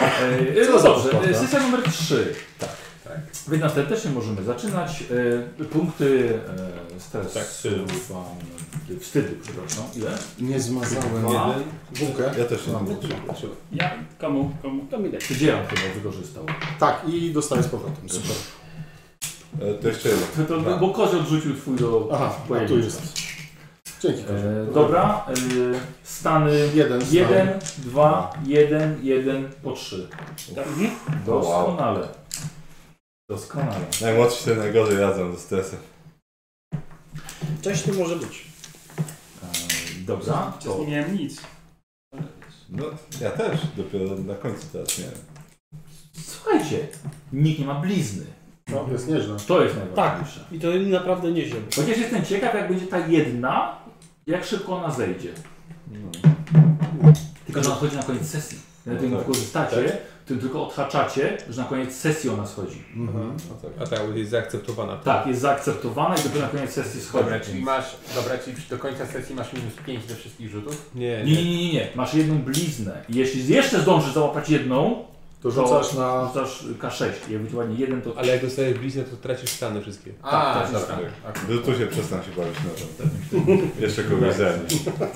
No dobrze, sesja numer 3. Tak. Więc następnie możemy zaczynać. Punkty stresu. Tak, wstydu, przepraszam. Ile? Nie zmazałem jeden. Bułkę. Ja też nie mam. Ja? Komu? To mi daj. Dziejan chyba wykorzystał. Tak, i dostaję z powrotem. Super. To jeszcze jeden. Bo kozioł odrzucił twój do... Aha, tu jest. Dzięki. Dobra, stany 1, 2, 1, 1 po 3. Tak. Doskonale. Doskonale. Najmłodsi się najgorzej radzą ze stresem. Coś tu może być. Dobra. Nie miałem nic. No, ja też. Dopiero na końcu teraz miałem. Słuchajcie, nikt nie ma blizny. No, jest nieźle. To jest najważniejsze. Tak, i to naprawdę nieźle. Chociaż jestem ciekaw, jak będzie ta jedna, jak szybko ona zejdzie. Tylko, że ona schodzi na koniec sesji. Jak tego wykorzystacie, to tylko odhaczacie, że na koniec sesji ona schodzi. A tak, jest zaakceptowana. Tak, jest zaakceptowana i dopiero na koniec sesji schodzi. Dobra, czyli do końca sesji masz minus 5 do wszystkich rzutów? Nie. Masz jedną bliznę. I jeśli jeszcze zdążysz załapać jedną, to rzucasz na... Rzucasz K6 i ewentualnie jeden to... Ale jak dostajesz bliznę, to tracisz stany wszystkie. Tak, dobra. Tu się przestań się bawić na tym. Jeszcze kogoś zernie.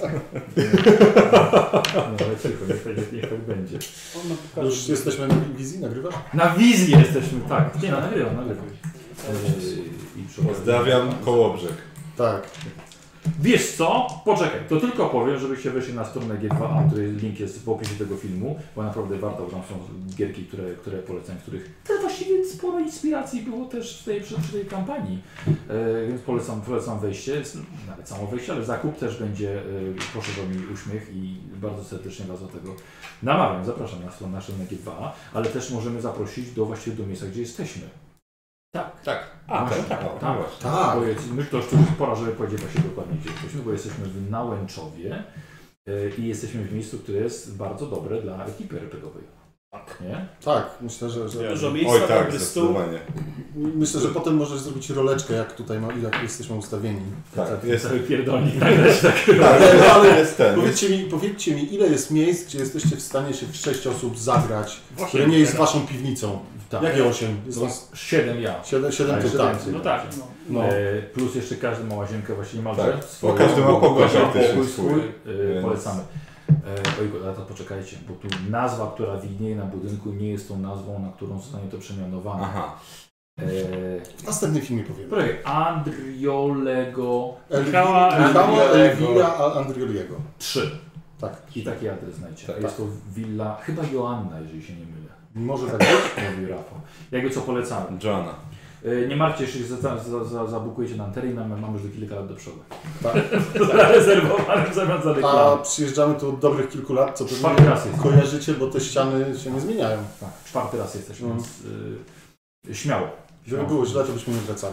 No ale tylko, niech tak będzie. Już jesteśmy na wizji, nagrywasz? Na wizji jesteśmy, tak. Nie, nagrywam. Pozdrawiam Kołobrzeg. Tak. Wiesz co? Poczekaj, to tylko powiem, żebyście weszli na stronę G2A, który link jest w opisie tego filmu, bo naprawdę warto, bo tam są gierki, które polecam, w których też właściwie sporo inspiracji było też przy tej kampanii. Więc polecam wejście, nawet samo wejście, ale zakup też będzie poszerzał mi uśmiech i bardzo serdecznie Was do tego namawiam. Zapraszam na stronę G2A, ale też możemy zaprosić właściwie do miejsca, gdzie jesteśmy. Tak. Bo my to już pora, żeby powiedzieć właśnie dokładnie, gdzie jesteśmy, bo jesteśmy w Nałęczowie i jesteśmy w miejscu, które jest bardzo dobre dla ekipy RPGowej. Tak, nie? Tak, myślę, że... Dużo miejsca, tak, zdecydowanie. Myślę, że potem możesz zrobić roleczkę, jak tutaj jak jesteśmy ustawieni. Tak, jest cały pierdolnik. Ale jest ten. Powiedzcie mi, ile jest miejsc, gdzie jesteście w stanie się w 6 osób zagrać, które nie jest waszą piwnicą? Tak. Jakie 8? 7 ja. 7 to tak. No tak. No. Plus jeszcze każdy ma łazienkę właśnie niemalże. Tak. Każdy ma pokój swój. Polecamy. Ojku, ale to poczekajcie, bo tu nazwa, która widnieje na budynku, nie jest tą nazwą, na którą zostanie to przemianowane. Aha. W następnym filmie powiem. Projekt Andriolego. Michała Elwira Andrioliego. 3. Tak. I taki adres znajdziecie. Tak. Jest to willa, chyba Joanna, jeżeli się nie mylę. Może tak być? Mówi Rafał. Jakby co polecamy. Joanna. Nie martwcie się, zabukujecie nam teren, mamy już do kilka lat do przodu. Tak. Zarezerwowanym zamiast za reklamę. A przyjeżdżamy tu od dobrych kilku lat, co Czwarty raz jest. kojarzycie, bo te ściany się nie zmieniają. Tak, 4. raz jesteśmy, więc śmiało. Gdyby było źle, to byśmy nie wracali.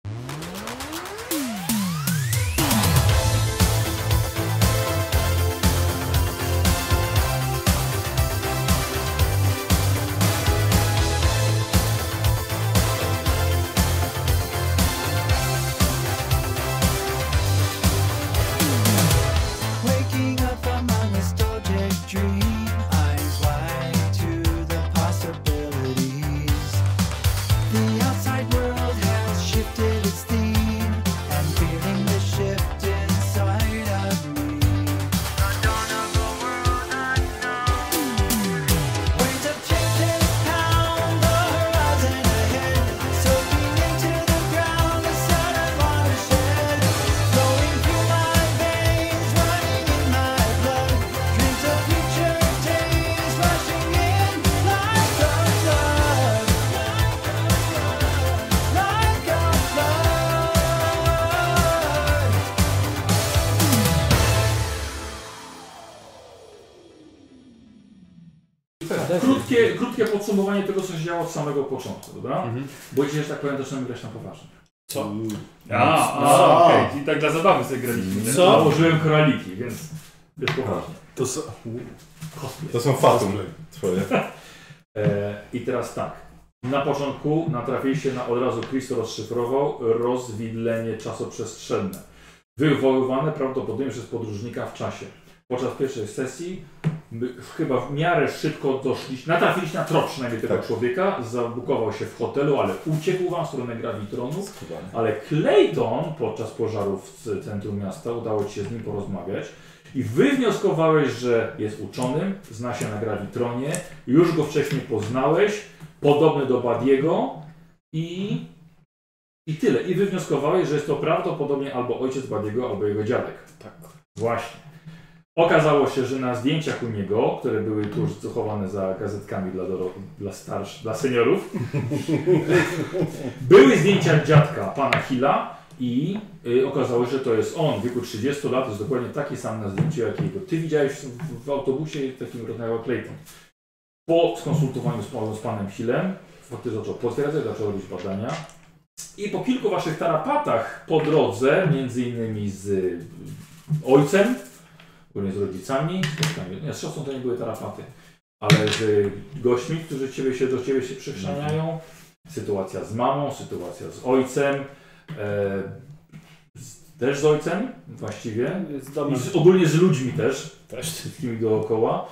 Krótkie podsumowanie tego, co się działo od samego początku, dobra? Bo dzisiaj, że tak powiem, zaczynamy grać na poważnie. Co? Okej, czyli tak dla zabawy sobie graliśmy. Co? Nałożyłem koraliki, więc poważnie. To są fatum twoje. I teraz tak. Na początku natrafiliście na od razu Chris rozszyfrował rozwidlenie czasoprzestrzenne. Wywoływane prawdopodobnie przez podróżnika w czasie. Podczas pierwszej sesji chyba w miarę szybko doszliście, natrafiliście na trop przynajmniej tego człowieka, zabukował się w hotelu, ale uciekł wam w stronę Gravitronu, ale Clayton podczas pożarów w centrum miasta udało ci się z nim porozmawiać i wywnioskowałeś, że jest uczonym, zna się na Gravitronie, już go wcześniej poznałeś, podobny do Badiego i tyle. I wywnioskowałeś, że jest to prawdopodobnie albo ojciec Badiego, albo jego dziadek. Tak. Właśnie. Okazało się, że na zdjęciach u niego, które były tuż zachowane za gazetkami dla seniorów, były zdjęcia dziadka, pana Hilla i okazało się, że to jest on w wieku 30 lat, jest dokładnie taki sam na zdjęciu jak jego. Ty widziałeś w autobusie, takim rozmawiał Clayton. Po skonsultowaniu z panem Hillem, faktycznie zaczął potwierdzać, zaczął robić badania i po kilku waszych tarapatach po drodze, między innymi z ojcem, głównie z rodzicami, nie, z siostrą to nie były tarapaty, ale z gośćmi, którzy do ciebie się przychrzaniają. Sytuacja z mamą, sytuacja z ojcem, też z ojcem właściwie, i ogólnie z ludźmi też, wszystkimi dookoła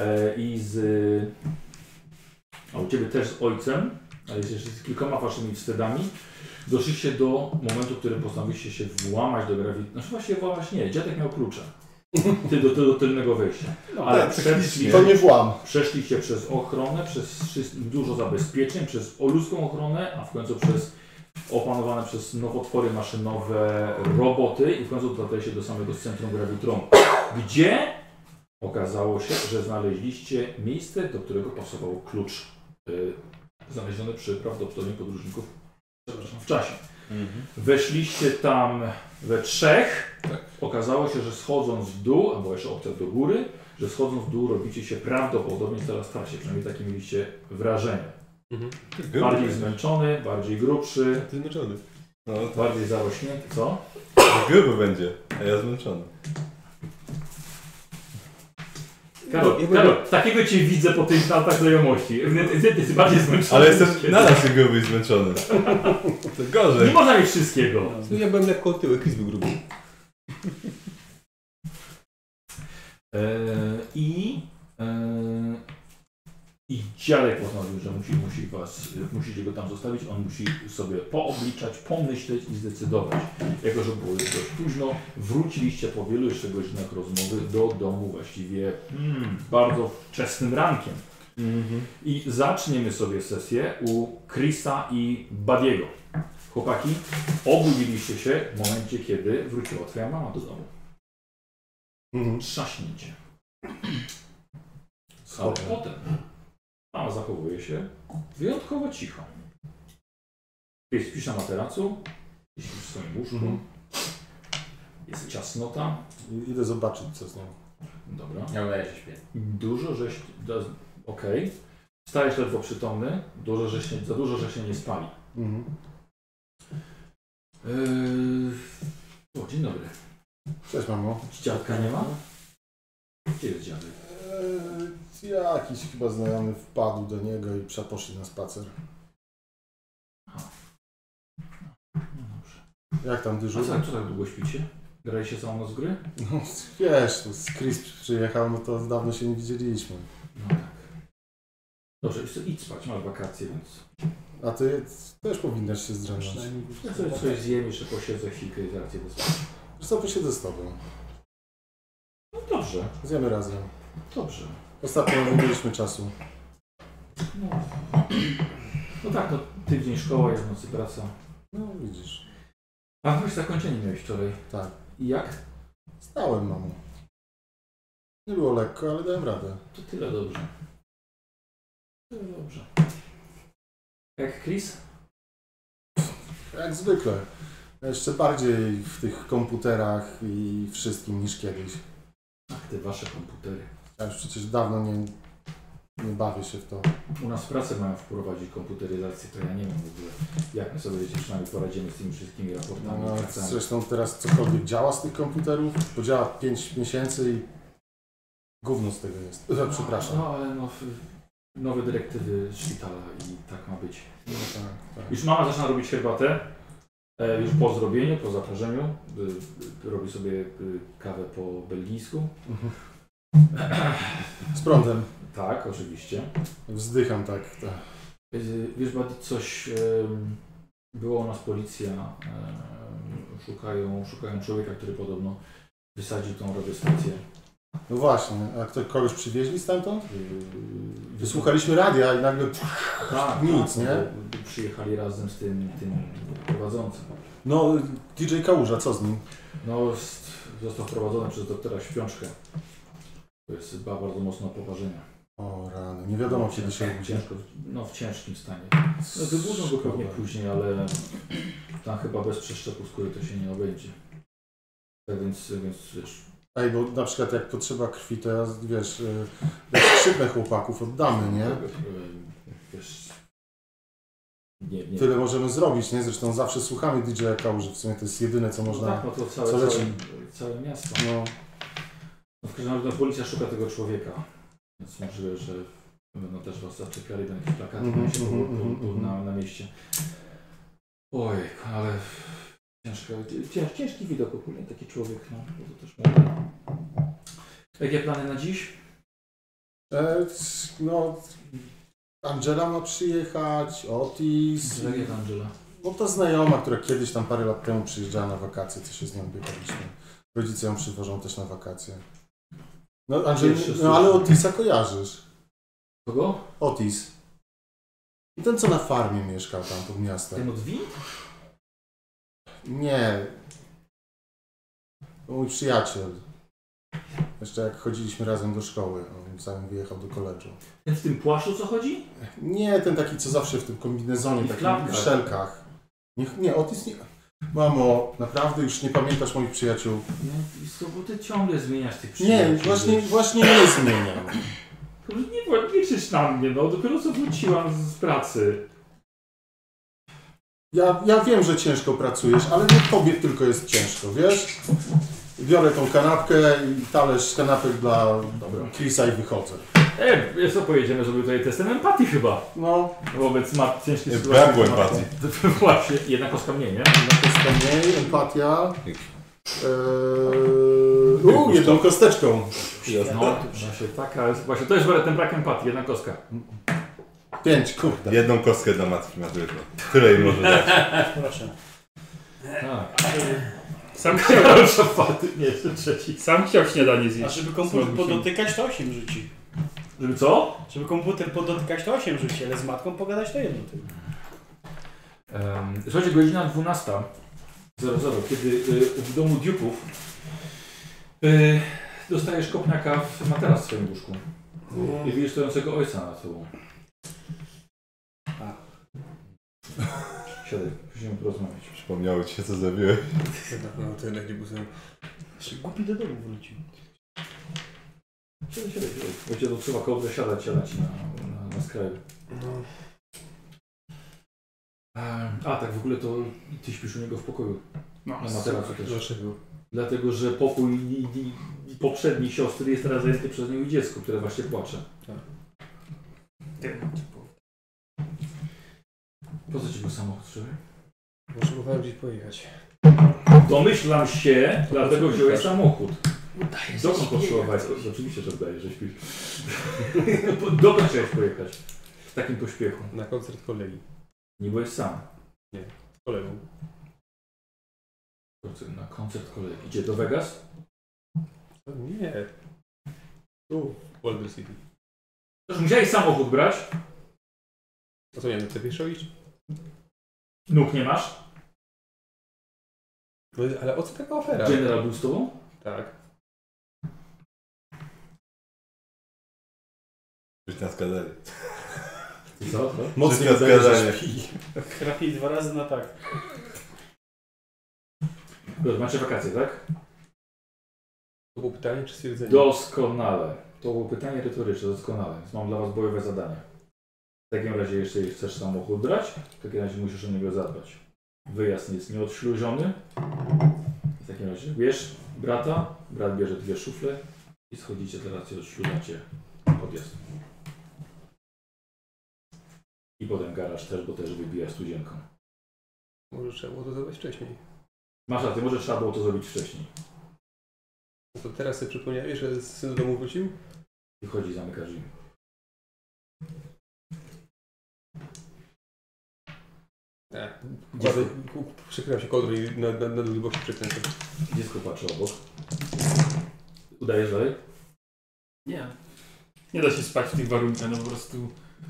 a u ciebie też z ojcem, ale jeszcze z kilkoma waszymi wstydami. Doszliście do momentu, w którym postanowiliście się włamać do Gravitronu. Znaczy właściwie włamać nie, dziadek miał klucze. Ty do tylnego wejścia. Ale to nie włam. Przeszliście przez ochronę, przez dużo zabezpieczeń, przez ludzką ochronę, a w końcu opanowane przez nowotwory maszynowe roboty i w końcu dotarliście do samego centrum Gravitronu, gdzie okazało się, że znaleźliście miejsce, do którego pasował klucz znaleziony przy prawdopodobnie podróżników w czasie. Weszliście tam we trzech. Okazało się, że schodząc w dół, albo jeszcze opcja do góry, że schodząc w dół robicie się prawdopodobnie coraz starsi. Przynajmniej takie mieliście wrażenie. Bardziej zmęczony, bardziej grubszy, Zmęczony. No, bardziej zarośnięty. Co? gruby będzie, a ja zmęczony. Karol, takiego cię widzę po tych latach znajomości. Ty bardziej zmęczony. Ale jestem nadal się gruby i zmęczony. To gorzej. Nie można mieć wszystkiego. Ja byłem lekko otyły, Chris był gruby. I dziadek postanowił, że musicie go tam zostawić, on musi sobie poobliczać, pomyśleć i zdecydować. Jako, że było dość późno, wróciliście po wielu jeszcze godzinach rozmowy do domu właściwie bardzo wczesnym rankiem. I zaczniemy sobie sesję u Chrisa i Badiego. Chłopaki, obudziliście się w momencie, kiedy wróciła twoja mama do domu. Trzaśnięcie. Ale potem mama zachowuje się wyjątkowo cicho. Ty śpisz na materacu, śpisz w swoim łóżku, jest ciasnota. Idę zobaczyć, co z nią. Dobra. Ja udaję się śpię. Dużo żeś... Okej. Stajesz ledwo przytomny, za dużo żeś się nie spali. O, dzień dobry. Cześć, mamo. Dziadka nie ma? Gdzie jest dziadek? Jakiś chyba znajomy wpadł do niego i poszli na spacer. No dobrze. Jak tam dyżur? A co tak długo śpicie? Graliście całą noc w gry? No wiesz, z Chris przyjechał, no to dawno się nie widzieliśmy. No tak. Dobrze, idź spać, masz wakacje, więc... A ty też powinnaś się zdrzemnąć. Ja sobie coś zjem, jeszcze posiedzę chwilkę i zaraz idę spać. Wiesz co, posiedzę z tobą. No dobrze, Zjemy razem. dobrze. Ostatnio nie mieliśmy czasu. No tak, no tydzień szkoła, jest w nocy praca. No widzisz. A właśnie zakończenie miałeś wczoraj. Tak. I jak? Stałem, mamo. Nie było lekko, ale dałem radę. To tyle dobrze. Tyle dobrze. Jak Chris? Jak zwykle. Jeszcze bardziej w tych komputerach i wszystkim niż kiedyś. Ach, te wasze komputery. Ja już przecież dawno nie bawię się w to. U nas w pracy mają wprowadzić komputeryzację, to ja nie wiem w ogóle, jak my sobie przynajmniej poradzimy z tymi wszystkimi raportami. No, i pracami. zresztą teraz cokolwiek działa z tych komputerów, bo działa 5 miesięcy i gówno z tego jest. Przepraszam. No ale nowe dyrektywy szpitala i tak ma być. No, tak. Już mama zaczyna robić herbatę, już po zrobieniu, po zaparzeniu. Robi sobie kawę po belgijsku. Z prądem. Tak, oczywiście. Wzdycham tak. Wiesz, Buddy, coś... Była u nas policja. Szukają człowieka, który podobno wysadził tą radiostację. No właśnie, a kogoś przywieźli stamtąd? Wysłuchaliśmy radia i nagle Tak, nic, tak, nie? bo przyjechali razem z tym prowadzącym. No, DJ Kałuża, co z nim? No, został wprowadzony przez doktora Śpiączkę. To jest bardzo mocne poparzenia. O rany, nie wiadomo kiedy się budzi. Ciężko, no w ciężkim stanie. No wybudzą go pewnie później, ale tam chyba bez przeszczepu skóry to się nie obędzie. Tak więc wiesz... Ej, bo na przykład jak potrzeba krwi, to ja, wiesz, jak skrzydle chłopaków oddamy, nie? Wiesz... Nie. Tyle możemy zrobić, nie? Zresztą zawsze słuchamy DJ-a Kałuży, w sumie to jest jedyne co można... No tak, no to co leci. całe miasto. No. No w każdym razie policja szuka tego człowieka. Więc możliwe, że będą też was zaczepiali, będą jakieś plakaty na mieście. Oj, ale ciężki widok ogólnie, taki człowiek, no to też mówię. Jakie plany na dziś? No, Angela ma przyjechać, Otis. Jak Angela? No to znajoma, która kiedyś tam parę lat temu przyjeżdżała na wakacje, co się z nią biegaliśmy. Rodzice ją przywożą też na wakacje. No, no ale Otisa kojarzysz. Kogo? Otis. I ten co na farmie mieszkał tam pod miastem. Ten od Wind? Nie. To mój przyjaciel. Jeszcze jak chodziliśmy razem do szkoły, on zanim wyjechał do koledżu. Ten w tym płaszczu co chodzi? Nie, ten taki co zawsze w tym kombinezonie, takim klapkach. w szelkach. Nie, Otis nie. Mamo, naprawdę już nie pamiętasz moich przyjaciół? No, bo ty ciągle zmieniasz tych przyjaciół. Nie, właśnie nie zmieniam. Nie krzycz na mnie, no dopiero co wróciłam z pracy. Ja wiem, że ciężko pracujesz, ale nie tobie tylko jest ciężko, wiesz? Biorę tą kanapkę i talerz kanapek dla Chrisa i wychodzę. Wiesz co, pojedziemy sobie tutaj testem empatii chyba. No. Wobec ciężkiej sytuacji. Brakło empatii. Właśnie, jedna kostka mniej, nie? Jedna kostka mniej, empatia. Jedną kosteczką. No, właśnie to jest ten brak empatii, jedna kostka. 5, kurde. Jedną kostkę dla matki maturalnej. Której może dać? Proszę. Tak. Sam chciał śniadanie A zjeść. żeby komputer podotykać, to 8 rzuci. Żeby co? Żeby komputer podotykać, to 8 rzuci, ale z matką pogadać to 1 tylko. Słuchajcie, godzina 12:00, kiedy w domu Duke'ów dostajesz kopniaka w materac w swoim łóżku. I widzisz stojącego ojca nad tobą. Siadaj, musimy porozmawiać. Przypomniało ci się co zrobiłeś? No to jednak nie był sam. Jeszcze głupi do domu wrócił. Siadaj. Będzie to trzeba kołdrę siadać na skraju. No. A tak, w ogóle to ty śpisz u niego w pokoju. No, Na materacu też. Dlaczego? Dlatego, że pokój i poprzedniej siostry jest teraz zajęty przez nią i dziecko, które właśnie płacze. Po co ci był samochód, słuchaj? Potrzebowałem gdzieś pojechać. Domyślam się, dlatego wziąłeś samochód. Dokąd potrzebowałeś? Oczywiście, że oddaję, że śpisz. Dokąd chciałeś pojechać? W takim pośpiechu. Na koncert kolegi. Nie byłeś sam. Z kolegą. Na koncert kolegi. Gdzie? Do Vegas? Nie. Tu, w Boulder City. Toż musiałeś samochód brać? A co, nie wiem, chcę pieszo iść? Nóg nie masz? No, ale o co taka ofera? General był z tobą? Tak. Być na skazanie. Co? Mocniej na oddaję, że skazanie. śpi. Trafi 2 razy na tak. Dobrze, macie wakacje, tak? To było pytanie czy stwierdzenie? Doskonale. To było pytanie retoryczne, doskonale. Więc mam dla was bojowe zadanie. W takim razie, jeśli chcesz samochód brać, w takim razie musisz o niego zadbać. Wyjazd jest nieodśluziony. W takim razie bierz brata, brat bierze 2 szufle i schodzicie teraz i odśluzacie podjazd. I potem garaż też, bo też wybija studzienką. Może trzeba było to zrobić wcześniej. Masz rację, może trzeba było to zrobić wcześniej. No to teraz sobie przypomniałeś, że syn do domu wrócił? Wychodzi, zamyka drzwi. Przykryłem się kołdrą i na drugi bok się przekręcę. Dziecko patrzy obok. Udajesz dalej? Nie. Nie da się spać w tych warunkach, no po prostu...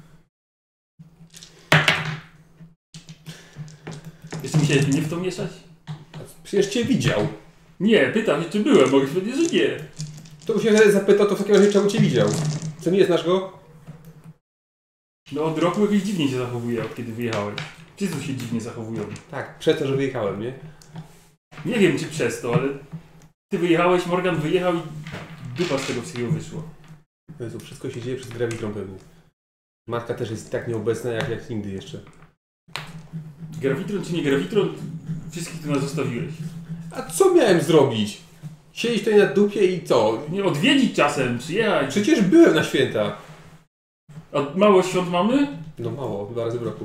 Jeszcze musiałeś mnie w to mieszać? Przecież cię widział. Nie, pytam się, czy byłem, mogę się powiedzieć, że nie. To się zapytał, to w takim razie czemu cię widział? Co, nie znasz go? No od roku jakoś dziwnie się zachowuje, od kiedy wyjechałeś. Wszyscy się dziwnie zachowują. Tak, przez to, że wyjechałem, nie? Nie wiem, czy przez to, ale... Ty wyjechałeś, Morgan wyjechał i dupa z tego wszystkiego wyszło. Jezu, wszystko się dzieje przez grawitron pewnie. Matka też jest tak nieobecna jak nigdy jeszcze. Grawitron czy nie grawitron, wszystkich tu nas zostawiłeś. A co miałem zrobić? Siedzieć tutaj na dupie i co? Nie odwiedzić czasem, przyjechać. Przecież byłem na święta. A mało świąt mamy? No mało, 2 razy w roku.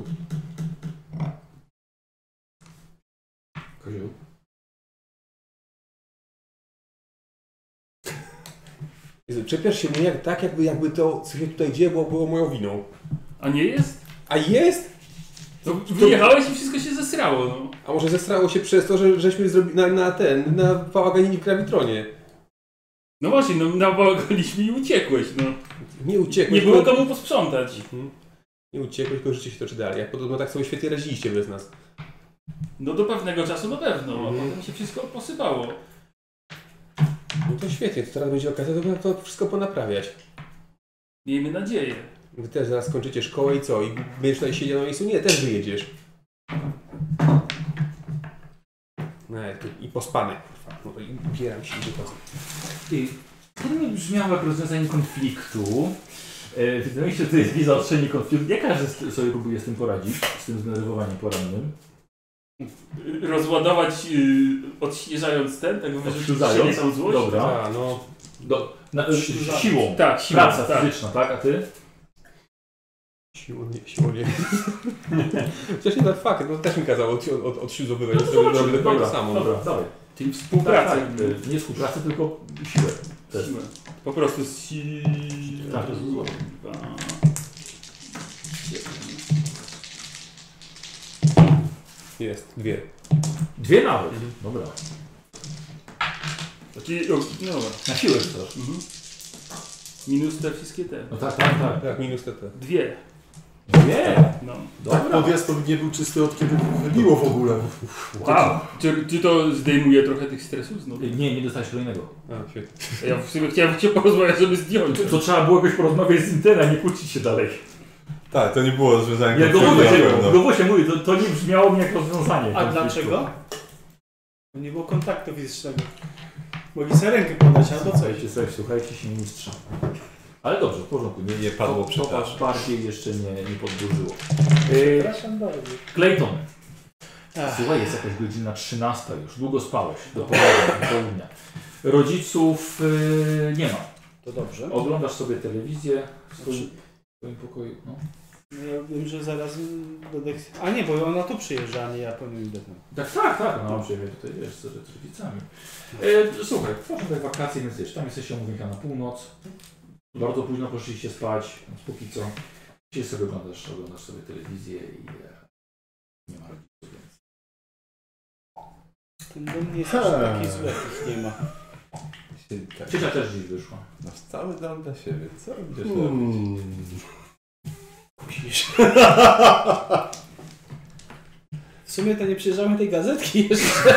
Kozioł. Jezu, czepiasz się mnie tak, jakby to, co się tutaj dzieje, było moją winą. A nie jest? A jest? To wyjechałeś i wszystko się zesrało, no. A może zestrało się przez to, że żeśmy zrobili na bałaganinie w gravitronie. No właśnie, no nabałagaliśmy i uciekłeś, no. Nie uciekłeś. Nie było komu posprzątać. Nie uciekłeś, tylko życie się toczy dalej. Jak podobno tak sobie świetnie radziliście bez nas. No do pewnego czasu na pewno, a potem się wszystko posypało. No to świetnie, to teraz będzie okazja, to wszystko ponaprawiać. Miejmy nadzieję. Wy też zaraz skończycie szkołę i co? I będziesz tutaj siedział na miejscu? Nie, też wyjedziesz. No, i pospany. No to i ubieram się i wychodzę. To nie brzmiało jak rozwiązanie konfliktu. Wydaje mi się, że to jest zaostrzenie konfliktu. Jak każdy sobie próbuje z tym poradzić? Z tym zdenerwowaniem porannym? Rozładować, odśnieżając ten, tak Odśnieżając? tą złość. Dobra. A, no. Siłą. Tak, siłą. Praca tak. fizyczna, tak? A ty? Siłą nie. Chociaż nie, fakt, no też mi kazało odsiuzowywać, robię dokładnie to samo. Dobra, dawaj. Czyli współpraca. Tak, nie współpracę, tylko siłę. Też. Po prostu Tak. Jest, 2. 2 nawet. Dobra. Czyli, no dobra. Na siłę też. Minus te wszystkie te. No tak. Tak, minus TT. 2. Nie. No. Dobra. Tak podjazd to nie był czysty od kiedy wybiło w ogóle. Wow. Czy to zdejmuje trochę tych stresów znowu? Nie dostałeś kolejnego. A, świetnie. Ja w sumie chciałem cię porozmawiać, żeby zdjąć. To trzeba było jakoś porozmawiać z Intena, nie kłócić się dalej. Tak, to nie było rozwiązanie Ja konfliktu. go właśnie mówię, to nie brzmiało mi jak rozwiązanie. A konfliktu. dlaczego? Bo nie było kontaktu fizycznego. Mogli sobie rękę podać albo coś. Słuchajcie się mistrza. Ale dobrze, w porządku. Nie padło to przepraszam. was bardziej jeszcze nie podburzyło. Przepraszam bardzo. Clayton. Słuchaj, jest jakaś godzina 13 już. Długo spałeś. Do południa. Rodziców nie ma. To dobrze. Oglądasz sobie telewizję w swoim pokoju. No. Ja wiem, że zaraz będę... A nie, bo ona tu przyjeżdża, a nie ja powinien idę tam. Tak. No, przyjemnie tutaj wiesz, z rodzicami. Słuchaj, tworzą te wakacje, więc wiesz, tam jesteście umówieni na północ. Bardzo późno poszliście spać, więc póki co dzisiaj sobie oglądasz sobie telewizję i nie ma rodziców, więc... Ten dom nie jest aż taki zły, jak nie ma. Ciocia też dziś wyszła. Masz cały dom dla siebie, co będziesz robić? Musisz. W sumie to nie przyjeżdżamy tej gazetki jeszcze.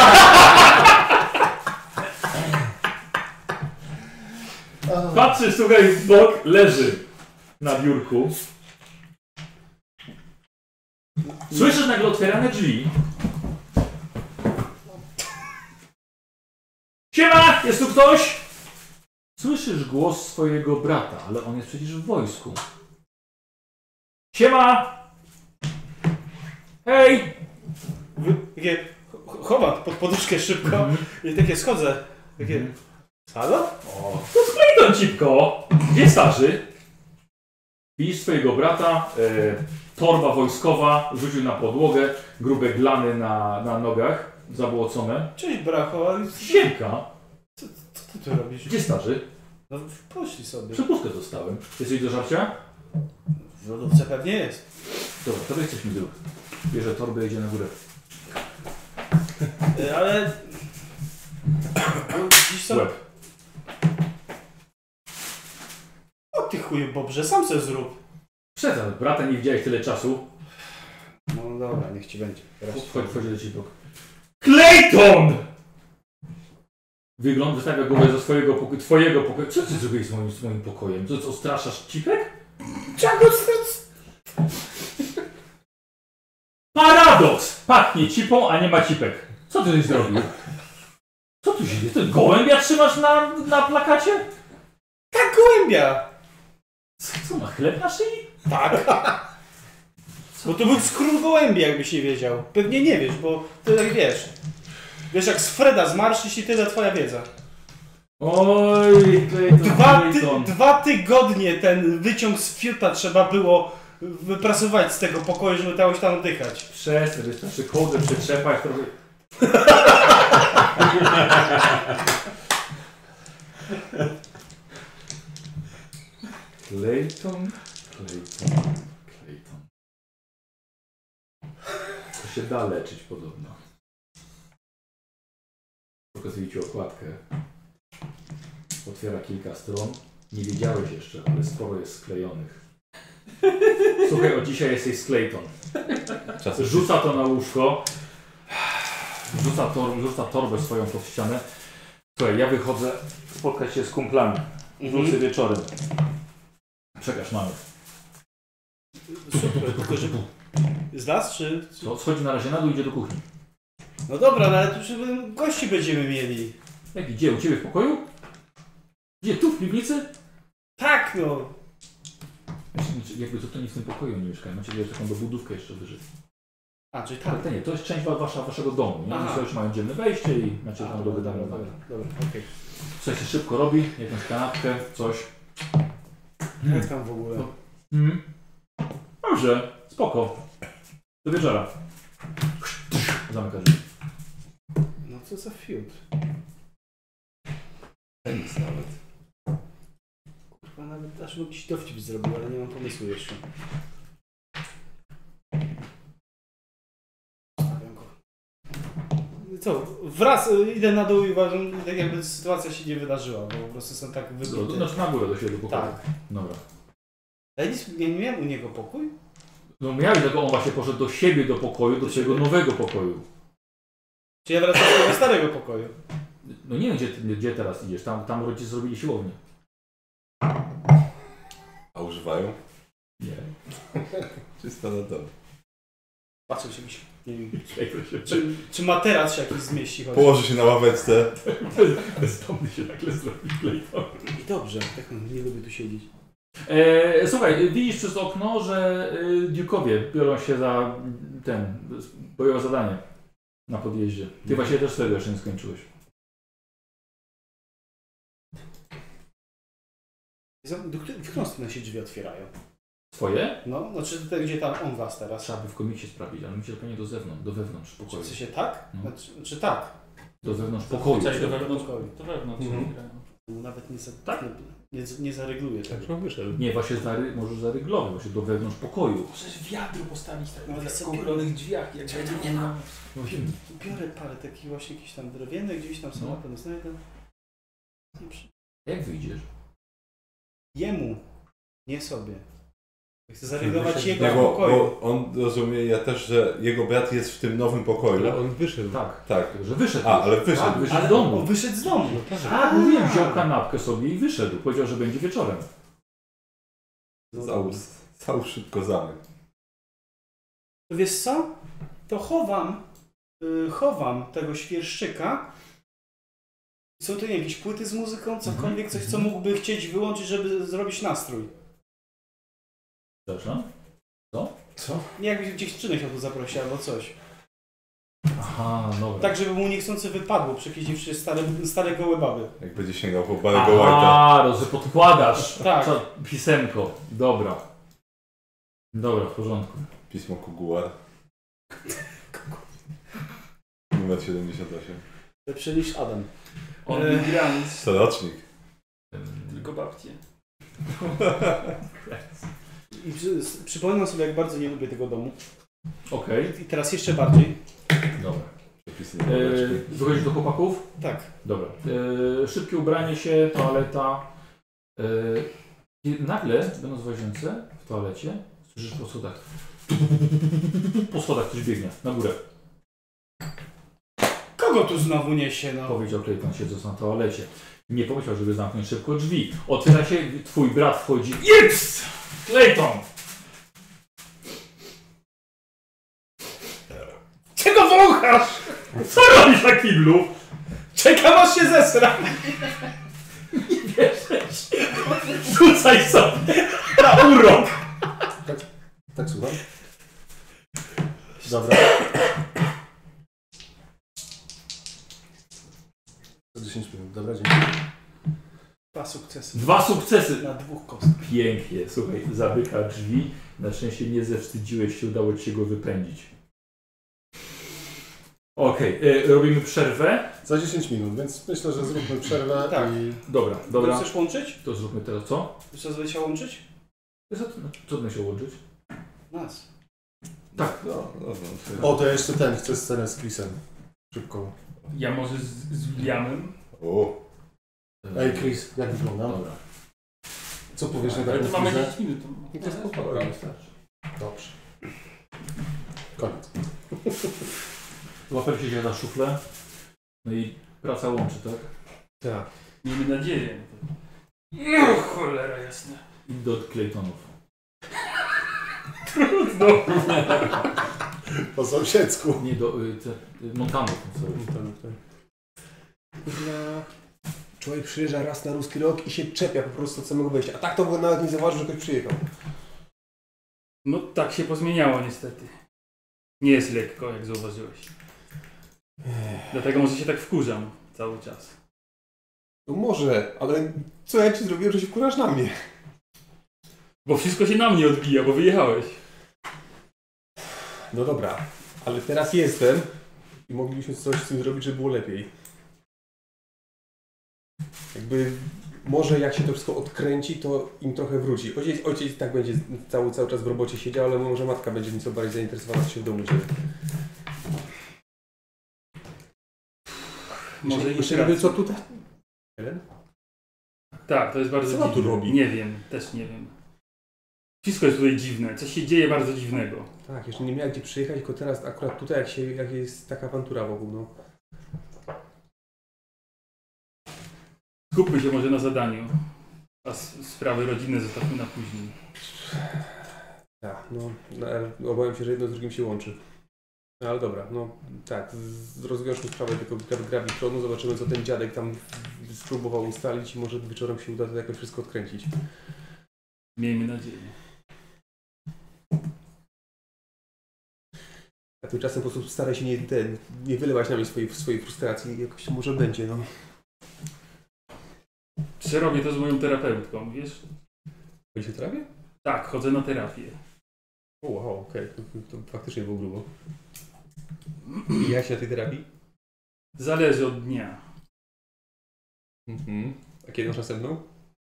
Patrzysz, słuchaj, w bok leży na biurku. Słyszysz nagle otwierane drzwi. Siema! Jest tu ktoś? Słyszysz głos swojego brata, ale on jest przecież w wojsku. Siema! Hej! Takie chowam pod poduszkę szybko i takie schodzę. Takie... Halo? O, to Clayton, cipko! Gdzie starzy? Widzisz swojego brata, torba wojskowa, rzucił na podłogę, grube glany na nogach, zabłocone. Cześć bracho, ale... Siemka! Co ty tu robisz? Gdzie starzy? No poszli sobie. Przepustkę dostałem. Jest coś do żarcia? W lodówce pewnie jest. Dobra, to weź coś mi zrób. Bierze torbę, idzie na górę. Ale... Dziś są... Łeb. O ty chuje Bobrze, sam se zrób. Przestań, brata nie widziałeś tyle czasu. No dobra, niech ci będzie. Wchodzi do ciebie. Clayton! Wystawia głowę ze swojego pokoju, twojego pokoju. Co ty zrobiłeś z moim pokojem? Co, ostraszasz cipek? Czego Paradoks! Pachnie cipą, a nie ma cipek. Co ty zrobił? Co tu się dzieje? Ty gołębia trzymasz na plakacie? Tak, gołębia! Co ma chleb na szyi? Tak. Bo to był skrót gołębi, jakbyś nie wiedział. Pewnie nie wiesz, bo ty tak wiesz. Wiesz jak z Freda zmarszczysz i tyle twoja wiedza. Oj, Clayton. 2 tygodnie ten wyciąg z fiuta trzeba było wyprasować z tego pokoju, żeby dało się tam oddychać. Przestań, wystarczy kołdę przetrzepać trochę. Clayton. To się da leczyć podobno. Pokazuję ci okładkę. Otwiera kilka stron. Nie wiedziałeś jeszcze, ale sporo jest sklejonych. Słuchaj, od dzisiaj jesteś z Clayton. Rzuca to na łóżko. Rzuca torbę swoją pod ścianę. Słuchaj, ja wychodzę spotkać się z kumplami. Wrócę wieczorem. Przekaż mamy. Super, tylko że... Z nas, czy... Co? Schodzi na razie na dół, idzie do kuchni. No dobra, no ale tu żeby gości będziemy mieli. Jak gdzie? U ciebie w pokoju? Gdzie? Tu w piwnicy? Tak, no. Jakby to nie w tym pokoju nie mieszkają. Macie wiesz, taką dobudówkę jeszcze wyżej. A, czyli Ale tak. to nie, to jest część waszego domu. Nie? Aha. Już mają dzielne wejście i macie tam do wydania. Dobra, okej. Coś się szybko robi, jakąś kanapkę, coś. Jak tam w ogóle? Dobrze, spoko. Do wieczora. Zamyka drzwi. No co za fiut. Tenis nawet. Kurwa, nawet aż bym jakiś dowcip zrobił, ale nie mam pomysłu jeszcze. Stawiam go. Co? Wraz idę na dół i uważam, tak jakby sytuacja się nie wydarzyła, bo po prostu są tak wybite. Znaczy na górę do siebie do pokoju. Tak. Dobra. Ale nic, ja nie miałem u niego pokój? No miałeś tego, on właśnie poszedł do siebie do pokoju, do swojego nowego pokoju. Czy ja wracam do swojego starego pokoju? No nie wiem gdzie teraz idziesz, tam rodzice zrobili siłownię. A używają? Nie. Czysto na dole. Patrzę się jakiś, nie wiem, Czy czy materac się jakiś zmieści choć. Położy się na ławeczce. bezdomny się nagle zrobił Clayton. I dobrze, tak nie lubię tu siedzieć. Słuchaj, widzisz przez okno, że Duke'owie biorą się za bojowe zadanie na podjeździe. Ty właśnie też swojego jeszcze nie skończyłeś. W którą stronę się drzwi otwierają? Twoje? No, znaczy tutaj, gdzie tam on was teraz. Trzeba by w komiksie sprawdzić, ale myślę, że pewnie do wewnątrz pokoju. W sensie tak? No. Czy tak? Do wewnątrz pokoju. Chciałeś do trzeba. wewnątrz? Pokoju. To wewnątrz. No, nawet nie, Tak? nie zaregluję tego. Tak, no wyszedł. Nie, właśnie możesz zaryglować, właśnie do wewnątrz pokoju. Możesz wiadro postawić tak No, ale w sobie- kuchlonych drzwiach, jak będzie nie ma. Biorę parę takich właśnie jakichś tam drewnianych, gdzieś tam są No. na pewno znajdę. Jak wyjdziesz? Jemu, nie sobie. Chcę zareglować jego Nie, w bo pokoju. on rozumie ja też, że jego brat jest w tym nowym pokoju. Ale on wyszedł. Tak. Tak. Że wyszedł. A, ale wyszedł. Tak, wyszedł z Ale domu. on wyszedł z domu. Tak, mówiłem, wziął kanapkę sobie i wyszedł. Powiedział, że będzie wieczorem. Załóż szybko zamek. To wiesz co? To chowam tego świerszczyka. Są tu jakieś płyty z muzyką, cokolwiek, coś co mógłby chcieć wyłączyć, żeby zrobić nastrój. Przepraszam? Nie jakbyś dziewczynę chciał tu zaprosić albo coś. Aha, dobra. Tak, żeby mu niechcący wypadło przy jakiejś dziewczynie stare gołe baby. Jak będzie sięgał po Barego White'a. że podkładasz. Tak. Pisemko. Dobra. Dobra, w porządku. Pismo Kuguar. Numer 78. Lepsze niż Adam. On był granic. Corocznik. Tylko babcie. I przypominam sobie, jak bardzo nie lubię tego domu. Okej, I teraz jeszcze bardziej. dobra. Przepisy na woreczku. Wychodzisz do chłopaków? Tak. Dobra. Szybkie ubranie się, toaleta. I nagle, będąc w łazience, w toalecie, słyszysz po schodach. Po schodach ktoś biegnie, na górę. Kogo tu znowu niesie, no? Powiedział Clayton, siedząc na toalecie. Nie pomyślał, żeby zamknąć szybko drzwi. Otwiera się, twój brat wchodzi. Jeps! Clayton! Czego wąchasz? Co robisz na kiblu? Czekam, aż się zesra! Nie wierzysz. Rzucaj sobie na urok. Tak, słucham? Dobra. To 10 minut, dobra, dzięki. 2 sukcesy. 2 sukcesy. Na 2 kostkach. Pięknie, słuchaj, zamyka drzwi. Na szczęście nie zewstydziłeś się, udało ci się go wypędzić. Okej, robimy przerwę. Za 10 minut, więc myślę, że zróbmy przerwę Tak. i... Dobra. Chcesz łączyć? To zróbmy teraz co? Chcesz się łączyć? Co my się łączyć? Nas. Tak. O, to ja jeszcze chcę scenę z Chrisem. Szybką. Ja może z Williamem? O, Ej, Chris, jak wyglądam? Dobra. Co powiesz na Ale taką to mamy chwilę? 10 minut. I to jest spokojnie. Dobrze. Koniec. Łapem się na szuflę. No i praca łączy, tak? Tak. Miejmy nadzieję. No cholera jasna. I do Claytonów. Trudno. Po sąsiedzku. Nie, do Montanów. Kurwa. Człowiek przyjeżdża raz na ruski rok i się czepia po prostu od samego wejścia. A tak to by nawet nie zauważył, że ktoś przyjechał. No tak się pozmieniało niestety. Nie jest lekko, jak zauważyłeś. Dlatego może się tak wkurzam cały czas. No może, ale co ja ci zrobiłem, że się wkurzasz na mnie? Bo wszystko się na mnie odbija, bo wyjechałeś. No dobra, ale teraz jestem i moglibyśmy coś z tym zrobić, żeby było lepiej. Jakby może jak się to wszystko odkręci, to im trochę wróci. Ojciec tak będzie cały czas w robocie siedział, ale może matka będzie nieco bardziej zainteresowana, co się w domu dzieje. Może jeszcze nie wiem, co tutaj... Helen? Tak, to jest bardzo Co ona tu dziwne. robi? Nie wiem, też nie wiem. Wszystko jest tutaj dziwne, coś się dzieje bardzo dziwnego. Tak, jeszcze nie miała gdzie przyjechać, tylko teraz akurat tutaj, jak jest taka awantura wokół, no. Skupmy się może na zadaniu, a sprawy rodzinne zostawmy na później. Tak, no, obawiam się, że jedno z drugim się łączy. No ale dobra, no tak, rozwiążmy sprawę tylko gravitronu, zobaczymy co ten dziadek tam spróbował ustalić i może wieczorem się uda to jakoś wszystko odkręcić. Miejmy nadzieję. A tymczasem po prostu staraj się nie wylewać na mnie swojej frustracji, jakoś to może będzie, no. Przerobię to z moją terapeutką, wiesz? Chodzi się terapię? Tak, chodzę na terapię. O wow, okej, to faktycznie było grubo. I jak się na tej terapii? Zależy od dnia. Mhm. A kiedy masz następną?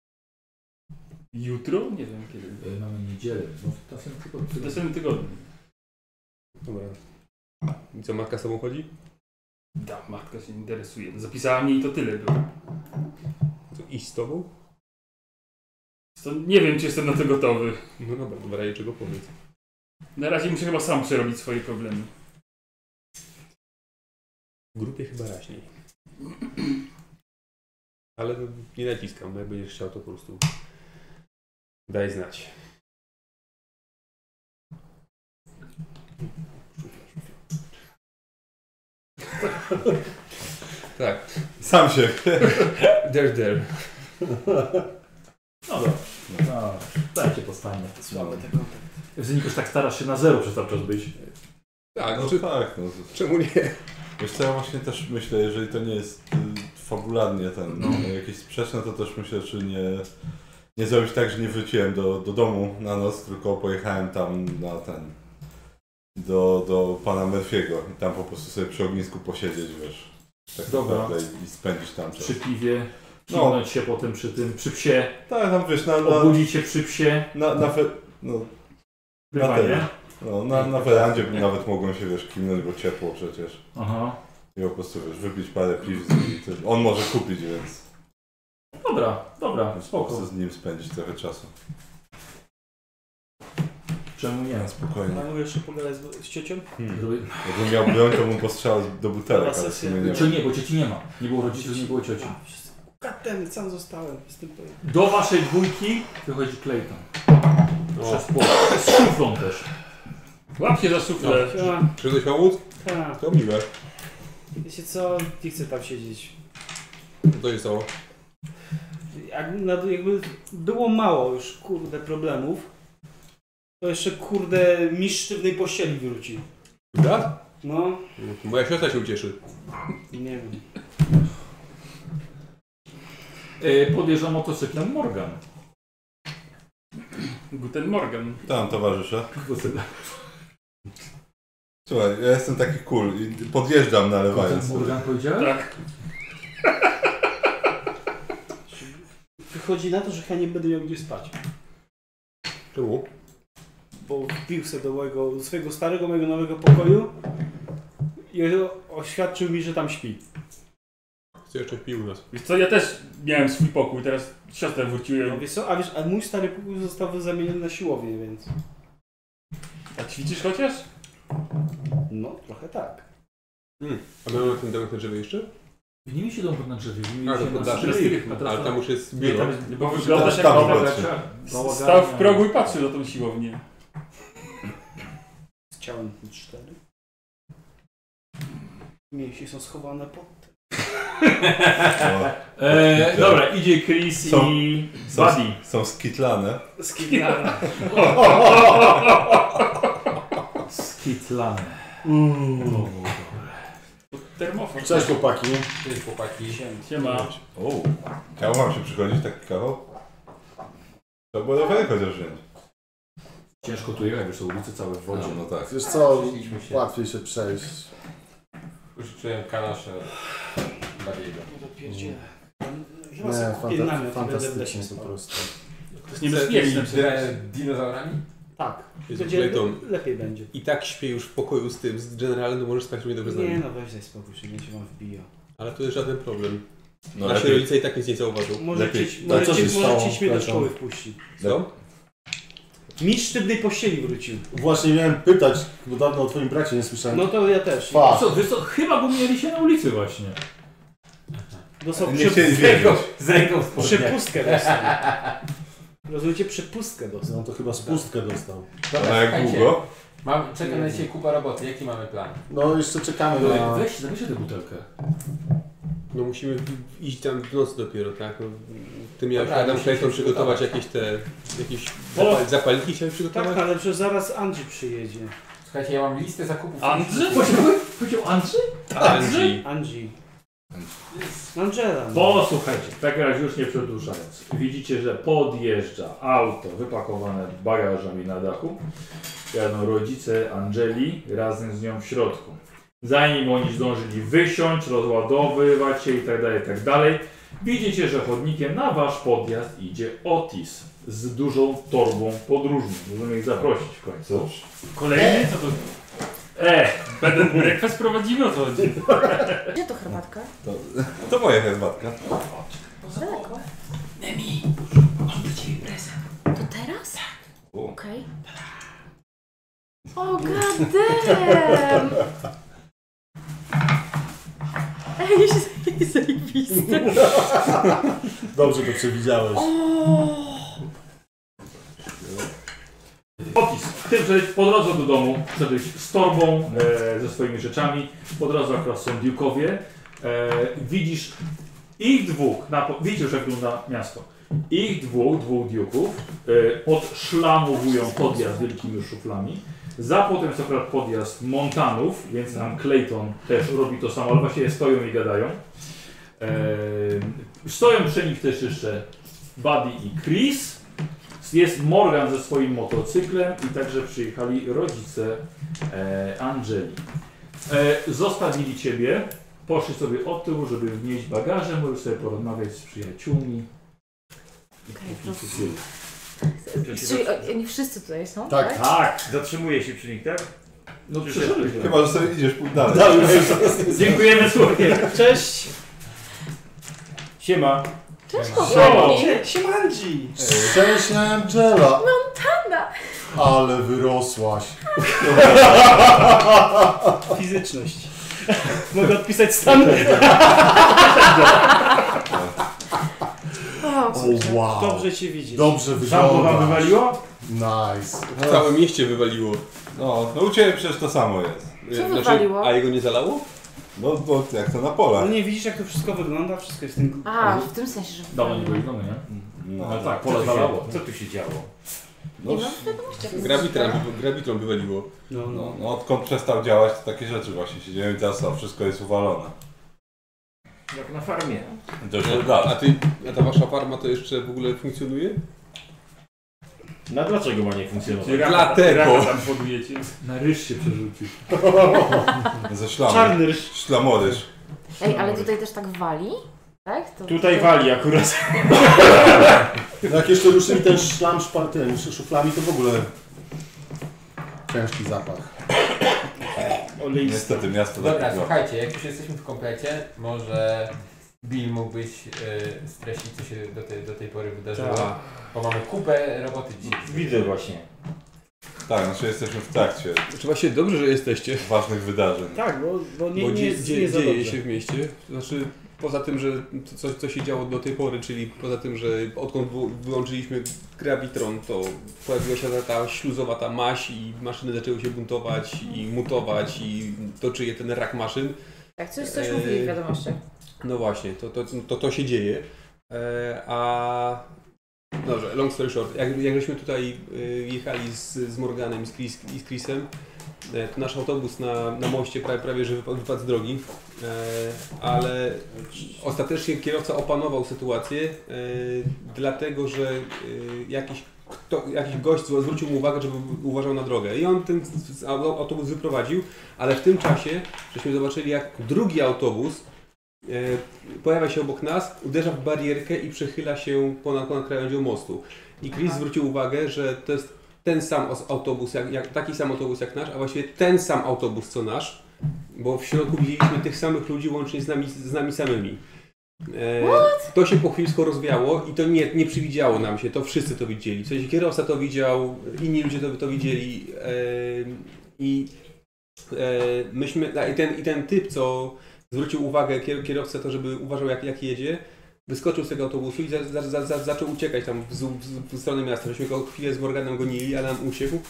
Jutro? Nie wiem kiedy. Mamy niedzielę, no w następnym tygodniu. W następnym tygodniu. Dobra. I co, matka z tobą chodzi? Da, matka się interesuje. Zapisała mnie i to tyle było. Co, iść z tobą? To nie wiem, czy jestem na to gotowy. No dobra, w razie czego powiedz. Na razie muszę chyba sam przerobić swoje problemy. W grupie chyba raźniej. Ale nie naciskam, bo jak będziesz chciał, to po prostu daj znać. Tak. Sam się. There. No dobra. No, dajcie postanie. Słabe te kontakty. W Zenikusz tak starasz się na zero przez cały czas być. Tak, No czy, tak, no. czemu nie? Wiesz co, ja właśnie też myślę, jeżeli to nie jest fabularnie jakieś sprzeczne, to też myślę, czy nie zrobić tak, że nie wróciłem do domu na noc, tylko pojechałem tam na do pana Murphy'ego i tam po prostu sobie przy ognisku posiedzieć, wiesz. Tak Dobra. naprawdę i spędzić tam czas. Przy piwie, kiwnąć się potem przy psie, Tak, tam wiesz, obudzić się przy psie. Bywa, nie? Na werandzie nawet mogą się, wiesz, kimnąć, bo ciepło przecież. Aha. I po prostu, wiesz, wypić parę piw i on może kupić, więc Dobra, spoko. chcę z nim spędzić trochę czasu. Czemu nie? Spokojnie. A mogę jeszcze pogadać z ciocią? Jakbym miał broń, to bym postrzelał do butelek, ale w sumie nie Czy nie, bo cioci nie ma. Nie było rodziców, nie było cioci. Katem, sam zostałem. Z tym powiem. Do waszej dwójki wychodzi Clayton. Przez płot. Z szuflą też. Łap się za suflę. Czy ktoś pomóc? Tak. To miłe. Wiecie co? Nie chcę tam siedzieć. To jest to. Jakby było mało już, kurde, problemów, to jeszcze, kurde, mistrz sztywnej pościeli wrócił. Da? No, Moja siostra się ucieszy. nie wiem. Podjeżdża motocyklem Morgan. Guten Morgen. Tam, towarzysze. Słuchaj, ja jestem taki cool i podjeżdżam nalewając. Morgan powiedziałem? Tak. Wychodzi na to, że ja nie będę miał gdzie spać. Czemu? Bo wbił sobie do swojego starego, mojego nowego pokoju i oświadczył mi, że tam śpi. Chcę jeszcze pił nas. Wiesz co, ja też miałem swój pokój, teraz siostrę No, wróciłem. wiesz co, a mój stary pokój został zamieniony na siłownię, więc... A ćwiczysz chociaż? No, trochę tak. A my mamy ten domek na drzewie jeszcze? Nie mi się dom na drzewie, nie A, to mi się na poddasze. strych. Ale tam już jest Nie, biuro. tam jest Bo wyglądasz jak tam bałagan. Stał w progu i patrzył na tą siłownię. Z ciałem 4. Mięśnie są schowane pod tym. Dobra, idzie Chris i Buddy. Są skitlane. Skitlane. Skitlane. Termofor. Cześć chłopaki. Cześć chłopaki. Siema. O, kawał mam się przychodzić, taki kawał? To było dobre chociaż wziąć. Ciężko tu jechać, już są ulice całe w wodzie. No tak. Wiesz co, Przyszliśmy się. łatwiej się przejść. Użyczyłem kalasze Badiego. Nie dopierdzielę. Nie, Chyba sobie kupię namiot i będę w lesie fantastycznie po spał. prostu. To jest niebezpieczne przecież. Dinozaurami? Tak. Jezu, Będzie, Clayton. lepiej będzie. I tak śpię już w pokoju z tym, z generalem, to możesz spać mnie dobrze z nami. Nie no, weź daj spokój, że nie się wam wbija. Ale to jest żaden problem. No Nasi lepiej, rodzice i tak nic nie zauważą. Możecie Ale co się stało, mnie do Clayton? szkoły wpuścić. Co? Mistrz sztywnej pościeli wrócił. Właśnie miałem pytać, bo dawno o twoim bracie nie słyszałem. No to ja też. Fa. Wiesz co, chyba go mieli się na ulicy właśnie. Dostał nie chcieli wiedzieć. Zręką w przepustkę dostał. Rozumiecie? Przepustkę dostał. No to chyba spustkę dostał. A jak długo? Czeka na dzisiaj kupa roboty. Jaki mamy plan? No jeszcze czekamy na... Weź, zabierz tę butelkę. No musimy iść tam w nocy dopiero, tak? No, ty miałeś Dobra, Adam musimy Clayton się przygotować przygotować. jakieś O! zapalniki chciałeś przygotować? Tak, ale przecież zaraz Andrzej przyjedzie. Słuchajcie, ja mam listę zakupów. Andrzej? Powiedział Andrzej? Andrzej. Andrzej. Angela. No. Posłuchajcie, w takim razie już nie przedłużając. Widzicie, że podjeżdża auto wypakowane bagażami na dachu. Jadą rodzice Angeli razem z nią w środku. Zanim oni zdążyli wysiąść, rozładowywać się itd., widzicie, że chodnikiem na wasz podjazd idzie Otis z dużą torbą podróżną. Możemy ich zaprosić w końcu. Kolejny? Co to? Bed and breakfast prowadzimy, o co chodzi? Gdzie to herbatka? To moja herbatka. Daleko. Nemi, mam dla ciebie prezent. To teraz? O. Okej. O, goddamn! Ej, zajebiste. Dobrze to przewidziałeś. Otis, ty po drodze do domu wszedłeś z torbą, ze swoimi rzeczami. Po drodze akurat są Duke'owie. Widzisz ich dwóch, widzicie, że wygląda miasto. Ich dwóch Duke'ów odszlamowują podjazd wielkimi szuflami. Za potem jest akurat podjazd Montanów, więc tam Clayton też robi to samo, ale właściwie stoją i gadają. Stoją przy nich też jeszcze Buddy i Chris. Jest Morgan ze swoim motocyklem i także przyjechali rodzice Angeli. Zostawili ciebie Poszli sobie od tyłu, żeby wnieść bagaże, możesz sobie porozmawiać z przyjaciółmi. Czyli oni wszyscy tutaj są? Tak. Tak, zatrzymuje się przy nich, tak? No przyszedłeś. Chyba, że sobie idziesz pół dalej. Dziękujemy słownie. Cześć! Siema. Cześć, Siema. chłopaki. Siemandzi! Cześć Angela! Montana! Ale wyrosłaś. Fizyczność. Mogę odpisać stan? O, O wow. Dobrze cię widzieć. Dobrze Szambo wam wyglądasz. wywaliło? Nice. W całym mieście wywaliło. No u Ciebie przecież to samo jest. Co wywaliło? A jego nie zalało? No bo jak to na No polach. nie widzisz jak to wszystko wygląda? Wszystko jest w tym... A, w tym sensie, że... Dawno nie byłeś w domu, nie? No, No tak, Co pole tu zalało. się, co tu się działo? no, Nie, no w wiadomościach. Grawitron wywaliło. no, odkąd przestał działać, to takie rzeczy właśnie się dzieją i teraz wszystko jest uwalone. Jak na farmie. To się A da. a ta wasza farma to jeszcze w ogóle funkcjonuje? No dlaczego ma nie funkcjonować? Dlatego. Raka tam podujecie. Na ryż się przerzucił. Ze szlamu. Czarny ryż. Ślamoryż. Ej, ale tutaj też tak wali? Tak? To Tutaj wali akurat. No jak jeszcze ruszyli ten szlam tym szuflami, to w ogóle ciężki zapach. Olejsty. Niestety miasto Dobra, takiego. słuchajcie, jak już jesteśmy w komplecie, może Bill mógłbyś streścić, co się do tej pory wydarzyło. Tak. Bo mamy kupę roboty dzisiaj. Widzę właśnie. Tak, znaczy jesteśmy w trakcie Znaczy właśnie dobrze, że jesteście. ważnych wydarzeń. Tak, bo nie, Bo nie jest nie za dzieje dobrze. się w mieście. Znaczy poza tym, że co się działo do tej pory, czyli poza tym, że odkąd wyłączyliśmy Gravitron, to pojawiła się ta śluzowata maź i maszyny zaczęły się buntować i mutować i toczyje ten rak maszyn. Tak, coś mówili w wiadomościach. No właśnie, to się dzieje. A dobrze, long story short, jak żeśmy tutaj jechali z Morganem i z Chrisem, to nasz autobus na moście prawie że wypadł z drogi, ale ostatecznie kierowca opanował sytuację, dlatego że jakiś gość zwrócił mu uwagę, żeby uważał na drogę i on ten autobus wyprowadził, ale w tym czasie żeśmy zobaczyli, jak drugi autobus pojawia się obok nas, uderza w barierkę i przechyla się ponad krawędzią mostu. I Chris zwrócił uwagę, że to jest ten sam autobus, taki sam autobus jak nasz, a właściwie ten sam autobus co nasz, bo w środku widzieliśmy tych samych ludzi łącznie z nami samymi. To się po chwilsku rozwiało i to nie przywidziało nam się, to wszyscy to widzieli. W sensie kierowca to widział, inni ludzie to widzieli myśmy, i ten typ, co zwrócił uwagę kierowcę to, żeby uważał jak jedzie, wyskoczył z tego autobusu i zaczął uciekać tam w stronę miasta. Żeśmy go chwilę z Morganem gonili, ale nam uciekł.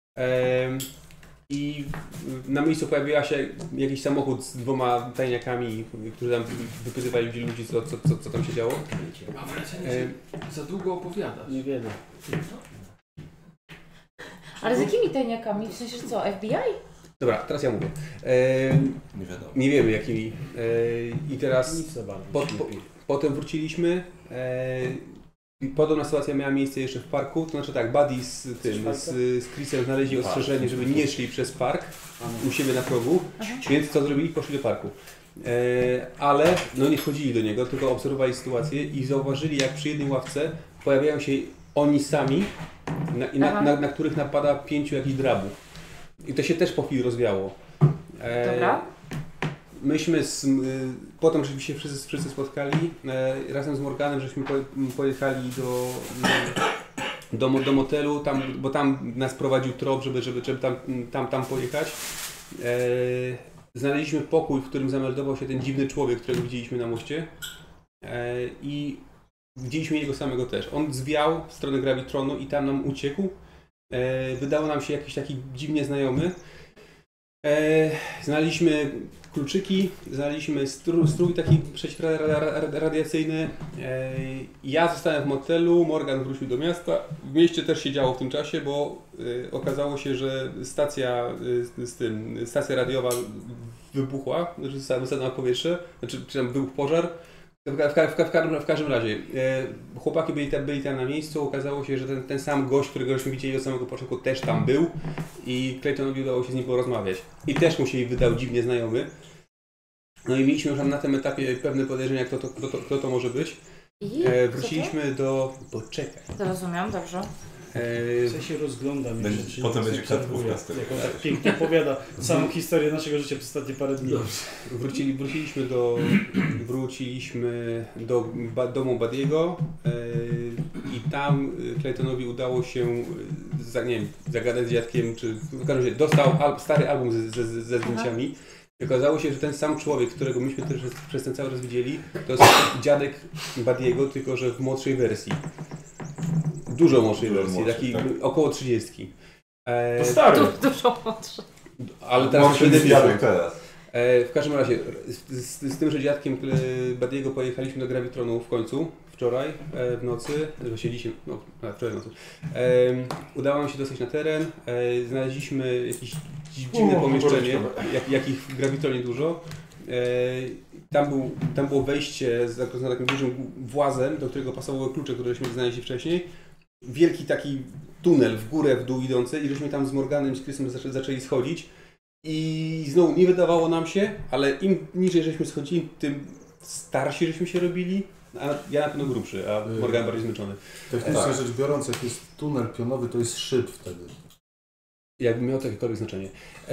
I na miejscu pojawiła się jakiś samochód z 2 tajniakami, którzy tam wypytywali ludzi, co tam się działo. Za długo opowiadasz. Niewiele. Ale z jakimi tajniakami? W sensie, że co, FBI? Dobra, teraz ja mówię. Nie wiadomo. Nie wiemy jakimi. I teraz Nic za bardzo. potem wróciliśmy. Podobna sytuacja miała miejsce jeszcze w parku, to znaczy tak, Buddy z Chrisem znaleźli ostrzeżenie, żeby nie szli przez park u siebie na progu, więc co zrobili? Poszli do parku. Ale nie wchodzili do niego, tylko obserwowali sytuację i zauważyli, jak przy jednej ławce pojawiają się oni sami, na których napada 5 jakichś drabów. I to się też po chwili rozwiało. Dobra. Myśmy potem rzeczywiście wszyscy spotkali, razem z Morganem żeśmy pojechali do motelu, bo tam nas prowadził trop, żeby tam pojechać. Znaleźliśmy pokój, w którym zameldował się ten dziwny człowiek, którego widzieliśmy na moście i widzieliśmy jego samego też. On zwiał w stronę Gravitronu i tam nam uciekł. Wydało nam się jakiś taki dziwnie znajomy. Znaleźliśmy kluczyki, znaleźliśmy strój taki przeciwradiacyjny. Ja zostałem w motelu, Morgan wrócił do miasta. W mieście też się działo w tym czasie, bo okazało się, że stacja radiowa wybuchła, znaczy wysadzona na powietrze, czy tam był pożar. W każdym razie chłopaki byli tam na miejscu, okazało się, że ten sam gość, któregośmy widzieli od samego początku, też tam był i Claytonowi udało się z nim porozmawiać. I też mu się wydał dziwnie znajomy. No i mieliśmy już na tym etapie pewne podejrzenia, kto to może być. I Wróciliśmy do... Poczekaj. to rozumiem, dobrze. Ja się rozglądam. Potem będzie kartkówka z tego. Jak on tak pięknie opowiada całą historię naszego życia przez ostatnie parę dni. Wróciliśmy do domu Badiego i tam Claytonowi udało się zagadać z dziadkiem, czy w każdym razie dostał stary album ze zdjęciami. I okazało się, że ten sam człowiek, którego myśmy też przez ten cały czas widzieli, to jest dziadek Badiego, tylko że w młodszej wersji. Dużo młodszej wersji, taki tak. Około 30. To stary. Dużo młodszy. Ale teraz będę dziadek teraz. W każdym razie, z tym, że dziadkiem Badiego pojechaliśmy do Gravitronu w końcu, wczoraj w nocy, właśnie dzisiaj, wczoraj w nocy. Udało nam się dostać na teren, znaleźliśmy jakieś dziwne pomieszczenie, jakich w Gravitronie dużo. Tam było wejście z takim dużym włazem, do którego pasowały klucze, które żeśmy znaleźli wcześniej. Wielki taki tunel w górę, w dół idący i żeśmy tam z Morganem i z Chrisem zaczęli schodzić. I znowu nie wydawało nam się, ale im niżej żeśmy schodzili, tym starsi żeśmy się robili. A ja na pewno grubszy, a Morgan bardziej zmęczony. Technicznie rzecz biorąc, jak jest tunel pionowy, to jest szyb wtedy. Jakby miał to jakiekolwiek znaczenie.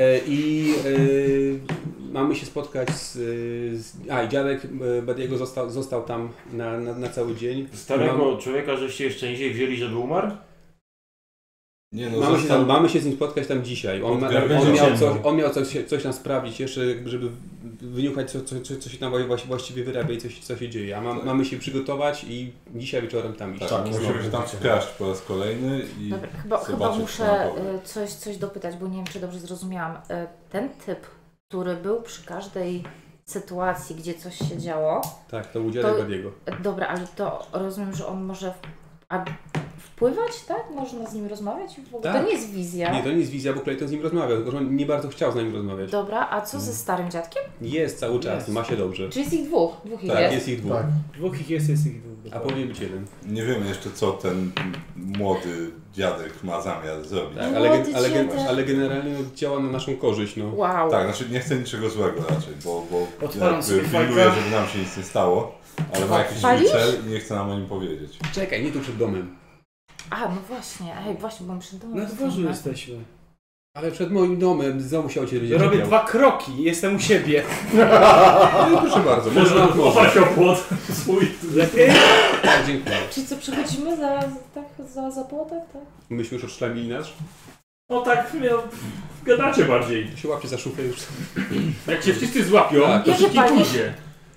Mamy się spotkać i dziadek Badiego został tam na cały dzień. Starego człowieka żeście jeszcze niżej wzięli, żeby umarł? Nie, no mamy się z nim spotkać tam dzisiaj. On miał coś tam sprawdzić jeszcze, żeby wyniuchać co się tam właściwie wyrabia i co się dzieje. A mamy się przygotować i dzisiaj wieczorem tam iść. Tak, musimy się tam wkraść po raz kolejny i dobra, chyba muszę coś dopytać, bo nie wiem, czy dobrze zrozumiałam. Ten typ, który był przy każdej sytuacji, gdzie coś się działo... Tak, to był dziadek Badiego. Dobra, ale to rozumiem, że on może... wpływać, tak? Można z nim rozmawiać? W ogóle tak. To nie jest wizja. Nie, to nie jest wizja, bo Clayton z nim rozmawiał, tylko że on nie bardzo chciał z nim rozmawiać. Dobra, a co ze starym dziadkiem? Jest cały czas, jest. Ma się dobrze. Czyli jest ich dwóch? Dwóch tak, jest? Jest ich dwóch. Tak. Dwóch ich jest ich dwóch. A powinien być jeden. Nie wiemy jeszcze, co ten młody dziadek ma zamiar zrobić. Tak, ale generalnie działa na naszą korzyść. No. Wow. Tak, znaczy nie chcę niczego złego raczej, bo pilnuję, żeby nam się nic nie stało, ale ma jakiś cel i nie chce nam o nim powiedzieć. Czekaj, nie tu przed domem. A, no właśnie, bo my przed domem. Na dworzu jesteśmy. Ale przed moim domem znowu się ojciec będzie robię 2 kroki, jestem u siebie. No, proszę bardzo, można opać o płot swój. Lepiej? Tak, dziękuję. Czyli co, przechodzimy za płotek, tak? Myśmy już odszlamili nasz? No tak, gadacie bardziej. To się łapie za szufę już. Jak się wszyscy złapią, tak, to szybciej pójdzie.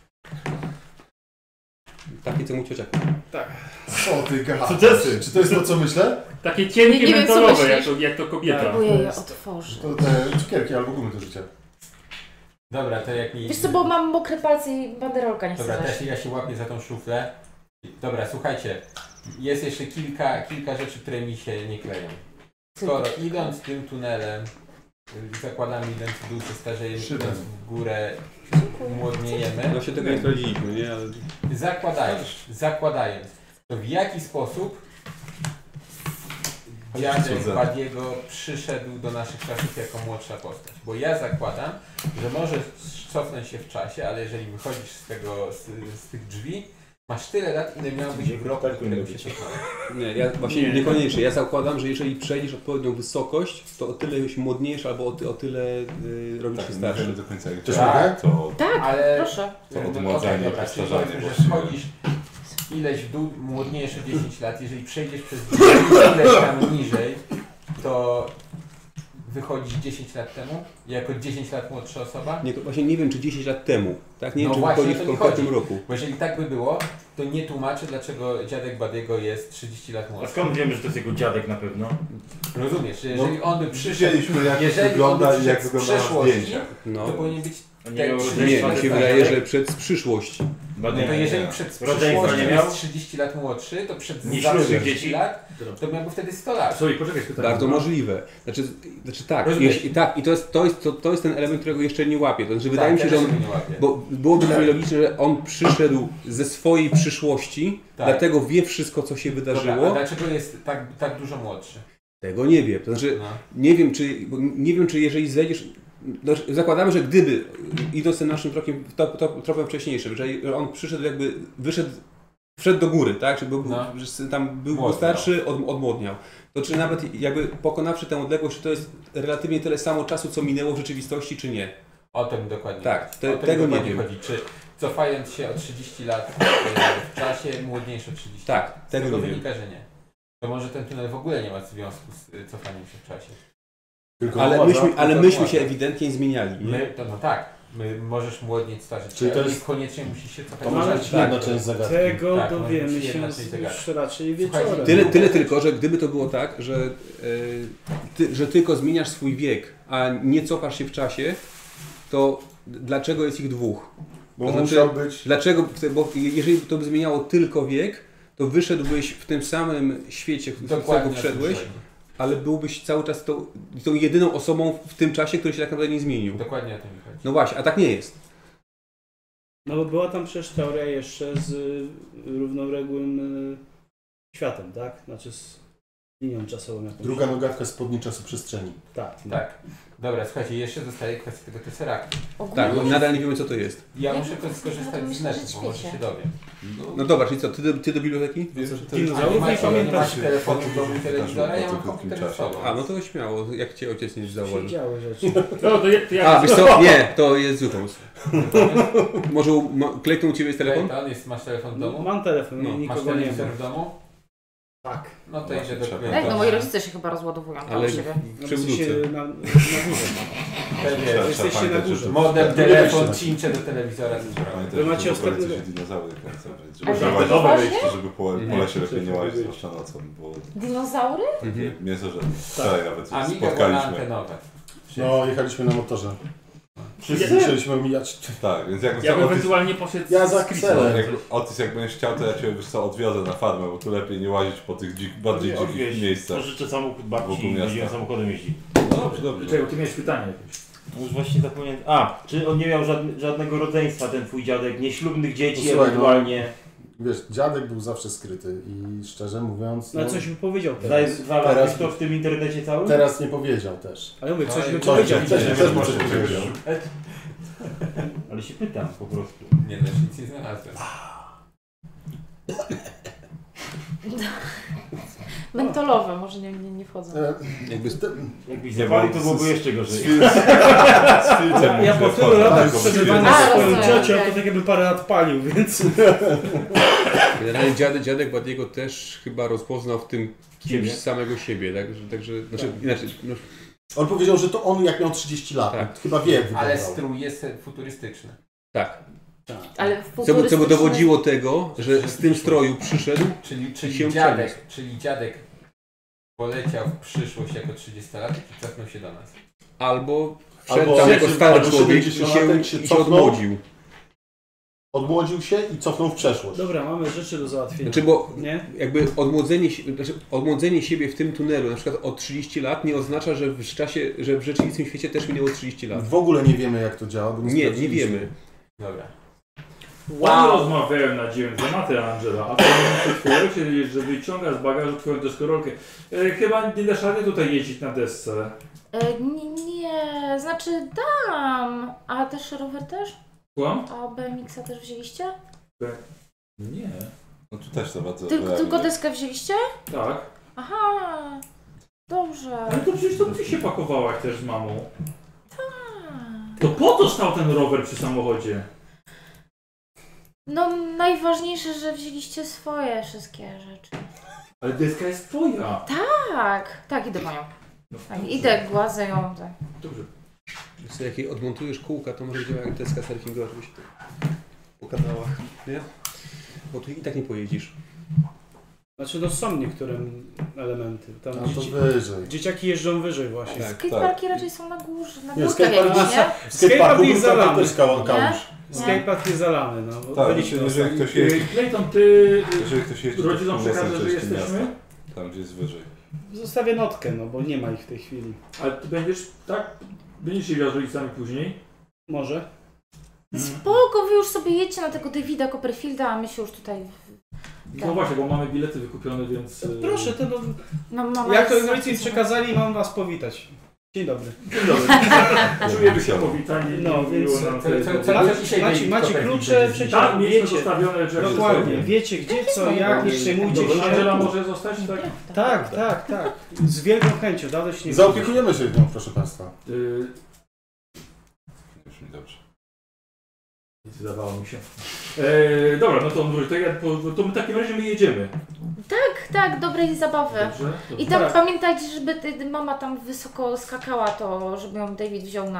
Takie co mu ciocia. Tak. Co ty gadasz? Czy to jest to, co myślę? Takie cienkie mentolowe, jak to kobieta. Próbuję je otworzyć. To te cukierki albo gumy do życia. Dobra, to jak mi... Wiesz co, bo mam mokre palce i banderolka nie chcę. Dobra, też ja się łapię za tą szuflę. Dobra, słuchajcie. Jest jeszcze kilka rzeczy, które mi się nie kleją. Skoro idąc tym tunelem, zakładamy idąc w dół, się starzejemy, idąc w górę, młodniejemy. No się tego nie sprawdziliśmy, nie? Ale... Zakładając, to w jaki sposób dziadek Badiego przyszedł do naszych czasów jako młodsza postać? Bo ja zakładam, że możesz cofnąć się w czasie, ale jeżeli wychodzisz z tych drzwi, masz tyle lat, ile miałbyś w roku, w którym się cofnąłeś. Nie, ja właśnie niekoniecznie. Ja zakładam, że jeżeli przejdziesz odpowiednią wysokość, to o tyle się młodniejszy albo o tyle robisz się starszy. Nie do końca jak tak, ale proszę. To odmładzanie, dobra, przestarzanie. Że wchodzisz ileś w dół, młodniejszy 10 lat, jeżeli przejdziesz przez ileś tam niżej, to wychodzisz 10 lat temu, jako 10 lat młodsza osoba? Nie, właśnie nie wiem, czy 10 lat temu, tak? Nie wiem, czy wychodzisz w konkretnym roku. Bo jeżeli tak by było, to nie tłumaczy, dlaczego dziadek Badiego jest 30 lat młodszy. A skąd wiemy, że to jest jego dziadek na pewno? Rozumiesz, że jeżeli on by przyszedł, jeżeli wygląda i jak z wygląda przeszłości, no. to powinien być nie, mi się wydaje, że przed przyszłości. No to jeżeli przed przyszłością jest 30 lat młodszy, to przed za 30 lat, to miałby wtedy 100 lat. Sorry, poczekaj, bardzo możliwe. Znaczy tak, i to jest ten element, którego jeszcze nie łapię. To znaczy, wydaje mi się, że on, bo byłoby dla mnie logiczne, że on przyszedł ze swojej przyszłości, dlatego wie wszystko, co się wydarzyło. Dobra, a dlaczego jest tak dużo młodszy? Tego nie wiem. To znaczy, nie wiem, czy jeżeli zejdziesz... No, zakładamy, że gdyby, idąc tym naszym krokiem, tropem wcześniejszym, że on przyszedł jakby, wszedł do góry, tak? Że tam był starszy, odmłodniał. To czy nawet jakby pokonawszy tę odległość, czy to jest relatywnie tyle samo czasu, co minęło w rzeczywistości, czy nie? O to mi dokładnie tak, tego nie wiem. Chodzi. Czy cofając się o 30 lat w czasie, młodniejszy o 30 tak, lat? tego nie wynika, wiem. że nie. To może ten tunel w ogóle nie ma związku z cofaniem się w czasie. Ale myśmy się ewidentnie zmieniali. My możesz młodnieć, starzeć, czyli to jest koniecznie musisz się cofać. To może być jedna część zagadki. Tego dowiemy się już raczej wieczorem. Tyle tylko, że gdyby to było tak, że tylko zmieniasz swój wiek, a nie cofasz się w czasie, to dlaczego jest ich dwóch? Bo musiał być... Dlaczego? Bo jeżeli to by zmieniało tylko wiek, to wyszedłbyś w tym samym świecie, z którego wszedłeś, ale byłbyś cały czas tą jedyną osobą w tym czasie, który się tak naprawdę nie zmienił. Dokładnie o to mi chodzi. No właśnie, a tak nie jest. No bo była tam przecież teoria jeszcze z równoległym światem, tak? Znaczy z linią czasową jakąś. Druga nogawka spódni czasoprzestrzeni. Tak. Tak. Dobra, słuchajcie, jeszcze zostaje kwestia tego Tesseractu. Tak, bo nadal nie wiemy, co to jest. Ja muszę skorzystać z netu, bo może się dowiem. No dobra, czyli co, ty do biblioteki? Dinozaurów nie pamiętasz. Telefonu do telewizora, ja mam komputer z sobą. A, no to śmiało, jak cię ojciec nie zauważył. Działy rzeczy. A, wiesz co? Nie, to jest zły pomysł. Może Clayton u ciebie jest telefon? Clayton, masz telefon w domu? Mam telefon, no. nikogo masz nie telewizor ma. w domu? Tak. No to idzie do klienta. Tak, no moi rodzice się chyba rozładowują tam Ale u siebie. Na górze. Jesteście na górze. Modem, telefon, cincze do telewizora. Wy macie ostatnio... dinozaury końcowe, żeby po lesie lepiej nie łazić, zwłaszcza nocą, bo Dinozaury? mięso, że wczoraj nawet Amiga spotkaliśmy. No, jechaliśmy na motorze. Wszyscy musieliśmy mijać. Tak, więc jak Ja bym ewentualnie poszedł Ja za Chrisem. Otis, jak będziesz chciał, to ja cię odwiozę na farmę, bo tu lepiej nie łazić po tych bardziej dzikich miejscach. Pożyczę samochód babci i będziemy samochodem jeździć. Dobrze. Czego, ty miałeś pytanie jakieś? No już właśnie zapomniałem. Czy on nie miał żadnego rodzeństwa, ten twój dziadek, nieślubnych dzieci Słuchaj, ewentualnie? Wiesz, dziadek był zawsze skryty i szczerze mówiąc... No coś by powiedział teraz. Znalazłeś to w tym internecie całym? Teraz nie powiedział też. Ale mówię, coś by powiedział. powiedział. Też by coś powiedział. Ale się pytam po prostu. Nie, też nic nie znalazłem. Mentolowe, może nie wchodzą. Jakbyś zapalił, to byłoby jeszcze gorzej. Ja po tylu latach przeżywania z swoją ciocią, to tak jakby parę lat palił, więc... Generalnie dziadek Badiego też chyba rozpoznał w tym kimś samego siebie, także inaczej... No. On powiedział, że to on jak miał 30 lat, tak. chyba wie. Ale strój jest futurystyczny. Tak. Ale Co by dowodziło tego, że z tym stroju przyszedł Czyli dziadek poleciał w przyszłość jako 30-latek i cofnął się do nas. Albo wszedł tam jako stary człowiek i się odmłodził. Odmłodził się i cofnął w przeszłość. Dobra, mamy rzeczy do załatwienia. Znaczy, bo jakby odmłodzenie siebie w tym tunelu, na przykład o 30 lat, nie oznacza, że w rzeczywistym świecie też minęło 30 lat. W ogóle nie wiemy, jak to działa, bo nie wiemy. Dobra. Wow. Rozmawiałem na dzień tematy, Angela, a to mówię, że wyciąga z bagażu twoją deskorolkę. Chyba nie dasz rady tutaj jeździć na desce. Nie, znaczy dam. A też rower też? Słucham? A BMX-a też wzięliście? Nie. No tu też to bardzo... Tylko deskę wzięliście? Tak. Aha, dobrze. Ale to przecież to ty się pakowałaś też z mamą. Tak. To po to stał ten rower przy samochodzie. No najważniejsze, że wzięliście swoje wszystkie rzeczy. Ale deska jest twoja. Tak, idę po nią. No, Tak, idę, gładzę ją. Tak. Dobrze. Jak jej odmontujesz kółka, to może działa jak deska surfingowa, żebyś po kanałach, nie? Bo tu i tak nie pojeździsz. Znaczy no są niektóre elementy. Tam to wyżej. Dzieciaki jeżdżą wyżej właśnie. Skateparki raczej są na górze, na Nie, górkach jakichś, nie? Skateparku jest zalany. Skatepark jest zalany, no. Tak, jeżeli ktoś jeździ... Clayton, Jeżeli ktoś jeździ... rodzicom przekażę, że jesteśmy? Tam, gdzie jest wyżej. Zostawię notkę, no bo nie ma ich w tej chwili. Ale ty będziesz, tak? Będziesz się widział z rodzicami później? Może. Spoko, wy już sobie jedźcie na tego Davida Copperfielda, a my się już tutaj... No właśnie, bo mamy bilety wykupione, więc... Proszę, to no, jak to rodzice mi przekazali, mam was powitać. Dzień dobry. Dzień dobry. Czujemy się powitani. No, więc macie klucze, przecież tak, mieliśmy wiecie. zostawione rzeczy. Dokładnie, wiecie gdzie, co, jak, nie przejmujcie Dobrze, się. Angela może zostać, tak? Tak. Z wielką chęcią, dawno się nie Zaopiekujemy się nią, proszę Państwa. Już mi dobrze. Zdawało mi się. Dobra, no to my w takim razie my jedziemy. Tak, dobrej zabawy. Dobrze? I tam pamiętajcie, żeby mama tam wysoko skakała, to żeby ją David wziął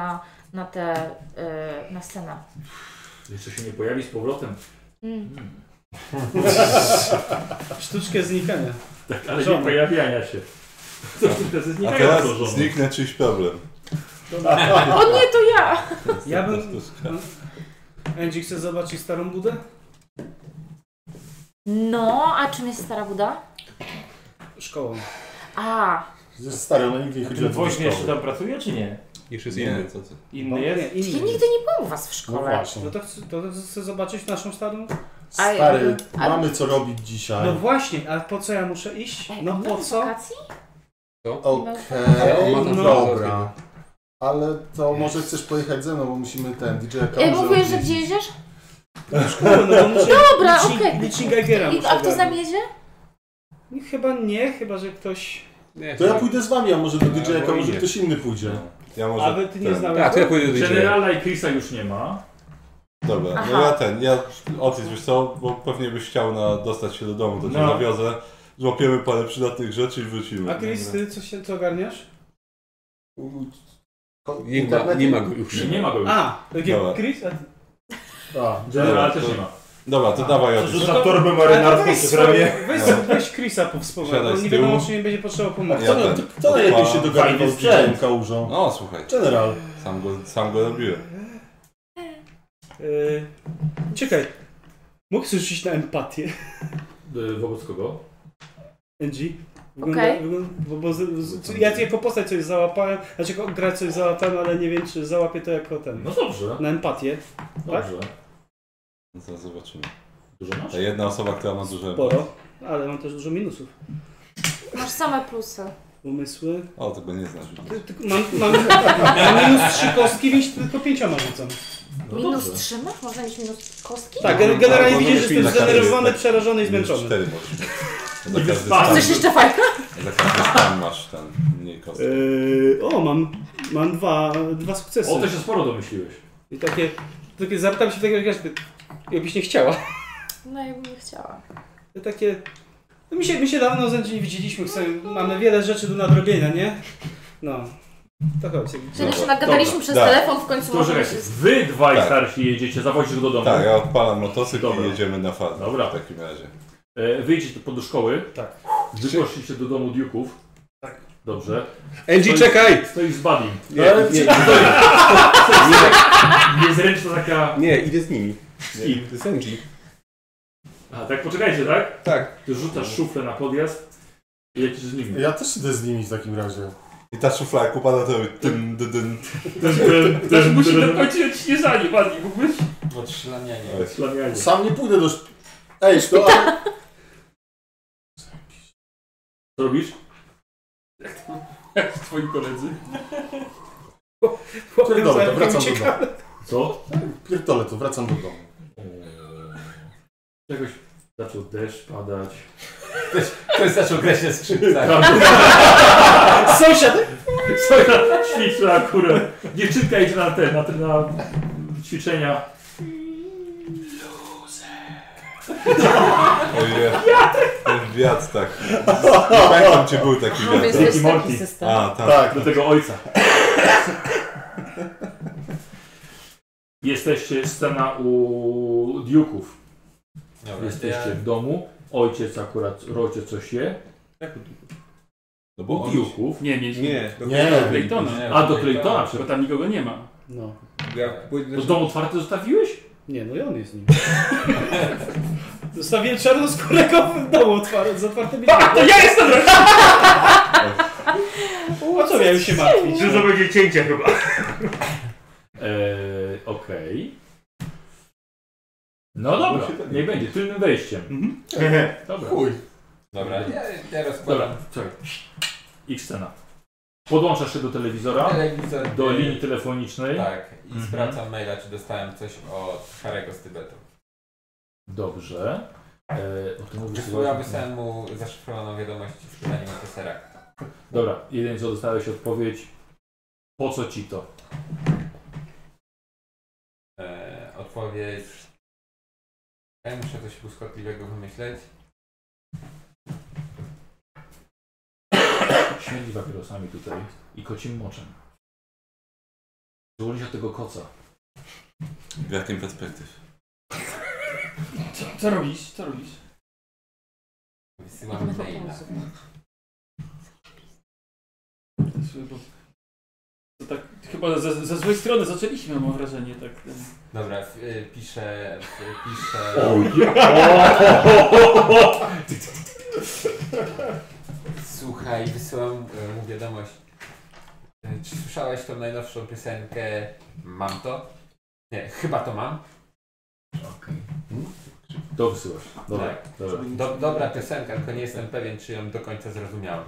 na scenę. Jeszcze się nie pojawi z powrotem. Sztuczkę znikania. Tak, ale nie pojawiania się. A teraz zniknę czyjś problem. O nie, to ja! Ja bym... Angie, chce zobaczyć starą budę? No, a czym jest Stara Buda? Szkołą. A. Jest stary, ona nigdy nie A chodziła ten do woźny jeszcze szkoły. tam pracuje, czy nie? Jeszcze jest Nie, inny. co ty? Inny jest? Ja nigdy nie byłam u was w No szkole. właśnie. No to chcę zobaczyć naszą starą? Stary, mamy co robić dzisiaj. No właśnie, a po co ja muszę iść? No po co? Wakacji? Okej, No. dobra. Ale to może chcesz pojechać ze mną, bo musimy DJ-a kamerę Mówiłeś, że odwiedzić. gdzie jedziesz? Do szkoły, no bo muszę Dobra, okej. licznik Geigera muszę A kto z nami ogarnąć. jedzie? Chyba nie, chyba że ktoś... Nie, To ja pójdę z wami, a może do DJ-a, bo może idzie. ktoś inny pójdzie. Ja może A wy ty nie ten. znałeś? Tak, to ja pójdę do DJ. Generala i Chrisa już nie ma. Dobra, Aha. no Otis, wiesz co, bo pewnie byś chciał dostać się do domu, to cię No. zawiozę, złapiemy parę przydatnych rzeczy i wrócimy. A Chris, ty co ogarniasz? Nie ma go już. Nie ma go już. A, Dobra. Chris? General też to- nie ma. Dobra, to dawaj Otis. Rzuć na torbę marynarską przy ramię. Weź Chrisa powspowiadaj, Siadaj bo z nie tyłu. wiadomo czy nie będzie potrzeba pomocy. Ja Kto, ten. kto najlepiej się dogadywał Fajny z DJ-em sprzęt. kałużą? No słuchaj, General. sam go robiłem. Czekaj, mógł rzucić na empatię, Wobec kogo? Angie? Okej. Ja jako postać coś załapałem, znaczy jako grać coś załapałem, ale nie wiem czy załapię to jako ten. No dobrze. Na empatię. Dobrze. No to zobaczymy. Dużo masz? Ta jedna osoba, która ma dużo... Sporo, ale mam też dużo minusów. Masz same plusy. Umysły. O, tego nie znasz. Mam minus 3 kostki, więc tylko 5 rzucam. No Minus dobrze. 3 masz? Można mieć minus kostki? Tak, generalnie Albo widzisz, że możesz jestem mieć na zdenerwowany, każdy- przerażony i Minus zmęczony. 4 możesz mieć. Za I każdy wyspany. stan- Chcesz jeszcze fajka? Za każdy stan masz tam mniej kostek. Mam dwa sukcesy. O, to się sporo domyśliłeś. I takie zapytam się takiego, jakbyś nie chciała. No ja bym nie chciała. Takie... No my się dawno z Angie nie widzieliśmy, mamy wiele rzeczy do nadrobienia, nie? No. To chodź. Czyli się nagadaliśmy przez tak. telefon, w końcu To możemy czekajcie, się... wy dwaj Tak. starsi jedziecie, zawozisz go do domu. Tak, ja odpalam motocykl Dobra. i jedziemy na farmę. Dobra. W takim razie. Wyjdziecie do szkoły. Tak. Wy poszliście do domu Duke'ów. Tak. Dobrze. Angie, czekaj! Stoisz z Buddym. Nie, Niezręczna taka... nie, idę z nimi. Z kim? Z Angie. A tak, poczekajcie, tak? Tak. Ty rzucasz szuflę na podjazd i lecisz z nimi. Ja też idę z nimi w takim razie. I ta szufla jak upada to robi dyn, dyn, dyn. Też musi dokończyć odśnieżanie, Buddy, mógłbyś? Odszlanianie. Odślanianie. Sam nie pójdę do... Ej, to... Ale... Co robisz? Jak twoi koledzy? Pierdolę, to wracam do domu. Co? Pierdolę, to wracam do domu. Czegoś zaczął deszcz padać. Ktoś zaczął grać na skrzypcach. Sąsiad! Ćwiczę akurat. Dziewczynka idzie na ćwiczenia. Ojej, ten wiatr tak. Nie pamiętam gdzie był taki No, więc wiatr. to jest Morty. taki system. A, tak. Tak. Do tego ojca. Jesteście scena u Duke'ów. Dobra, Jesteście w domu. Ojciec coś je. No U bo on... Duke'ów. Nie. Nie. Do Claytona. A do Claytona, Bo tam nikogo nie ma. No. To dom otwarty zostawiłeś? Nie, no i on jest nim. Zostawiłem czarnoskórego w domu z otwartymi drzwiami. To ja jestem! O co miałem się martwić? Czy to będzie cięcie chyba? Okej. No dobra, niech będzie, tylnym wejściem. Dobra. Chuj. Dobra, ja Dobra, rozkładam. czekaj. Ich scena. Podłączasz się do telewizora, Telewizor, do linii telefonicznej. Tak, i sprawdzam maila, czy dostałem coś od Harego z Tybetu. Dobrze. Ja wysłałem mu zaszyfrowaną wiadomość z pytaniem o teserach. Dobra, jedynie co dostałeś odpowiedź. Po co ci to? Odpowiedź. Ja muszę coś błyskotliwego wymyśleć. Śmierdzi papierosami tutaj i kocim moczem. Złożyć od tego koca. W jakim perspektywie? Co robisz? Co robisz? Wysyłam maila. To tak chyba ze złej strony zaczęliśmy, mam wrażenie. Tak. Dobra, piszę... Słuchaj, wysyłam mu wiadomość. Czy słyszałeś tą najnowszą piosenkę Mam to? Nie, chyba to mam. To wysyłasz. Dobra, Tak. dobra. Dobra piosenka, tylko nie jestem pewien, czy ją do końca zrozumiałem.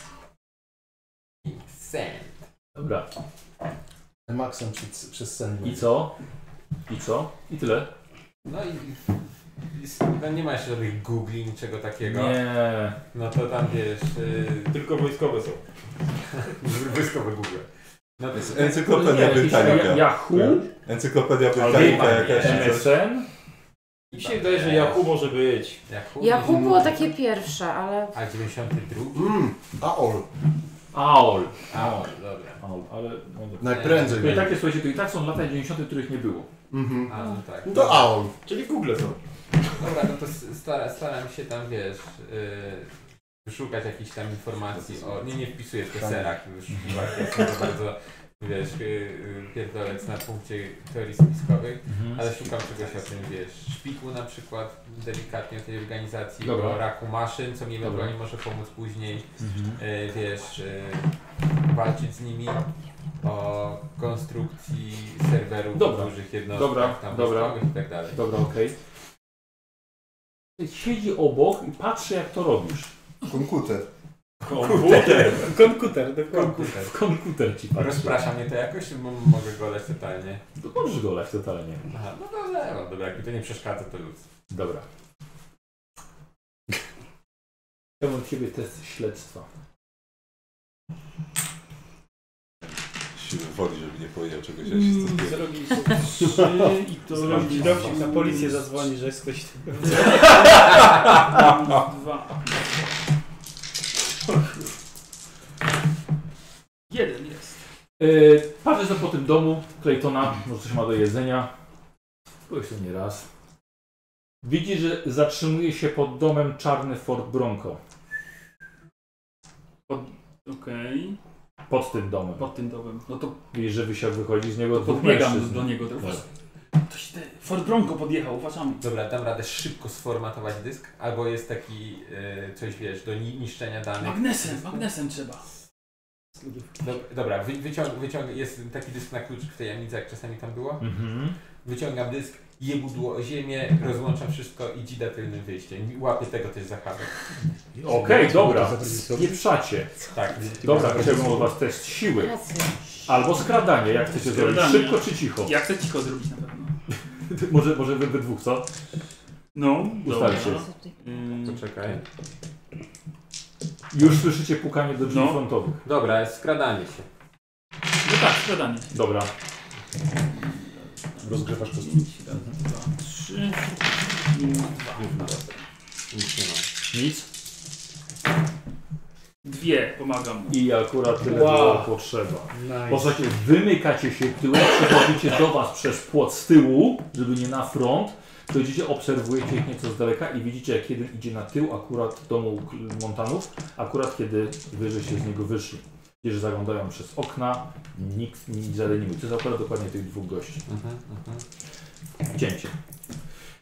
Send. Dobra. Maxem przez sen. I co? I co? I tyle? No i no nie ma jeszcze żadnych googli, niczego takiego. Nie. No to tam wiesz... Tylko wojskowe są. Wojskowe Google. No to jest Encyklopedia Britannica. Yahoo? Encyklopedia Britannica jakaś. MSN? Mi się wydaje, że Yahoo może być. Yahoo było takie pierwsze, ale... A 92? AOL. AOL. AOL, dobra. AOL, ale... Najprędzej. To i tak jest, słuchajcie, to i tak są lata 90., których nie było. A, no tak. To AOL. Czyli Google są. Dobra, no to staram się tam, wiesz, wyszukać jakichś tam informacji o... Nie wpisuję w teserach, wyszukiwać, jestem to bardzo, wiesz, pierdolec na punkcie teorii spiskowych, ale szukam czegoś o tym, wiesz, szpiku na przykład, delikatnie o tej organizacji, o raku maszyn, co mi ewentualnie może pomóc później, wiesz, walczyć z nimi, o konstrukcji serwerów w dużych jednostkach tam wojskowych i tak dalej. Dobra, okej. Siedzi obok i patrzy, jak to robisz. Komputer. Komputer, dokładnie. Komputer ci patrzy. Rozprasza mnie to jakoś, czy mogę go olać totalnie? To możesz go olać totalnie. Aha, no dobra, jak mi to nie przeszkadza, to luz. Dobra. Chciałbym od ciebie test śledztwa. Siły woli, żeby nie powiedział czegoś, jak się to Zrobi 3 i to robi dowcip na policję zadzwoni, że jest ktoś... 2. 1 jest. Patrzę sobie po tym domu Claytona, może coś ma do jedzenia. Byłeś tu nieraz. Widzi, że zatrzymuje się pod domem czarny Ford Bronco. Okej. Pod tym domem. Pod tym domem. No to widzisz, że wychodzi z niego dwóch podbiegam mężczyzn. do niego. Ktoś te Ford Bronco podjechał, uważamy. Dobra, dam radę szybko sformatować dysk, albo jest taki coś, wiesz, do niszczenia danych. Magnesem trzeba. Dobra, jest taki dysk na klucz w tej Amidze, jak czasami tam było. Wyciągam dysk, jebudło o ziemię, rozłączam wszystko i dzida tylnym wyjściem. Łapię tego też za habę. Okej, dobra. Pieprzacie. Tak. Dobra, chciałbym od was test siły. Albo skradanie, jak chcecie zrobić. Szybko czy cicho? Ja chcę cicho zrobić na pewno. może wy dwóch, co? No, ustalcie. Poczekaj. Już słyszycie pukanie do drzwi frontowych. Dobra, skradanie się. No tak, skradanie się. Dobra. Rozgrzewasz kostki. 2, 3, 2. Nic nie mam. Nic? 2, pomagam. I akurat tyle było potrzeba. Posłuchajcie, wymykacie się tyłem, przechodzicie do was przez płot z tyłu, żeby nie na front. To idziecie, obserwujecie ich nieco z daleka i widzicie, jak jeden idzie na tył akurat domu Montanów, akurat kiedy wy żeście z niego wyszli. Widzicie, że zaglądają przez okna, nikt nic nie mówi. To jest akurat dokładnie tych dwóch gości. Cięcie.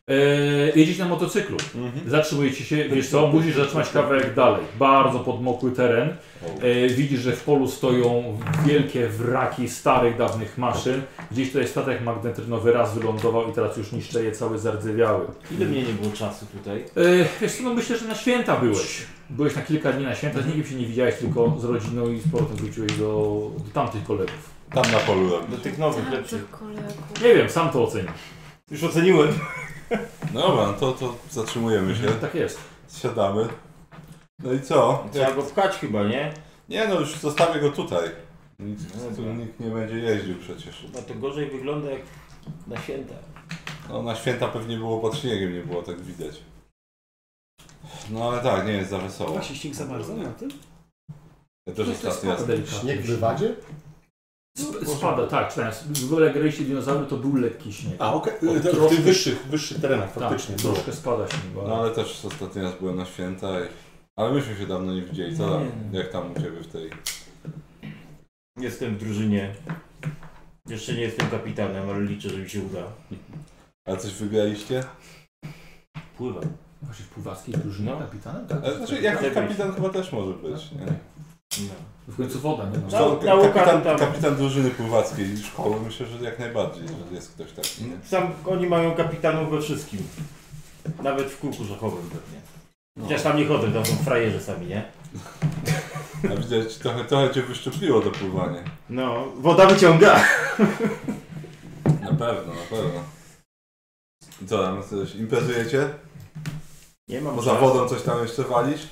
Jedziecie na motocyklu. Zatrzymujecie się, wiesz co, musisz zatrzymać kawałek dalej. Bardzo podmokły teren. Widzisz, że w polu stoją wielkie wraki starych, dawnych maszyn. Gdzieś tutaj statek magnetyczny raz wylądował i teraz już niszczeje cały zardzewiały. Ile mnie nie było czasu tutaj? Wiesz co, no myślę, że na święta byłeś. Byłeś na kilka dni na święta, z nikim się nie widziałeś, tylko z rodziną i z powrotem wróciłeś do tamtych kolegów. Tam na polu Do tych nowych, lepszych. Nie wiem, sam to ocenię. Już oceniłem. Dobra, no to zatrzymujemy się. Tak jest. Siadamy. No i co? Trzeba go pchać chyba, nie? Nie no, już zostawię go tutaj. Nikt nie będzie jeździł przecież. No to gorzej wygląda jak na święta. No na święta pewnie było pod śniegiem, nie było tak widać. No ale tak, nie jest za wesoło. Właśnie śnieg za bardzo na tym? Ja też ostatni raz. Śnieg w wywadzie? Spada, tak, czytałem. W ogóle jak graliście dinozaury, to był lekki śnieg. A okej, Troszkę- w tych wyższych terenach faktycznie. Tak, było. troszkę spada śnieg. No ale też ostatni raz byłem na święta i... Ale myśmy się dawno nie widzieli. Co tam? Jak tam u Ciebie w tej... Jestem w drużynie. Jeszcze nie jestem kapitanem, ale liczę, że mi się uda. A coś wygraliście? Pływam. Właśnie w pływackiej drużynie kapitanem? Tak? Znaczy jakiś kapitan chyba też może być, nie? No. W końcu woda, nie? To nauka tam. kapitan drużyny pływackiej szkoły, myślę, że jak najbardziej, że jest ktoś taki. Nie? Sam oni mają kapitanów we wszystkim. Nawet w kółku szachowym pewnie. Chociaż tam nie chodzę, tam są frajerzy sami, nie? A widać, trochę Cię wyszczupliło to pływanie. No, woda wyciąga. Na pewno, na pewno. I co tam, coś imprezujecie? Nie mam Poza czasu. wodą coś tam jeszcze walisz?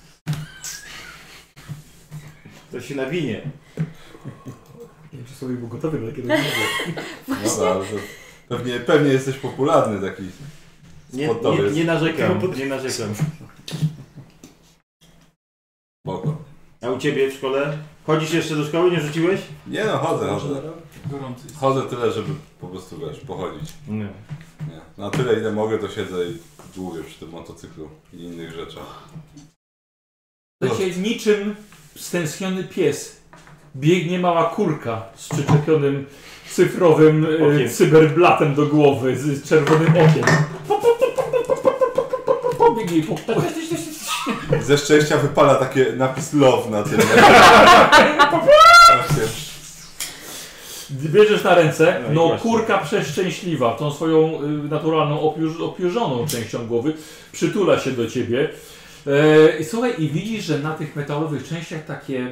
To się nawinie. Nie wiem, czy sobie był gotowy na takie rozmowy. Dobra, ale to pewnie jesteś popularny taki sportowiec. Nie narzekam, nie narzekam. Spoko. A u Ciebie w szkole? Chodzisz jeszcze do szkoły? Nie rzuciłeś? Nie no, chodzę. Gorący. Chodzę tyle, żeby po prostu, wiesz, pochodzić. Nie. Nie. Na tyle, ile mogę, to siedzę i długo przy tym motocyklu i innych rzeczach. Słuchajcie, niczym stęskniony pies biegnie mała kurka z przyczepionym cyfrowym Okiem. cyberblatem do głowy z czerwonym okiem. Biegnie po... Ze szczęścia wypala takie napis love na tym. Bierzesz na ręce, No i no właśnie. kurka przeszczęśliwa, tą swoją naturalną, opiórzoną częścią głowy, przytula się do ciebie. I słuchaj, i widzisz, że na tych metalowych częściach takie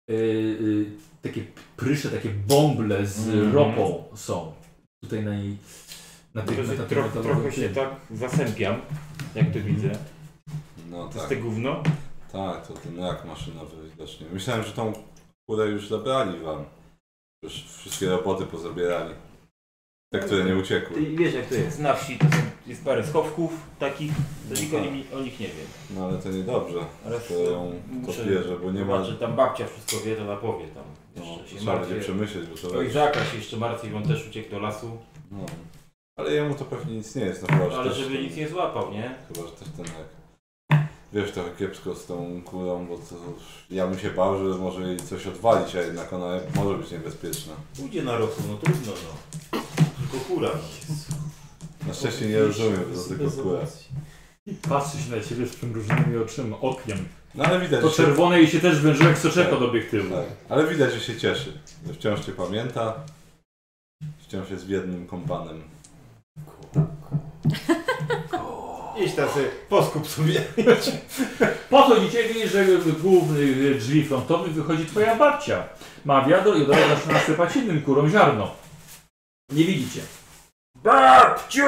prysze, takie bąble z ropą są. Tutaj na tych metalowych. Trochę się tak zasępiam, jak to widzę. No To tak. jest te gówno? Tak, to ten rak maszynowy widocznie. Myślałem, że tą kurę już zabrali wam. Już wszystkie roboty pozabierali. Te, które nie uciekły. Ty wiesz jak to jest, na wsi to jest parę schowków takich, to nikt o nich nie wie. No ale to niedobrze, Ale to ją to bierze, bo nie ma... Zobaczy, tam babcia wszystko wie, to ona powie tam. No, Jeszcze się trzeba będzie martwię. przemyśleć, bo to... O Izaka się jeszcze martwi, bo on też uciekł do lasu. No. Ale jemu to pewnie nic nie jest, no chyba, że Ale też żeby ten- nic nie złapał, nie? Chyba, że też ten jak... Wiesz, trochę kiepsko z tą kurą, bo to... Ja bym się bał, że może jej coś odwalić, a jednak ona może być niebezpieczna. Pójdzie na rosół, no trudno no. Tylko kura. Na szczęście nie rozumiem, że to tylko kura. I patrzy się na ciebie z przymrużonymi oczyma, okiem. No ale widać, To że się... czerwone i się też wężyło jak soczewka do obiektywu. Tak. Ale widać, że się cieszy. Że wciąż cię pamięta. Wciąż jest wiernym kompanem. Idź tam sobie, poskup sobie. Podchodzicie, widzisz, że z głównych drzwi frontowych wychodzi twoja babcia. Ma wiadro i od razu zaczyna nasypać innym kurom ziarno. Nie widzicie. Babciu!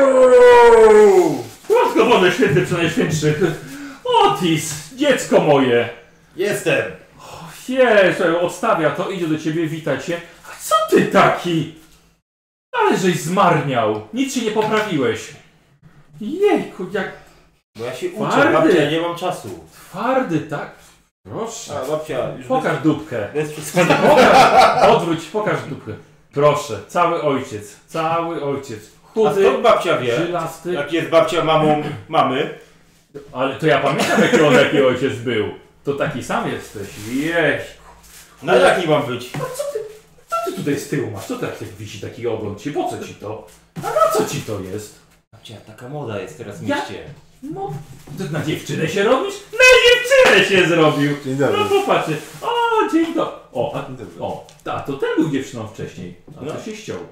Matko Boże Święty Przenajświętszy. Otis, dziecko moje. Jestem! Jezu, odstawia to, idzie do ciebie, wita cię. A co ty taki? Ale żeś zmarniał. Nic się nie poprawiłeś. Jejku, jak Bo ja się uczę, Twardy. babcia, nie mam czasu. twardy, tak? Proszę. A babcia, już Pokaż dupkę. bez przesady. Odwróć, pokaż dupkę. Proszę, cały ojciec. Cały ojciec. A Chudy, skąd babcia wie? żylasty. Jak jest babcia mamą mamy? Ale to ja pamiętam, jaki ojciec był. To taki sam jesteś. Jej. No jaki mam być? Co ty tutaj z tyłu masz? Co tak jak wisi taki ogon ci? Po co ci to? A na co ci to jest? Babcia, taka moda jest teraz w Ja? mieście. No, to na dziewczynę się robisz? Na dziewczynę się zrobił! Dzień dobry. No popatrzcie. O, dzień dobry. Dzień dobry. To ten był dziewczyną wcześniej. A No. to się ściął.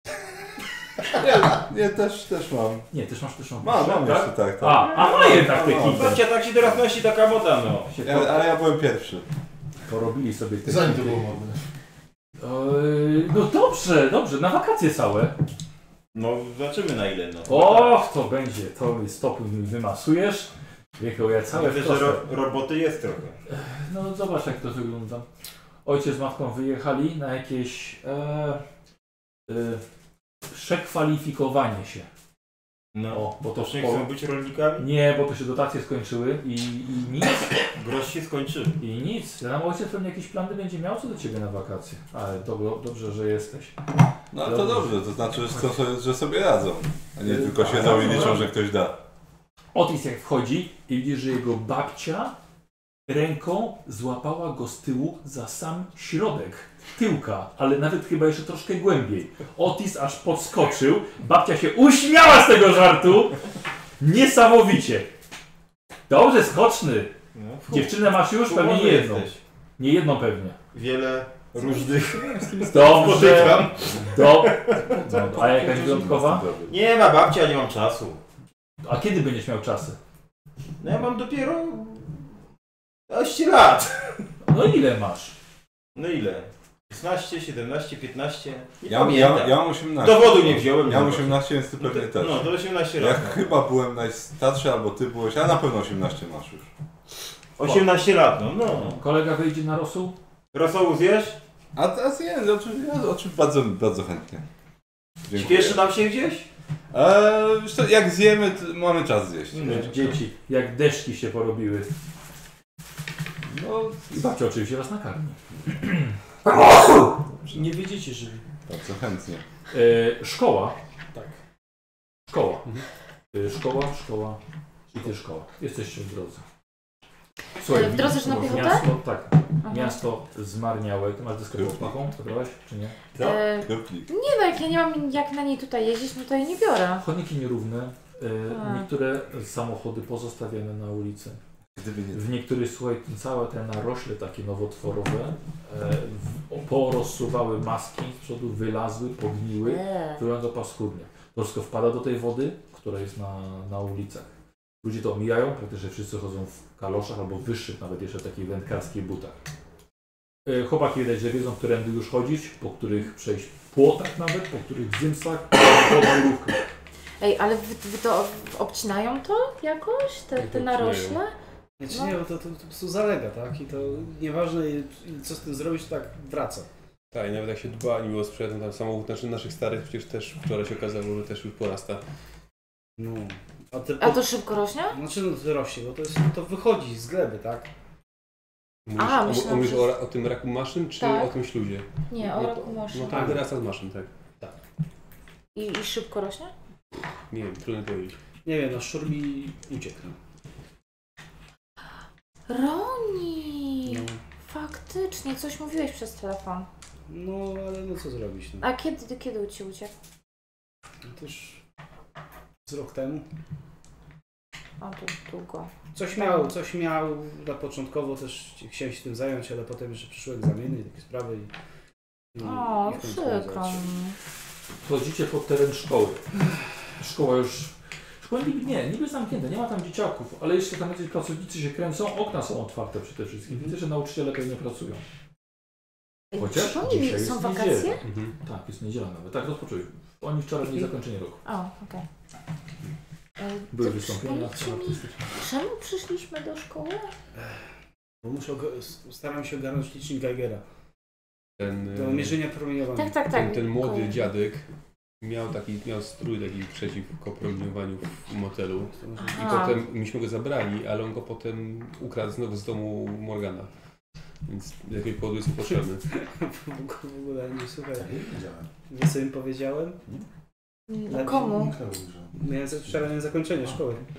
Nie, też mam. Nie, też masz Mam jeszcze, tak. A jednak te kity. Babcia, tak się teraz nosi, taka moda, no. Ale ja byłem pierwszy. Porobili sobie te Zanim to kity. było modne. No dobrze, na wakacje całe. No, zobaczymy na ile, no. To będzie, to stopy mi wymasujesz. Wjechał ja całe Widzę, w że kostę. roboty jest trochę. No zobacz jak to wygląda. Ojciec z matką wyjechali na jakieś przekwalifikowanie się. No, bo to też nie chcą być rolnikami? Nie, bo to się dotacje skończyły i nic. Grosz się skończył. I nic. Tam ojciec pewnie jakieś plany będzie miał co do ciebie na wakacje. Ale dobrze, że jesteś. No to dobrze, to znaczy, że sobie radzą. A nie tylko siedzą i liczą, że ktoś da. Otis jak wchodzi i widzi, że jego babcia ręką złapała go z tyłu za sam środek tyłka, ale nawet chyba jeszcze troszkę głębiej. Otis aż podskoczył, babcia się uśmiała z tego żartu. Niesamowicie. Dobrze, skoczny. No, Dziewczynę masz już? Pewnie nie jedną. jesteś. Nie jedną pewnie. Wiele różnych... Dobrze. A jakaś wyjątkowa? Nie ma babcia, nie mam czasu. A kiedy będziesz miał czasy? No ja mam dopiero 12 lat. No ile masz? No ile? 16, 17, 15? Nie Ja pamiętam. mam 18. Dowodu nie wziąłem. Ja mam 18, więc ty pewnie też. No, to 18 Ja lat. chyba byłem najstarszy, albo ty byłeś, a na pewno 18 masz już. 18 lat, no. Kolega wyjdzie na rosół? Rosołu zjesz? A teraz nie, oczywiście bardzo, bardzo chętnie. Śpieszy nam się gdzieś? Wiesz co, jak zjemy, to mamy czas zjeść. Dzieci, jak deszki się porobiły. No, I babcia oczywiście was nakarmi. Nie wiedziecie, że... bardzo chętnie. Szkoła. Tak. Szkoła. Szkoła. I ty szkoła. Jesteście w drodze. W drodze, że na piechotę? Miasto, tak. Aha. Miasto zmarniałe. Ty masz deskę podpachą? Zabrałaś, czy nie? Kroplik. Nie no, jak ja nie mam jak na niej tutaj jeździć, no to jej nie biorę. Chodniki nierówne. Niektóre samochody pozostawione na ulicy. Gdyby nie... W niektórych, słuchaj, całe te narośle takie nowotworowe porozsuwały maski z przodu, wylazły, pogniły, wygląda paskudnie. To wszystko wpada do tej wody, która jest na ulicach. Ludzie to omijają, praktycznie wszyscy chodzą w kaloszach albo wyższych, nawet jeszcze takich wędkarskich butach. Chłopaki widać, że wiedzą, którędy już chodzić, po których przejść płotach nawet, po których zymsach, po murówkach. Ej, ale wy to obcinają to jakoś? Te narośle? Znaczy nie, bo to po prostu zalega, tak? I to nieważne co z tym zrobić, to tak wraca. Tak, i nawet jak się dba nie było sprzętu, tam samochód naszych starych przecież też wczoraj się okazało, że też już porasta. No. A to szybko rośnie? Znaczy no to rośnie, bo to wychodzi z gleby, tak? Mówisz o tym raku maszyn, czy tak. o tym śluzie? Nie, o raku maszyn. No tak, wyrasta z maszyn, tak. I szybko rośnie? Nie wiem, trudno powiedzieć. Nie wiem, no szczur mi uciekł. Roni! No. Faktycznie, coś mówiłeś przez telefon. No, ale no co zrobić, no. A kiedy ci uciekł? No to już z rok temu. O, to długo. Coś miał, na początkowo też chciałem się tym zająć, ale potem jeszcze przyszły egzaminy i takie sprawy i O, w końcu przykro mi. Wchodzicie pod teren szkoły. Szkoła niby zamknięta, nie ma tam dzieciaków, ale jeszcze tam jacyś pracownicy się kręcą, okna są otwarte przede wszystkim. Widzę, że nauczyciele pewnie pracują. Chociaż Przypomnij mi, dzisiaj są jest wakacje? niedziela. Tak, jest niedziela nawet. Tak, rozpoczęli. Oni wczoraj mieli zakończenie roku. O, okej. Były wystąpienia Przypomnijcie mi, czemu przyszliśmy do szkoły? Bo staram się ogarnąć licznik Geigera. Do Ten, mierzenia promieniowania. Tak. ten młody kojarzę. dziadek miał strój taki przeciwko promieniowaniu w motelu. I Aha. potem myśmy go zabrali, ale on go potem ukradł znowu z domu Morgana. Więc z jakiej powodu jest potrzebny. W ogóle nie słuchaj. Wiesz co im powiedziałem? Komu? Miałem wczoraj zakończenie szkoły.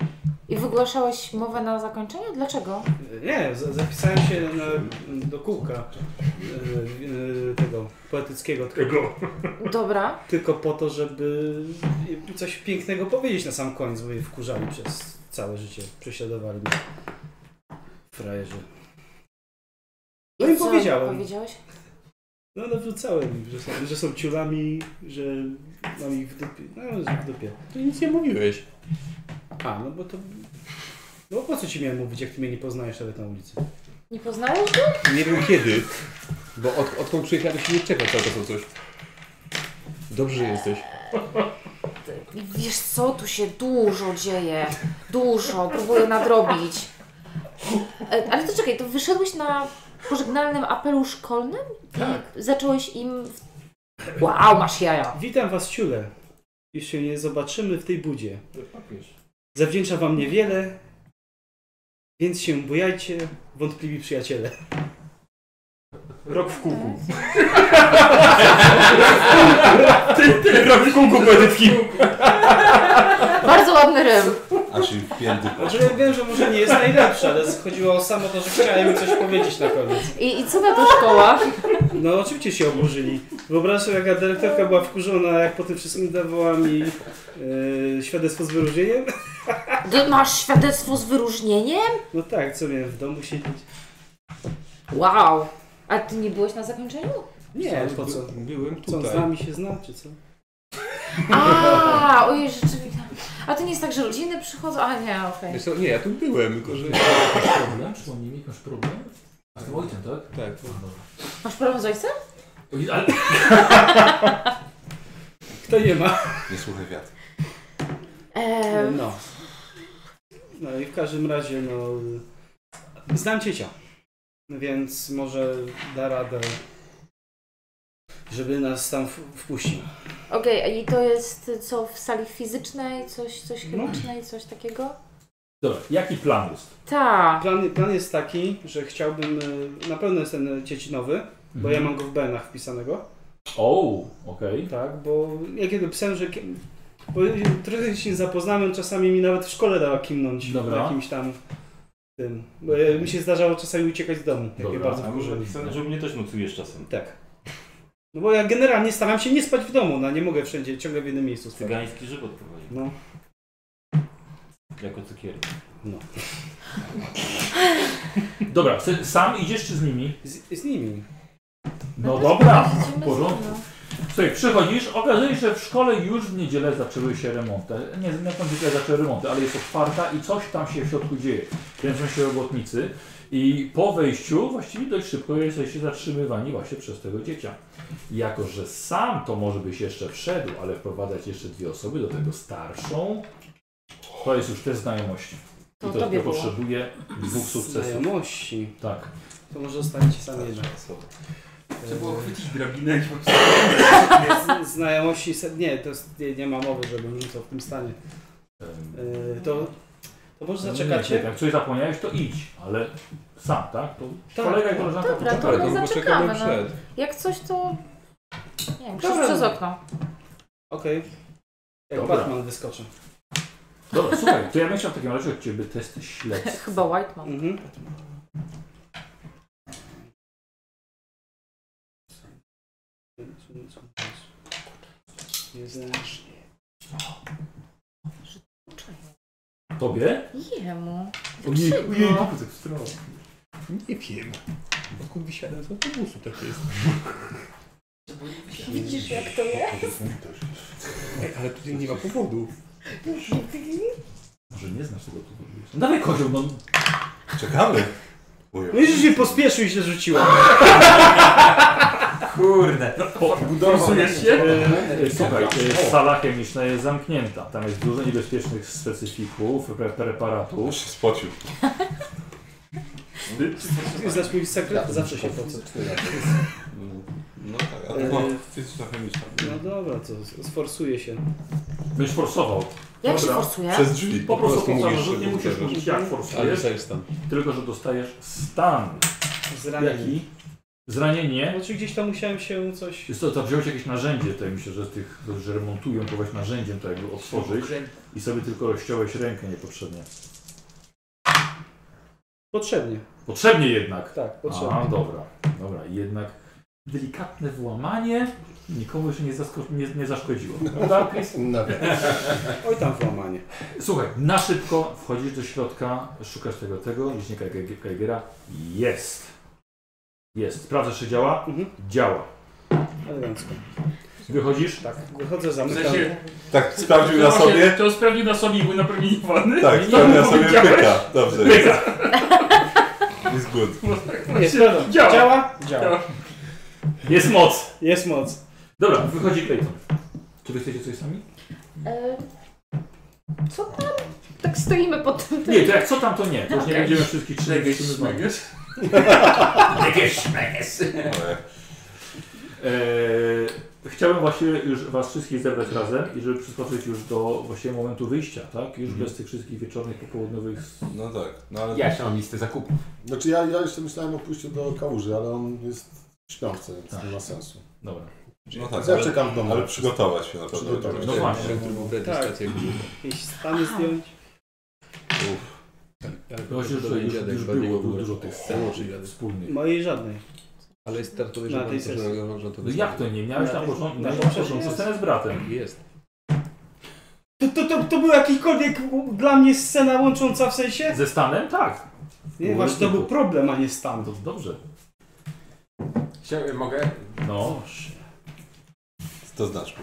I wygłaszałeś mowę na zakończenie? Dlaczego? Nie, zapisałem się do kółka tego poetyckiego. Dobra. Tylko po to, żeby coś pięknego powiedzieć na sam koniec, bo mnie wkurzali przez całe życie. Prześladowali mnie. Frajerzy. No i co powiedziałem. powiedziałeś? No nawrzucałem im, że są ciulami, że mam ich w dupie. No, że w dupie. To nic nie mówiłeś. A, no bo to... No po co ci miałem mówić, jak ty mnie nie poznajesz nawet na ulicy? Nie poznałeś go? Nie wiem kiedy. Bo odkąd przyjechałem, to się nie czeka cały czas o coś. Dobrze, że jesteś. Wiesz co, tu się dużo dzieje. Dużo. Próbuję nadrobić. Ale to czekaj, to wyszedłeś na pożegnalnym apelu szkolnym? Tak. I zacząłeś im... Wow, masz jaja. Witam was, ciule. Już się nie zobaczymy w tej budzie. Zawdzięcza wam niewiele, więc się bujajcie, wątpliwi przyjaciele. Rok w kółku. Rok w kółku poetyckim. Bardzo ładny rym. Aż im wpięty. Znaczy ja wiem, że może nie jest najlepsze, ale chodziło o samo to, że chciałem im coś powiedzieć na koniec. I co na to szkoła? No oczywiście się oburzyli. Wyobraź sobie, jaka dyrektorka była wkurzona, jak po tym wszystkim dawała mi świadectwo z wyróżnieniem. Ty masz świadectwo z wyróżnieniem? No tak, co miałem w domu siedzieć? Wow. A ty nie byłeś na zakończeniu? Nie, po co? Byłem Co, on z tutaj. nami się zna, czy co? A, ojej, rzeczywiście. A to nie jest tak, że rodziny przychodzą? A nie, okej. Wiesz co, nie, ja tu byłem, tylko że... Masz problem? Przypomnij mi, masz problem? A z tym ojcem, tak? Tak. Masz problem z ojcem? Ale... Kto nie ma? Nie słuchaj wiatr. No. No i w każdym razie, no... Znam ciecia. Więc może da radę, żeby nas tam wpuścił. Okej, i to jest co, w sali fizycznej? Coś chemicznej? Coś takiego? Dobra, jaki plan jest? Tak. Plan jest taki, że chciałbym... Na pewno jest ten ciecinowy, bo ja mam go w BN-ach wpisanego. O, okej. Tak, bo ja kiedy pisałem, że... Bo trochę się zapoznałem, czasami mi nawet w szkole dała kimnąć. Dobra. Jakimś tam... tym. Bo mi się zdarzało czasami uciekać z domu, jak mnie Dobra. bardzo A może wkurzyli. napisane, że mnie też nocujesz czasem. Tak. No bo ja generalnie staram się nie spać w domu, no nie mogę wszędzie, ciągle w jednym miejscu spać. Cygański żywot prowadzi. No. Jako cukierek. No. Dobra, sam idziesz czy z nimi? Z nimi. No dobra, w Idziemy z porządku. nim, Słuchaj, przychodzisz, okazuje się, że w szkole już w niedzielę zaczęły się remonty. Nie, na tą niedzielę zaczęły remonty, ale jest otwarta i coś tam się w środku dzieje. Kręcą się robotnicy i po wejściu właściwie dość szybko jesteście zatrzymywani właśnie przez tego dziecia. Jako że sam to może byś jeszcze wszedł, ale wprowadzać jeszcze dwie osoby, do tego starszą, to jest już test znajomości. To I to tobie było. potrzebuje 2 sukcesów. Znajomości. Tak. To może zostaniecie sami jedna. Trzeba było chwycić drabinę i Znajomości... Nie, to jest, nie ma mowy, żebym rzucał w tym stanie. To może zaczekacie? Jak coś zapomniałeś, to idź, ale sam, tak? To Tak, kolega i tak. koleżanka Dobra, to poczekają. my no, zaczekamy. poczekamy No. przed. Jak coś, to... Nie wiem, Dobra. przez okno. Okej. Jak Dobra. Batman wyskoczy. Dobra, słuchaj, to ja bym chciał w takim razie od Ciebie testy śledztwa. Chyba Whiteman. Mhm. Jeden. Tobie? Jemu. Ojej, Dlaczego? Nie wiem. Wokół wysiadam z autobusu, tak jest. Widzisz jak to jest? Ej, ale tutaj nie ma powodu. Może nie znasz tego, co zrobiłeś. No dawaj kozioł, no. Czekamy. No i że się pospieszył i źle rzuciłem. Kurde. Budowujesz się? Słuchaj, sala chemiczna jest zamknięta. Tam jest dużo niebezpiecznych specyfików, preparatów. Już się spocił. Znasz mój sekret? Zawsze się pocę. No tak, ale no, fizyczna, chemiczna. No dobra, to sforsuję się. Będziesz forsował. Jak się Dobra. forsuje? Przez drzwi. Po prostu powtarzam, że nie żeby musisz uderzyć. mówić jak Ale forsujesz, dostajesz stan. tylko że dostajesz stan. Zranienie. Jaki? Zranienie. Znaczy gdzieś tam musiałem się coś... Jest to wziąłeś jakieś narzędzie, tutaj myślę, że z tych, że remontują, próbować narzędziem to jakby otworzyć i sobie tylko rozciąłeś rękę niepotrzebnie. Potrzebnie. Potrzebnie jednak. Tak, potrzebnie. A, dobra. Dobra, jednak delikatne włamanie nikomu się nie zaszkodziło. Prawda, Chris? No wiem. Oj tam włamanie. Słuchaj, na szybko wchodzisz do środka, szukasz tego licznika Geigera. Jest. Sprawdzasz, czy działa? Działa. Elegancko. Wychodzisz? Tak, wychodzę, W zamykam. sensie, Tak, sprawdził na sobie? To sprawdził na sobie i był napromieniowany. Tak, sprawdził na sobie powiedziałeś? pyka. Dobrze. Pyka. Jest good. Nie, sprawdzam. Działa. Działa. Jest moc. Jest moc. Dobra, wychodzi Clayton. Czy wy chcecie coś sami? Co tam? Tak stoimy pod tym. Nie, to jak co tam, to nie. To już nie Okej. będziemy wszystkich trzech Jakieś z wami. Jakieś Chciałem właśnie już was wszystkich zebrać razem i żeby przyskoczyć już do właściwie momentu wyjścia, tak? Już bez tych wszystkich wieczornych, popołudniowych... No tak, no ale... Ja jeszcze mam listę zakupów. Znaczy ja jeszcze myślałem o pójściu do kałuży, ale on jest w śpiące, więc Tak. nie ma sensu. Dobra. No tak, Ja czekam w domu. ale przygotować się na pewno. Przygotować. No właśnie. Tak. Jakieś stany zdjąć. To właśnie już było dużo tych scen wspólnych. Mojej żadnej. Ale jest teraz Na tej podejrzewam, sesji. że to No jak to nie? Miałeś na początku jest. scenę z bratem. Jest. To był jakikolwiek dla mnie scena łącząca w sensie? Ze Stanem? Tak. Nie, właśnie to był problem, a nie stan. To dobrze. Mogę? No. To znaczy.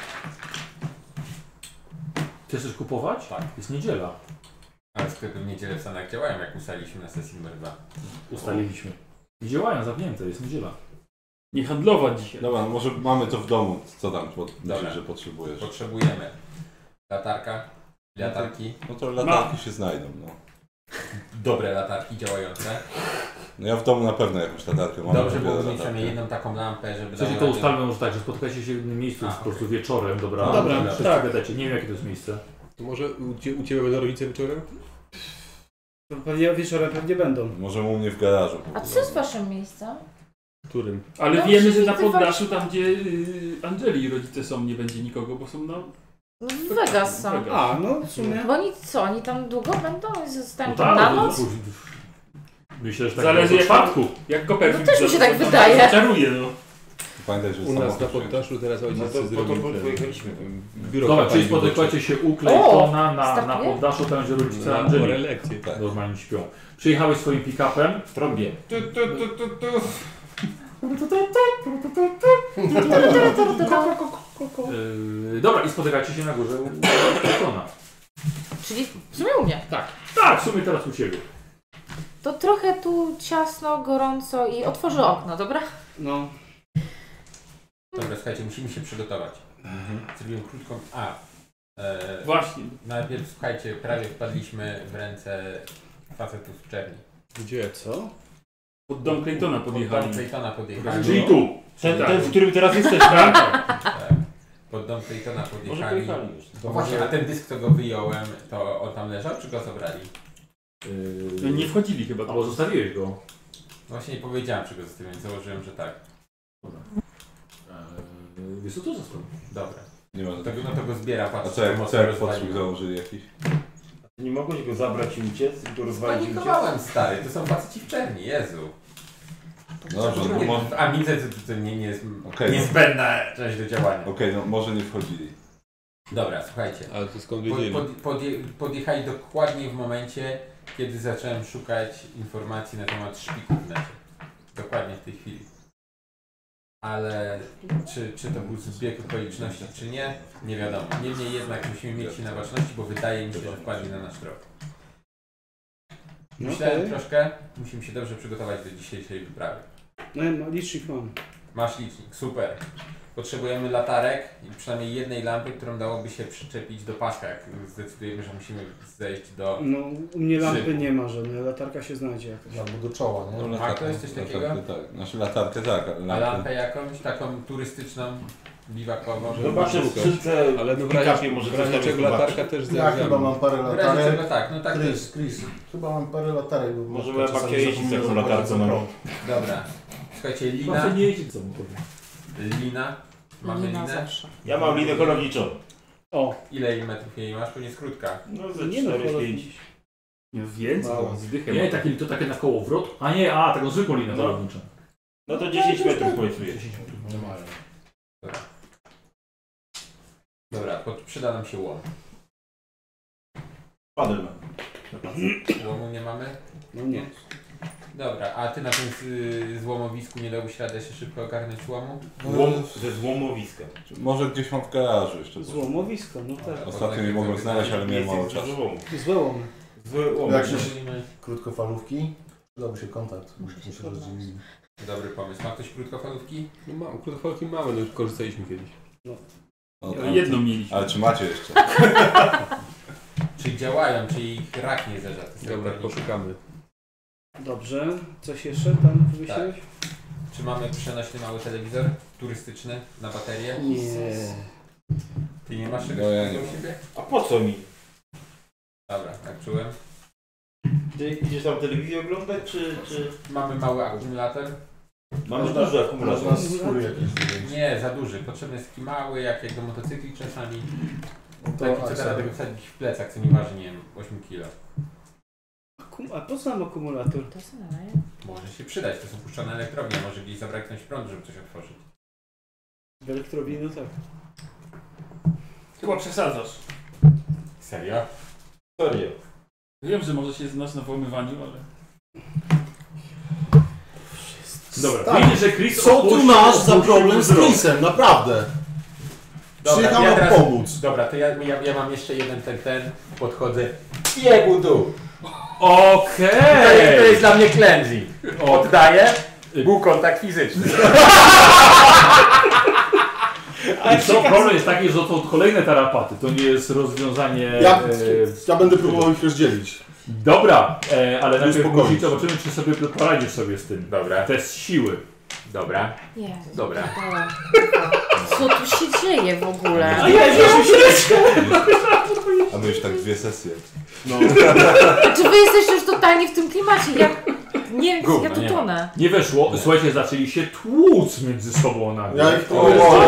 Chcesz kupować? Tak. Jest niedziela. Ale sklepy w niedzielę w Stanach działają, jak ustaliliśmy na sesji numer 2. Ustaliliśmy. I działają zamknięte, jest niedziela. Nie handlować dzisiaj. Dobra, może mamy to w domu, co tam myślisz, Dobra. że potrzebujesz. Potrzebujemy latarka, latarki, No to latarki się znajdą, no. dobre latarki działające. No ja w domu na pewno jakąś latarkę mam. Dobrze lubię byłoby mieć latarkę. przynajmniej jedną taką lampę, żeby... W sensie to dało ustalmy może tak, że spotykacie się w jednym miejscu A, po prostu wieczorem, dobra? No dobra, Wszyscy tak. gadacie. Nie wiem jakie to jest miejsce. To może u Ciebie będą rodzice wieczorem? Pewnie wieczorem pewnie będą. Może u mnie w garażu. A co jest waszym miejscem? Którym? Ale No, wiemy, że na widzę poddaszu, tam gdzie Angeli rodzice są, nie będzie nikogo, bo są na... No, w Vegas są. Vegas. A, no w sumie. Bo oni co, oni tam długo będą? Zostają No tam na tak, noc? myślę, że tak Zależy do jak, czwartku. jak Kopernik No też mi się tak wydaje. Czaruje, no. Pamiętaj, że U nas na samochód poddaszu teraz ojciec No to po zrobił to ten pojechaliśmy. biuro Dobra, kampanii czyli spotykacie wyborczej. się u Claytona na startuje? poddaszu, tam gdzie rodzice Na Angeli prelekcję. Tak. normalnie śpią. Przyjechałeś swoim pick-upem. W trąbie. Dobra, i spotykacie się na górze u Claytona. Czyli w sumie u mnie. Tak, w sumie teraz u Ciebie. To trochę tu ciasno, gorąco i otworzę okno, dobra? No. Dobra, słuchajcie, musimy się przygotować. Zrobiłem krótką... Właśnie. Najpierw, słuchajcie, prawie wpadliśmy w ręce facetów z czerni. Gdzie? Co? Pod dom Claytona Pod podjechali. dom Claytona podjechali. Czyli tu. Ten, w którym teraz jesteśmy. Tak. Pod dom Claytona Może podjechali. pojechali już. No właśnie, a ten dysk, co go wyjąłem, to on tam leżał, czy go zabrali? Nie wchodzili chyba tam. Albo zostawiłeś go. Właśnie nie powiedziałem, czy go zostawiłem, więc założyłem, że tak. Wiesz co to został? Dobra. Nie ma. No to go zbiera, A patrz, co jak mocno podsłuch rozwalił. założyli jakiś? Nie mogłeś go zabrać i uciec? I go rozwalić i uciec? Panikowałem, stary, to są faceci w czerni, Jezu. Dobrze, no może... A widzę, że to nie jest Okej, no. niezbędna część do działania. Okej, no może nie wchodzili. Dobra, słuchajcie. Ale to skąd wiedzieli? Podjechali dokładnie w momencie, kiedy zacząłem szukać informacji na temat szpików w necie. Dokładnie w tej chwili. Ale czy to był zbieg okoliczności, czy nie, nie wiadomo. Niemniej jednak musimy mieć się na baczności, bo wydaje mi się, że wpadli na nasz trop. Myślałem Okej. troszkę, musimy się dobrze przygotować do dzisiejszej wyprawy. No, licznik mam. Masz licznik, super. Potrzebujemy latarek i przynajmniej jednej lampy, którą dałoby się przyczepić do paska, jak zdecydujemy, że musimy zejść do... No, u mnie lampy Szybu. nie ma żadnej, latarka się znajdzie jakaś. Albo do czoła, nie? A to jest coś takiego? Latarkę, tak. Znaczy latarkę tak, ale A lampę... lampę jakąś taką turystyczną, biwakową? Zobaczę w skrzynce. Ale no w pick-upie razie, może w razie coś tam czego jest latarka też Ja chyba mam parę W razie latarek. czego tak, no tak to jest. Chris, chyba mam parę latarek. Bo Może czasami moja babcia jeździ z zapominam taką zabrać latarką za na prąd. Dobra. Słuchajcie, Chyba lina. co nie jeździ samochodem. Lina. Mamy Lina linę. zawsze. Ja mam linę kolowniczą. O, Ile metrów jej masz? Pewnie skrótka. No ze nie no, 4-5. Nie, więcej, Mało. z dychem. Nie, to takie na kołowrot. A nie, taką zwykłą linię No. malowniczą. No to 10 metrów powiedzmy. Normalnie. Dobra, przyda nam się łom. Padłem. Łomu nie mamy? No nie. Dobra, a ty na tym złomowisku nie dałbyś rady się szybko ogarnąć łomu? Ze złomowiska. Może gdzieś mam w garażu jeszcze. Złomowisko, no tak. Ostatnio nie mogłem znaleźć, ale miałem mało czasu. Złe łomy. Złe łomy. Jakieś krótkofalówki? Przydałby się kontakt. Myśmy się rozdzielili. Dobry pomysł. Ma ktoś krótkofalówki? No mam, krótkofalówki mamy, no już korzystaliśmy kiedyś. No, Jedną mieliśmy. ale czy macie jeszcze? Czy działają, czy ich rak nie zerza? Dobra, poszukamy. Dobrze. Coś jeszcze tam wymyśliłeś? Czy mamy przenośny mały telewizor turystyczny na baterię? Nie. Ty nie masz czegoś No, ja nie u mam. siebie? A po co mi? Dobra, tak czułem. Idziesz tam telewizję oglądać, czy... Mamy mały akumulator? Mamy duży akumulator. Można skóry jakieś zdjąć. Nie, za duży. Potrzebny jest taki mały, jak do motocykli czasami. To Taki, co da radę go wsadzić w plecak, co nie waży, nie wiem, 8 kg. A po co nam akumulator? To jest nadaje. Może się przydać, to są puszczone elektrownie, może gdzieś zabraknąć prądu, żeby coś otworzyć. W elektrowni, no tak. Chyba przesadzasz. Serio? Serio. Wiem, że może się znasz na włamywaniu, ale... Dobra, Tak. widzisz, że Chris Co tu opuścił- masz za opuścił problem z wzrok. Chrisem? Naprawdę. Przyjechał ja nam teraz- pomóc. Dobra, to ja mam jeszcze jeden ten, podchodzę. Jegu tu! Okej! To jest dla mnie cleansing. Oddaję, był kontakt fizyczny. I co, problem jest taki, że to są kolejne tarapaty, to nie jest rozwiązanie... Ja będę próbował ich rozdzielić. Dobra, ale najpierw Uspokoić. zobaczymy, czy sobie poradzisz sobie z tym. Dobra, Test siły. dobra. Nie. Dobra. Dobra. Co tu się dzieje w ogóle? A ja A my już tak 2 sesje. Czy wy jesteście już totalnie w tym klimacie? Nie, Gówno, ja tu nie tonę. Nie weszło, słuchajcie, zaczęli się tłuc między sobą nagle. Ja ich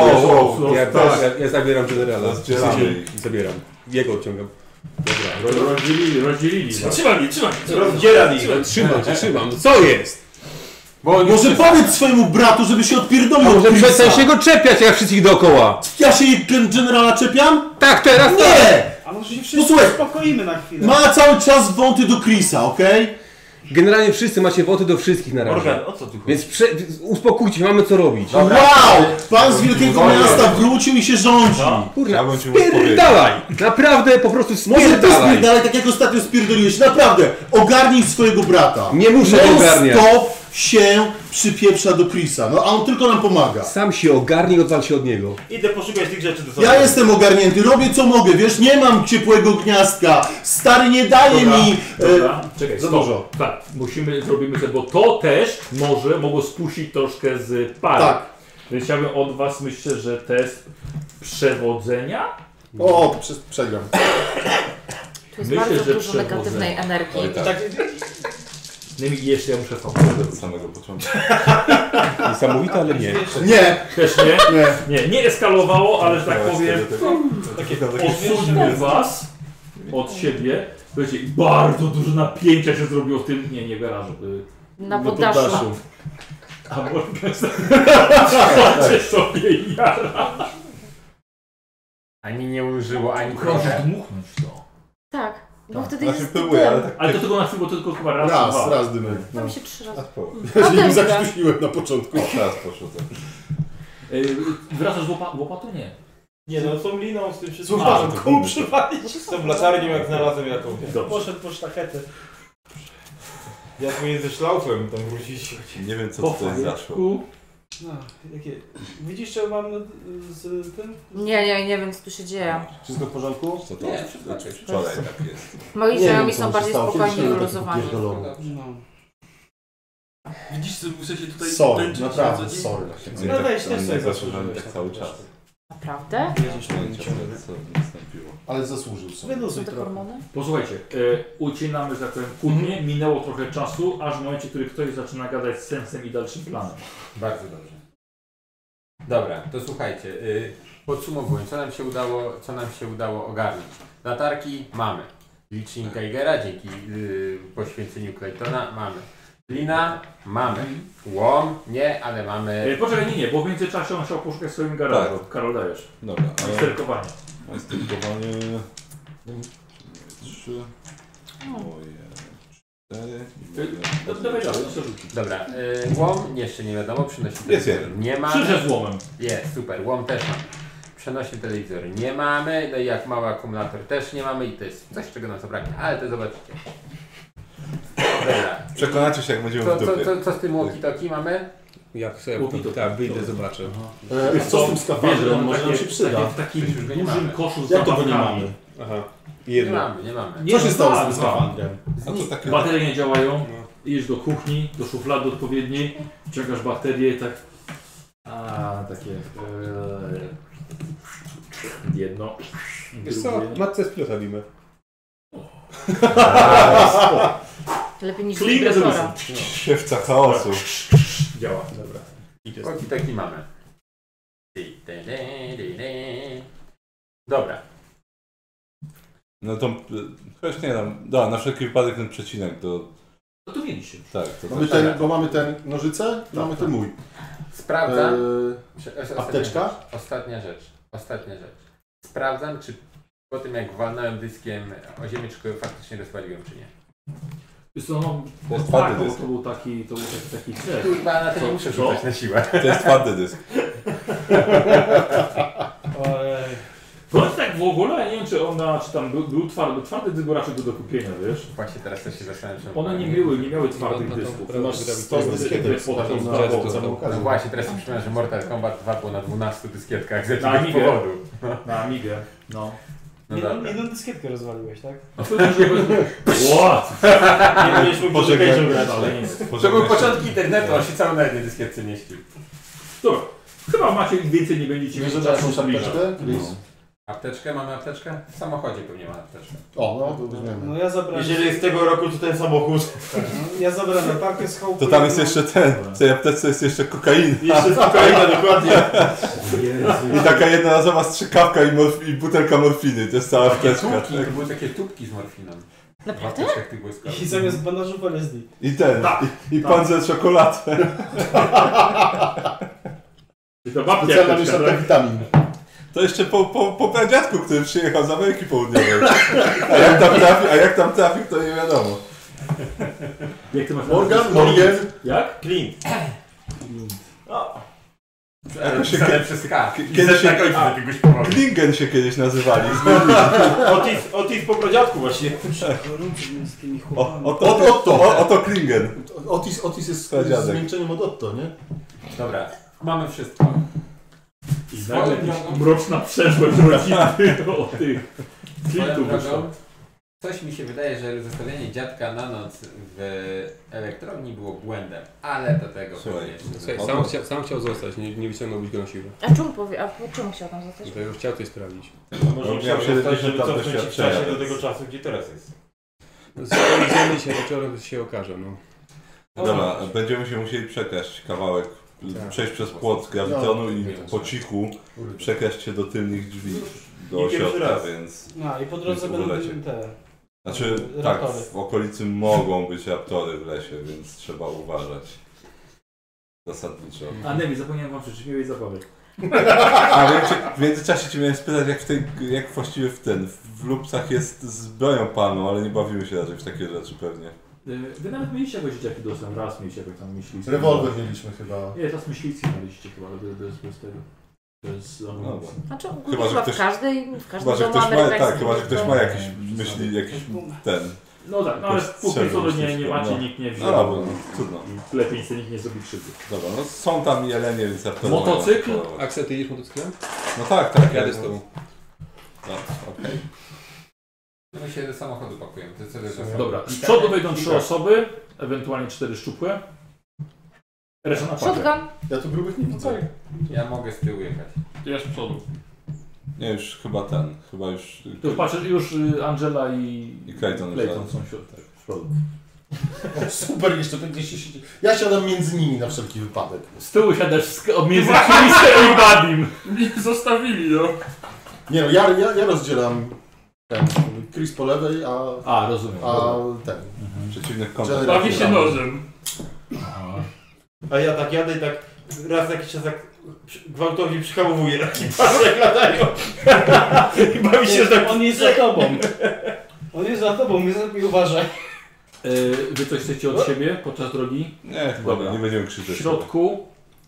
Ja zabieram generala. Rozdzielamy ich. Zabieram. Jego odciągam. Rozdzielili. Trzymaj mnie. rozdzieram ich. Trzymam. Co jest? Może powiedz swojemu bratu, żeby się odpierdolił od Może Chrisa. przestań się go czepiać jak wszystkich dookoła. Ja się generala czepiam? Tak, teraz tak. Nie! A może się wszyscy Posłuchaj. uspokoimy na chwilę. Ma cały czas wąty do Chrisa, okej? Generalnie wszyscy macie woty do wszystkich na razie. Morgan, o co tu chodzi? Więc uspokójcie się, mamy co robić. Wow! Pan z wielkiego miasta wrócił i się rządzi. Kurna, Chciałbym ci powiedzieć. spierdalaj! Naprawdę po prostu Może ty spierdalaj! spierdalaj, tak jak ostatnio spierdoliłeś. Naprawdę, ogarnij swojego brata. Nie muszę go ogarniać. Non-stop się przypieprza do Chrisa, no a on tylko nam pomaga. Sam się ogarnij i odwal się od niego. Idę poszukać tych rzeczy do sobą. Ja jestem ogarnięty, robię co mogę, wiesz, nie mam ciepłego gniazdka. Stary nie daje mi... Dobra, czekaj, za stop. dużo. Tak, zrobimy sobie, bo to też mogło spuścić troszkę z pary. Tak. Więc chciałbym od was, myślę, że test przewodzenia? O, przegram. Tu jest Myślę, bardzo że dużo negatywnej energii. Oj, tak. No i jeszcze ja muszę fabułę. Od samego początku. Niesamowite, ale nie. Nie, Też nie? Nie eskalowało, ale że tak powiem, Takie odsunął was od siebie. Słuchajcie, bardzo dużo napięcia się zrobiło w tym, nie w garażu. Na poddaszu. A Morgan chodźcie sobie jara. Ani nie użyło, ani Proszę trochę. dmuchnąć to. Tak, bo wtedy Znaczy jest pyłuje, ale tak... Ale to tylko na chwilę, bo to tylko chyba raz, dwa. raz dymy. No. Tam się 3 razy. Ja się nim dobra. zakrztusiłem na początku. Teraz poszło tak. Wracasz w łopatu? Nie. Nie no, tą liną z tym wszystkim. Słuchaj, A, kół przypalić. Z tą latarnią jak znalazłem jakąś. Dobrze. Poszedł po sztachetę. Ja powinien ze szlaufem tam wrócić. Nie wiem co Po tutaj zaszło. fajeczku. No, jakie... Widzisz, co mam z tym? Nie wiem co tu się dzieje. Wszystko w porządku? Co to? Nie, wszystko okej. Wczoraj tak jest. Moi Nie wiem, znajomi co są się bardziej stało. spokojni i Kiedyś nie wyluzowani. taki pierdolony. No. Widzisz, co muszę się tutaj Sorry, tęczyć, naprawdę, co dzień? sorry. No weź, też nie sobie zasłużyłem zasłużyłeś tak na cały to. czas. Naprawdę? Jedziesz na Pojęcia ciągle. sobie, co nastąpiło. Ale zasłużył Są sobie. Wyluzuj te trochę. hormony? Posłuchajcie, ucinamy, że tak powiem, kłótnię, minęło trochę czasu, aż w momencie, w którym ktoś zaczyna gadać z sensem i dalszym planem. Bardzo dobrze. Dobra, to słuchajcie, podsumowując, co nam się udało ogarnąć. Latarki mamy. Licznik Geigera dzięki poświęceniu Claytona mamy. Lina mamy. Łom nie, ale mamy... Poczekaj, nie, bo w międzyczasie on chciał poszukać w swoim garażu. Tak. Karol, dajesz. Dobra, Majsterkowanie. Majsterkowanie... 3... Moje... 4... Dawaj dalej, co rzuci. Dobra, łom jeszcze nie wiadomo, przynosi Jest telewizor. Nie mamy. Przyszedł z łomem. Jest, super, łom też mamy. Przenosi telewizor nie mamy, no i jak mały akumulator też nie mamy i to jest coś, czego nam zabraknie, ale to zobaczycie. Dobra. Przekonacie się, jak będziemy w dupie. Co z tym walkie-talkie mamy? Ja sobie wyjdę, zobaczę. Co z tym skafandrem? Może nam się przyda. W takim Już go nie dużym mamy. koszu z Jak to go nie zabawkami. mamy? Aha. Nie mamy, nie mamy. Co się stało z tak, tym skafandrem? A to takie... Baterie nie działają, idziesz do kuchni, do szuflady odpowiedniej, wciągasz baterię i tak... takie... jedno, Wiesz co, drugie. matce z pilota bimy. Lepiej niż Klinkę profesora. Siewca chaosu. Działa. Dobra. Walkie-talkie mamy. Dobra. No to... Chociaż nie tam... Da, na wszelki wypadek ten przecinek to... No to mieliście. Tak, to Mamy ten, bo mamy ten nożyce, mamy ten mój. Sprawdzam. Apteczka? Ostatnia rzecz. Sprawdzam, czy po tym jak walnąłem dyskiem o ziemię, czy go faktycznie rozwaliłem, czy nie. Wiesz co, no, To jest tak, twardy bo dysk. to był taki cel. Kurwa, na to nie muszę Co? rzucać na siłę. To jest twardy dysk. Bądź tak w ogóle, ja nie wiem czy ona, czy tam był twardy dysk, bo raczej do kupienia, wiesz? Właśnie teraz też się zastanawiam, czy... One nie miały twardych dysków. Masz 100 dyskietek potem na dziecko. boku, No okaże. właśnie, teraz sobie przypomniałem, że Mortal Kombat 2 było na 12 dyskietkach z Na jakiegoś Amigę. powodu. Na Amigę, no. No dobra. Jedną dyskietkę rozwaliłeś, tak? No powiedział, że... What? Nie mieliśmy Pożegnaj. grać. Ale nie. To były początki internetu, on się cały na jednej dyskietce mieścił. Dobra, chyba macie więcej nie będziecie mieć Wiesz, że czasu jakąś zbliżać. apteczkę, Chris? Apteczkę? Mamy apteczkę? W samochodzie pewnie ma apteczkę. O, no to weźmiemy. No ja zabrałem... Jeżeli jest z tego roku, to ten samochód. Ja zabrałem pakę z chałupy. To tam jest jeszcze ten, w tej aptece jest jeszcze kokaina. Jeszcze spokojnie, dokładnie. I taka jednorazowa strzykawka i butelka morfiny, to jest cała apteczka. Tubki, Tak. to były takie tubki z morfiną. W Naprawdę? apteczkach tych wojskowych. I zamiast bandażu LSD. I ten, Tak. i panzer czekoladę. I to babcia Specjalna jakaś, mieszanka tak? witamin. To jeszcze po pradziadku, który przyjechał z Ameryki Południowej. A jak tam trafił, to nie wiadomo. Jak ty masz Morgan? Jak? Clint. Jakoś się Pisane przez K. kiedyś na końcu z jakiegoś powodu. Klingen się kiedyś nazywali. Otis po pradziadku właśnie. Z tymi chłopami. Oto Klingen. Otis jest Pradziadek. zmiękczeniem od Otto, nie? Dobra, mamy wszystko. I Swoją nagle jakaś drogą- mroczna przeszłość rodziny o tych Swoją Clintów wyszła. drogą, coś mi się wydaje, że zostawienie dziadka na noc w elektrowni było błędem, ale do tego Słuchaj, powiedzmy. Słuchaj, sam chciał zostać, nie wyciągnąłbyś go na siłę. A czemu po czemu chciał tam zostać? Dlatego chciał coś sprawdzić. Może Miał chciał 70 zostać, żeby lat cofnąć się w doświadczenia, czasie do więc- tego czasu, gdzie teraz jest. Sprawdzimy się wieczorem, to się okaże, no. Dobra, będziemy się musieli przekraść kawałek, przejść przez płot grawitonu i po cichu przekraść się do tylnych drzwi, do Nie pierwszy ośrodka, raz. więc... No i po drodze Więc będą uważajcie. te... Znaczy, tak, raptory. w okolicy mogą być raptory w lesie, więc trzeba uważać. Zasadniczo. A Nemi, zapomniałem wam przeczytać miłej zabawy. A w międzyczasie cię miałem spytać, jak właściwie w Lupcach jest z bronią palną, ale nie bawimy się raczej w takie rzeczy pewnie. Wy nawet mieliście jakoś dzieciaki dostęp, raz mieliście jakoś tam myśliwski. Rewolwer mieliśmy chyba. Nie, teraz myśliwski mieliście chyba, ale bez tego. Bez amunicji. Znaczy Chyba, że chyba ktoś- w każdym Chyba, że domu ktoś ma, amerykańskim tak, chyba, że ktoś ma to- jakieś myśli, jakiś ten. No tak, no ale Jakoś póki co strzelby nie wszystko, macie, no. nikt nie No wziął. dobra, no, trudno. I lepiej sobie nikt nie zrobi krzywdy. Dobra, no są tam jelenie, więc raptory Motocykl? mają spróbować. Axel, ty jedziesz motocyklem? No tak, Jadę z tobą. No, okej. No my się do samochodu pakujemy, to co do Dobra, z przodu wejdą 3 osoby, ewentualnie 4 szczupłe. Reszta na parze. Shotgun. Ja tu grubych nie widzę. Ja mogę z tyłu jechać. Ja z przodu. Nie, już chyba już... Tu patrzę, już Angela i Clayton są tak, z przodu. O, super, jeszcze to gdzieś się siedzi. Ja siadam między nimi na wszelki wypadek. Z tyłu siadasz między Chrisem i Badim. Mnie zostawili, no. Nie no, ja rozdzielam ten. Chris po lewej, rozumiem. a ten. Przeciwnych kątach. Bawi się nożem. A ja tak jadę i tak raz na jakiś czas tak gwałtownie przyhamowuję. Taki pas jak latają. I bawi się, że tak... On jest za tobą. On jest za tobą, nie uważaj. Wy coś chcecie od siebie podczas drogi? Nie, chyba Dobra. nie będziemy W krzyczeć. środku.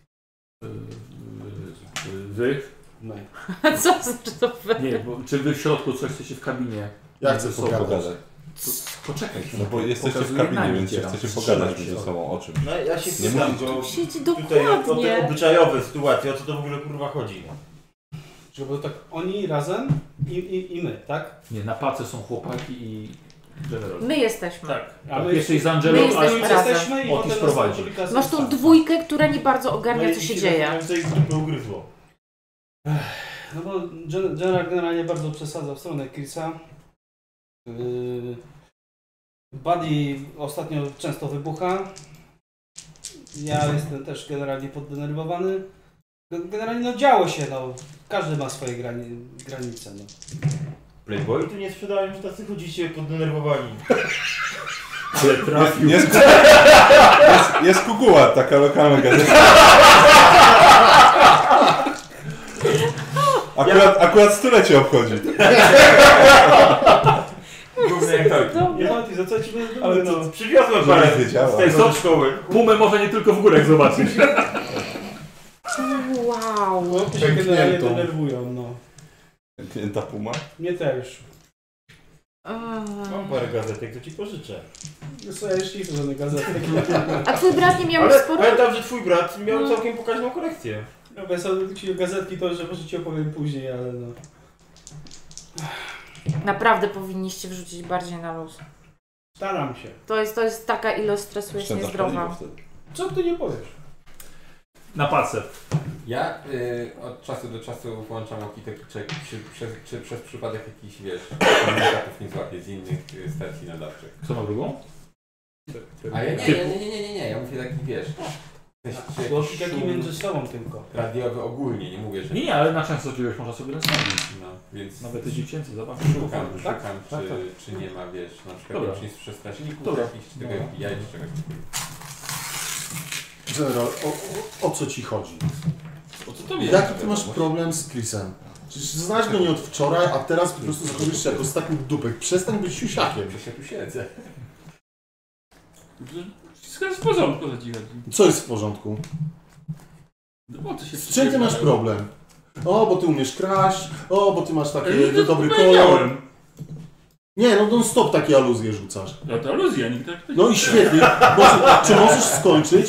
Wy. No. Co znaczy to wy? Nie, bo czy wy w środku coś chcecie w kabinie? Ja chcę Ze sobą? pogadać. Poczekaj. No bo jesteście w Pokazuję kabinie, na więc nich, chcecie Dzieran. pogadać Trzymaj między się. sobą o czymś. No ja się Nie pytam mówicie. go Siedzi tutaj o te dokładnie. obyczajowe sytuacje, o co to w ogóle kurwa chodzi. Żeby tak oni razem i my, tak? Nie, na pace są chłopaki i generał. My jesteśmy. Tak. A my Jesteś z My Angelą, jesteśmy a trójcy razem. jesteśmy i Otis potem prowadzi. następna Masz tą klasa. dwójkę, która nie bardzo ogarnia, No i co się się dzieje. zastanawiam, co ich z dupy ugryzło. No bo General generalnie bardzo przesadza w stronę Chrisa. Buddy ostatnio często wybucha. Ja jestem też generalnie poddenerwowany. Generalnie no działo się, no. Każdy ma swoje granice, no. Playboy tu nie sprzedają, że tacy chodzicie poddenerwowani. ale trafił. Jest Kukuła, taka lokalna gazeta. Akurat stulecie obchodzi. Równy jak to. Nie Otis, za co ci będę Ale no. to przywiozłem parę wiedziała. z tej Co? szkoły. Pumę można nie tylko w górach zobaczyć. Wow. Chłopcy się Pękniętą. generalnie denerwują, no. Pęknięta puma? Mnie też. Mam parę gazetek, to ci pożyczę. Wiesz co, ja jeszcze nie chcę żadnej gazety. A twój brat nie miał Ale sporo? pamiętam, że twój brat miał No. całkiem pokaźną kolekcję. No bo ja sobie gazetki to, że może ci opowiem później, ale no. Naprawdę powinniście wrzucić bardziej na luz. Staram się. To jest taka ilość stresu, jest Oszczędzasz niezdrowa. paliwo wtedy. Co ty nie powiesz? Na pace. Ja od czasu do czasu włączam walkie-talkie, czy przez przypadek jakichś, wiesz, komunikatów nie złapię z innych stacji nadawczych. Kto ma drugą? A ja nie, ja mówię taki, wiesz, czy Głośnik jakiś taki szum między sobą tylko. radiowy ogólnie, nie mówię, że... Nie, ale na częstotliwość można sobie nastawić. No, więc Nawet te dziecięce, zobacz. szukam, Tak, czy nie ma, wiesz, na przykład Dobra. jakichś przestraszników Dobra. jakichś, czy tego FBI, czy czegoś takiego. General, o co ci chodzi? O co to jest? Jaki ty masz problem z Chrisem? Przecież znasz go nie od wczoraj, a teraz po prostu zachodzisz się jako ostatni dupek. Przestań być siusiakiem. Przecież ja tu siedzę. Wszystko jest w porządku, co ci chodzi. Co jest w porządku? No bo to się Z czym ty masz problem? O, bo ty umiesz kraść, o, bo ty masz taki Ale dobry to kolor. powiedziałem. Nie, no non stop takie aluzje rzucasz. No to aluzja, nikt tak No i świetnie. Czy możesz skończyć?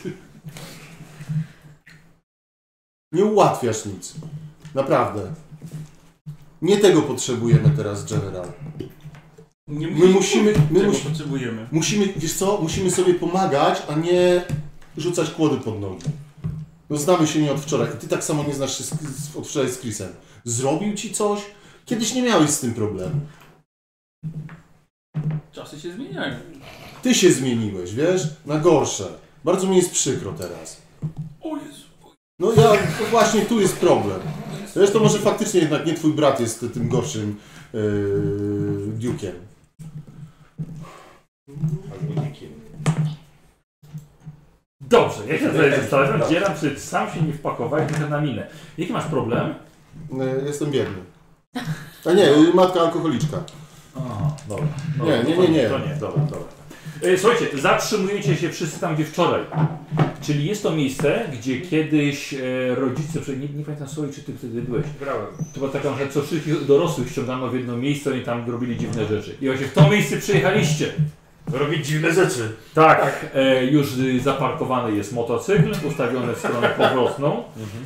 Nie ułatwiasz nic. Naprawdę. Nie tego potrzebujemy teraz, General. Nie My musimy, potrzebujemy. wiesz co, musimy sobie pomagać, a nie rzucać kłody pod nogi. No znamy się nie od wczoraj. I ty tak samo nie znasz się od wczoraj z Chrisem. Zrobił ci coś? Kiedyś nie miałeś z tym problemu. Czasy się zmieniają. Ty się zmieniłeś, wiesz? Na gorsze. Bardzo mi jest przykro teraz. O Jezu. No właśnie tu jest problem. Zresztą może faktycznie jednak nie twój brat jest tym gorszym Duke'iem. Albo nikim. Dobrze, ja się tutaj zastanawiam, dzieram, czy sam się nie wpakowałeś trochę na minę. Jaki masz problem? Jestem biedny. A nie, matka alkoholiczka. Aha, dobra. Nie. To nie, dobra. Słuchajcie, zatrzymujecie się wszyscy tam, gdzie wczoraj. Czyli jest to miejsce, gdzie kiedyś rodzice, nie pamiętam sobie, czy ty wtedy byłeś. Grałem. To była taka, że co wszystkich dorosłych ściągano w jedno miejsce, oni tam robili dziwne rzeczy. I właśnie w to miejsce przyjechaliście. Robić dziwne rzeczy. Tak, już zaparkowany jest motocykl, ustawiony w stronę powrotną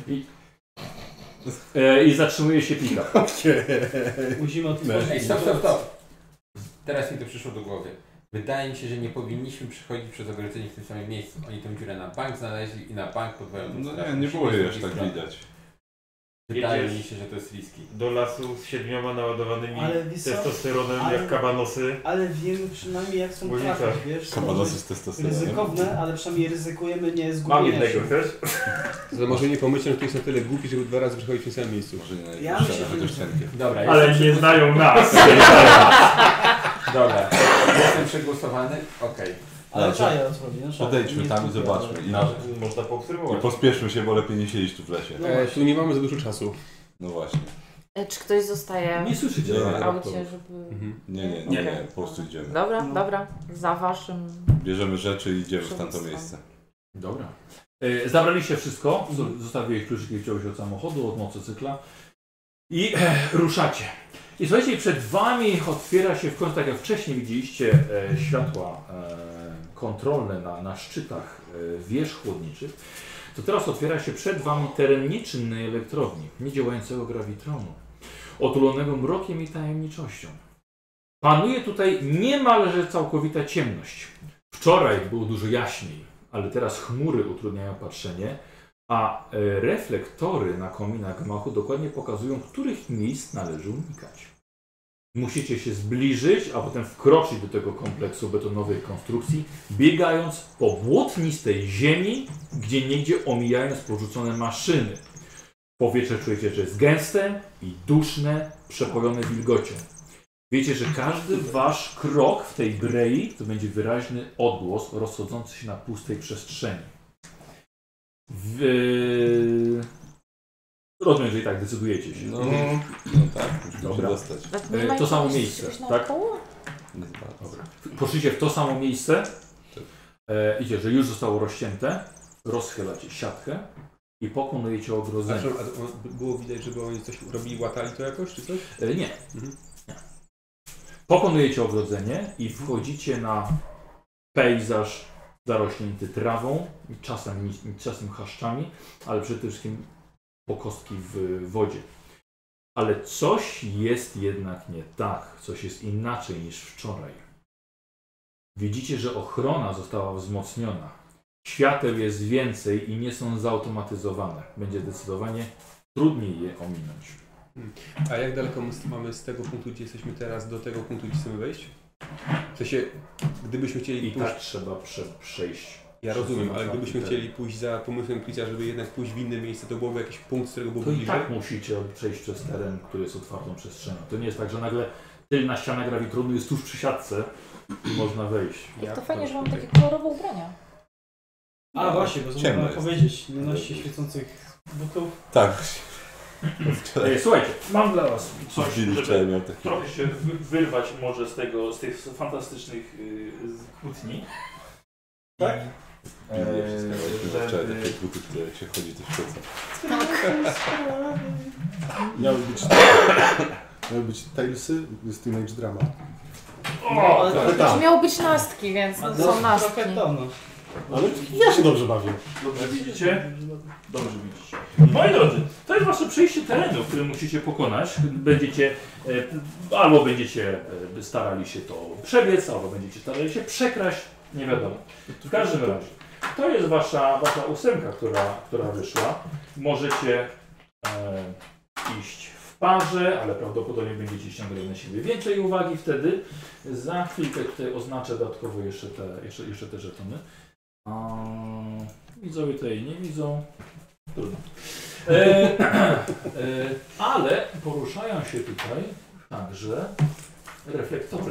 i zatrzymuje się pick-up. Musimy o tym Ej, stop. Teraz mi to przyszło do głowy. Wydaje mi się, że nie powinniśmy przychodzić przez ogrodzenie w tym samym miejscu. Oni tą dziurę na bank znaleźli i na bank podwają tą No straż. nie było Musimy jej aż zrobić tak stronę. widać. Wydaje Jedziesz mi się, że to jest riski. do lasu z 7 naładowanymi Ale wiesz co? testosteronem Ale- jak kabanosy. Ale wiemy przynajmniej jak są Łowica. trafić, wiesz? To Kabanosy może z testosteronem. ryzykowne, ale przynajmniej ryzykujemy nie Mam zgubienia jednego, się. chcesz? To może nie pomyślcie, że tutaj są tyle głupi, żeby 2 razy przechodzić w tym samym miejscu. Może nie Ja najwyższa, myślę, chociaż że- cienkie. Dobra, Ale jestem nie znają nas. Dobra, jestem przegłosowany. Okej. Ale Dobrze. czaję o co chodzi. No, czaję. Podejdźmy Nie tam i skupię, zobaczmy. I, Można I poobserwować. pospieszmy się, bo lepiej nie siedzieć tu w lesie. No Tu nie mamy za dużo czasu. No właśnie. Czy ktoś zostaje Nie słyszycie. Nie, w nie. aucie, żeby... Nie, po prostu idziemy. Dobra, No. dobra. Za waszym... Bierzemy rzeczy i idziemy w tamto Przewództwo. miejsce. Dobra. Zabraliście wszystko, zostawiłeś kluczyki, wziąłeś od samochodu, od motocykla i ruszacie. I słuchajcie, przed wami otwiera się w końcu, tak jak wcześniej widzieliście, światła kontrolne na szczytach wież chłodniczych, to teraz otwiera się przed wami teren nieczynnej elektrowni, niedziałającego grawitronu, otulonego mrokiem i tajemniczością. Panuje tutaj niemalże całkowita ciemność. Wczoraj było dużo jaśniej, ale teraz chmury utrudniają patrzenie, a reflektory na kominach gmachu dokładnie pokazują, których miejsc należy unikać. Musicie się zbliżyć, a potem wkroczyć do tego kompleksu betonowej konstrukcji, biegając po błotnistej ziemi, gdzieniegdzie omijając porzucone maszyny. Powietrze czujecie, że jest gęste i duszne, przepojone wilgocią. Wiecie, że każdy wasz krok w tej brei to będzie wyraźny odgłos rozchodzący się na pustej przestrzeni. Rozumiem, że i tak decydujecie się. No tak, musimy Dobra. się dostać. Nie ma To samo czegoś miejsce, tak? naokoło? Nie bardzo. Dobra. Poszliście w to samo miejsce. Tak. Idzie, że już zostało rozcięte. Rozchylacie siatkę i pokonujecie ogrodzenie. Było widać, żeby oni coś robili, łatali to jakoś, czy coś? Nie. Mhm. Nie. Pokonujecie ogrodzenie i wchodzicie na pejzaż zarośnięty trawą, czasem chaszczami, ale przede wszystkim pokostki w wodzie. Ale coś jest jednak nie tak, coś jest inaczej niż wczoraj. Widzicie, że ochrona została wzmocniona. Świateł jest więcej i nie są zautomatyzowane. Będzie zdecydowanie trudniej je ominąć. A jak daleko mamy z tego punktu, gdzie jesteśmy teraz, do tego punktu, gdzie chcemy wejść? W sensie, gdybyśmy chcieli I pójść... tak trzeba przejść. Ja rozumiem, ale przez gdybyśmy ten- chcieli pójść za pomysłem Chrisa, żeby jednak pójść w inne miejsce, to byłoby jakiś punkt, z którego byłoby To i bliżej? tak musicie przejść przez teren, który jest otwartą przestrzenią. To nie jest tak, że nagle tylna ściana grawitronu jest tuż przy siatce i można wejść. Jak to fajnie, że mam takie kolorowe ubrania. A właśnie, bo Ciemno zapomniałem jest. powiedzieć, nie noście świecących butów. Tak. Wczoraj Słuchajcie, mam dla was coś, Billy żeby wczoraj miał taki... trochę się wyrwać może z tych fantastycznych kłótni. Tak? Billy wszystko Żeby- wczoraj takie buty, które jak się chodzi, to świecą. Miały być Talesy z Teenage Drama. No, ale Ale To tam. miało być nastki, więc A no, to są nastki. trochę to, no. Ale ja się dobrze bawię. Dobrze widzicie? Dobrze widzicie. Moi drodzy, to jest wasze przejście terenu, które musicie pokonać. Będziecie albo będziecie starali się to przebiec, albo będziecie starali się przekraść, nie wiadomo. W każdym razie, to jest wasza ósemka, która wyszła. Możecie iść w parze, ale prawdopodobnie będziecie ściągali na siebie więcej uwagi wtedy. Za chwilkę tutaj oznaczę dodatkowo jeszcze te żetony. Widzowie tutaj nie widzą. Trudno. Ale poruszają się tutaj także reflektory.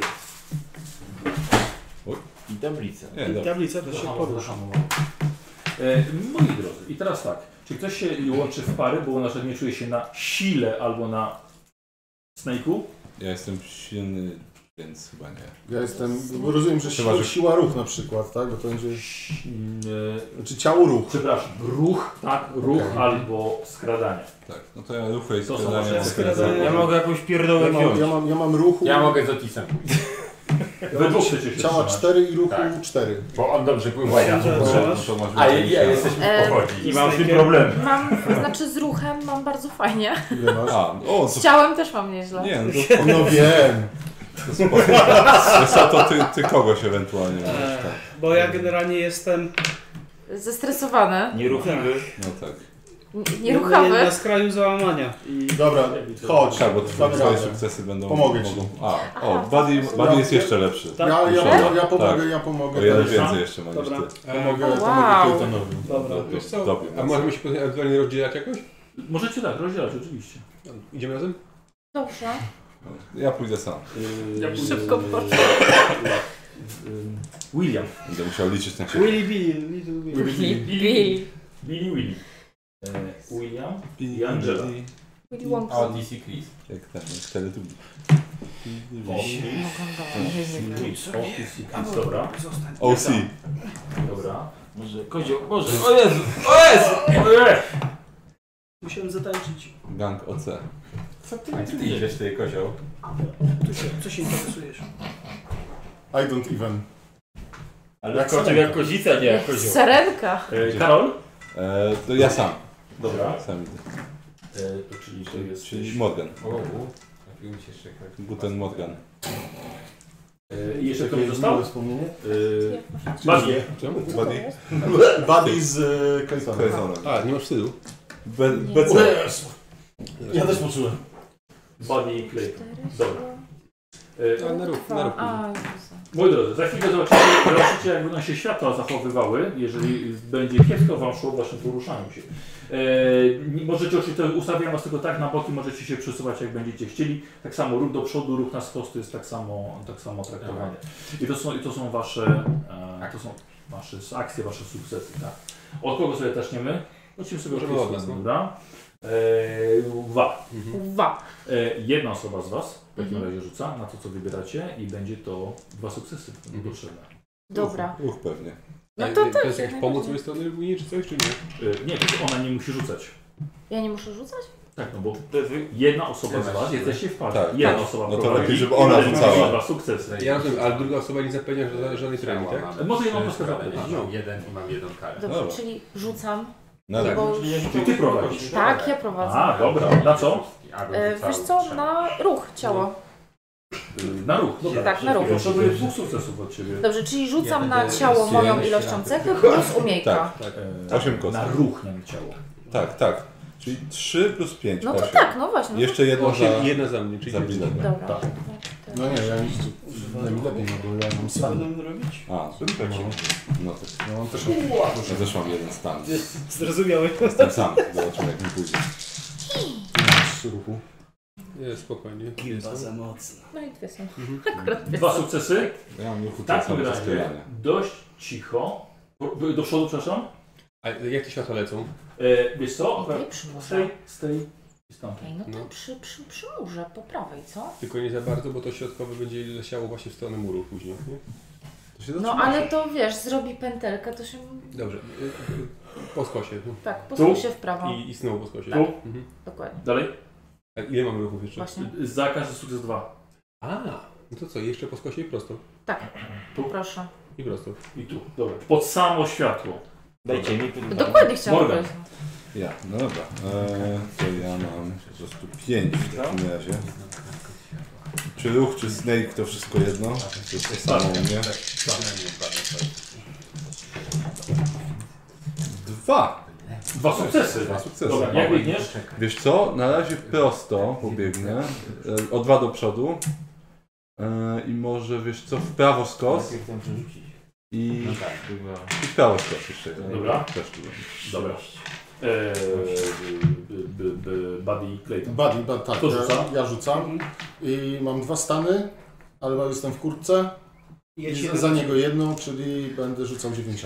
I tablice. Nie, dobra. Tablica też się porusza. Moi drodzy, i teraz tak. Czy ktoś się łączy w pary, bo na przykład nie czuje się na sile albo na snake'u? Ja jestem silny, więc chyba nie. Ja jestem, rozumiem, że Chyba, że- siła ruch na przykład, tak? Bo to będzie... Nie, Znaczy ciało ruch. przepraszam, ruch, tak, ruch Okej. albo skradanie. Tak, no to ja ruchy i To są skradanie wasze mogę skradania. Ja mogę jakąś pierdołę wziąć. Ja mam ruchu. Ja mogę z Otisem, We dwóch chcecie się Ciała trzymać. 4 i ruchu Tak. 4. bo on dobrze pływa. Ja. Dobrze. No to masz A więcej ja siły. jesteśmy w pochodzi. I mam z tym problem. Znaczy z ruchem mam bardzo fajnie. Ile masz? A, o, Z to... ciałem też mam nieźle. Nie, no to No wiem. spoko. Co to ty kogoś ewentualnie możesz, tak. Bo ja generalnie jestem... Zestresowane. Nieruchomy. No tak. nieruchamy. Na skraju załamania. Dobra, chodź. Tak, bo damy twoje radę. sukcesy będą... Pomogę ci. Buddy jest jeszcze lepszy. Ja pomogę, ja pomogę. O jeden więcej jeszcze ma niż Dobra. ty. Pomogę Wow. Claytonowi. Dobra. Wiesz co? Dobry. A możemy się potem ewentualnie rozdzielać jakoś? Możecie tak, rozdzielać oczywiście. Idziemy razem? Dobrze. Ja pójdę sam. Szybko poszło. William. Będę musiał liczyć na siebie. Willy Bill, Little Bill. Willy. William i Angela. Willy Wonka. A DC Chris. Jak ten, jak Teletubbies. Dobra. OC. Dobra. Może kozioł, Boże, o Jezu! O Jezu! Musiałem zatańczyć. Gang OC. Co ty idziesz, ty kozioł? Co się interesujesz? I don't even. Ale koczek jak kozica, nie jak kozioł. Sarenka. Karol? To ja sam. Dobra. Sam idę. To czyli to jest... Czyli Morgan. Trafił mi się jeszcze jak... Guten Morgan. I jeszcze kto mi został? Wspomnienie? Buddy. Czemu? Buddy? Buddy z Claytonem. Claytonem. A, nie masz wstydu. BC. Ja też poczułem. Buddy i Clayton. Dobra. Ale na ruch. A, Jezu. Moi drodzy, za chwilę zobaczycie jak będą się światła zachowywały, jeżeli będzie kiepsko wam szło w waszym poruszaniu się. Możecie oczywiście, ustawiam was tylko tak na boki, możecie się przesuwać jak będziecie chcieli. Tak samo ruch do przodu, ruch na skos to jest tak samo traktowane. I to są wasze akcje, wasze sukcesy. Tak. Od kogo sobie zaczniemy? Lecimy sobie od nas, dobra? Dwa. Jedna osoba z was w takim razie rzuca na to, co wybieracie i będzie to 2 sukcesy potrzebne. Dobra. Ruch pewnie. No A to to tak. jest jakaś pomoc z mojej strony, Winnie, czy coś, czy nie? Nie, to ona nie musi rzucać. Ja nie muszę rzucać? Tak, no bo jedna osoba z was, jesteście w parze. Tak, Jedna tak. osoba No to prowadzi lepiej, żeby ona i będzie rzucała. miała 2 sukcesy. Ja rozumiem, ale druga osoba nie zapewnia żadnej premii, tak? Może jedną kostkę zapewnić. Mam jeden i mam jedną karę. Dobrze, Dobra. czyli rzucam. No tak. Bo... Czyli ty prowadzisz. Tak, ja prowadzę. A, dobra. Na co? Wiesz co, na ruch ciała. Na ruch. Dobra. Tak, na ruch. Potrzebuję 2 sukcesów od ciebie. Dobrze, czyli rzucam Ja na będę ciało moją rozdzielony ilością świat. cechy plus umiejka. Tak, Tak. 8 kostek. Na ruch, nie na ciało. Tak, tak. Czyli 3 plus 5. No to 8. tak, no właśnie. No Jeszcze jedno za... Jedna za mnie, czyli za dziewięć. bilet. Dobra. Tak. No nie, ja lepiej, no bo ja mam Co stan. będę robić? A, no tak. No mam też Ja też mam jeden stan. Zrozumiałeś. Jestem sam. Zobaczymy jak mi pójdzie. z ruchu. Nie, spokojnie. Chyba za mocno. No i dwie są. Akurat dwie 2 są. sukcesy. Ja mam ruchu Tak, tak samo wyraźnie. zastrzelania. Dość cicho. Do przodu, przepraszam. A jak te światła lecą? Wiesz co? Okej, przy Z tej i stamtąd. Okej, no to przy murze, po prawej, co? Tylko nie za bardzo, bo to środkowe będzie leciało właśnie w stronę muru później. Nie? To się No zatrzyma. ale to wiesz, zrobi pętelkę, to się... Dobrze. Po skosie. Tak, posuń się w prawo. I znowu po skosie. Tu. Mhm. Dokładnie. Dalej. A ile mamy ruchów jeszcze? Właśnie. Za każdy sukces 2. A, no to co, jeszcze po skosie i prosto. Tak, Tu. proszę. I prosto. I tu. Dobra. Pod samo światło. Dajcie mi Dokładnie chciałam Morgan. powiedzieć. Ja, no dobra. To ja mam po prostu 5 w takim razie. Czy ruch, czy snake, to wszystko jedno? To jest to samo u mnie. 2! 2 sukcesy. 2 sukcesy. Dobra, jak biegniesz? Wiesz co, na razie prosto pobiegnę, o 2 do przodu i może wiesz co, w prawo skos i, i w prawo skos jeszcze. Dobra. Też tu będzie. Dobra. Buddy Clayton. Buddy, tak. Kto rzuca? Ja rzucam. I mam 2 stany, ale jestem w kurtce. I za niego jedną, czyli będę rzucał 9.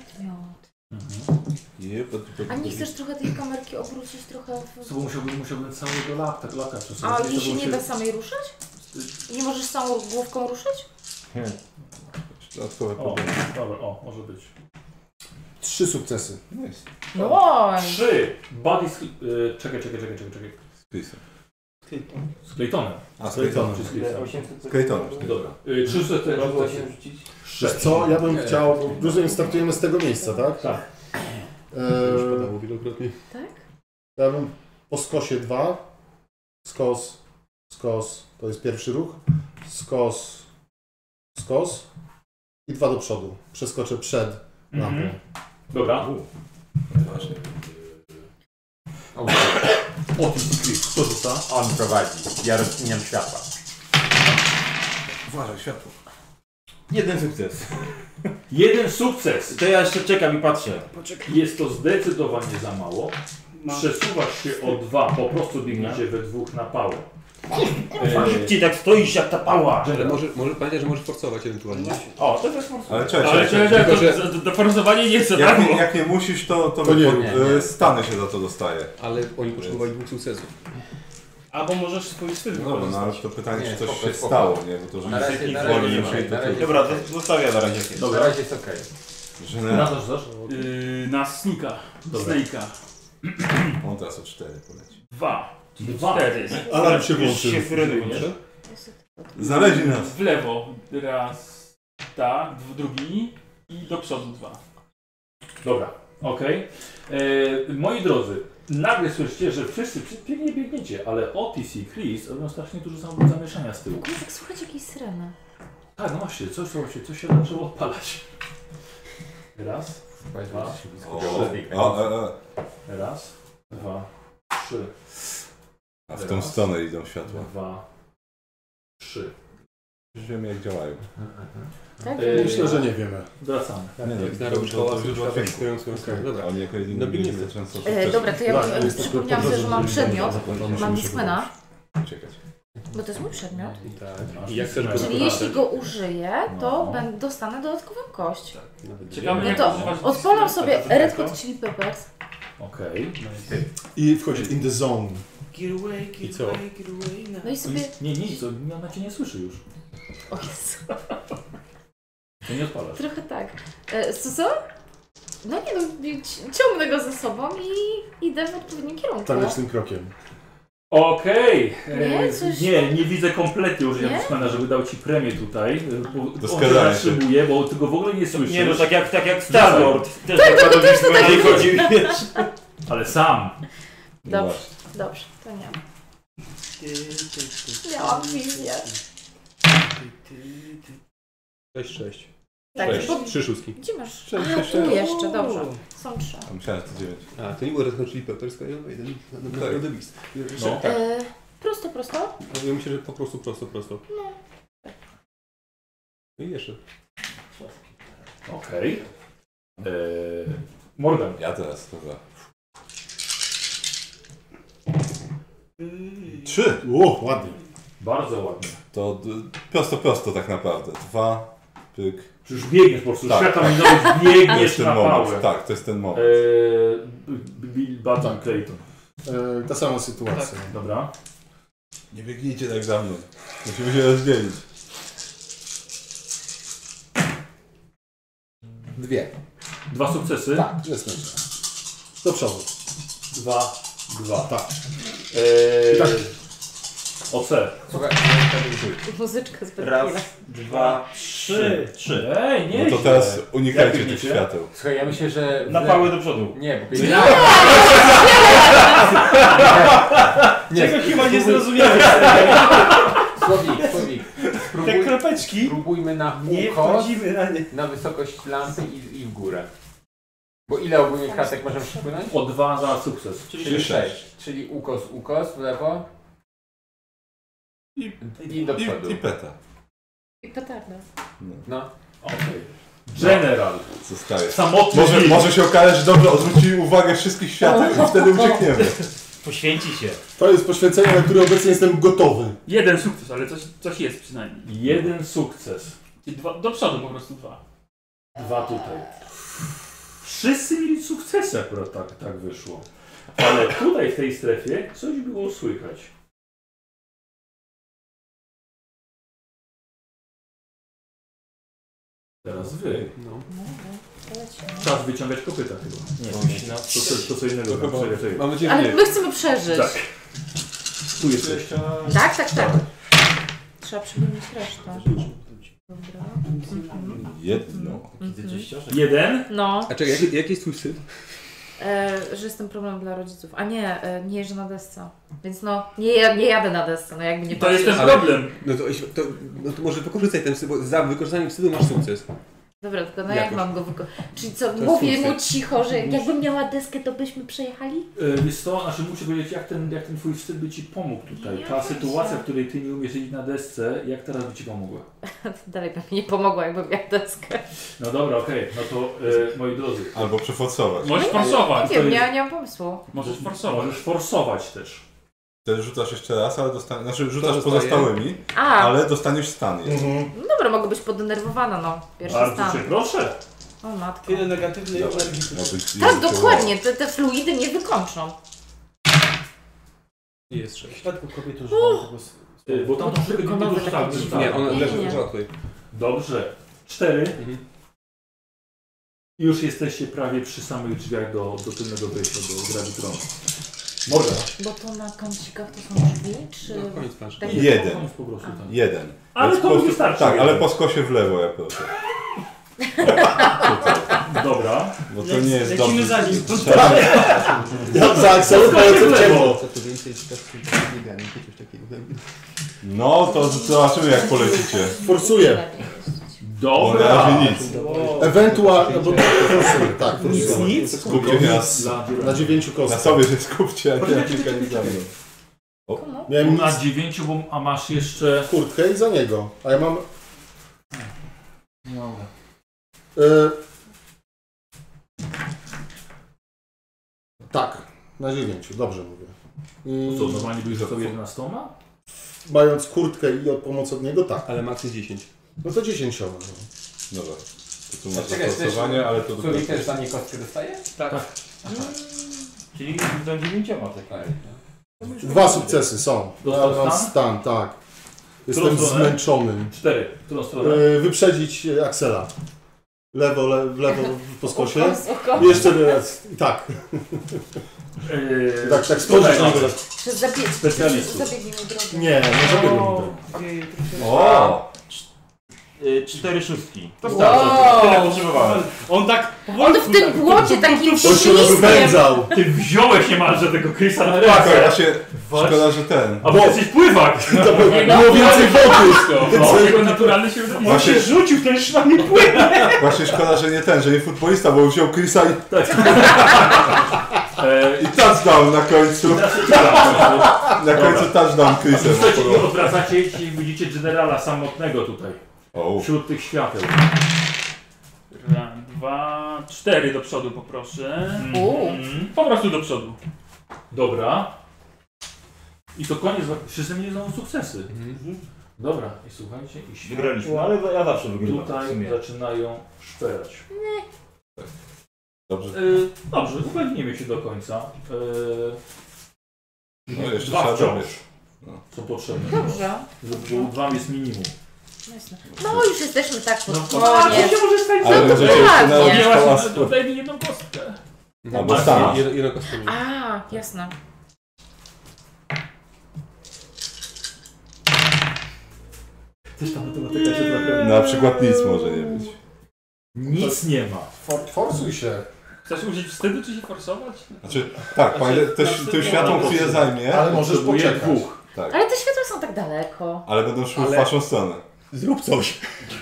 A nie chcesz trochę tej kamerki obrócić trochę w... Co, bo musiałbym całego laka przesunąć. A jej się nie da samej ruszać? Nie możesz samą główką ruszyć? Dodatkowe O, problemy. dobra, może być. 3 sukcesy. Nice. No. 3. Buddy z... Czekaj. Chrisem. Z Claytonem. A, z Claytonem. Czy z Chrisem? Z Claytonem. Dobra. 3 sukcesy. Wiesz co, ja bym chciał, bo rozumiem, startujemy z tego miejsca, tak? Tak. Już padało wielokrotnie. Tak? Ja bym po skosie 2, skos, to jest pierwszy ruch, skos i 2 do przodu. Przeskoczę przed lampą. Dobra. Ważne. Otis i Chris. Kto rzuca? On prowadzi. Ja rozkminiam światła. Uważaj, światło. Jeden sukces. Jeden sukces! To ja jeszcze czekam i patrzę. Jest to zdecydowanie za mało. Przesuwasz się o 2, po prostu biegniecie we dwóch na pałę. Szybciej tak stoisz jak ta pała. Ale może pamiętaj, że możesz forsować ewentualnie. O, to jest mocno. Ale cześć, Ale Tylko, że- do forsowania nie chcę, tak? jak nie musisz, to nie. Stany się za to dostaje. Ale oni potrzebowali 2 sukcesów. Albo możesz swój styl No dobra, no ale wykorzystać. to pytanie, Nie, czy coś spoko, się spoko. stało, nie? Bo to, że Na razie, wszystkich na razie woli nie nie ma, przyjdzie, na to razie. Dobra, to zostawię na razie. Na razie jest okej. że Na to rzucasz? Na Snika. Dobra. Snake'a. on teraz o 4 poleci. 2. Dwa. 4. Alarm się Już włączył. się syrenuje. Znaleźli nas. W lewo. Raz. Tak. Drugi. I do przodu 2. Dobra, okej. Moi drodzy, nagle słyszycie, że wszyscy pięknie biegniecie, ale Otis i Chris robią strasznie dużo zamieszania z tyłu. Kurde, tak słuchać jakiejś syreny. Tak, no właśnie, coś się zaczęło odpalać. Raz, raz, dwa, trzy. A w tą stronę idą światła. Dwa, trzy. Już wiemy jak działają. Tak? Myślę, że nie wiemy. Wracamy. Jak na szkoła, stoją swoją stronę. Dobra. Oni jako jedyni No biegniemy. miejsce często Dobra, to ja Tak, bym przypomniałam sobie, że mam przedmiot. Mam Musimy Discmana, Czekać. bo to jest mój przedmiot. Tak. I jak chcesz go Czyli jeśli go użyję, to No. dostanę dodatkową kość. Ciekawe No jak to używać odpalam sobie Discmana. Red Hot Chili Peppers. Okej. I wchodzi in the zone. I co? No i sobie... Nie, ona cię nie słyszy już. O Jezu, To nie odpalasz. trochę tak. Co? No nie no, ciągnę go ze sobą i idę w odpowiednim kierunku. Tanecznym krokiem. Okej. Nie, coś- Nie widzę kompletnie użycia Nie? Discmana, żeby dał ci premię tutaj. On Doskonale się się. zatrzymuje, bo ty go w ogóle nie słyszysz. Nie no, tak jak Star-Lord. Też Tak, to też to tak nie chodzi, wiesz. Ale sam. No Dobrze, właśnie. dobrze, to nie. Miałam wizję. 6. Tak, Sześć. bo... 3 szóstki. Gdzie masz? Sześć, A, sześć, tu sześć. jeszcze, dobrze. Są 3. A myślałem, że to 9. A, to nie było Red Hot Chili Peppers, tylko jeden Tak. na The Beast. No. Tak. Prosto. Ja myślę, że po prostu prosto. No i jeszcze. Okej. Morgan. Ja teraz, dobra. 3. O, ładnie. Bardzo ładnie. To prosto tak naprawdę. 2, pyk. Czy już biegniesz po prostu, Tak. świata minąłeś, To biegniesz jest ten na moment. pałę. Tak, to jest ten moment. Bill Button Clayton. Ta sama sytuacja. Dobra. Nie biegnijcie tak za mną. Musimy się rozdzielić. 2. 2 sukcesy. Tak, jest dobrze. Do przodu. 2. Tak. Tak. OC. Słuchaj, Muzyczka z Raz, Berkina. 2, 3. Ej, nie. No to teraz Jak unikajcie tych biegniecie? świateł. słuchaj, ja myślę, że... Na pałę do przodu. Nie, bo Czego chyba nie zrozumiałem. Słowik. Te kropeczki. Spróbujmy na Nie ukos, wchodzimy na nie. na wysokość lampy i w górę. Bo ile ogólnie kratek możemy przypłynąć? O 2 za sukces. Czyli 6. Czyli ukos w lewo i do przodu. I peta. I petarda. No. Okej. General. Zostaje. Samotny Bill. Może się okazać, że dobrze odwrócili uwagę wszystkich świateł i wtedy uciekniemy. Poświęci się. To jest poświęcenie, na które obecnie jestem gotowy. Jeden sukces, ale coś jest przynajmniej. 1 sukces. Czyli do przodu po prostu 2. 2 tutaj. Wszyscy mieli sukcesy akurat tak wyszło. Ale tutaj w tej strefie coś było słychać. Teraz wy. No. Czas wyciągać kopyta chyba. Nie, to co innego. Czekaj. Mam nadzieję, że Ale nie. my chcemy przeżyć. Tak. Tu jesteś. Tak. Trzeba przypomnieć resztę. Dobra. Jedno. 1. No, A czekaj, jaki jest twój wstyd? że jestem problem dla rodziców. A nie jeżdżę na desce. Więc no, nie jadę na desce, no jakby nie To jest ten patrzeć. problem. No to może wykorzystaj ten wstyd, bo za wykorzystaniem wstydu masz sukces. Dobra, tylko no Jakoś. jak mam go wykonać? Czyli co, jest mówię mu funkcja. cicho, że jakbym miała deskę, to byśmy przejechali? Wiesz co, znaczy muszę powiedzieć, jak ten twój wstyd by ci pomógł tutaj. Ja Ta wiem, sytuacja, że- w której ty nie umiesz jeździć na desce, jak teraz by ci pomogła? Dalej by mi nie pomogła, jakbym miała deskę. No dobra, okej, no to moi drodzy. Albo przeforsować. Możesz forsować. Nie wiem, jest- nie mam pomysłu. Możesz forsować. Możesz forsować też. Wtedy rzucasz jeszcze raz, ale dostaniesz... Znaczy rzucasz dostaje? pozostałymi, A, ale dostaniesz stan jeszcze. no dobra, mogę być podenerwowana, no. Pierwszy Bardzo stan. cię proszę. O matko. Tyle negatywnej Dobra. energii. Ma być Tak, jeden dokładnie, te fluidy nie wykończą. I jest 6. W przypadku kobiety używają tego Bo tam troszkę Wykonowe dużo tak, takie dużo dziwne. Nie, ona Nie, leży nie. leżała tutaj. Dobrze. 4. Mhm. I już jesteście prawie przy samych drzwiach do tylnego wejścia do Gravitronu. Morgan. Bo to na kącikach to są drzwi, czy... No, koniec planszy. Tak. Jeden. Po prostu tam. Jeden. Ale Więc to po prostu- wystarczy. Tak, ale po skosie w lewo ja proszę. Dobra. Bo to nie jest Lecimy dobrze. za nim. Ja za Axel mający w ciemno. Co to więcej z takimi biegami, coś takiego. No to zobaczymy jak polecicie. Forsuję. Bo na Dobra. razie nic. Ewentualnie, bo forsuję, tak, forsuję. Nic. Skupcie się Na 9 na kostkach. sobie się skupcie, a nie na mechanizmie. Miałem Na 9, a masz jeszcze... kurtkę i za niego. A ja mam... No. Tak, na 9, dobrze mówię. I Co, normalnie byś rzucał 11? mając kurtkę i pomoc od niego, tak. Ale max jest 10. No to 10. No. Dobra. To tu masz Czekaj, zastosowanie, ale to Człowiek też za nie kostkę dostaje? Czyli za 9 tak. 2 sukcesy są. Dostał Mam stan? stan, tak. Jestem Którą stronę? zmęczony. 4. Którą stronę? Wyprzedzić Axela. W lewo po skosie. Oko. I jeszcze raz. I tak. Tak spojrzeć na niego. Przez zabieg. Specjalistów. Zabiegnie mi drogę. Nie, nie zabiegłem mi to. O! 4 szóstki. To Wow. starczy. Tyle potrzebowałem. On tak On w tym błocie takim On się śliskiem. rozpędzał. Ty wziąłeś niemalże tego Chrisa na Tak, ręce. właśnie szkoda, że ten. A bo jesteś pływak. To było więcej wody. No, jego naturalny się wydaje. Właśnie, rzucił ten szlak nie płynie. właśnie szkoda, że nie ten, że nie futbolista, bo wziął Chrisa i touchdown na końcu. Na końcu touchdown Chrisem. Słuchajcie, i odwracacie i widzicie generala samotnego tutaj. O, Wśród tych świateł. 2, 4 do przodu poproszę. Po prostu do przodu. Dobra. I to koniec. Wszyscy mieli znowu sukcesy. Dobra. I słuchajcie, i światła Wygraliśmy, ale ja zawsze wygrywam. w tutaj sumie. zaczynają szperać. dobrze. Dobrze, upewnijmy się do końca. No jeszcze Dwa trzeba wciąż dobiec. są potrzebne. Dobrze. Bo 2 jest minimum. Jasne. No już jesteśmy tak pod No, koniec. się może stać. Ale to możecie jeszcze dokładnie. narobić Nie, hałas. właśnie, daj mi jedną kostkę. Albo stan. Jedno kostkę. A, jasne. Też ta matematyka się trochę... Na przykład nic może nie być. Nic nie ma. Forsuj się. Chcesz użyć wstydu, czy się forsować? Znaczy, tak, to światło chwilę zajmie. Ale możesz Potrzebuję poczekać. 2. Tak. Ale te światła są tak daleko. Ale będą szły w Ale- waszą stronę. Zrób coś.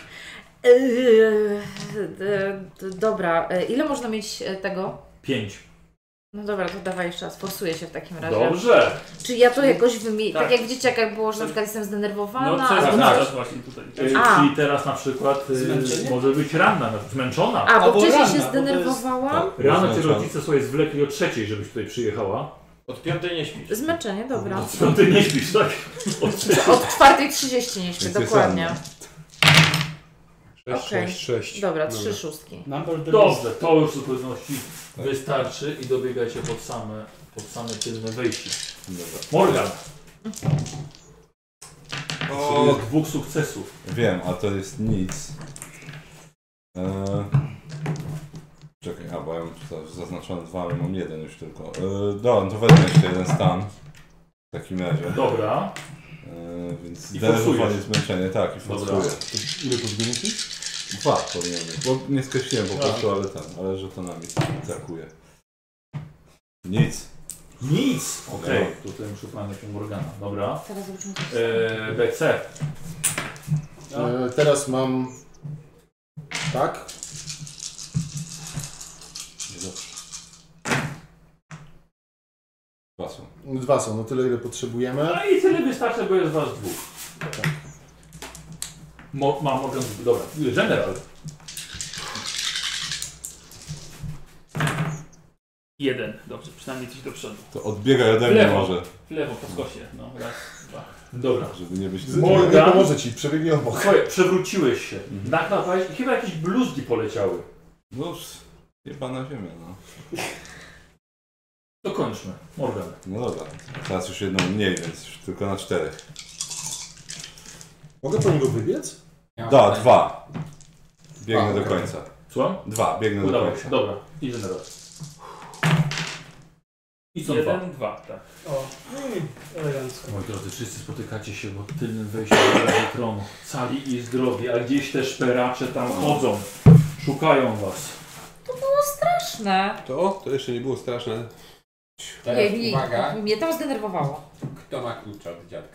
Dobra, ile można mieć tego? 5. No dobra, to dawaj jeszcze raz, forsuję się w takim razie. Dobrze. Czy ja to jakoś wymienię? Tak. Tak. jak widzicie, jak było, że na przykład jestem zdenerwowana, No co jest albo tak. coś. czas właśnie tutaj. A. Czyli teraz na przykład Zmęczenie? może być ranna, zmęczona. A, bo Albo wcześniej rana, się bo to jest- zdenerwowałam. Rano cię Zmęczona. rodzice sobie zwlekli o 3:00, żebyś tutaj przyjechała. Od 5 nie śpisz. Zmęczenie, dobra. Od 5:00 nie śpisz, tak? Od 3:00. Od 4:30 nie śpię, Więc jest dokładnie. ranna. 6, Okej. 6, 6. Dobra, 3 szóstki. Number the Dobrze, to już w zupełności wystarczy i dobiegajcie pod same tylne wejście. Dobra. Morgan. O, Jest 2 sukcesów. wiem, a to jest nic. Czekaj, bo ja mam tutaj zaznaczone 2, ale mam 1 już tylko. Dobra, to wezmę jeszcze jeden stan. W takim razie. Dobra. Więc I denerwowanie, forsujesz. zmęczenie, tak, i Dobra. forsuję. Ile podwójnych? 2 powinien być, bo nie skreśliłem po prostu, ale żetonami brakuje. Nic. Nic. Okej, tutaj muszę pamiętać Morgana. Dobra. Teraz zobaczymy. BC. Teraz mam Tak? Niedobrze. 2 są. 2 są, no tyle ile potrzebujemy. No i tyle wystarczy, bo jest was dwóch. Mam organ... Dobra, general. 1. Dobrze, przynajmniej coś do przodu. To odbiegaj ode mnie Lewo. może, W lewo po skosie. No, raz, dwa. Dobra. żeby nie być... Nie pomoże ci, przebiegnie obok. Słuchaj, przewróciłeś się. Naklapałeś i chyba jakieś bluzki poleciały. No, jebana ziemia, no. Dokończmy. Morgan. No dobra, teraz już jedną mniej, więc już tylko na 4. Mogę po niego wybiec? Da, 2. Biegnę A, do okej. końca. Słucham? 2, biegnę do Udało końca. się. Dobra. I general. I są 2. 1, 2, tak. O, elegancko. Moi drodzy, wszyscy spotykacie się w tylnym wejściu do tronu. Cali i zdrowi, a gdzieś te szperacze tam chodzą. Szukają was. Straszne. To jeszcze nie było straszne. Teraz Nie, uwaga, mnie to zdenerwowało. kto ma klucza od dziadka?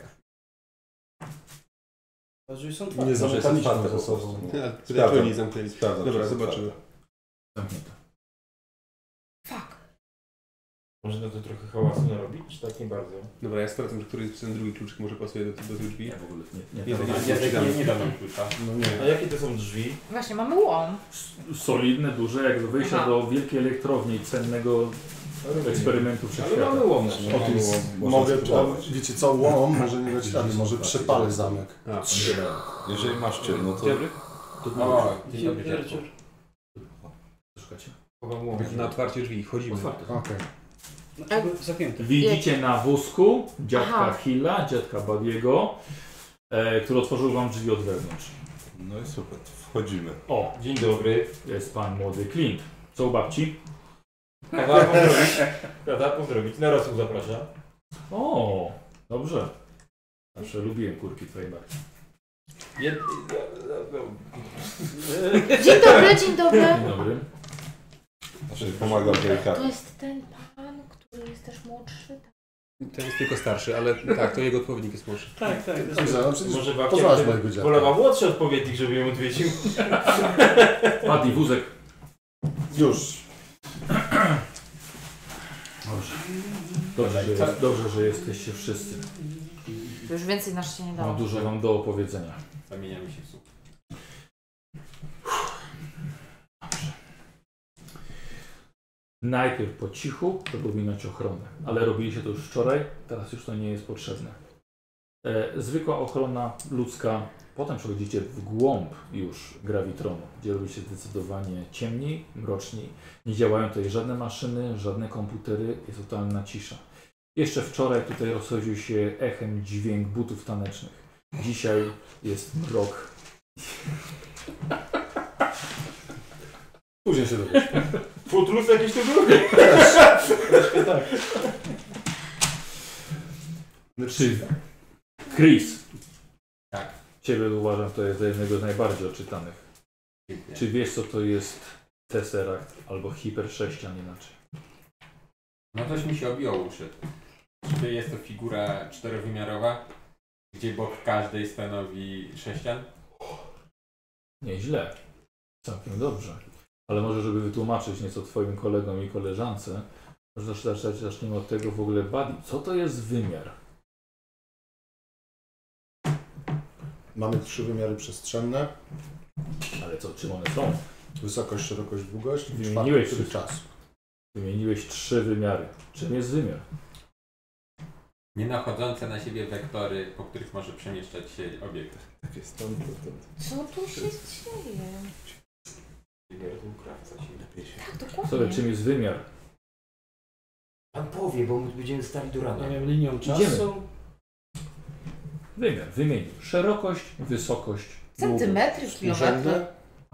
Drzwi są Nie twarde. zamykaliśmy otwarte ze po sobą. prostu. Pytanie, oni zamknęli. Sprawdzam, Dobra, czy jest zobaczymy. Zamknięte. Fuck. Można to trochze hałasu narobić, czy tak nie bardzo? Dobra, ja sprawdzam, że który jest ten drugi kluczyk może pasuje do tych drzwi. Nie, w ogóle nie. Nie, Nie dam nam klucza. No A nie. jakie to są drzwi? Właśnie, mamy łom. Solidne, duże, jak do wejścia Aha. do wielkiej elektrowni cennego eksperymentu Ale wszechświata. mamy łom. O tym mogę, wiecie co, łom może nie dać rady, może przepalę zamek. A, Jeżeli masz cię, no to... dobry? O, dzień dobry dziadku. Szukacie. Kocham łom. Na otwarcie drzwi, wchodzimy. Otwarte. Okej. Zamknięte. Widzicie na wózku dziadka Aha. Hilla, dziadka Badiego, który otworzył wam drzwi od wewnątrz. No i super, wchodzimy. O, Dzień dobry. jest pan młody Clint. Co u babci? Kawa pozdrowić. Kawa pozdrowić. Na rosół zapraszam. O, dobrze. Zawsze lubiłem kurki twojej babci. Dzień dobry, dzień dobry. Dzień dobry. Znaczy pomagam To delikatnie. jest ten pan, który jest też młodszy. Ten jest tylko starszy, ale tak, to jego odpowiednik jest młodszy. Tak, tak. Dobrze, no przecież Może babcia poznasz mojego dziadka. wolała młodszy odpowiednik, żeby ją odwiedził. Padli wózek. Już. Dobrze, że jesteście wszyscy. Już więcej nasz się nie dało. Mam dużo wam do opowiedzenia. Zamieniamy się w słuch. Najpierw po cichu, żeby minąć ochronę, ale robiliście to już wczoraj, teraz już to nie jest potrzebne. Zwykła ochrona ludzka, potem przechodzicie w głąb już gravitronu, gdzie robi się zdecydowanie ciemniej, mroczniej. Nie działają tutaj żadne maszyny, żadne komputery, jest totalna cisza. Jeszcze wczoraj tutaj rozchodził się echem dźwięk butów tanecznych. Dzisiaj jest mrok. Później się dowiesz. Futrus jakieś tu były? Troszkę tak. Czy Chris? Tak. Ciebie uważam, to jest jednego z najbardziej odczytanych. Dziękuję. Czy wiesz, co to jest Tesseract albo Hyper-6 inaczej? No coś mi się obiło uszy. Czy jest to figura czterowymiarowa, gdzie bok każdej stanowi sześcian? Nieźle. Całkiem dobrze. Ale może, żeby wytłumaczyć nieco twoim kolegom i koleżance, może zacznijmy od tego w ogóle, Buddy. Co to jest wymiar? Mamy 3 wymiary przestrzenne. Ale co, czym one są? Wysokość, szerokość, długość. Wymieniłeś Czwarty wszystko. czas. Wymieniłeś 3 wymiary. Czym jest wymiar? Nienachodzące na siebie wektory, po których może przemieszczać się obiekt. Takie stąd, Co tu się dzieje? Tak, dokładnie. Sobie, czym jest wymiar? Pan powie, bo my będziemy stali do rana. Nie wiem, linią czasu. Idziemy. Wymiar. Wymienił. Szerokość, wysokość, długość. Centymetry, kilometry. Urzędne.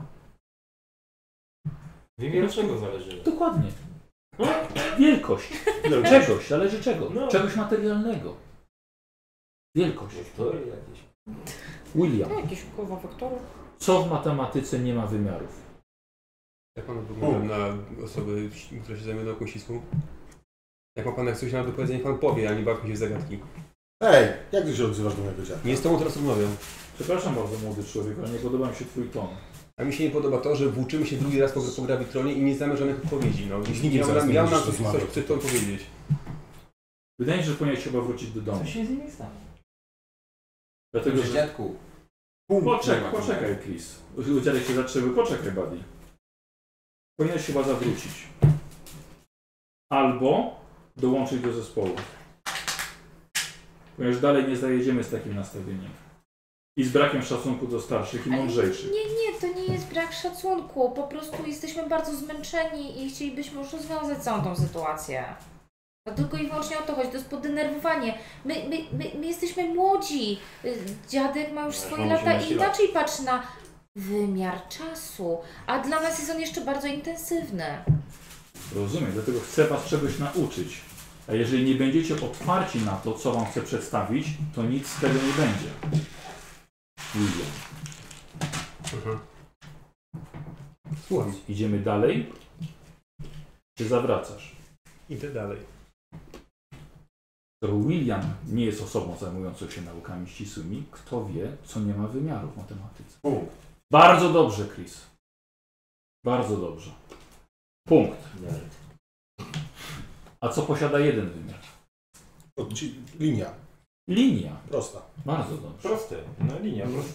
Wymiar czego zależy? Dokładnie. Wielkość. Czegoś, zależy czego? No. Czegoś materialnego. Wielkość. Wektory jakieś. William. To jakieś kurwa wektory. Co w matematyce nie ma wymiarów? Jak pan wygląda na osoby, które się zajmują nauką ścisłą? Jak ma pan coś na do powiedzenia, pan powie, a nie bawmy się w zagadki. Ej, jak ty się odzywasz do mojego dziadka? Nie z tobą teraz rozmawiam. Przepraszam bardzo, młody człowiek, ale nie podoba mi się twój ton. A mi się nie podoba to, że włóczymy się drugi raz po gravitronie i nie znamy żadnych odpowiedzi. No. Z nikim zaraz nie miał nam będziesz rozmawiać. coś to powiedzieć. Wydaje mi się, że powinieneś chyba wrócić do domu. Co się z nimi stało? Dlatego, Dobrze, że... dziadku. Poczekaj, Chris. Dziadek się zatrzymał. Poczekaj, buddy. Powinieneś chyba zawrócić. Albo dołączyć do zespołu. Ponieważ dalej nie zajedziemy z takim nastawieniem. I z brakiem szacunku do starszych i mądrzejszych. Nie, to nie jest brak szacunku. Po prostu jesteśmy bardzo zmęczeni i chcielibyśmy już rozwiązać całą tą sytuację. No tylko i wyłącznie o to chodzi, to jest poddenerwowanie. My jesteśmy młodzi. Dziadek ma już swoje lata i inaczej patrzy na wymiar czasu. A dla nas jest on jeszcze bardzo intensywny. Rozumiem, dlatego chcę was czegoś nauczyć. A jeżeli nie będziecie otwarci na to, co wam chcę przedstawić, to nic z tego nie będzie. William. Słucham. Idziemy dalej? Czy zawracasz? Idę dalej. Skoro William nie jest osobą zajmującą się naukami ścisłymi, kto wie, co nie ma wymiaru w matematyce. Bardzo dobrze, Chris. Bardzo dobrze. Punkt. A co posiada jeden wymiar? Linia. Linia. Prosta. Bardzo dobrze. Proste. No linia, proste.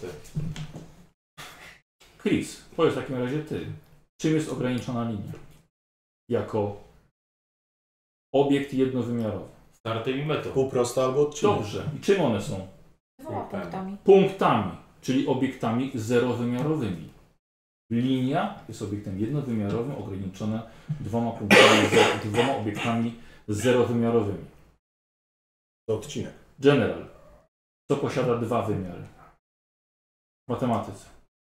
Chris, powiedz w takim razie ty. Czym jest ograniczona linia? Jako obiekt jednowymiarowy. Startem i metą. Półprosta albo odcinek. Dobrze. I czym one są? Dwoma punktami. Punktami, czyli obiektami zerowymiarowymi. Linia jest obiektem jednowymiarowym ograniczona dwoma obiektami zerowymiarowymi. To odcinek. General. Co posiada dwa wymiary? W matematyce.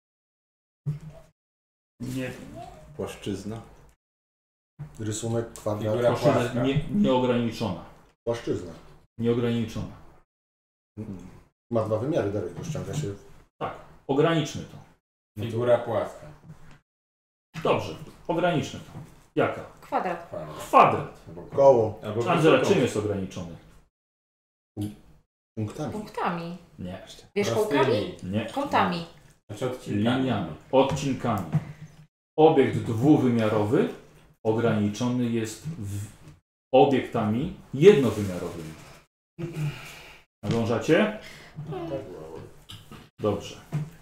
Nie. Płaszczyzna. Rysunek, kwadrat. Figura Płaszczyzna nieograniczona. Płaszczyzna. Nieograniczona. Ma dwa wymiary, dalej rozciąga się. Tak. Ograniczmy to. Figura płaska. Dobrze. Ograniczmy to. Jaka? Kwadrat. Kwadrat. Koło. Angela, czym jest ograniczony? Punktami. Punktami. Nie. Wierzchołkami? Nie. Kątami. Znaczy odcinkami. Liniami. Odcinkami. Obiekt dwuwymiarowy ograniczony jest obiektami jednowymiarowymi. Nadążacie? Dobrze.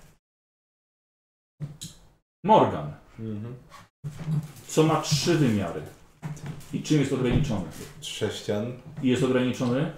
Morgan. Co ma trzy wymiary? I czym jest ograniczony? Sześcian. I jest ograniczony?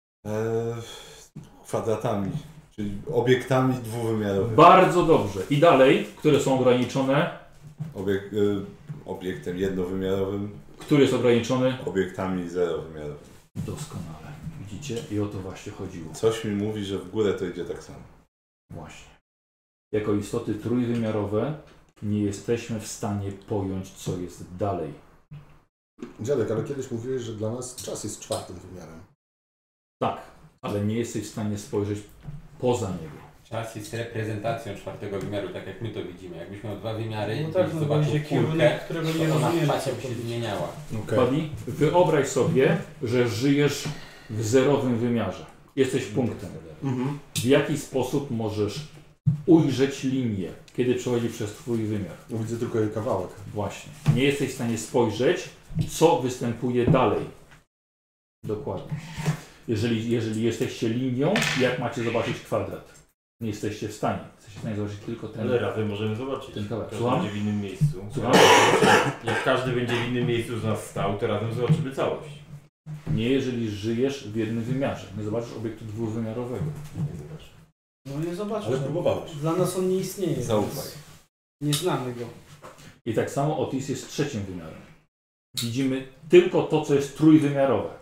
Kwadratami, czyli obiektami dwuwymiarowymi. Bardzo dobrze. I dalej, które są ograniczone? Obiektem jednowymiarowym. Który jest ograniczony? Obiektami zerowymiarowymi. Doskonale. Widzicie? I o to właśnie chodziło. Coś mi mówi, że w górę to idzie tak samo. Właśnie. Jako istoty trójwymiarowe nie jesteśmy w stanie pojąć, co jest dalej. Dziadek, ale kiedyś mówiłeś, że dla nas czas jest czwartym wymiarem. Tak, ale nie jesteś w stanie spojrzeć poza niego. Czas jest reprezentacją czwartego wymiaru, tak jak my to widzimy. Jakbyś miał dwa wymiary, No tak, i no zobaczył będzie kulkę, kierunek, którego nie to ona w rozumiemy, czasie co by się to zmieniała. Buddy, wyobraź sobie, że żyjesz w zerowym wymiarze. Jesteś punktem. W jaki sposób możesz ujrzeć linię, kiedy przechodzi przez twój wymiar? Widzę tylko jej kawałek. Właśnie. Nie jesteś w stanie spojrzeć, co występuje dalej. Dokładnie. Jeżeli jesteście linią, jak macie zobaczyć kwadrat? Nie jesteście w stanie. Jesteście w stanie zobaczyć tylko ten. Ale razem możemy zobaczyć. Ten kawałek. Każdy Słucham? będzie w innym miejscu. Słucham? Jak każdy będzie w innym miejscu z nas stał, to razem zobaczymy całość. Nie, jeżeli żyjesz w jednym wymiarze. Nie zobaczysz obiektu dwuwymiarowego. No nie zobaczysz. Ale próbowałeś. Dla nas on nie istnieje. Zaufaj. Nie znamy go. I tak samo Otis jest trzecim wymiarem. Widzimy tylko to, co jest trójwymiarowe.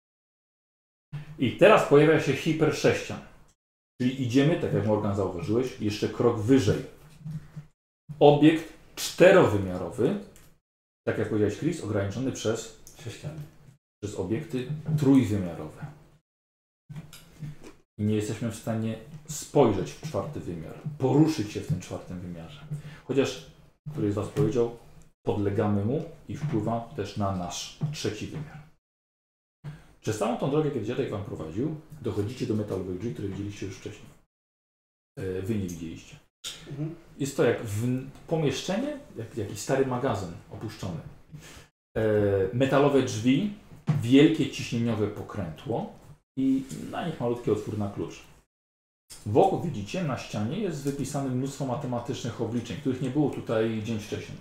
I teraz pojawia się hipersześcian. Czyli idziemy, tak jak Morgan zauważyłeś, jeszcze krok wyżej. Obiekt czterowymiarowy, tak jak powiedziałeś Chris, ograniczony przez obiekty trójwymiarowe. I nie jesteśmy w stanie spojrzeć w czwarty wymiar, poruszyć się w tym czwartym wymiarze. Chociaż któryś z Was powiedział, podlegamy mu i wpływa też na nasz trzeci wymiar. Przez całą tą drogę, kiedy dziadek Wam prowadził, dochodzicie do metalowych drzwi, które widzieliście już wcześniej. Wy nie widzieliście. Jest to jak pomieszczenie, jak jakiś stary magazyn opuszczony. Metalowe drzwi, wielkie ciśnieniowe pokrętło i na nich malutki otwór na klucz. Wokół widzicie, na ścianie jest wypisane mnóstwo matematycznych obliczeń, których nie było tutaj dzień wcześniej.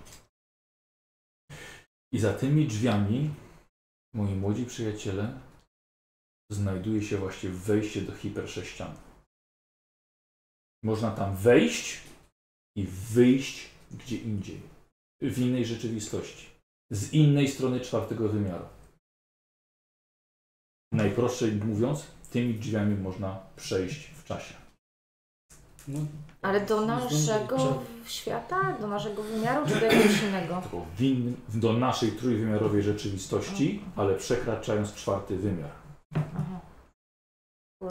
I za tymi drzwiami, moi młodzi przyjaciele, znajduje się właśnie wejście do hipersześcianu. Można tam wejść i wyjść gdzie indziej, w innej rzeczywistości, z innej strony czwartego wymiaru. Najprościej mówiąc, tymi drzwiami można przejść w czasie. No, Ale do naszego świata, do naszego wymiaru, czy do jakiegoś innego? Tylko do naszej trójwymiarowej rzeczywistości, ale przekraczając czwarty wymiar. Aha. Cool.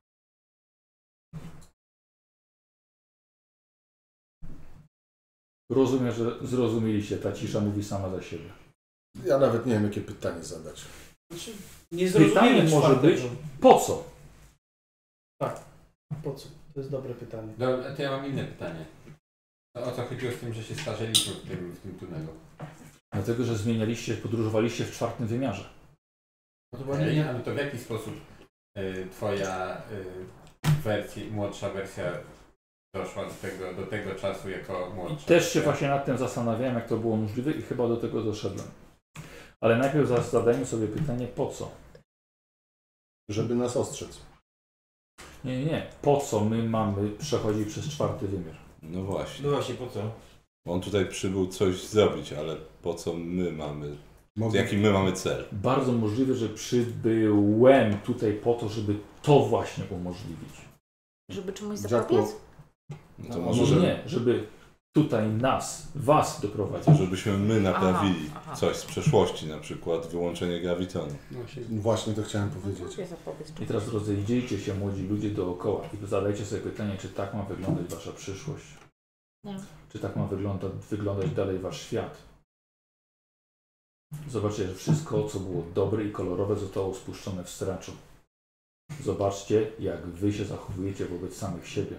Rozumiem, że zrozumieliście, ta cisza mówi sama za siebie. Ja nawet nie wiem, jakie pytanie zadać. Znaczy, nie Pytanie zrozumiemy może być, czwartego. po co? Tak, po co? To jest dobre pytanie. Dobra, to ja mam inne pytanie. O co chodziło z tym, że się starzeliśmy w tym tunelu? Dlatego, że podróżowaliście w czwartym wymiarze. No to była linia. Ale to w jaki sposób twoja młodsza wersja doszła do tego czasu jako młodsza? Też się właśnie nad tym zastanawiałem, jak to było możliwe i chyba do tego doszedłem. Ale najpierw zadajmy sobie pytanie, po co? Żeby nas ostrzec. Nie. Po co my mamy przechodzić przez czwarty wymiar? No właśnie. No właśnie, po co? On tutaj przybył coś zrobić, ale po co my mamy... Mogę... Jaki my mamy cel? Bardzo możliwe, że przybyłem tutaj po to, żeby to właśnie umożliwić. Żeby czemuś Jacku, zapobiec? No to Może może, nie, żeby tutaj was doprowadzić. żebyśmy my naprawili Aha. coś z przeszłości, na przykład wyłączenie grawitonu. Właśnie to chciałem powiedzieć. Lubię zapobiec. I teraz rozejdziecie się młodzi ludzie dookoła i zadajcie sobie pytanie, czy tak ma wyglądać wasza przyszłość? Nie. Czy tak ma wyglądać dalej wasz świat? Zobaczcie, że wszystko, co było dobre i kolorowe, zostało spuszczone w straczu. Zobaczcie, jak wy się zachowujecie wobec samych siebie.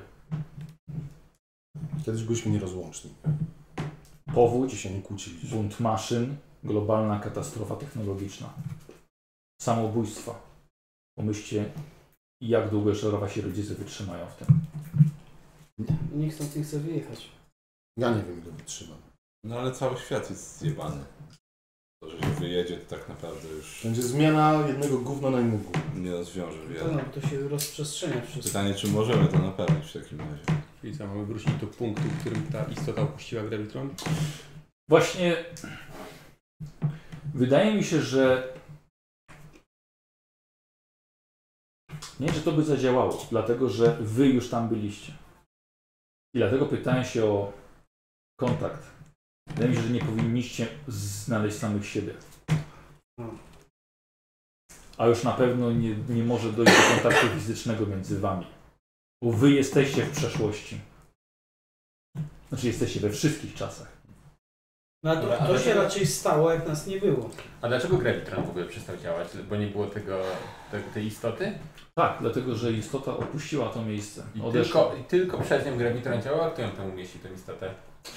Kiedyś byliśmy nierozłączni. Powódź, Ci się nie kłóciliśmy. bunt maszyn, globalna katastrofa technologiczna. Samobójstwa. Pomyślcie, jak długo jeszcze wasi rodzice wytrzymają w tym. Nikt stąd nie chce wyjechać. Ja nie wiem, ile wytrzymam. No ale cały świat jest zjebany. To, że się wyjedzie, to tak naprawdę już Będzie zmiana jednego gówna na innego gówno. nie rozwiąże To, wiele. to się rozprzestrzenia wszystko. Pytanie, czy możemy to naprawić w takim razie? Czyli co, mamy wrócić do punktu, w którym ta istota opuściła grawitron? Właśnie wydaje mi się, że nie wiem, czy to by zadziałało, dlatego że wy już tam byliście. I dlatego pytałem się o kontakt. Wydaje mi się, że nie powinniście znaleźć samych siebie. A już na pewno nie może dojść do kontaktu fizycznego między wami. Bo wy jesteście w przeszłości. Znaczy jesteście we wszystkich czasach. No a to się raczej stało, jak nas nie było. A dlaczego grawitron w ogóle przestał działać? Bo nie było tej istoty? Tak, dlatego że istota opuściła to miejsce. Odeszła. I tylko przez nią grawitron działał? A kto ją tam umieścił, tę istotę?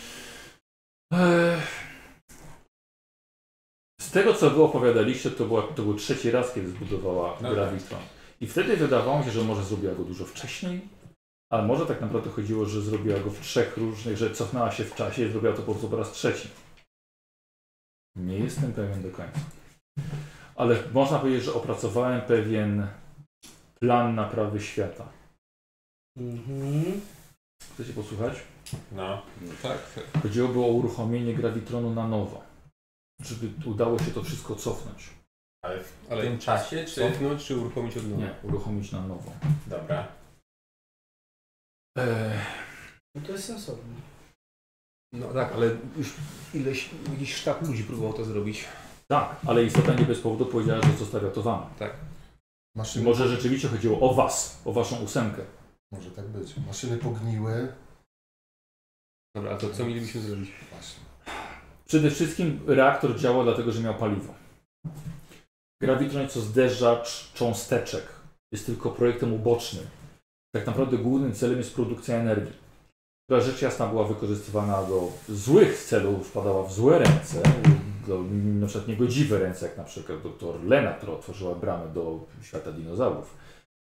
Z tego, co wy opowiadaliście, to był trzeci raz, kiedy zbudowała grawitron. I wtedy wydawało mi się, że może zrobiła go dużo wcześniej, ale może tak naprawdę chodziło, że zrobiła go w trzech różnych, że cofnęła się w czasie i zrobiła to po prostu po raz trzeci. Nie jestem pewien do końca. Ale można powiedzieć, że opracowałem pewien plan naprawy świata. Chcecie posłuchać? No. Tak. Chodziłoby o uruchomienie grawitronu na nowo. Żeby udało się to wszystko cofnąć. Ale w tym czasie, czy... Cofnąć, czy uruchomić od nowa? Nie, uruchomić na nowo. Dobra. No to jest sensowne. No tak, ale już jakiś sztab ludzi próbował to zrobić. Tak, ale istota nie bez powodu powiedziała, że zostawia to wam. Tak. I może rzeczywiście chodziło o was, o waszą ósemkę. Może tak być. Maszyny pogniły. Dobra, a to co mielibyśmy zrobić? Właśnie. Przede wszystkim reaktor działa dlatego, że miał paliwo. Grawitron to zderzacz cząsteczek. Jest tylko projektem ubocznym. Tak naprawdę głównym celem jest produkcja energii. która rzecz jasna była wykorzystywana do złych celów, wpadała w złe ręce, do na przykład niegodziwe ręce, jak na przykład dr Lena, która otworzyła bramę do świata dinozaurów.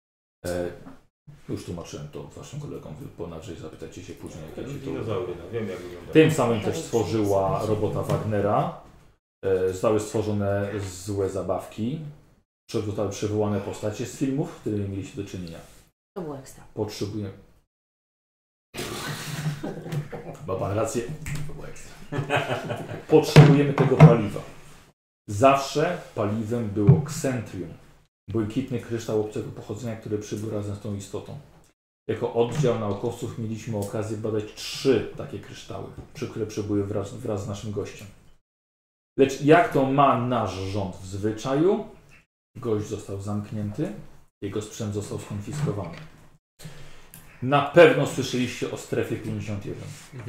Już tłumaczyłem to waszym kolegom, wy ponadto zapytacie się później, jak się to... Dinozaury, no wiem jak wygląda. Tym samym też stworzyła robota Wagnera. Zostały stworzone złe zabawki. Zostały przywołane postacie z filmów, z którymi mieliście do czynienia. To było ekstra. Potrzebujemy... Ma pan rację? To było ekstra. Potrzebujemy tego paliwa. Zawsze paliwem było ksentrium. Błękitny kryształ obcego pochodzenia, który przybył razem z tą istotą. Jako oddział naukowców mieliśmy okazję badać 3 takie kryształy, które przybyły wraz z naszym gościem. Lecz jak to ma nasz rząd w zwyczaju, gość został zamknięty, jego sprzęt został skonfiskowany. Na pewno słyszeliście o strefie 51.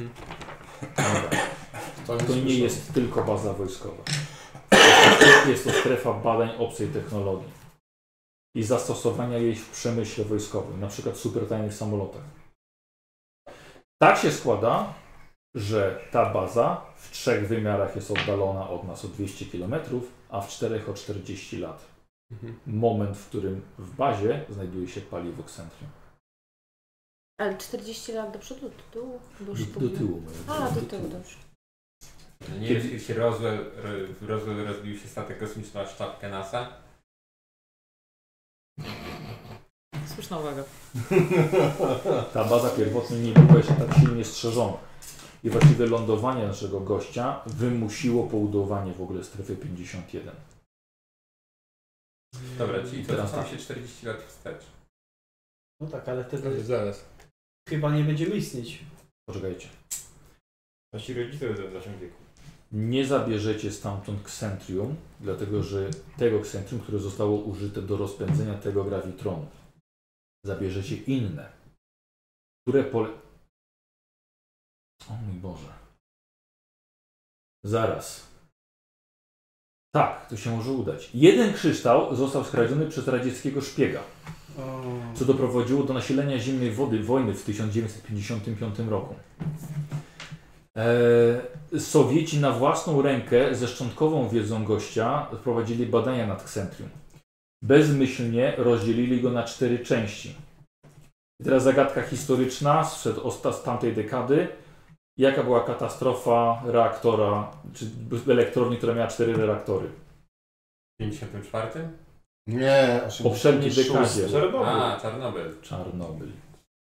To nie jest tylko baza wojskowa. Jest to strefa badań obcej technologii i zastosowania jej w przemyśle wojskowym, na przykład w supertajnych samolotach. Tak się składa, że ta baza w 3 wymiarach jest oddalona od nas o 200 km, a w 4 o 40 lat. Moment, w którym w bazie znajduje się paliwo ksentrium. Ale 40 lat do przodu, do tyłu? Do tyłu. A, do tyłu, dobrze. Nie wiesz, kiedy się rozbił się statek kosmiczny, sztabkę NASA? Słuszna uwaga. Ta baza pierwotnie nie była jeszcze tak silnie strzeżona. I właściwie lądowanie naszego gościa wymusiło pobudowanie w ogóle strefy 51. Dobra, czyli to Teraz cofam tak. się 40 lat wstecz. No tak, ale wtedy Zaraz. chyba nie będziemy istnieć. Poczekajcie. Nasi rodzice będą w naszym wieku. Nie zabierzecie stamtąd ksentrium, dlatego że tego ksentrium, które zostało użyte do rozpędzenia tego gravitronu. Zabierzecie inne, które O mój Boże. Zaraz. Tak, to się może udać. Jeden kryształ został skradziony przez radzieckiego szpiega, co doprowadziło do nasilenia zimnej wojny w 1955 roku. Sowieci na własną rękę ze szczątkową wiedzą gościa prowadzili badania nad ksentrium. Bezmyślnie rozdzielili go na 4 części. I teraz zagadka historyczna z tamtej dekady. Jaka była katastrofa reaktora, czy elektrowni, która miała 4 reaktory? W 54? Nie, W poprzedniej dekadzie. Czarnobyl. Czarnobyl.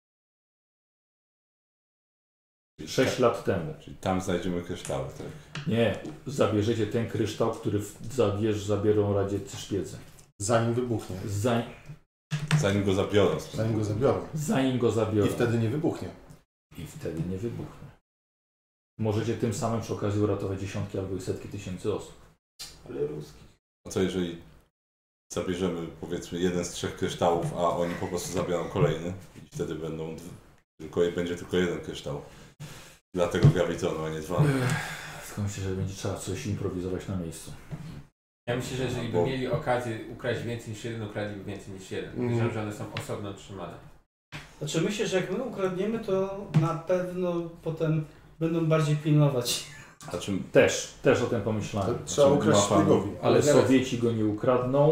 6 lat temu. Czyli tam znajdziemy kryształy, tak? Nie, zabierzecie ten kryształ, który zabiorą radzieccy szpiedzy. Zanim wybuchnie. Zanim go zabiorą. Zanim go zabiorą. Zanim go zabiorą. I wtedy nie wybuchnie. I wtedy nie wybuchnie. Możecie tym samym przy okazji uratować dziesiątki albo i setki tysięcy osób. Ale ruski. A co jeżeli zabierzemy powiedzmy jeden z 3 kryształów, a oni po prostu zabiorą kolejny i wtedy będzie tylko jeden kryształ. Dlatego gravitronu, a nie 2. Tylko myślę, że będzie trzeba coś improwizować na miejscu. Ja myślę, że jeżeli by mieli okazję ukraść więcej niż jeden, ukradliby więcej niż jeden. Podejrzewam, że one są osobno trzymane. Znaczy myślę, że jak my ukradniemy, to na pewno potem będą bardziej pilnować. Też o tym pomyślałem. Trzeba ukraść szpiegowi. Ale Sowieci go nie ukradną.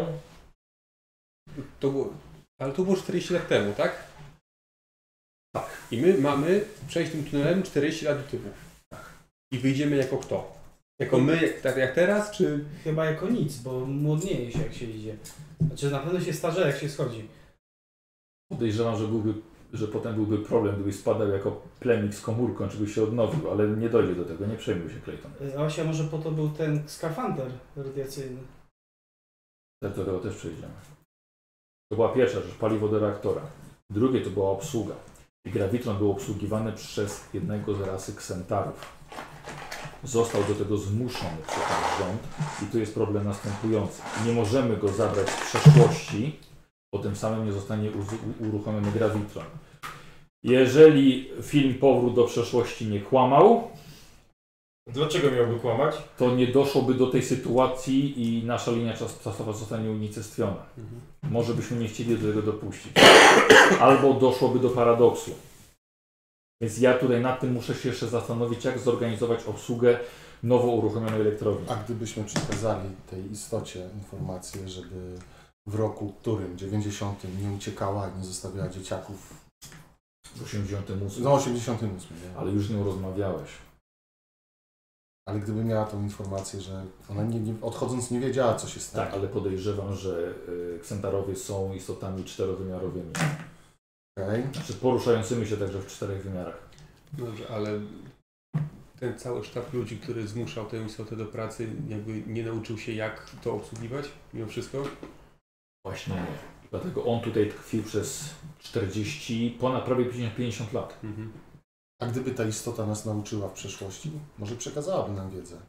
Ale to było 40 lat temu, tak? Tak. I my mamy przejść tym tunelem 40 lat do tyłu. Tak. I wyjdziemy jako kto? Jako my, tak jak teraz, czy... Chyba jako nic, bo młodnieje się jak się idzie. Znaczy na pewno się starzeje jak się schodzi. Podejrzewam, że potem byłby problem, gdybyś spadał jako plemnik z komórką, czy byś się odnowił, ale nie dojdzie do tego, nie przejmuj się, Clayton. Asia, może po to był ten skafander radiacyjny. Do tego też przejdziemy. To była pierwsza rzecz, paliwo do reaktora. Drugie to była obsługa. I grawitron był obsługiwany przez jednego z rasy ksentarów. Został do tego zmuszony przez nasz rząd i tu jest problem następujący. Nie możemy go zabrać z przeszłości, bo tym samym nie zostanie uruchomiony grawitron. Jeżeli film Powrót do przeszłości nie kłamał, dlaczego miałby kłamać? to nie doszłoby do tej sytuacji i nasza linia czasowa zostanie unicestwiona. Może byśmy nie chcieli do tego dopuścić. Albo doszłoby do paradoksu. Więc ja tutaj nad tym muszę się jeszcze zastanowić, jak zorganizować obsługę nowo uruchomionej elektrowni. A gdybyśmy przekazali tej istocie informację, żeby w roku którym, 90, nie uciekała i nie zostawiała dzieciaków W 88. no 88, nie? Ale już z nią rozmawiałeś. Ale gdyby miała tą informację, że ona odchodząc nie wiedziała, co się stanie. Tak, ale podejrzewam, że Ksentarowie są istotami czterowymiarowymi. Okay. Znaczy poruszającymi się także w 4 wymiarach. Dobrze, ale ten cały sztab ludzi, który zmuszał tę istotę do pracy, jakby nie nauczył się, jak to obsługiwać mimo wszystko? Właśnie nie. Dlatego on tutaj tkwił przez 40, ponad prawie 50 lat. Mhm. A gdyby ta istota nas nauczyła w przeszłości, może przekazałaby nam wiedzę.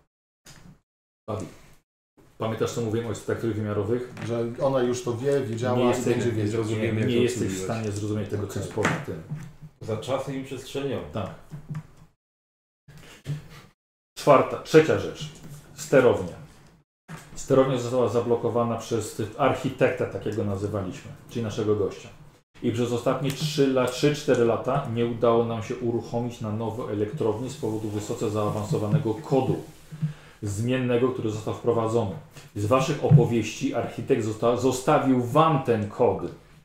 Pamiętasz, co mówiłem o istotach trójwymiarowych? Że ona już to wie, wiedziała Nie i jesteś- będzie wiedzieć. Nie jesteś w stanie zrozumieć tego, co jest poza tym. Za czasem i przestrzenią. Tak. Trzecia rzecz. Sterownia. Sterownia została zablokowana przez architekta, takiego nazywaliśmy, czyli naszego gościa. I przez ostatnie 3-4 lata nie udało nam się uruchomić na nowo elektrowni z powodu wysoce zaawansowanego kodu zmiennego, który został wprowadzony. Z waszych opowieści architekt zostawił wam ten kod.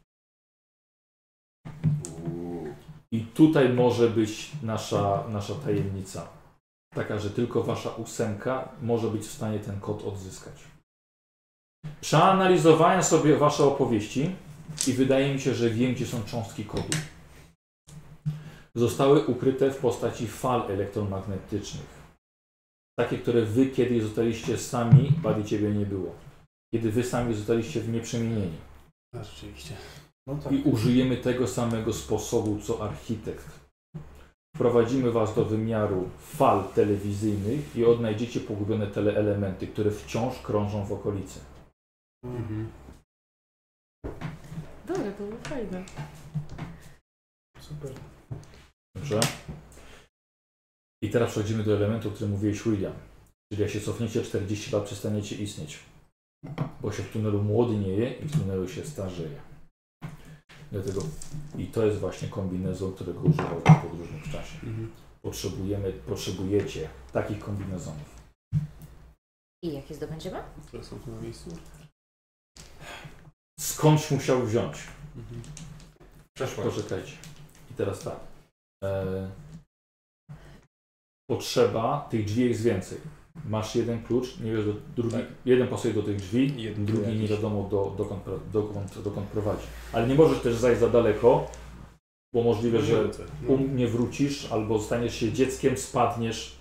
I tutaj może być nasza tajemnica. Taka, że tylko wasza 8 może być w stanie ten kod odzyskać. Przeanalizowałem sobie wasze opowieści i wydaje mi się, że wiem, gdzie są cząstki kodu. Zostały ukryte w postaci fal elektromagnetycznych. Takie, które wy kiedyś zostaliście sami, Buddy ciebie nie było. Kiedy wy sami zostaliście w nie przemienieni. A, rzeczywiście. No tak. I użyjemy tego samego sposobu, co architekt. Wprowadzimy was do wymiaru fal telewizyjnych i odnajdziecie pogubione teleelementy, które wciąż krążą w okolicy. Mhm. Dobra, to było fajne. Super. Dobrze? I teraz przechodzimy do elementu, o którym mówiłeś, William. Czyli jak się cofniecie 40 lat, przestaniecie istnieć. Bo się w tunelu młodnieje i w tunelu się starzeje. Dlatego i to jest właśnie kombinezon, którego używał podróżnik w czasie. Potrzebujecie takich kombinezonów. I jakie zdobędziemy? Które są tu na miejscu? Skądś musiał wziąć. Przeszłość. Poczekajcie. I teraz tak. Potrzeba tych drzwi jest więcej. Masz jeden klucz, nie wiesz, drugi, Tak. jeden pasuje do tych drzwi, Jeden drugi nie jakiś. wiadomo dokąd prowadzi. Ale nie możesz też zajść za daleko, bo możliwe, że nie wrócisz, albo staniesz się dzieckiem, spadniesz.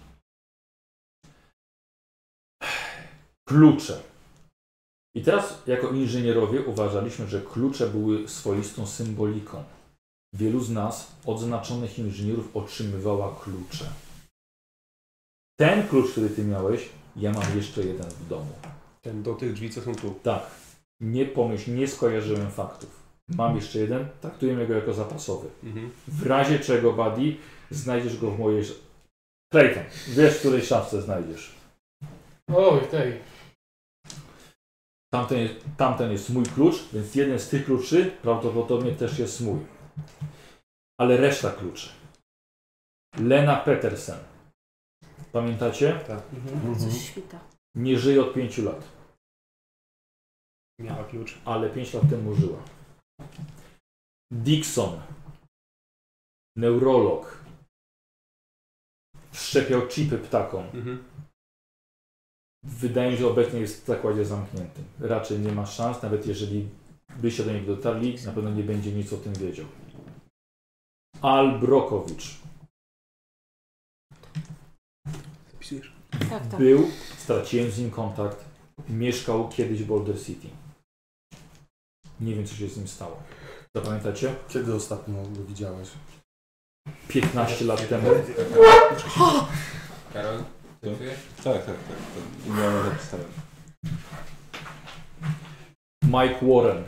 Klucze. I teraz jako inżynierowie uważaliśmy, że klucze były swoistą symboliką. Wielu z nas, odznaczonych inżynierów, otrzymywała klucze. Ten klucz, który ty miałeś, ja mam jeszcze jeden w domu. Ten do tych drzwi, co są tu. Tak. Nie pomyśl, nie skojarzyłem faktów. Mam jeszcze jeden, traktujemy go jako zapasowy. W razie czego, Buddy, znajdziesz go w mojej... Clayton, wiesz, w której szafce znajdziesz. Oj, tej. Tamten jest mój klucz, więc jeden z tych kluczy prawdopodobnie też jest mój. Ale reszta kluczy. Lena Petersen. Pamiętacie? Tak. Coś świta. Nie żyje od 5 lat. Miała klucz. Ale 5 lat temu żyła. Dixon. Neurolog. Wszczepiał chipy ptakom. Wydaje mi się, że obecnie jest w zakładzie zamkniętym. Raczej nie ma szans, nawet jeżeli byście do niego dotarli, na pewno nie będzie nic o tym wiedział. Al Brokowicz. Zapisujesz? Tak, tak. Był, straciłem z nim kontakt, mieszkał kiedyś w Boulder City. Nie wiem, co się z nim stało. Zapamiętacie? Kiedy ostatnio go widziałeś? 15 lat temu. Karol, pracujesz? Tak. Miałem napisane. Mike Warren.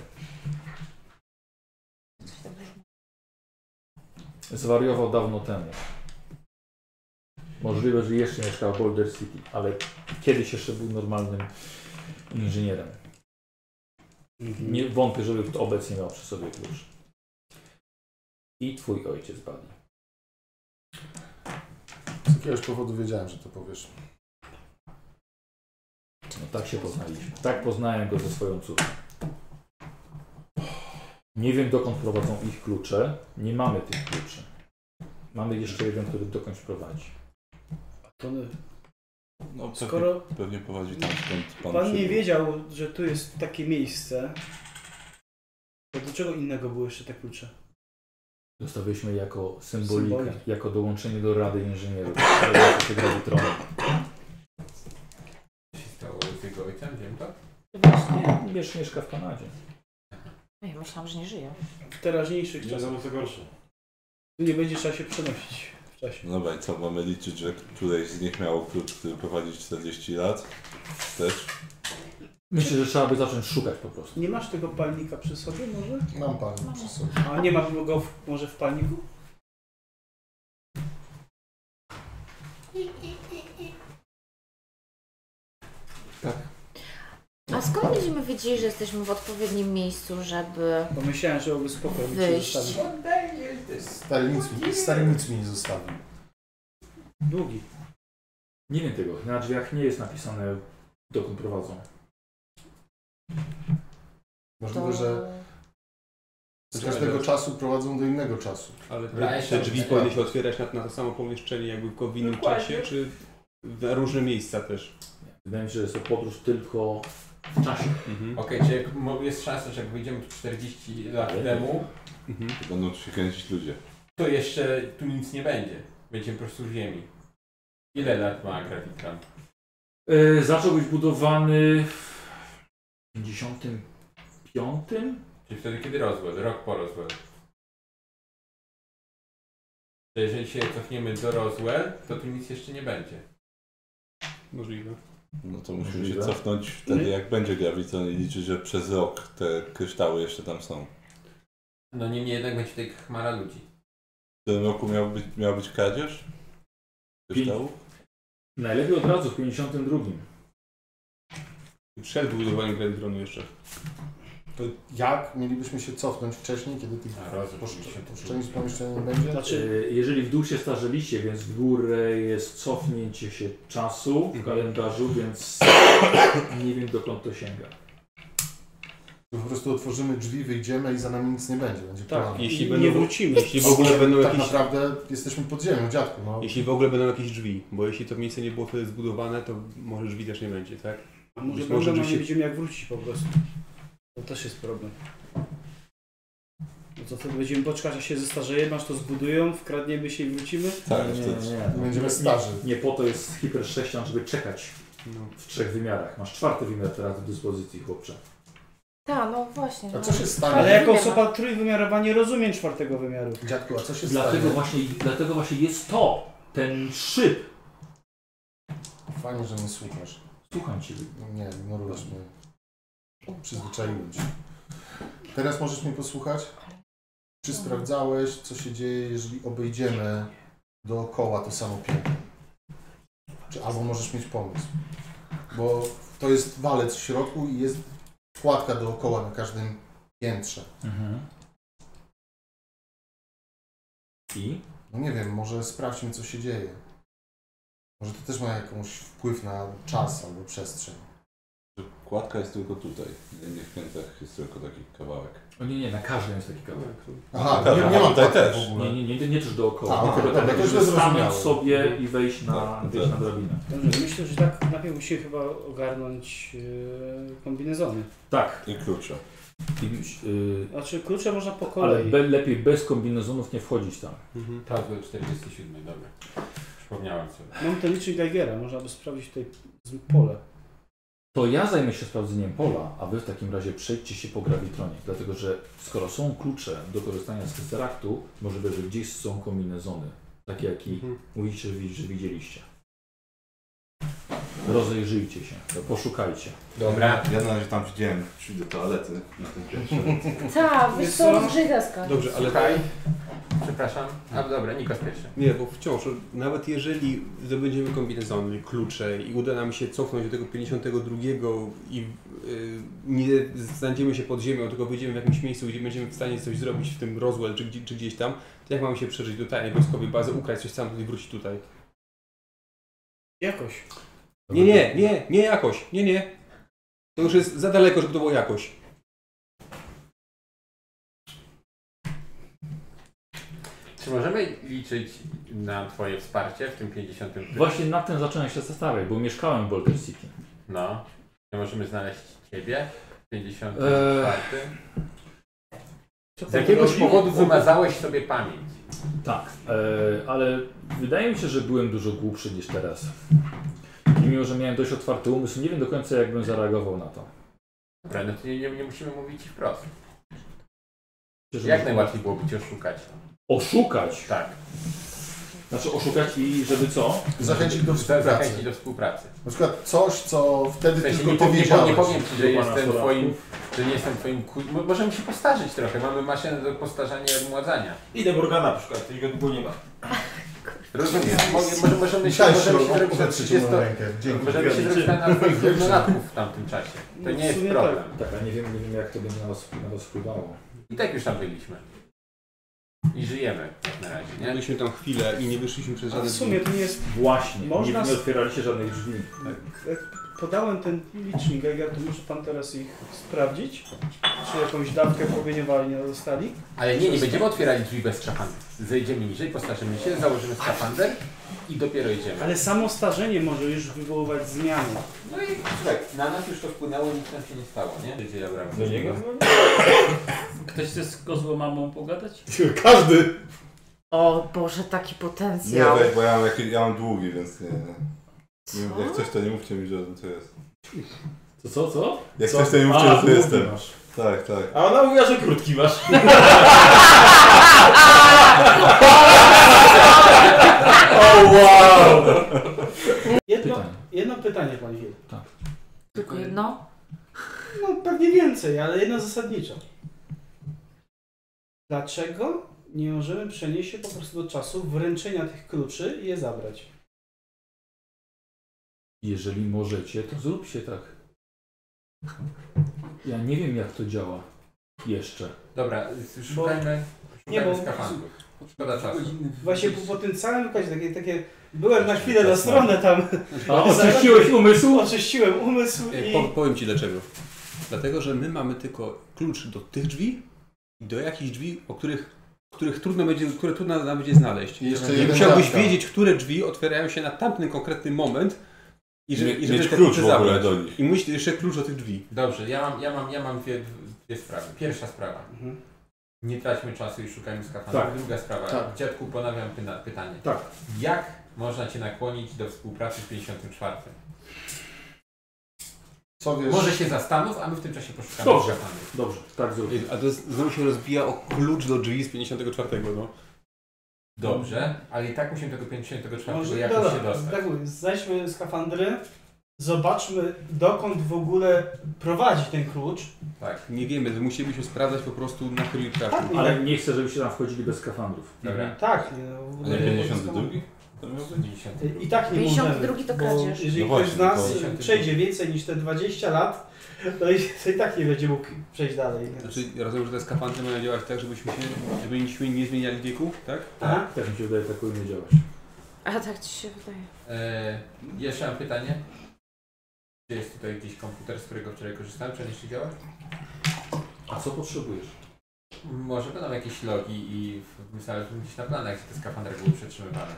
Zwariował dawno temu. Możliwe, że jeszcze mieszkał w Boulder City, ale kiedyś jeszcze był normalnym inżynierem. Nie wątpię, żeby kto obecnie miał przy sobie klucz. I twój ojciec, Buddy. jakiegoś powodu wiedziałem, że to powiesz. No tak się poznaliśmy. Tak poznałem go ze swoją córką. Nie wiem, dokąd prowadzą ich klucze. Nie mamy tych kluczy. Mamy jeszcze jeden, który dokądś prowadzi. To No pewnie, skoro pewnie prowadzi tam, skąd pan pan nie przybył. wiedział, że tu jest takie miejsce, to do czego innego były jeszcze te klucze? Zostawiliśmy jako symbolikę, Symbolik. jako dołączenie do Rady Inżynierów. Się gravitronu. Co się stało z jego ojcem? Wiem to? Właśnie. Wiesz, mieszka w Kanadzie. Ja myślałam, że nie żyje. W teraźniejszych Nie czasach. za co gorsze. Tu nie będzie trzeba się przenosić w czasie. No dobra, i co, mamy liczyć, że któreś z nich miało klucz, który prowadzi 40 lat? Też? Myślę, że trzeba by zacząć szukać po prostu. Nie masz tego palnika przy sobie może? Mam palnik przy sobie. A nie ma go może w palniku? A skąd będziemy wiedzieli, że jesteśmy w odpowiednim miejscu, żeby Bo myślałem, że byłoby spoko, jakby się wyjść? zostawił. Stary nic mi nie zostawił. Długi. Nie wiem tego. Na drzwiach nie jest napisane, dokąd prowadzą. Możliwe, że z każdego czasu prowadzą do innego czasu. Ale Dobra, te drzwi jeszcze- powinny się otwierać na to samo pomieszczenie, jakby tylko w innym czasie, czy na różne miejsca też? Wydaje mi się, że jest to podróż tylko w czasie. Okej, czy jak jest szansa, że jak wyjdziemy tu 40 lat temu, To będą tu się kręcić ludzie. to jeszcze tu nic nie będzie. Będziemy po prostu w ziemi. Ile lat ma Gravitron? Zaczął być budowany w 55? Czyli wtedy kiedy Roswell, rok po Roswell. To jeżeli się cofniemy do Roswell, to tu nic jeszcze nie będzie. Możliwe. No to musimy się Możliwe. cofnąć wtedy, jak będzie grawitron i liczyć, że przez rok te kryształy jeszcze tam są. No niemniej jednak będzie tutaj chmara ludzi. W tym roku miała być kradzież kryształów? Najlepiej od razu w 52. Przed budowaniem gravitronu jeszcze. To jak mielibyśmy się cofnąć wcześniej, kiedy tych część pomieszczenia nie będzie? Znaczy, Jeżeli w dół się starzeliście, więc w górę jest cofnięcie się czasu w kalendarzu, więc nie wiem, dokąd to sięga. To po prostu otworzymy drzwi, wyjdziemy i za nami nic nie będzie. Będzie tak, plan. Jeśli nie będą- wrócimy. Jeśli w ogóle będą Tak jakieś... naprawdę jesteśmy pod ziemią, dziadku. No. Jeśli w ogóle będą jakieś drzwi, bo jeśli to miejsce nie było wtedy zbudowane, to może drzwi też nie będzie, tak? A może Być będą, może a nie się- widzimy jak wrócić po prostu. To też jest problem. No to wtedy będziemy poczekać, aż się zestarzejemy, aż to zbudują, wkradniemy się i wrócimy. Tak, nie, wtedy. nie. Będziemy starzy. Nie po to jest hipersześcian, żeby czekać No. w 3 wymiarach. Masz 4. wymiar teraz do dyspozycji, chłopcze. Tak, no właśnie. A no. co się stanie? Ale jako osoba trójwymiarowa nie rozumiem czwartego wymiaru. Dziadku, a co się Dlatego stanie? właśnie jest to, ten szyb. Fajnie, że mnie słuchasz. Słucham Cię. Nie, ignorujesz mnie. Przyzwyczaiłem się. Teraz możesz mnie posłuchać? Czy sprawdzałeś, co się dzieje, jeżeli obejdziemy dookoła to samo piętro? Albo możesz mieć pomysł? Bo to jest walec w środku i jest kładka dookoła na każdym piętrze. I? No nie wiem, może sprawdźmy, co się dzieje. Może to też ma jakąś wpływ na czas albo przestrzeń. Kładka jest tylko tutaj. W innych piętrach jest tylko taki kawałek. O nie, na każdym jest taki kawałek. Aha, Tak, nie ma tutaj kładki też. w ogóle. Nie też dookoła. A, Tylko dobra, tak, to już żeby stanąć zrozumiałem. sobie i wejść na drabinę. Dobrze, myślę, że tak najpierw musimy chyba ogarnąć kombinezony. Tak. I klucze. Znaczy klucze można po Ale kolei. lepiej bez kombinezonów nie wchodzić tam. Roswell 47, dobra. Przypomniałem sobie. Mam ten licznik Geigera, można by sprawdzić tutaj pole. To ja zajmę się sprawdzeniem pola, a wy w takim razie przejdźcie się po gravitronie. Dlatego, że skoro są klucze do korzystania z Tesseractu, możliwe, że gdzieś są kombinezony. Takie, jakie mówicie, że widzieliście. Rozejrzyjcie się, poszukajcie. Dobra. Ja na razie tam widziałem drzwi do toalety na tym piętrze. Tak, wiesz Wiesz co, co? rozgrzyj deskę. Dobrze, ale... Słuchaj. Przepraszam. A dobra, Nikos pierwszy. Nie, bo wciąż, nawet jeżeli zdobędziemy kombinezony, klucze i uda nam się cofnąć do tego 52 i nie znajdziemy się pod ziemią, tylko wyjdziemy w jakimś miejscu, gdzie będziemy w stanie coś zrobić w tym Roswell czy gdzieś tam, to jak mamy się przeżyć do tajnej wojskowej bazy, ukraść coś tam i wrócić tutaj? Jakoś. Nie jakoś. Nie. To już jest za daleko, żeby to było jakoś. Czy możemy liczyć na twoje wsparcie w tym 50. Właśnie nad tym zacząłem się zastanawiać, bo mieszkałem w Boulder City. No. Czy możemy znaleźć ciebie w 54? Z jakiegoś powodu wymazałeś sobie pamięć. Tak, ale wydaje mi się, że byłem dużo głupszy niż teraz. I mimo, że miałem dość otwarty umysł, nie wiem do końca, jak bym zareagował na to. Dobra, no to nie musimy mówić ci wprost. Że Jak najłatwiej byłoby cię oszukać? Oszukać? Tak. Znaczy oszukać i żeby co? Zachęcić do współpracy. Zachęcić do współpracy. Na przykład coś, co wtedy W sensie tylko nie powiedziałeś. powiem ci, że jestem nastolatków. twoim, że nie jestem twoim możemy się postarzyć trochę, mamy maszynę do postarzania i odmładzania. Idę Morgana na przykład, tego długo nie ma. Rozumiem, możemy się Musiałeś zrobić trzecią rękę. Dzięki. możemy się zrobić na twoich równolatków w tamtym czasie. To nie jest problem. Tak, ale nie wiem jak to będzie na was wpływało. I tak już tam byliśmy. I żyjemy jak na razie, nie? Byliśmy tam chwilę i nie wyszliśmy przez A żadne w sumie to nie jest... Właśnie, Można nie otwieraliście żadnych drzwi. Jak podałem ten licznik Geiger, to może pan teraz ich sprawdzić? Czy jakąś dawkę promieniowania nie dostali? Ale nie będziemy otwierali drzwi bez skafandrów. Zejdziemy niżej, postarzymy się, założymy skafander i dopiero idziemy. Ale samo starzenie może już wywoływać zmiany. No i słuchaj, na nas już to wpłynęło, nic nam się nie stało, nie? Gdzie ja brałem Do niego? Ktoś chce z kozłą mamą pogadać? Każdy! O Boże, taki Nie, potencjał. weź, bo ja mam długi, więc nie. Co? Jak coś, to nie mówcie mi, że to jest. Co? Jak Co? coś, to nie mówcie, że to jestem. masz. Tak. A ona mówiła, że krótki masz. O wow! Jedno pytanie, panie Hill. Tylko jedno? No pewnie więcej, ale jedno zasadniczo. Dlaczego nie możemy przenieść się po prostu do czasu wręczenia tych kluczy i je zabrać? Jeżeli możecie, to zróbcie tak. Ja nie wiem, jak to działa. Jeszcze. Dobra, szukajmy bo- skafandrów. Szkoda czasu. Właśnie po tym całym wykazie, takie byłem na chwilę na stronę tam, A oczyściłeś umysł? oczyściłem umysł i... Powiem Ci dlaczego. Dlatego, że my mamy tylko klucz do tych drzwi i do jakichś drzwi, które trudno nam będzie znaleźć. I jeszcze I jeden musiałbyś dawka. wiedzieć, które drzwi otwierają się na tamten konkretny moment i żeby Mieć te klucz klucze w ogóle zabrać. do nich. I musisz jeszcze klucz do tych drzwi. Dobrze, ja mam dwie sprawy. Pierwsza sprawa. Mhm. Nie traćmy czasu i szukajmy skafandrów. Tak. Druga sprawa. Tak. Dziadku, ponawiam pytanie. Tak. Jak można cię nakłonić do współpracy w 54? Co wiesz? Może się zastanów, a my w tym czasie poszukamy Dobrze. skafandrów. Dobrze, tak zrób. A to znowu się rozbija o klucz do drzwi z 54, no. Dobrze, ale i tak musimy tego 54 Może, jakoś dobra, się dostać. tak mówię, znajdźmy skafandry, zobaczmy dokąd w ogóle prowadzi ten klucz. Tak. Nie wiemy, musielibyśmy sprawdzać po prostu na chwilę Tak, Ale nie chcę, żebyście tam wchodzili bez skafandrów. Dobra. Tak, nie, no, w A nie ogóle 52? To miał być? 52. I tak nie 52 możemy, to bo kradzież. jeżeli No ktoś właśnie, z nas to- 52. przejdzie więcej niż te 20 lat, to i tak nie będzie mógł przejść dalej. Więc... Znaczy, rozumiem, że te skafandry mają działać tak, żebyśmy nie zmieniali wieku, tak? Aha. Tak mi się wydaje, tak powinno działać. A tak ci się wydaje. Jeszcze mam pytanie. Czy jest tutaj jakiś komputer, z którego wczoraj korzystałem? Czy on jeszcze działa? A co potrzebujesz? Może będą jakieś logi i wpisałem gdzieś na planach, gdzie te skafandry były przetrzymywane.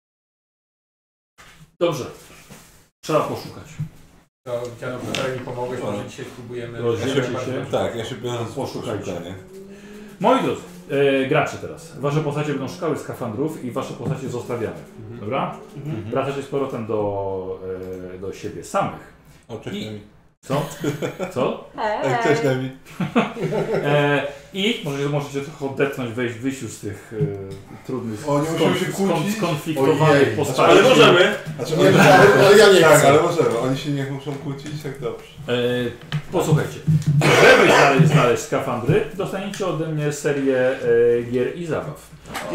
Dobrze. Trzeba poszukać. To dziadku, wczoraj mi pomogłeś, może dzisiaj spróbujemy... Rozdzielcie się. Tak, ja się biorę za Poszukajcie. szukanie. Moi drodzy, gracze teraz. Wasze postacie będą szukały skafandrów i wasze postacie zostawiamy. Dobra? Wracacie z powrotem do siebie samych. O, cześć Nemi. Co? Co? Cześć Nemi. I możecie trochę odetchnąć, wyjść już z tych trudnych, O, nie musimy się kłócić? skonfliktowanych Ojej. postaci. Ale możemy! Znaczy, Nie, oni- ale ja nie tak, chcę. ale możemy. Oni się nie muszą kłócić, tak dobrze. Posłuchajcie, żeby znaleźć skafandry, dostaniecie ode mnie serię gier i zabaw.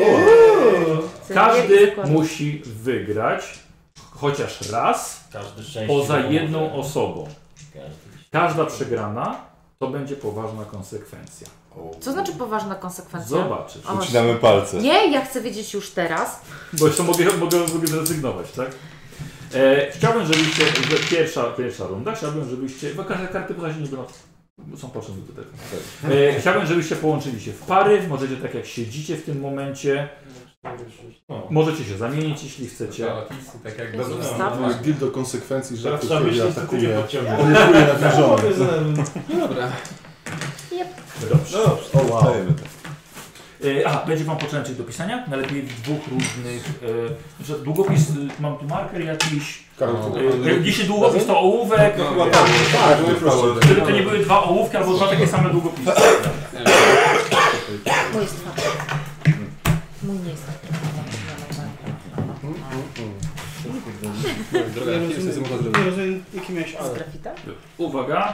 Każdy musi wygrać chociaż raz Każdy szczęście. poza jedną osobą. Każda przegrana to będzie poważna konsekwencja. Co znaczy poważna konsekwencja? Zobaczysz. O, Ucinamy palce. Nie, ja chcę wiedzieć już teraz. Bo jeszcze mogę zrezygnować, tak? Chciałbym, żebyście, pierwsza runda, chciałbym, żebyście, bo karty postaci nie są potrzebne do tego. Chciałbym, żebyście połączyli się w pary, możecie tak jak siedzicie w tym momencie. Możecie się zamienić, jeśli chcecie. Tak jak Jezu, do wstawa. Deal do konsekwencji, że Teraz ktoś trzeba ciebie myśleć, co atakuje. cię podciągnie. Omiekuje nawilżony. No dobra. Dobrze. No, O, wow. Będzie wam potrzebny coś do pisania? Najlepiej w dwóch różnych. Że długopis, mam tu marker jakiś. Jeśli długopis to ołówek. Tak, najprościej. Żeby to nie były dwa ołówki albo dwa takie same długopisy. Mój jest twardy. Mój nie jest taki. Droga, nie wiem, co można Nie zrobić. rozumiem, jaki miałeś Z ale. grafita? Uwaga,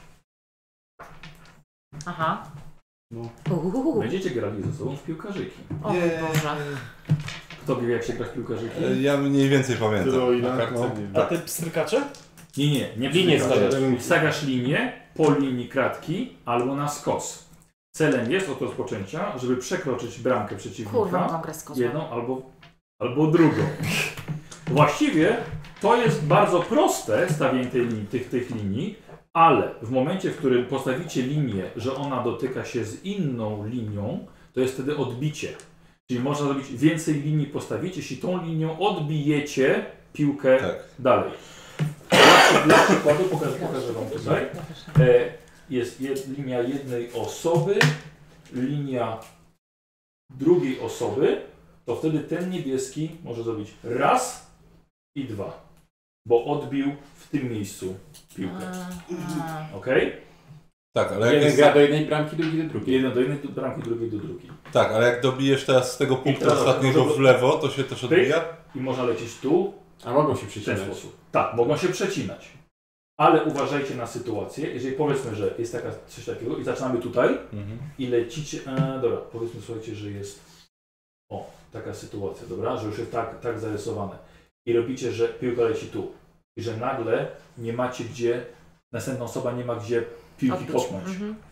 Aha. No. będziecie grali ze sobą w piłkarzyki. O mój Boże. Kto wie, jak się gra w piłkarzyki? Ja mniej więcej pamiętam. Tyle o ile, Na kartce no. A te pstrykacze? Nie Linię stawiasz. stawiasz. Stawiasz linię po linii kratki albo na skos. Celem jest od rozpoczęcia, żeby przekroczyć bramkę Kurwa, przeciwnika, mogą grać z kozłem. jedną albo drugą. Właściwie to jest bardzo proste stawienie tych linii, ale w momencie, w którym postawicie linię, że ona dotyka się z inną linią, to jest wtedy odbicie. Czyli można zrobić więcej linii postawić, jeśli tą linią odbijecie piłkę dalej. Dla przykładu pokażę wam tutaj. Jest linia jednej osoby, linia drugiej osoby, to wtedy ten niebieski może zrobić raz i dwa, bo odbił w tym miejscu piłkę. Ok? Tak, ale jak Jeden jest... gra do jednej bramki, drugi do drugiej. Jeden do jednej bramki, drugiej do drugiej. Tak, ale jak dobijesz teraz z tego punktu teraz ostatniego może- w lewo, to się też odbija? I można lecieć tu, A mogą się w ten przycinać. sposób. Tak, mogą się przecinać. Ale uważajcie na sytuację, jeżeli powiedzmy, że jest coś takiego i zaczynamy tutaj i lecicie, dobra, powiedzmy słuchajcie, że jest taka sytuacja, dobra, że już jest tak zarysowane i robicie, że piłka leci tu i że nagle nie macie gdzie, następna osoba nie ma gdzie piłki kopnąć.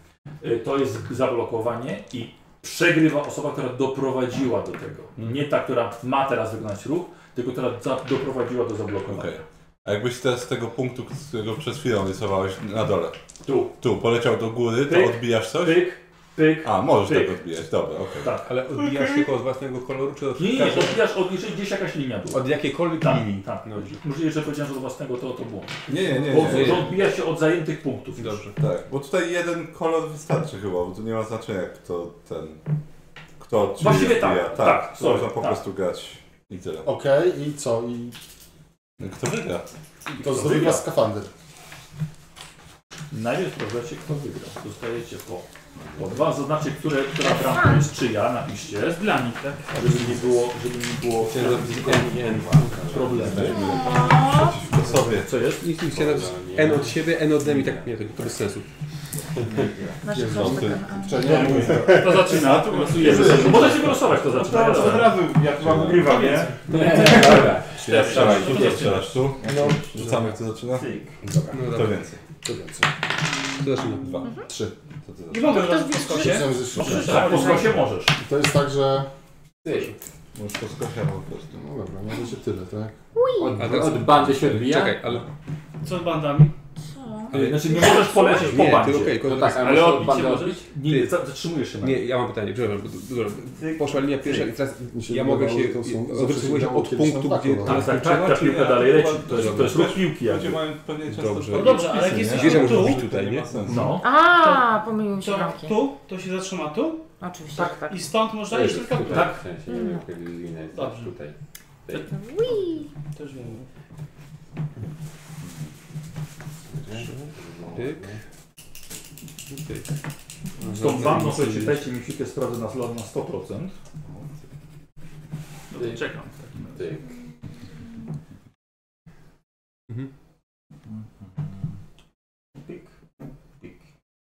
To jest zablokowanie i przegrywa osoba, która doprowadziła do tego. Nie ta, która ma teraz wykonać ruch, tylko która doprowadziła do zablokowania. Okay. A jakbyś teraz z tego punktu, z którego przed chwilą rysowałeś na dole, tu poleciał do góry, to pyk, odbijasz coś? Pyk. A, możesz pyk. tak odbijać, dobra, okej. Tak. Ale odbijasz tylko od własnego koloru, czy od Nie, odbijasz gdzieś jakaś linia była. Od jakiejkolwiek Tak, linii? tak. No. Możliwe, że powiedziałem, że od własnego to było. Nie. Bo odbija się od zajętych punktów. Dobrze. Tak, bo tutaj jeden kolor wystarczy chyba, bo tu nie ma znaczenia kto czy Właściwie odbija. tak, to można sorry, po tak. prostu grać i tyle. Okej, i co? I Kto wygra? to zdobywa skafander. Najpierw sprawdzacie, kto wygrał. Dostajecie po dwa, zaznaczcie, która bramka jest czyja, napiszcie. To jest dla nich, tak? Żeby nie było problemu. Przeciwko sobie. Co jest? Nikt nie chce napisać N od siebie, N od i tak nie, to bez sensu. Nasze To zaczyna, tu głosujemy. Możecie wylosować, kto zaczyna. To od razu, ja tu mam wygrywam, nie? Dobra. Strzelasz tu? Rzucamy, kto zaczyna? No To więcej. To więcej. To zaczyna. 2. 3. To ty Nie zaczynasz. mogę raz w skosie. Zaczynamy ze Możesz, szóstym. tak, po skosie możesz. I to jest tak, że... Możesz po skosie po prostu. No dobra, możecie tyle, tak? Od bandy się odbija? Czekaj, ale... Co z bandami? Znaczy nie możesz polecieć po Nie, ty bandzie. okej, No tak, Ale ale od odbić bandy się odbić? Nie, zatrzymujesz się na Nie, ja mam pytanie, przepraszam, poszła linia pierwsza i teraz ja mogę się odwrócić od punktu, gdzie ta piłka dalej leci. To jest ruch piłki Ludzie jakby. mają pewnie często Dobrze. No dobrze, ale jak wpisy, jesteś Wiesz, że nie? muszę tu, wbić tutaj, nie? No. Pomyliły mi się to bramki. tu, to się zatrzyma tu Oczywiście, Tak. tak. i stąd można iść tylko tu. Tak. W sensie, nie wiem, kiedy lina jest Dobrze. tutaj. Wii. Też wiem. Pyk. Pyk. Z tą bandą sobie czytajcie mi się sprawdzę na 100%. No to czekam w takim razie. Tyk. Mhm. Pik, pik.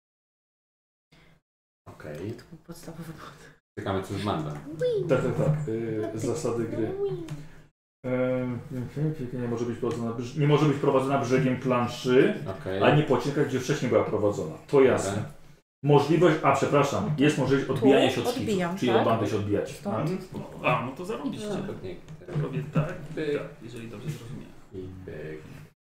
Okej. Podstawowy Czekamy co z bandą. Tak. Zasady gry. Nie może być prowadzona brzegiem planszy, Okej. ani po odcinkach, gdzie wcześniej była prowadzona. To jasne. Możliwość, jest możliwość odbijania się od skicu, odbijam, czyli tak? od bandy się odbijać. Stąd. No to zarobiście. No, pewnie. Robię tak, Pyk. tak, jeżeli dobrze zrozumiałem. I pyk.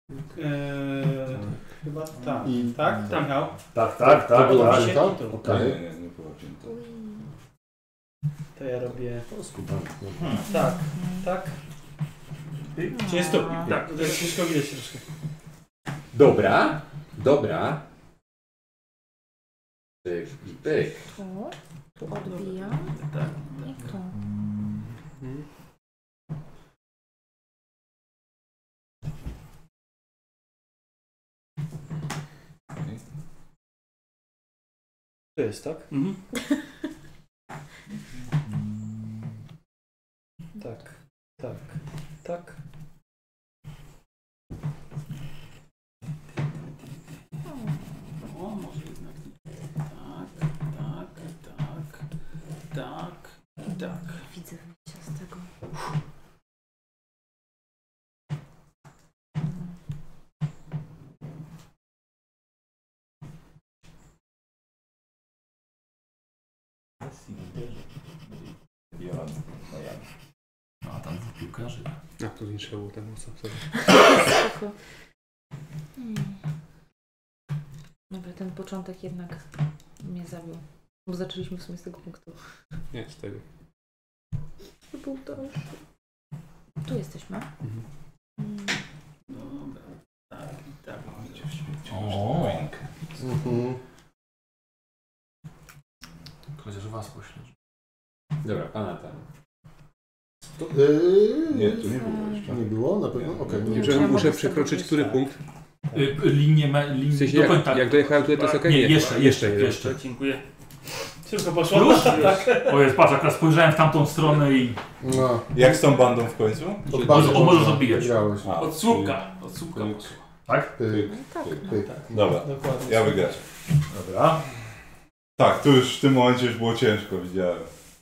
Chyba tak. I- Tak? Tak. Michał? Tak, tak, To tak. było tak. wzięta? Nie, Okej. nie było wzięte. To ja robię... To skubany. Tak, tak. Czy jest to? Tak, to jest ciężko widać troszkę. Dobra, dobra. Pyk i pyk. Tu odbijam. Tak. I tu. To jest, tak? Mhm. Tak, tak, tak. O, może jednak tak, tak, tak, tak, tak. Widzę wyjścia z tego. A tam dwóch piłkarzy. A, to nie trzeba było tak mocno. Spoko. Dobra, ten początek jednak mnie zabił. Bo zaczęliśmy w sumie z tego punktu. Nie, z tego. To był to. Tu jesteśmy. Dobra, tak i tak. O, Chociaż was poślę. Dobra, pana tam. Nie, tu nie było jeszcze. Nie było? Na pewno? Okej. Nie. Że Ja muszę mogę przekroczyć sobie który wyjść. punkt? linię, W sensie do końca. jak dojechałem tutaj to jest okej? Nie, jeszcze. jeszcze. Dziękuję. Szybko poszło. Już? O jest, patrz, jak spojrzałem w tamtą stronę i... No. Jak z tą bandą w końcu? Możesz odbijać. Grałeś. A, Od słupka. Od słupka. Pyk, Tak? pyk, Tak. pyk. Pyk. Dobra, Dokładnie. ja wygrałem. Dobra. Tak, tu już w tym momencie już było ciężko, widziałem.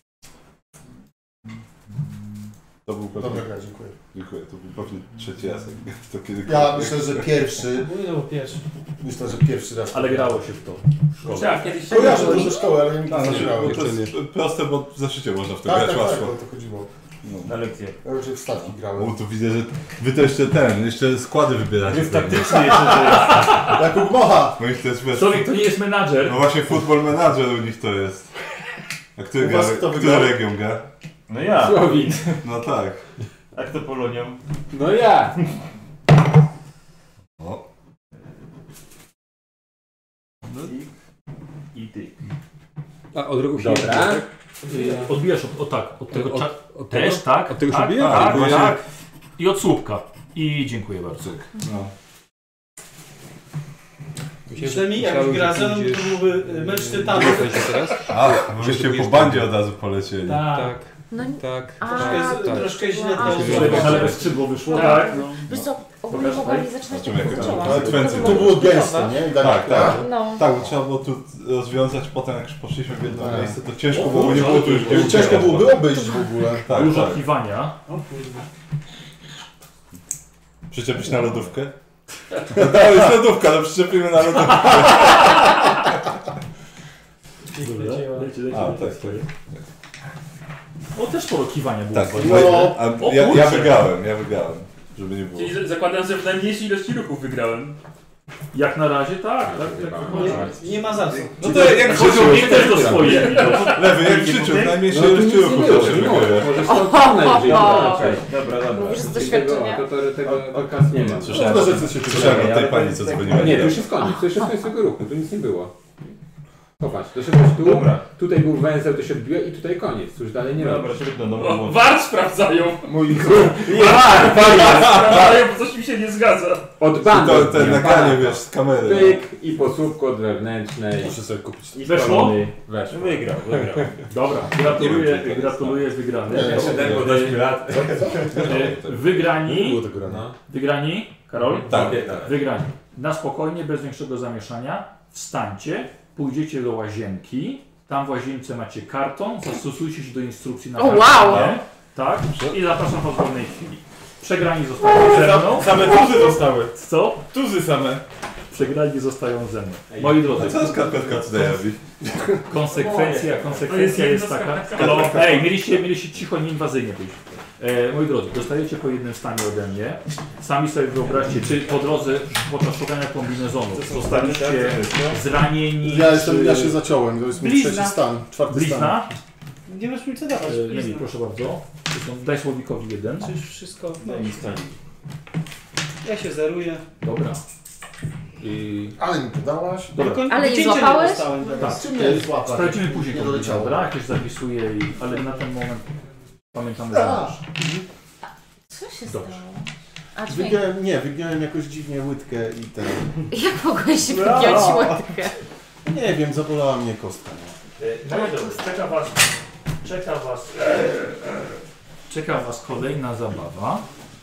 To był Dobra, pewnie... gra, dziękuję. Dziękuję, to był pewnie trzeci raz, jak to kiedykolwiek. Ja myślę, że pierwszy. No bo pierwszy. Myślę, że pierwszy raz. Ale grało się w to. w szkole. Tak, kiedyś Kojarzę to ze szkoły, ale nigdy Tak, nie znaczy, grałem. to jest proste, bo za życie można w to Tak, grać tak, tak, łatwo. o to chodziło. No. Na lekcję. Ja już w stawki grałem. O, tu widzę, że wy to jeszcze składy wybieracie. Jest pewnie. taktyczny jeszcze, że jest. Jakub Mocha! No i to jest wiesz, Człowiek to nie jest menadżer. no właśnie football manager u nich to jest. A który, U was kto który wygrał? region gra? No ja. Słowik. No tak. A kto Polonią? No ja. O. I ty. A od rogu się Dobra. Odbijasz od tego Od- cza- od też, tego? tak. Od tego się tak, bije? tak, Dziękuję. tak. I od słupka. I dziękuję bardzo. No. Przynajmniej jak gra ze mną, to byłby mecz tytanów. teraz? A, żeście po bandzie od razu polecieli. Tak. No nie. Tak. Troszkę źle A, to Dobra. Na lewe skrzydło wyszło. Tak. Tak. Wiesz co, ogólnie Pokaż, mogłam tak? nie zaczynać Zobaczymy, jak jak zaczęłam. to będzie. To było gęste, nie? I Tak, tak. No. Tak, bo trzeba było tu rozwiązać potem, jak już poszliśmy w jedno Tak. miejsce, to ciężko było, nie było tu już gdzie Ciężko uciekać byłoby potem. obejść w ogóle. Tak, Dużo tak. kiwania. O kurde. Przyczepić na lodówkę? No to jest lodówka, no przyczepimy na lodówkę. A, tak, tak. O, też sporo kiwania było. Tak, Bardzo. No. a O ja kurczę. wygrałem, żeby nie było. Czyli zakładam, że w najmniejszej ilości ruchów wygrałem. Jak na razie tak. Nie ma za co. No to jak w życiu, Chodził też do swoich. lewy, jak w życiu, w najmniejszej No, tu ilości nic nie ruchów było, to się nie było. wygrywa. Może stąd tam najwyżej. O. Dobra, dobra. Mówisz z Tego doświadczenia. kas nie ma. Słyszałem, Słyszałem od tej pani, co dzwoniła. Nie, to już jest koniec. To już jest koniec tego ruchu. Tu nic nie było. Popatrz, doszedłeś tu, Dobra. tutaj był węzeł, to się odbiło i tutaj koniec. Cóż dalej nie robisz. Dobra, średnio, dobra. O, VAR sprawdzają! Mój Sprawdzają, bo coś mi się nie zgadza. Od bandy. To te nagranie, wiesz, z kamery. no. Pyk i posłówko od wewnętrznej. Muszę sobie kupić. Weszło? Weszło. Wygrał. Dobra, gratuluję wygrany. Nie, Siedem do 8 lat. Wygrani. było tego rana. Wygrani. Karol? Tak. Wygrani. Na spokojnie, bez większego zamieszania. Wstańcie, pójdziecie do łazienki. Tam w łazience macie karton. Zastosujcie się do instrukcji na O, wow! kartonie. Tak? I zapraszam was w wolnej chwili. Przegrani zostają ze mną. Same tuzy zostały. Co? Tuzy same. Przegrani zostają ze mną. Moi A drodzy, co skarpetka tutaj robi? konsekwencja jest taka. Ej, mieliście cicho, nieinwazyjnie być. Moi drodzy, dostajecie po jednym stanie ode mnie. Sami sobie wyobraźcie, czy po drodze podczas szukania kombinezonów zostaliście zranieni. Ja się zaciąłem, to jest mój Blizna. trzeci stan, czwarty Blizna? Nie masz mi co dawać. Nemi, proszę bardzo. Daj Słowikowi jeden. Czy już wszystko? Daj mi stan. Ja się zeruję. Dobra. Ale mi podałaś. Dobra. Tylko Ale nie wycięcia złapałeś? dostałem teraz. Tak, Czym mnie złapać? sprawdzimy później Nie to doleciało. dobra, jak się zapisuje, ale na ten moment pamiętamy, że masz. Co się Dobrze. stało? A dźwięk. Wygiąłem jakoś dziwnie łydkę i ten... Jak mogłeś się wygiąć łydkę? Nie wiem, zabolała mnie kostka. No i dobrze, czeka was kolejna zabawa.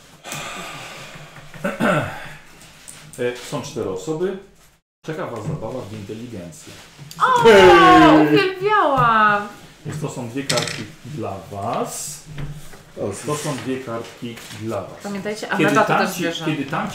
Są 4 osoby. Czeka was zabawa w inteligencję. O, uwielbiałam! Więc to są 2 kartki dla was. To są 2 kartki dla was. Pamiętajcie, Ameba to też bierze.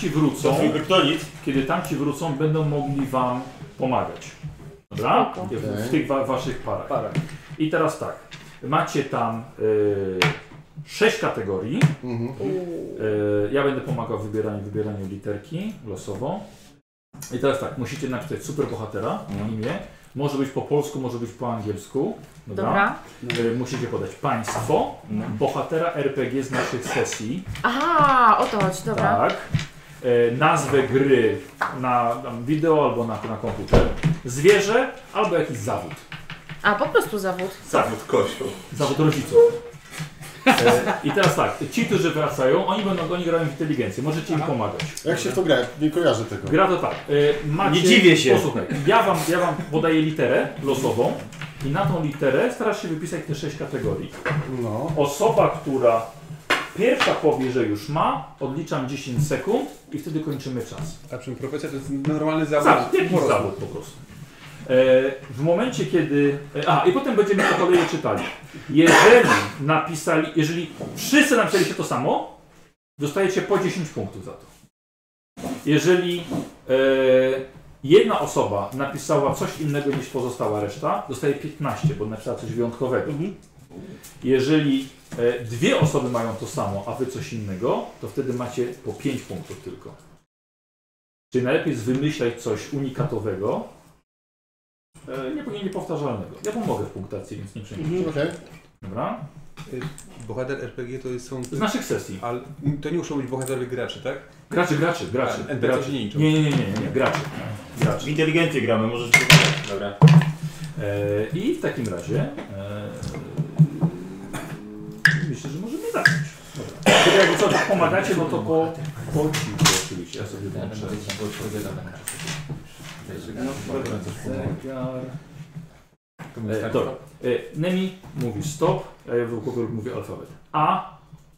Kiedy tamci wrócą, będą mogli wam pomagać. Dobra? Spoko. W tych waszych parach. I teraz tak. Macie tam 6 kategorii. Ja będę pomagał w wybieraniu literki losowo. I teraz tak, musicie napisać superbohatera, imię. Może być po polsku, może być po angielsku. Dobra. Musicie podać państwo, bohatera RPG z naszych sesji. Aha, o to chodzi, dobra. Tak. Nazwę gry na wideo albo na komputer. Zwierzę albo jakiś zawód. A, po prostu zawód. Zawód kością. Zawód rodziców. I teraz tak, ci, którzy wracają, oni grają w inteligencję, możecie im pomagać. Jak się to gra? Nie kojarzę tego. Gra to tak. Macie, Nie dziwię się. Posłuchaj, ja wam podaję literę losową i na tą literę starasz się wypisać te 6 kategorii. No. Osoba, która pierwsza powie, że już ma, odliczam 10 sekund i wtedy kończymy czas. A czym profesja to jest normalny zawód? Jakiś zawód po prostu. W momencie, kiedy... i potem będziemy po kolei czytali. Jeżeli wszyscy napisaliście to samo, dostajecie po 10 punktów za to. Jeżeli jedna osoba napisała coś innego niż pozostała reszta, dostaje 15, bo napisała coś wyjątkowego. Jeżeli 2 osoby mają to samo, a wy coś innego, to wtedy macie po 5 punktów tylko. Czyli najlepiej jest wymyślać coś unikatowego, niepowtarzalnego. Ja pomogę w punktacji, więc nie przejmujcie. Okej. Dobra? Bohater RPG to są... Z naszych sesji. Ale to nie muszą być bohaterowie graczy, tak? Graczy. NPC się nie liczą. Nie, graczy. W inteligencję gramy, możesz powiedzieć. Dobra. I w takim razie myślę, że możemy zacząć. Dobra. Tylko jakby co, tak pomagacie, no to po cichu oczywiście. Ja sobie włączę. Dobra. Nemi mówi stop, a ja w głowie mówię alfabet. A.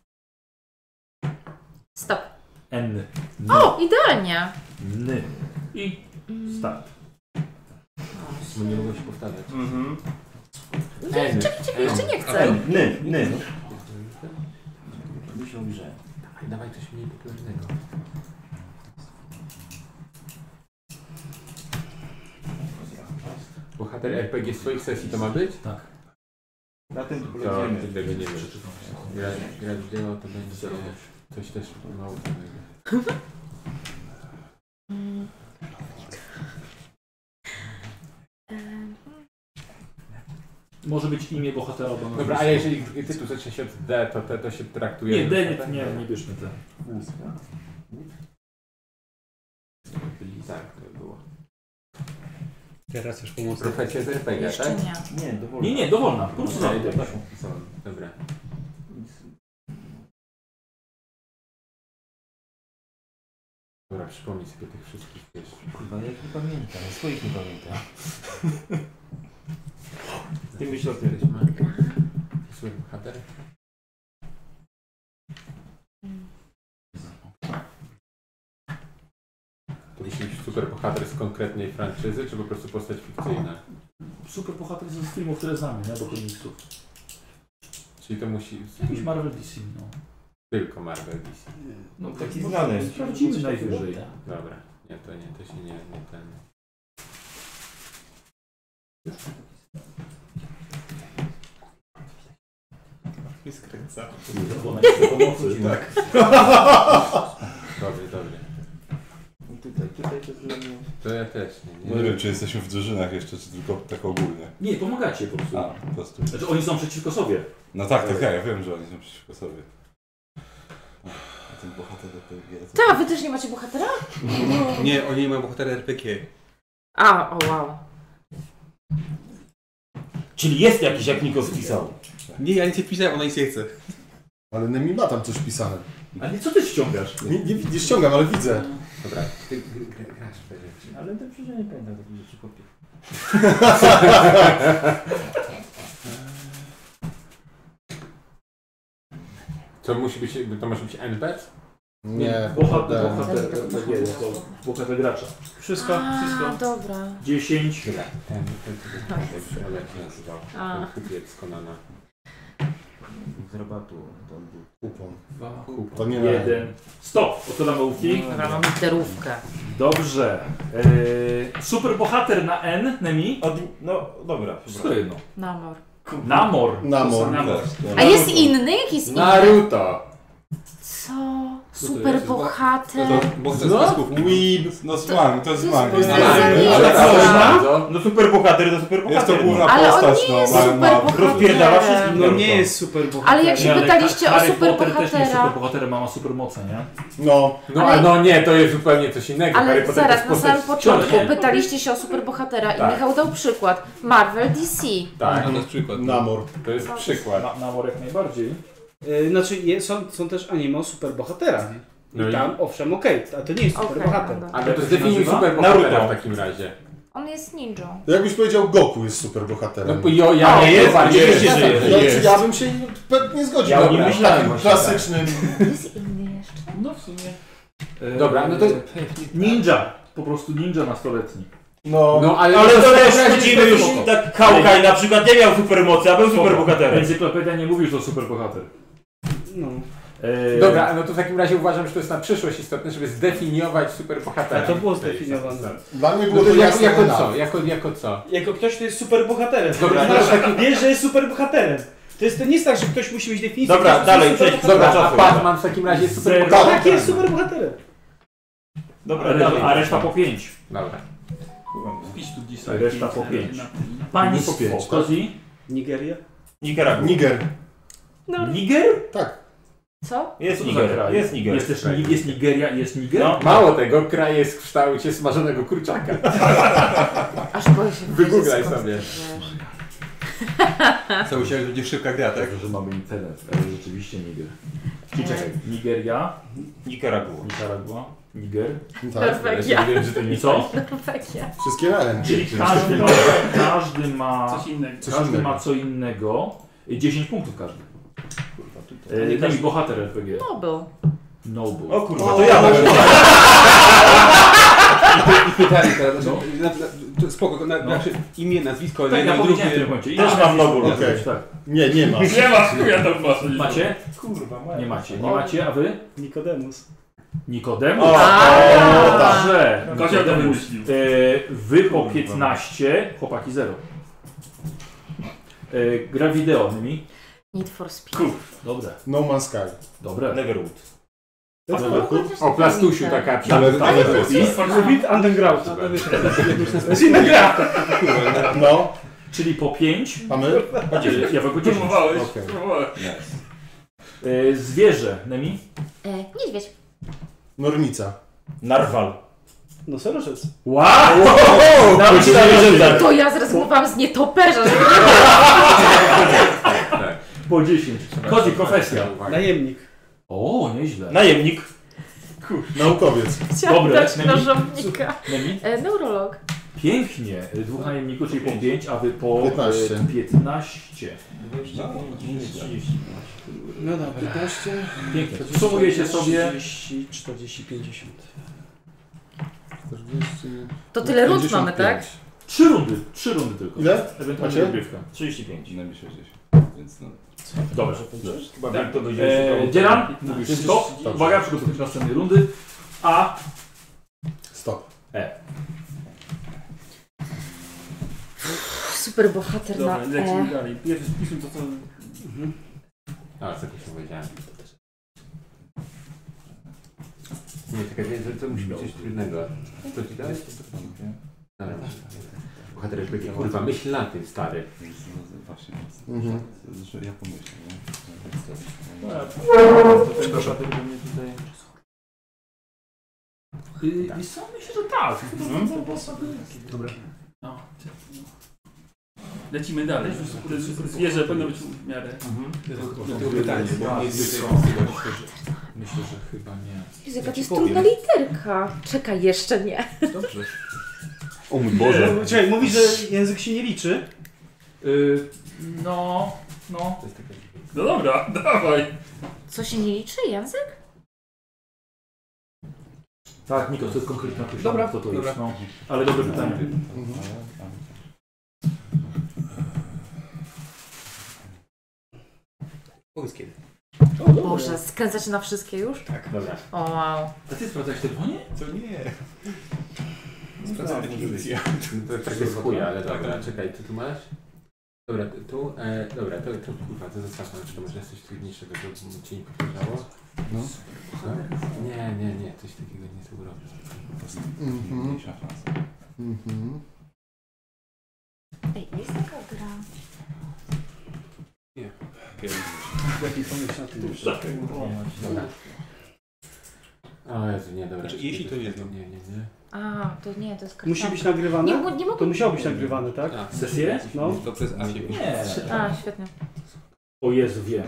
Stop. N. O, idealnie. N. I start. Bo nie mogą się powtarzać. Czekaj, jeszcze nie chcę. N. Myślą, że dawaj coś mniej popularnego. Bohater RPG z swoich sesji to ma być? Tak. Na tym To polecimy. tego nie wiem. Grać w dzieło to będzie coś też mało fajnego. Może być imię bohatera. Bo Dobra, ale jeżeli tytuł zacznie się od D, to się traktuje... Nie, D nie bierzmy D. Tak, to było. Teraz już pomóc. Profesja z RPG, Jeszcze tak? nie. Nie, dowolnie. Nie, dowolna. Po prostu Okej, zawód. Dobra. Dobra, przypomnij sobie tych wszystkich, wiesz. Kurwa, ja nie pamiętam, swoich nie pamiętam. Ty myśl o tym. Słuchaj, bohater. To musi być super bohater z konkretnej franczyzy, czy po prostu postać fikcyjna? Super bohater z filmów, które znamy, nie? Do komiksów. Czyli to musi... Jakiś Marvel DC, no. Tylko Marvel DC. No Taki znany. Sprawdzimy najwyżej. Dobra. Nie, to się nie ten... Mi skręca. Bo na chce pomocy. Tak. Dobry. Tutaj to zrobię. To ja też nie. Nie wiem, czy jesteśmy w drużynach jeszcze, czy tylko tak ogólnie. Nie, pomagacie po prostu. A, po prostu. Znaczy oni są przeciwko sobie. No tak, ja wiem, że oni są przeciwko sobie. A ten bohater RPG... Tak, wy też nie macie bohatera? Nie, oni nie mają bohatera RPG. A, o wow. Czyli jest jakiś, jak Niko spisał. Nie, ja nic nie pisałem, ona nic nie chce. Ale Nemi ma tam coś pisane. Ale co ty ściągasz? Nie ściągam, ale widzę. Dobra, ty grasz pewnie. Ale to przecież nie pamiętam takich rzeczy, chłopie. To musi być, to może być NPC? Nie. Bohater gracza. Wszystko. Dobra. 10. Dobra, ten jak się nazywał? Ten kupiec z Konana. Z rabatu. Kupon. 2, To nie 1. Stop! Odkładam ołówki. Dobra, mam literówkę. Dobrze. Superbohater na N, Nemi. No, dobra. Wszystko jedno. Namor. Namor. A jest inny? Jak jest inny? Naruto! Co? Super bohater. No z mangi, to jest mangi. No super bohater to super Jest to bohater. główna Ale on postać, nie jest ma superbohaterem. rozpierdala wszystkich. No nie jest super bohater. Ale jak się pytaliście o Harry Potter też nie jest superbohatera. superbohaterem, ma supermoce, nie? No. No, Ale- no nie, to jest zupełnie coś innego. Harry Ale Potter zaraz, to na jest samym postać- początku Nie. pytaliście się o superbohatera i Tak. Michał dał przykład. Marvel, DC. Tak, To jest przykład. Namor. to jest przykład. Namor jak najbardziej. Znaczy są też anime o superbohatera. No I i- tam, owszem, okej, a to nie jest Okej, superbohater. dobra. Ale to Jak się zdefiniuj nazywa? superbohatera Naruto. w takim razie. On jest ninją. To jakbyś powiedział Goku jest No superbohaterem. bo ja A, jest, bardziej oczywiście, że jest. No, jest. ja bym się nie zgodził. Ja o nim Dobra, myślałem takim właśnie, klasycznym. Jest inny jeszcze. No w sumie. Dobra, no to... Ninja. Po prostu ninja nastoletni. No. No ale Ale to też jest widzimy już spoko. tak Hawkeye na przykład nie miał supermocy, a był superbohaterem. Encyklopedia nie mówi, że to superbohater. No. Dobra, no to w takim razie uważam, że to jest na przyszłość istotne, żeby zdefiniować superbohatera. A to było zdefiniowane. Dla mnie No było to to jasne jako na. co? Jako co? Jako ktoś, kto jest superbohaterem. Dobra, Wiesz, że jest superbohaterem. To nie jest tak, że ktoś musi mieć definicję. Dobra, ktoś dalej, jest przejdź. superbohaterem. Dobra, a Czasu. Batman w takim razie jest Zero. superbohaterem. Tak, jest superbohaterem. Dobra, dalej. A reszta po 5. Dobra. Wpisz tu dzisiaj. Reszta po 5. Państwo. Po pięć, tak. Kozi? Nigeria? Nicaragua. Niger. Niger? Tak. Co? Jest Co to Niger, za kraj? jest Niger. Jest też jest Nigeria i jest Niger? No. Mało tego, kraj jest w kształcie smażonego kurczaka. Aż boję się. Wygooglaj skąd sobie. wiesz. Co myślałem, że będzie szybka gra, tak? Także, że mamy internet, ale rzeczywiście Niger. Czyli czekaj, Nigeria, Nicaragua. Nicaragua, Niger. Tak. Norwegia. Wiem, że to nie I co? Norwegia. Wszystkie na N. Czyli każdy ma Coś innego. każdy ma co innego. 10 punktów każdy. Nemi bohater RPG. No był. Noble. O kurwa, to ja mam. I pytali teraz, No. to spoko, nasze imię, nazwisko, Tak, ja na powiedziałem w tym drugie. momencie. Też mam Noble. Okej. Okej. Tak. Nie ma. Nie masz, ja tam masz. Macie? Kurwa, moja. Nie macie. Nie macie, a wy? Nikodemus. Nikodemus? O, Dobrze. Kozioł to Nikodemus. wymyślił. Wy po 15, chłopaki 0. Gra wideo, Nemi? Need for Speed. Dobre. No Man's Sky. Dobre. Neverwood. O plastusiu taka Ale- For Speed Underground. To jest inna gra. No. Czyli po 5. Mamy? Ja wego 10. Próbowałeś, Okej. próbowałeś. Zwierzę, Nemi? Niedźwiedź. Nornica. Narwal. No soroczec. Wow! To ja zrezygnowałam z nietoperza, żeby Po 10. Kozi, profesja. Najemnik. O, nieźle. Najemnik. Naukowiec. chciałam Dobre, dać Nemi. nożownika. Nemi? Neurolog. Pięknie. 2 najemników, czyli po 5, a wy po 15. 15. No dobra. 15. Pięknie. Sumujecie sobie. 30, 40, 50. 40. To tyle rund 55. mamy, tak? 3 rundy. 3 rundy tylko. Ile? Ewentualnie Macie? rozgrywka. 35. Na mi 60. Więc no. Dobrze. Chyba wiem, kto będzie Dzielan, mówisz stop. Uwaga, przygotowuj się do następnej rundy. A. Stop. Super bohater na Dobra, lecimy E. dalej. Pierwszy spisuj to co... A, co się powiedziałem. Nie, czekaj, to musi być coś trudnego. Co ci dałeś? Dobra. Bohater będzie, kurwa, myśl na tym, stary. Właśnie, Mhm. że ja pomyślę, nie? Przepraszam, tego mnie tutaj... I co? Myślę, że tak. Dobra. No. Lecimy dalej. Wieże powinno być w miarę. To pytanie, bo Myślę, że chyba nie. Jezu, jaka to jest trudna literka. Czekaj, jeszcze nie. Dobrze. O mój Boże. Czekaj, mówisz, że język się nie liczy? No. No dobra, dawaj. Co się nie liczy? Język? Tak, Niko, to jest konkretna określone, Dobra, kto to dobra. jest. No. Ale dobre pytanie. Powiedz kiedy. Boże, skręcać na wszystkie już? Tak, dobra. O wow. A ty sprawdzałeś w telefonie? To nie. Sprawdzamy pozycję. To tak jest chuja, ale dobra, czekaj, co tu masz? Dobra, tu, dobra, to kurwa, to zostawmy, czy to może jest coś trudniejszego, żeby ci nie powtarzało? No. Nie, coś takiego nie tu robisz. Mniejsza szansa. Mhm. Ej, jest taka gra. Lepiej pomyśl na tym już. Dobra. O Jezu, nie, dobra. Znaczy, jeśli to jest, no. Nie. A, to nie, to jest karta. Musi być nagrywane? Nie mogę... To musiało być nagrywane, tak? A, Sesję? No. to przez A się pisze. Nie. A, świetnie. O Jezu, wiem.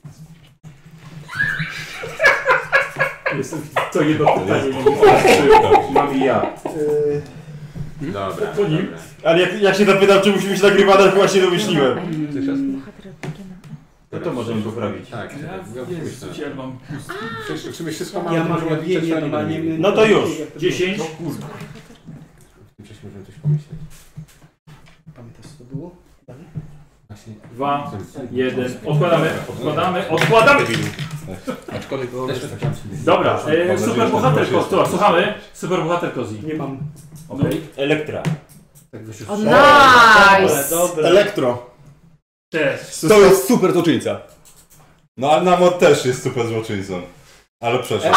Jestem co jedno pytanie. Mam i ja. Dobra, Po nim. dobra. Ale jak się zapytam, czy musi być nagrywane, to chyba się domyśliłem. Bohater To możemy poprawić. Tak, Jezus, ja mam... czy my wszystko mamy? Ja mam robienie normalnie. No to już. 10. W tym czasie możemy coś pomyśleć. Pamiętasz co to było? Właśnie. 2, 1. Odkładamy. Aczkolwiek to Też tak mam Dobra, superbohater Kosto, słuchamy. Superbohater Kozi. Nie mam. Okej. Elektra. Tak by się O, strzelało. nice! Dobra. Elektro. Cześć. To jest super złoczyńca. No a Namor też jest super złoczyńcą. Ale przeszedł.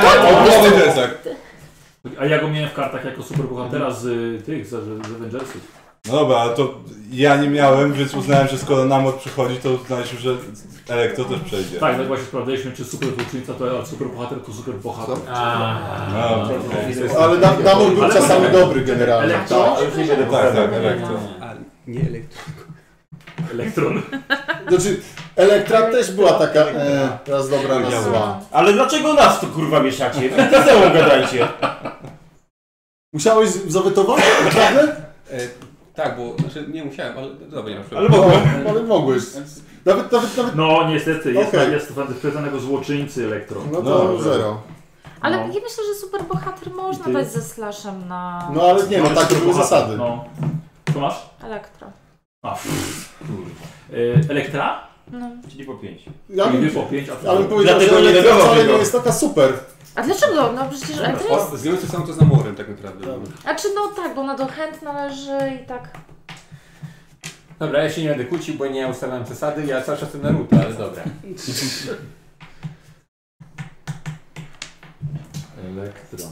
A ja go miałem w kartach jako superbohatera z tych, z Avengersów. No dobra, ale to ja nie miałem, więc uznałem, że skoro Namor przychodzi, to uznaliśmy, że Elektro też przejdzie. Tak, tak właśnie sprawdzaliśmy, czy superbohater to superbohater to superbohater. No, Ale Namor był Ale czasami poczekaj. dobry generalnie. Elektro? tak, Elektro. A, nie elektro. Elektron. Znaczy, Elektra też była taka raz dobra, raz zła. Ale dlaczego nas to kurwa mieszacie? Wy ze sobą gadajcie. Musiałeś zawetować? Naprawdę? Tak, bo znaczy nie musiałem, ale dobra, nie ma Ale problemu. mogłem. Ale mogłeś. Nawet... No niestety, jest Okej. jest wskazanego złoczyńcy Elektro. No to zero. Ale No. ja myślę, że superbohater można dać ze slashem na No ale nie, no takie były zasady. No. Co masz? elektro. A, Elektra? No. Czyli po 5. Ja Czyli bym, wy po 5, a ale bym powiedział, Dlatego że nie Elektra reagował wcale tego. nie jest taka super. A dlaczego? No przecież elektro jest... Zwiemy to samo co z Namorem tak naprawdę. Znaczy no tak, bo ona do chęt należy i tak... Dobra, ja się nie będę kłócił, bo nie ustawiam zasady, ja cały czas jestem Naruto, ale dobra. Elektro.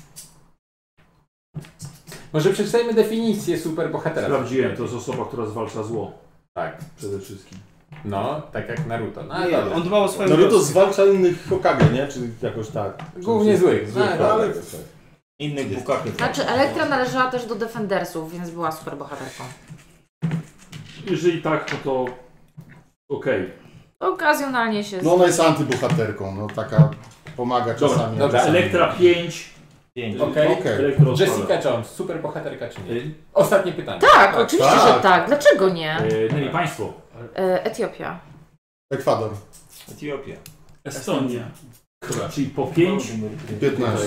Może przeczytajmy definicję superbohatera. Sprawdziłem, to jest osoba, która zwalcza zło. Tak. Przede wszystkim. No, tak jak Naruto. No, Nie, dobra. on dbał o swoją Naruto wioskę. zwalcza innych Hokage, nie? Czy jakoś tak. Głównie złych. No, Ale... Innych bukaków. Znaczy Elektra należała też do Defendersów, więc była superbohaterką. Jeżeli tak, no to okej. Okazjonalnie się... No ona jest antybohaterką, no taka pomaga czasami. Dobra, czasami. Elektra 5. 5. Okej. Okej. Elektro odpada. Jessica Jones, superbohaterka czy nie? Ostatnie pytanie. Tak, oczywiście, tak. że tak. Dlaczego nie? Nemi, państwo. Etiopia. Ekwador. Etiopia. Estonia. Dobra, czyli po 5. 15.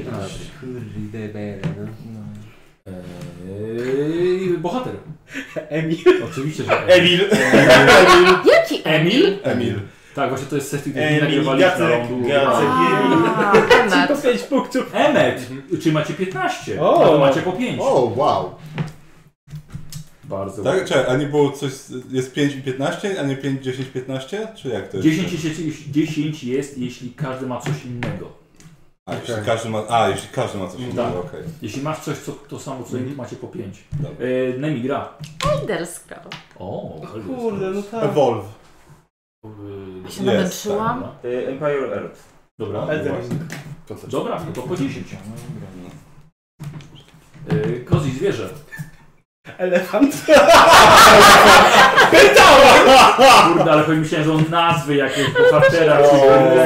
Bohater. Emil. Oczywiście, że Emil. Jaki Emil? Emil. Tak, właśnie to jest sesja, gdy Emil, nagrywaliśmy na Jacek, lądu. Jacek. A, Emmet. 5 punktów. Emmet, czyli macie 15, O! a wy macie po 5. O, wow. Bardzo Tak? ładnie. Czekaj, a nie było coś, jest 5 i 15, a nie 5, 10, 15? Czy jak to jest? 10 jest, jeśli każdy ma coś innego. A, jeśli każdy ma coś innego, okej. Jeśli masz coś, to samo co inni, macie po 5. Dobra. Nemi gra. Elder Scroll. O, Kurde, no tak. Evolve. Ja się namęczyłam. Empire Earth. Dobra. Elder. Dobra, to po 10. Kozi zwierzę. Elefant. Kurde, ale myślałem, że on nazwy jakiegoś bohatera czy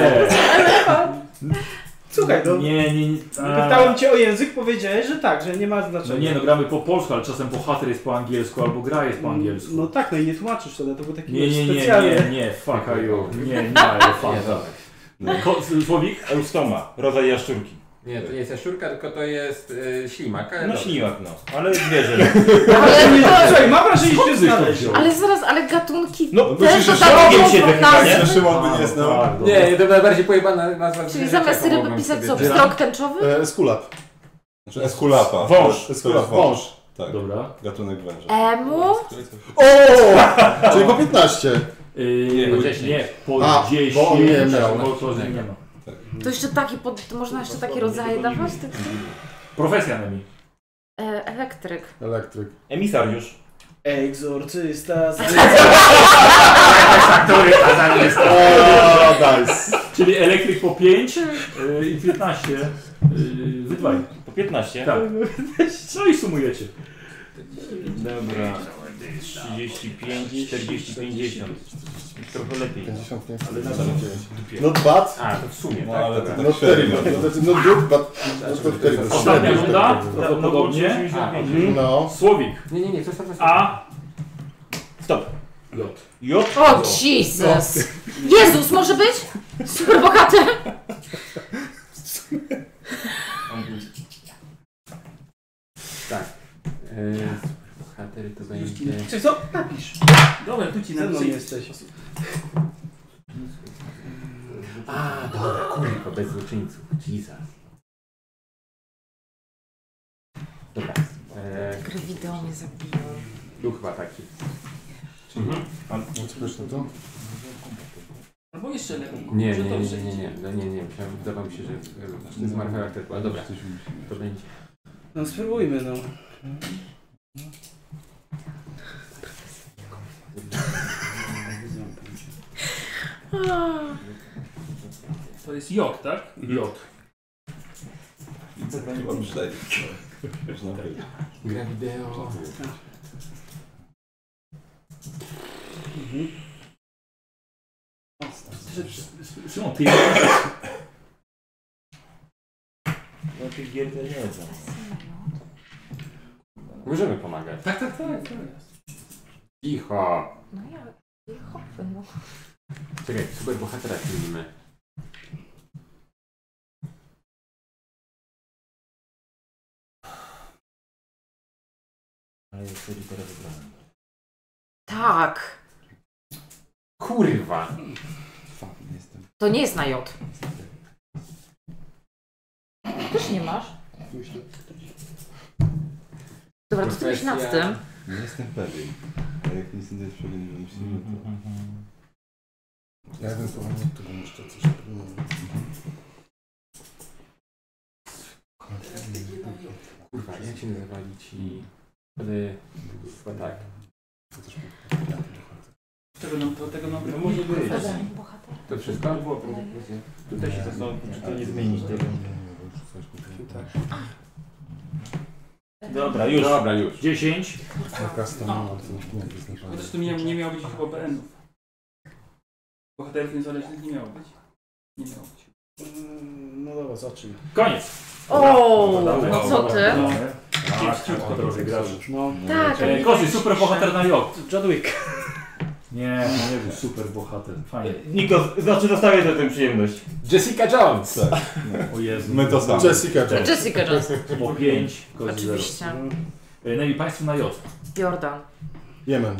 Słuchaj, no. Nie. Pytałem cię o język, powiedziałeś, że tak, że nie ma znaczenia. No nie, no gramy po polsku, ale czasem bohater jest po angielsku, albo gra jest po angielsku. No tak, no i nie tłumaczysz wtedy, to był taki Nie, fuck you. Nie, elefanta. Słowik? Eustoma, rodzaj jaszczurki. Nie, to nie jest jaszczurka, tylko to jest ślimak. Ale No dobrze. ślimak, no. Ale zwierzę. Słuchaj, mam wrażenie, że się znaleźć. Ale zaraz, ale gatunki No, też myślisz, że dodają szlogiem się wychyla, nie? nazwy. Szymon by nie znał. Nie, to najbardziej pojebana nazwa. Czyli zwierzęcia, zamiast jaką ryby mogłem pisać sobie co? Pstrąg tęczowy? Eskulap. Znaczy eskulapa. Wąż. Eskulap, wąż. Tak, Dobra. gatunek węża. Emu? O! Czyli po 15. po 10. Nie, po A, 10. bo on nie miał. Bo to nie ma. To jeszcze takie, to można jeszcze takie rodzaje dawać? Profesja Nemi. Elektryk. Elektryk. Emisariusz. Egzorcysta. O, nice. Czyli elektryk po 5 i 15. Wydwaj. Po 15? Tak. No i sumujecie. Dobra. 35, 40, 50. Trochę lepiej. 50 nie jest. Ale nadal Not bad. A, to w sumie, No tak? ale to Dobra. tak Not średnio. terrible. Not good, but not terrible. Ostatnia runda. No, Prawdopodobnie. No. Słowik. Nie, to jest A. Stop. J. J. O Jesus! Jezus, może być? Super bohater! Tak. Bohatery to będzie... Czy co? Napisz. Dobra, tu ci Ze mną napiszę. jesteś. A, dobra, kurwa, bez złoczyńców. Jesus. Dobra. Gry wideo mnie zabiją. Był chyba taki. Spójrz na to. Albo jeszcze lepiej. Nie. Że to przejdzie. Wydawało mi się, że z Marvel też była. Dobra, to będzie. No spróbujmy, no. To jest J, tak? J. Chyba myśleli. Można powiedzieć. Gra wideo. Szymon, ty No tych gier to nie znam. Możemy pomagać. Tak. Cicho. No ja, hopy, no. Czekaj, super bohatera filmimy. Ale jest to litera wybrana. Tak. Kurwa. To nie jest na J. Też nie masz? Dobra, to ty myśl nad tym. Nie jestem pewien. Ale jak nic nie jest pewien, nie myślimy, to... Ja ewentualnie tu bym jeszcze coś... Kurwa, jak się nazywali ci... Chyba tak. Tego nam No może być. Bohater. To wszystko? Tutaj się zastanowić, czy to nie zmienić tego. Dobra, już. Dobra, już. 10. Chociaż to nie miało być chyba BN-ów. Bohaterów niezależnych nie miało być. Nie miało być. No dobra, zacznij. Koniec. O, no co ty? Drożej grasz. No. Tak, ale Kozi, super bohater na J. John Wick. Nie był super bohater. Fajnie. Nikos, znaczy dostawię to tę przyjemność. Jessica Jones! Tak. O Jezu. My to samo. Jessica Jones. Jessica Jones. Po 5. Kozi Oczywiście. No i państwo na J. Jordan. Jemen.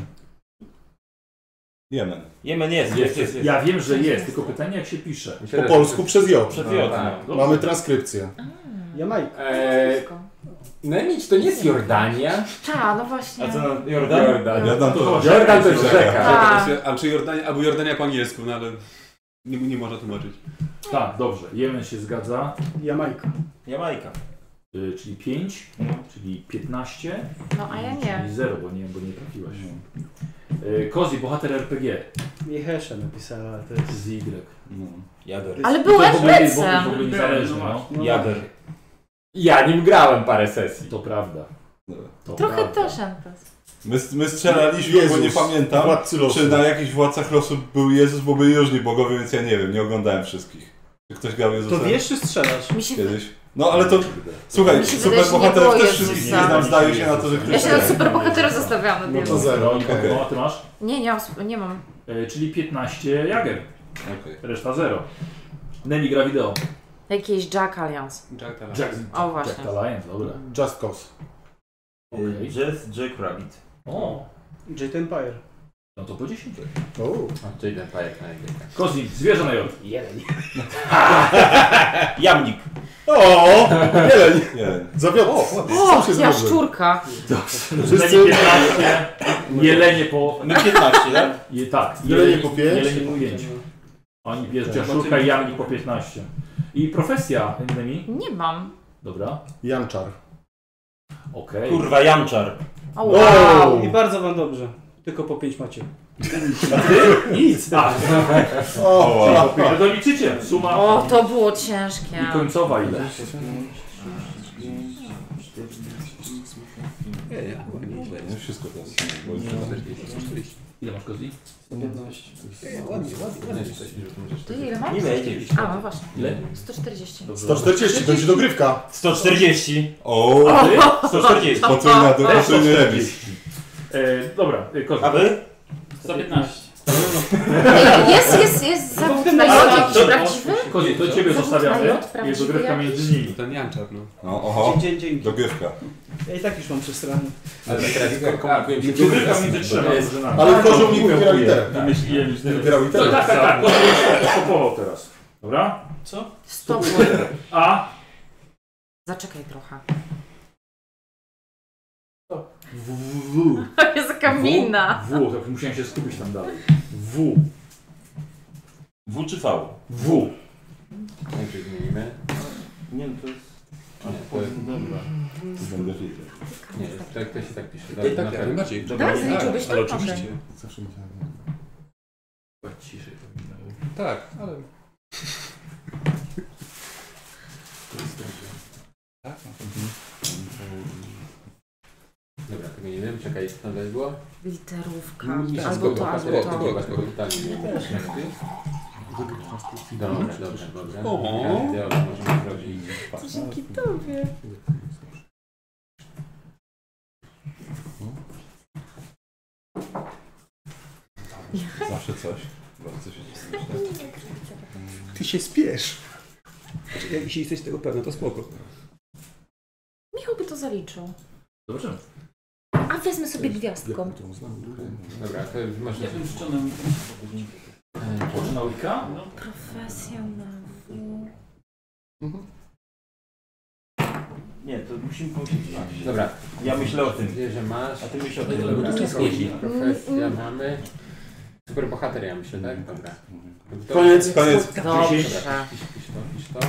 Jemen. Jemen jest. Ja wiem, że jest, tylko pytanie jak się pisze. Po polsku przez J. Przed No, J. tak. Mamy transkrypcję. Jamajka. Eee, Nemić to nie jest Jordania. Ta, no właśnie. A co na Jordan? Jordan to jest rzeka. Ale czy Jordania, albo Jordania po angielsku, no ale nie można tłumaczyć. Tak, dobrze. Jemen się zgadza. Jamajka. Czyli 5, czyli 15. No, a ja nie. Czyli 0, bo nie trafiłaś. Kozi, bohater RPG. Michesze napisała, ale to jest... Z Y. Jader. Ale To byłeś w ogóle lecem. niezależne, no. Jader. Ja nim grałem parę sesji. To prawda. To Trochę prawda. też Empes. My strzelaliśmy, bo nie Jezus, pamiętam, władcy losu. czy na jakichś władcach losu był Jezus, bo byli różni bogowie, więc ja nie wiem, nie oglądałem wszystkich. Czy ktoś grał Jezusa To wiesz czy strzelasz? Mi się... kiedyś? No ale to, słuchaj, Mi się wydaje, że superbohaterów nie było też wszystkich nie Jezusa. znam, zdaje się na to, że ktoś Ja się na superbohaterów zostawiałam na No to dialog. 0. Okay. No, a ty masz? Nie mam. Czyli 15 Jager. Okej. Reszta 0. Nemi gra wideo. Jakiś Jack Alliance. O, właśnie. Jack Alliance, dobra. Just Cause. Okej. Jazz Jack Rabbit. O, Jet Empire. no to po 10. A czyli ten pajek na języka. Kozi, zwierzę na J. Jamnik. O! Jeleń! Nie. Zawiodł. O, Sam się ja zgodził. szczurka. Wszyscy... Nemi 15, jelenie po... My 15, tak? Tak, Jelenie po 5. Jelenie po 5. Oni bierzą jaszczurka i jamnik po 15. I profesja, Nemi? Nie mam. Dobra, Janczar. okej. Kurwa, Jamczar. O, wow. I bardzo wam dobrze. Tylko po 5 macie. Nic. Tak. O, Czyli to liczycie. Suma O, to było ciężkie. i końcowa ile? Nie, wszystko teraz. Ile masz Kozi? 15. Ty ile masz? Nie wejdzie. A, no właśnie. Ile? 140. Dobrze. 140, będzie dogrywka. 140. O, A wy? 140. potrójny remis. Dobra, Kozi. A wy? 115. Jest zawód na J jakiś prawdziwy? Kozi, to ciebie Zawód zostawiamy. na J, Jest prawdziwy dogrywka jakiś? między nimi. Ten Janczar, no. No, oho, Dzięki. dogrywka. Ja i tak już mam przesrane. Ale teraz komunikuję się Dogrywka między trzema drużynami. Ale kozioł nie wybiera literę. Wymyśliłem już Wybierał literę. Tak. Kozi jest stopował teraz. Dobra? Co? Stop. A. Zaczekaj trochę. W. Jest kamina. W. Tak musiałem się skupić tam dalej. W. W czy V? W. Najpierw zmienimy. Nie, to jest... Nie, to jest... Dobra. Będę wiedział. Nie, to się tak pisze. Tak, jak najbardziej. Tak, zaliczyłbyś to? Ale Okej. oczywiście. Zawsze myślałem. Ciszej powinno. Tak, ale... Tak, Dobra, tego nie wiem, czekaj, co to było? Literówka. Nie, Albo spoko, to, albo spoko, to. spoko, totalnie nie wiem. Dobra. O. Ja możemy zrobić. Dzięki tobie. Zawsze coś. Bardzo się myślę. Ty się spiesz. Jeśli jesteś tego pewny, to spoko. Michał by to zaliczył. Dobrze. A wezmę sobie gwiazdką. Dobra, to masz... Ja bym szczonął. Poczyna Wika? Profesja na W. Nie, to musimy pomyśleć. Dobra, Ja myślę o tym. wie, że masz. A ty myśl o Dobra, tym. to jest profesja mamy. Superbohater, ja myślę, tak? Dobra. To- Koniec. Dobrze. Dobra, pisz to.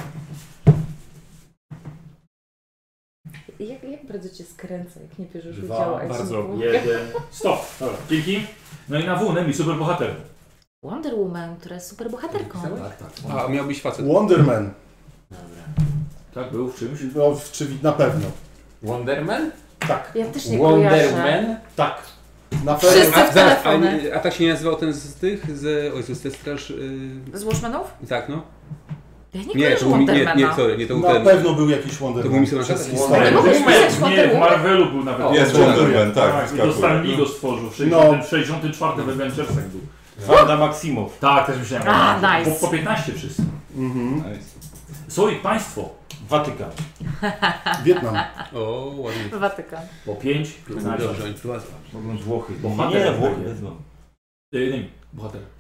Jak bardzo cię skręca, jak nie bierzesz 2, udziału? bardzo. 1. Stop. Dobra, dzięki. No i na W, Nemi, superbohater. Wonder Woman, która jest superbohaterką. Tak. A, miał być facet. Wonderman. Dobra. Tak, był w czymś. No, czy na pewno. Wonderman? Tak. Ja też nie kojarzę. Wonderman? Tak. Na Wszyscy pewno. w telefony. A tak się nie nazywał ten z tych? Z... Oj, z tej straż... Z Watchmenów? Tak, no. Ja nie Nie, kojarzę to był, nie, Wondermana. sorry, nie, to był Na ten... pewno był jakiś To był Wonderman. misjonarz z Ale historii. mogłeś pisać Nie, Wonder w Woman? Marvelu był nawet. Jest Wonderman, tak. I to Stan Lee go stworzył. W 64 w Avengersach był. Wanda Maximow. Tak, też myślałem. A, nice. Po 15 wszyscy. Mhm. Są i państwo. Watykan. Wietnam. O, ładnie. Watykan. Po 5, 15. Dobrze, oni prowadzą. Mogą z Włochy. Bohater. Nie, Włochy wezmą. Nemi, bohater.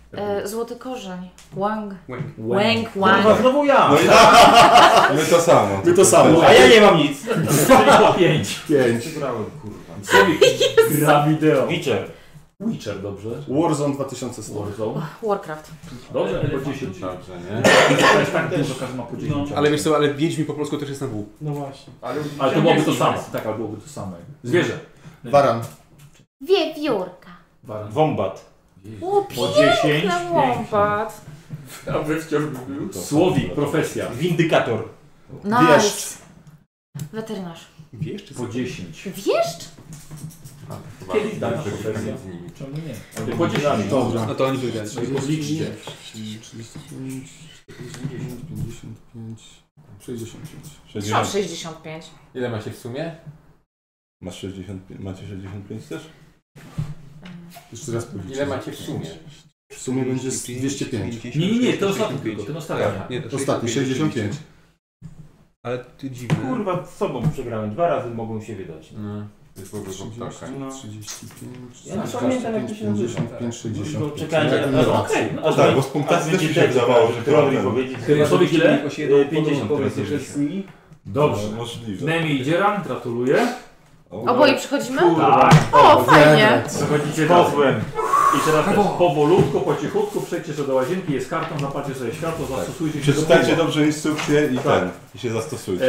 Złoty korzeń. Wang. Wang. Kurwa, znowu ja! No i my to samo. My to samo. A ja nie mam nic. Czyli po 5. 5. Przegrałem, kurwa. Słowik gra wideo. Witcher. Witcher, dobrze. Warzone 2100. Warzone. Warcraft. Dobrze, po 10. Dobrze, nie? To jest tak dużo, każdy ma po 10. Ale wiesz co, ale Wiedźmin po polsku też jest na W. No właśnie. Ale to byłoby to samo. Tak, ale byłoby to samo. Zwierzę. Waran. Wiewiórka. Waran. Wombat. O, Po 10. piękna wąpat. A wy wciąż był? Słowik, profesja. Windykator. Nice. Weterynarz. Wiesz czy co? Po 10. Wieszcz? Kiedyś dana Dobrze, profesja. z nimi. Czemu nie? Ale po 10. Dobra. No to oni wygrali. Liczcie. 35, 40, 55, 65. Mam 65. Ile macie w sumie? Masz 65, macie 65 też? Jeszcze raz powiedzieć. Ile macie w sumie? W sumie będzie z 205. Nie, to ostatni tylko, ten ostatni. Nie, to Ostatni 65. Ale ty dziwne. Kurwa, z sobą przegrałem. 2 razy mogą się wydać. No, to jest w ogóle 30, ptaka. 35, Ja nie pamiętam, jak to się nazywa. 55, 60. Czekajcie, Jak no, nie okej. rację. Tak, bo z punktacji też mi się wydawało, że Trudniej ten. powiedzieć. Słowik ile? 50 Powiedzcie, że z nimi. Dobrze. No, możliwe. Nemi i Dzieran, gratuluję. Oboje przychodzimy? Tak. O, fajnie. Przechodzicie Pozłem. I teraz też powolutku, po cichutku przejdźcie sobie do łazienki, jest karton, zapalcie sobie światło, zastosujcie się do Przeczytajcie pudła. dobrze instrukcję i się zastosujcie.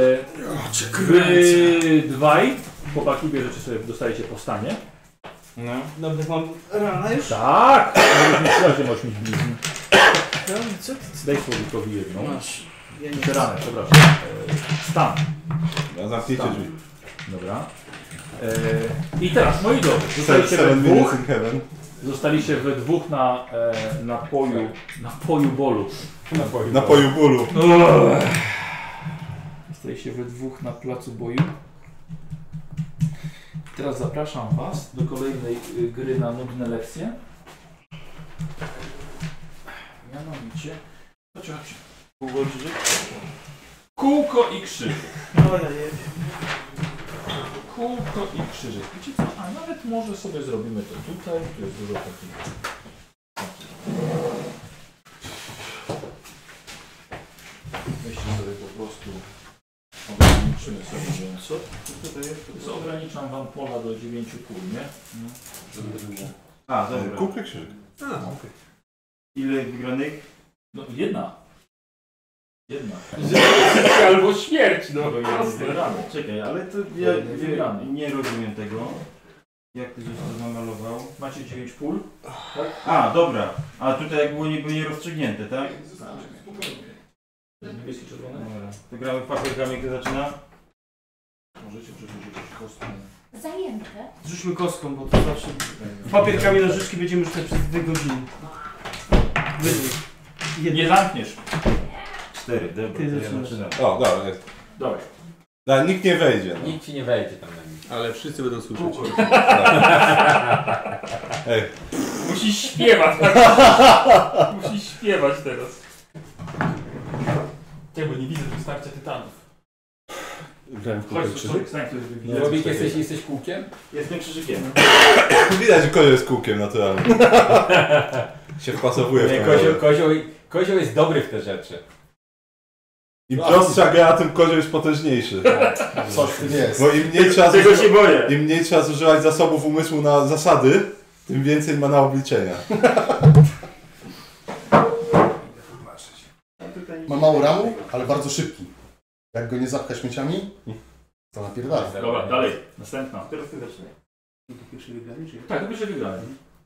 Wy dwaj, chłopaki, bierzecie sobie, dostajecie po stanie. No. Dobra, mam rana już? Tak! Możesz mieć 8 blizn. Daj Słowikowi jedną. Masz. Ja nie Jeszcze ranę, przepraszam. Stan. No, zamknijcie drzwi. Dobra. I teraz, moi drodzy, zostaliście we dwóch na napoju bolu. Napoju bólu. Zostaliście we dwóch na placu boju. Teraz zapraszam Was do kolejnej gry na nudne lekcje. Mianowicie... Chodźcie. Kółko i krzyżyk. Kółko i krzyżyk. Wiecie co? A nawet może sobie zrobimy to tutaj. Tu jest dużo takich. Weźcie sobie po prostu. Ograniczymy sobie. Co? Co? Ograniczam Wam pola do 9,5, nie? A, dobra. Kółko krzyżyk. Ile wygranych? No jedna. Albo śmierć, no. To jest wygrany. Czekaj, ale to ja nie rozumiem tego. Jak ty żeś to zamalował? Macie 9 pól? Tak? A, dobra. A tutaj jak było nie rozstrzygnięte, tak? Niebieski, czerwony? Dobra. To gramy w papierkami, kto zaczyna? Możecie przerzucić jakieś kostki. Zajęte. Zrzućmy kostką, bo to zawsze... Papierkami nożyczki będziemy rzucać przez 2 godziny. Nie zamkniesz. 4, dobra, Ty to ja zaczynasz. zaczynam. O, dobra, jest. Dawaj. No, nikt nie wejdzie. No. Nikt ci nie wejdzie tam na nic. Ale wszyscy będą słyszeć. Ej, Musisz śpiewać. Musisz śpiewać teraz. Czego nie widzę tu starcia tytanów. Grałem w kółko i Chodź, krzyżyk. stań, który wybiegnie. Słowik, jesteś kółkiem? Jestem krzyżykiem. widać, że kozioł jest kółkiem naturalnie. Się wpasowuje w Nie, kamerę. kozioł jest dobry w te rzeczy. Im prostsza gra, tym kozioł jest potężniejszy. Coś w tym jest. Bo im mniej trzeba, Tego się boję. im mniej trzeba zużywać zasobów umysłu na zasady, tym więcej ma na obliczenia. Ma mało ramu, ale bardzo szybki. Jak go nie zapcha śmieciami, to napierdala. Dobra, dalej. Następna. Teraz ty zaczynaj. Pierwszy wygrany, czy Tak, to pierwsze wygrane.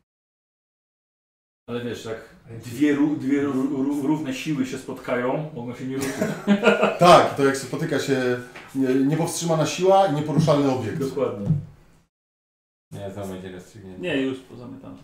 Ale wiesz, jak dwie równe siły się spotkają, mogą się nie ruszyć. Tak, to jak spotyka się niepowstrzymana siła i nieporuszalny obiekt. Dokładnie. Nie, to będzie rozstrzygnięte. Nie, już pozamykam.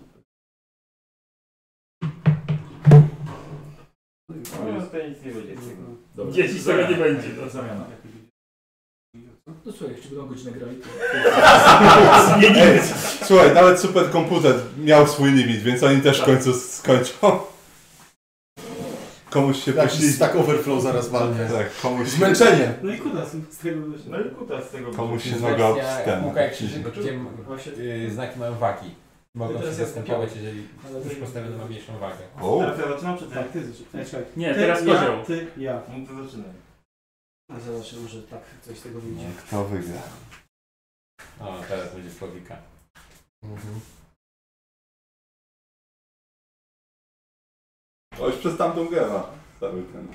No to nic nie będzie z tego. Dobra. Dzieci z tego nie będzie. To zamiana. No słuchaj, jeszcze będą godzinę grali. Ej, słuchaj, nawet superkomputer miał swój limit, więc oni też w końcu skończą. Komuś się Jakiś pośli... Stack Overflow zaraz walnie. Tak, komuś się... Zmęczenie. No i kuda z tego wyszło. No i kuta z tego. Komuś się Wersja noga kółka jak krzyżyk, gdzie znaki mają wagi. Mogą się Teraz ja zastępować, skupiam. jeżeli już postawiono na mniejszą wagę. Teraz ja zaczynam czy Tak, ty zaczynaj. Czekaj. Nie, Ty, teraz kozioł. ja, ty, ja. No to zaczynaj. A zobaczę, może tak coś z tego wyjdzie. Kto wygra? O, teraz będzie słowika. Oś przez tamtą grę ma cały ten.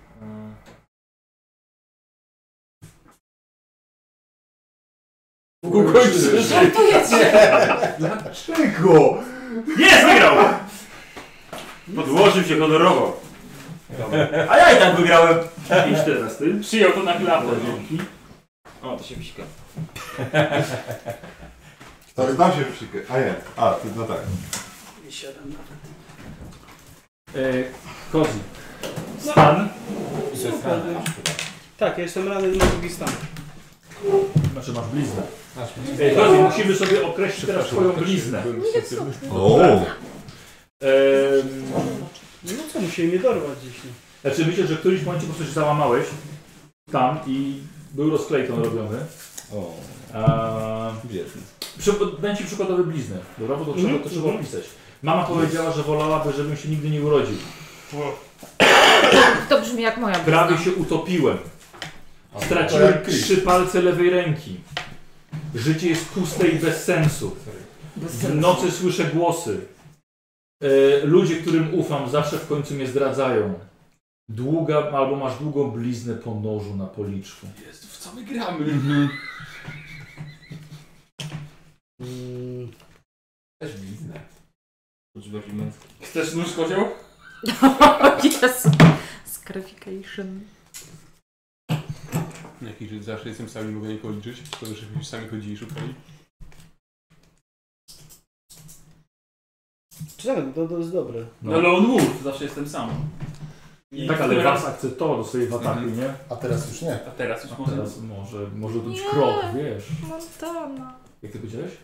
Dlaczego? Jest, wygrał! Podłożył się honorowo. A ja i tak wygrałem. Idź teraz ty. Przyjął to na klapę. Dzięki. O, to się psika. Tak, dam się psikę. A nie. A, ty, no tak. Nie siadam nawet. Kozi. Stan. Super. Tak, ja jestem ranny na drugi stan. Znaczy masz bliznę. Kozi, musimy sobie określić teraz twoją bliznę. O! No co, musieli mnie dorwać dziś. No. Znaczy myślę, że w którymś momencie po prostu się załamałeś tam i był rozklejton robiony. O. Biedny. Dam ci przykładowe blizny, dobra? Bo to trzeba opisać. Mama powiedziała, że wolałaby, żebym się nigdy nie urodził. To brzmi jak moja Prawie blizna. się utopiłem. Straciłem 3 palce lewej ręki. Życie jest puste i bez sensu. W nocy słyszę głosy. Ludzie, którym ufam, zawsze w końcu mnie zdradzają. Albo masz długą bliznę po nożu na policzku. Jest, w co my gramy? Też bliznę. Chcesz nóż kozioł? Jezu. Scarification. Jakiś, że zawsze jestem sami, mogę nikogo liczyć, to już sami chodzili, szukali. Czekaj, to jest dobre. No Lone Wolf, zawsze jestem sam. I Tak, ale was akceptował do swojej ataku, nie? A teraz już nie. A teraz już A może... teraz może być Nie. krok, wiesz. Montana. Jak ty powiedziałeś?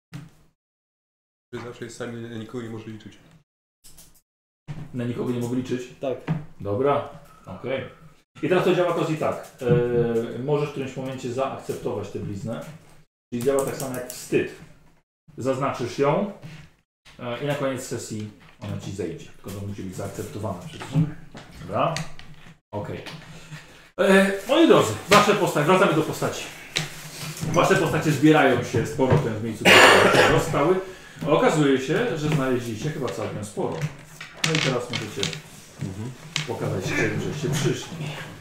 Że zawsze jest sami, na nikogo nie może liczyć. Na nikogo nie mogę liczyć? Tak. Dobra, okej. I teraz to działa Kozi tak. Możesz w którymś momencie zaakceptować tę bliznę. Czyli działa tak samo jak wstyd. Zaznaczysz ją i na koniec sesji ona ci zejdzie. Tylko to musi być zaakceptowana przecież. Dobra? Okej. Moi drodzy, wasze postacie, wracamy do postaci. Wasze postacie zbierają się z powrotem w miejscu, które się rozstały. Okazuje się, że znaleźliście chyba całkiem sporo. No i teraz możecie pokazać czym, żeście przyszli.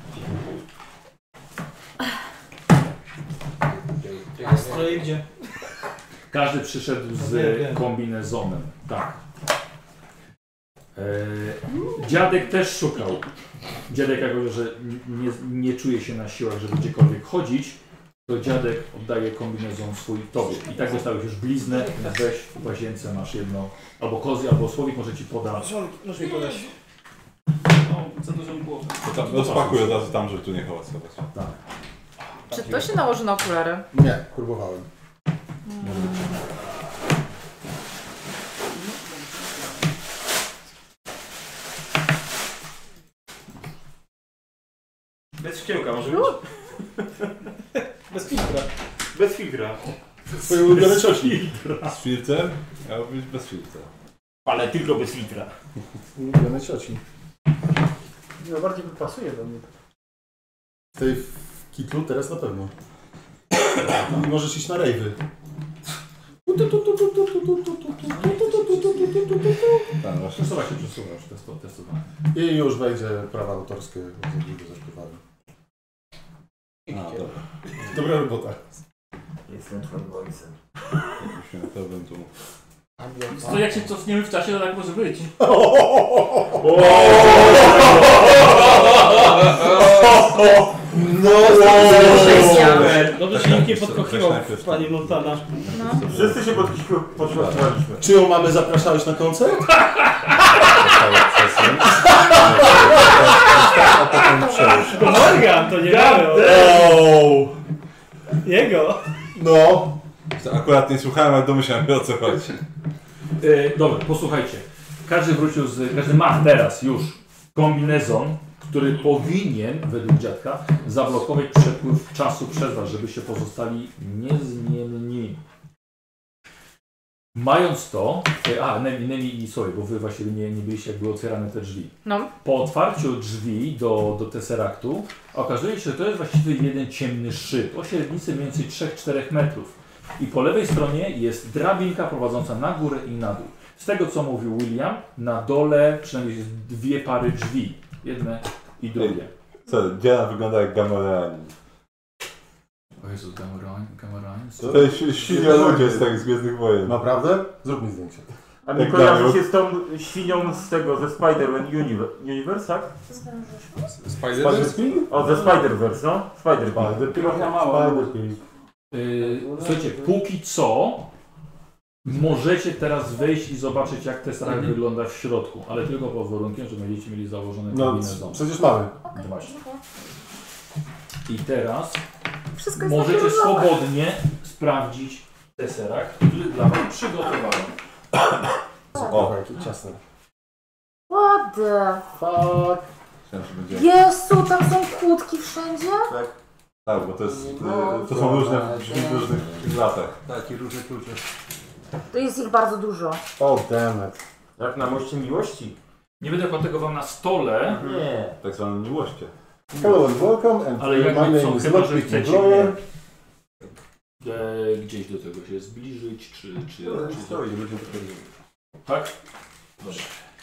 A stroje gdzie? Każdy przyszedł z Wiem. kombinezonem. Tak. Dziadek też szukał. Dziadek jako, że nie czuje się na siłach, żeby gdziekolwiek chodzić, to dziadek oddaje kombinezon swój tobie. I tak dostałeś już bliznę, więc weź w łazience masz jedno, albo Kozi, albo Słowik może ci poda. Możesz mi podać. No, za dużą głowę. To tam rozpakuj od razu tam, żeby tu nie hałasować. Tak. Czy to się nałoży na okulary? Nie, próbowałem. Bez szkiełka może być? Bez filtra. Bez filtra. Twoje ulubione cioci. Z filtrem? Miało być bez filtra. Ale tylko bez filtra. Ulubione cioci. No bardziej pasuje do mnie. W tej w kitlu teraz na pewno. I możesz iść na rejwy. Tam właśnie. Przesuwa się, testowanie. I już wejdzie prawa autorskie, za długo zaśpiewałem. A, dobra. Dobra robota. Jestem twoim ojcem. Musimy na problem tu. To jak się cofniemy w czasie, to tak może być. Dobrze się nikt nie podkochiwał pani Montana. No. Wszyscy się podświadczaliśmy. Czyją mamę zapraszałeś na koncert? To Morgan, to nie Garo. Jego. No. Akurat nie słuchałem, ale domyślałem się, o co chodzi. Dobra, posłuchajcie. Każdy ma teraz już kombinezon, który powinien, według dziadka, zablokować przepływ czasu przez was, żebyście pozostali niezmienni. Mając to, Nemi i Soy, bo wy właściwie nie byliście, jak były otwierane te drzwi. No. Po otwarciu drzwi do Tesseractu okazuje się, że to jest właściwie jeden ciemny szyb o średnicy mniej więcej 3-4 metrów. I po lewej stronie jest drabinka prowadząca na górę i na dół. Z tego co mówił William, na dole przynajmniej jest 2 pary drzwi. Jedne i drugie. Co, dziela wygląda jak Gamoranin. O Jezus, Gamoranin? To jest świnia ludzie z Gwiezdnych Wojen. Naprawdę? Zrób mi zdjęcie. A mi kojarzy się z tą świnią z tego, ze Spider-Man Universe, tak? Spider-Man? O, ze Spider-Verse, no. Spider-Man. Słuchajcie, póki co możecie teraz wejść i zobaczyć, jak Tesseract wygląda w środku, ale tylko pod warunkiem, że będziecie mieli założone kombinezony. Przecież mamy. Właśnie. I teraz Wszystko jest możecie takie różowe. swobodnie sprawdzić Tesseract, który dla Was przygotowałem. O, jaki ciasny. What the Fuck. Jezu, tam są kłódki wszędzie? Tak, bo to są różne drzwi w różnych latach. Tak, i różne klucze. To jest ich bardzo dużo. O, damn it. Jak na moście miłości. Nie będę tego Wam na stole, Nie. Tak zwane miłoście. Hello and welcome, and ale jak my name są, is chyba że Ludwig chcecie Employer. gdzieś do tego się zbliżyć, czy Stoi, będziemy to powiedzieć. tak? Dobrze.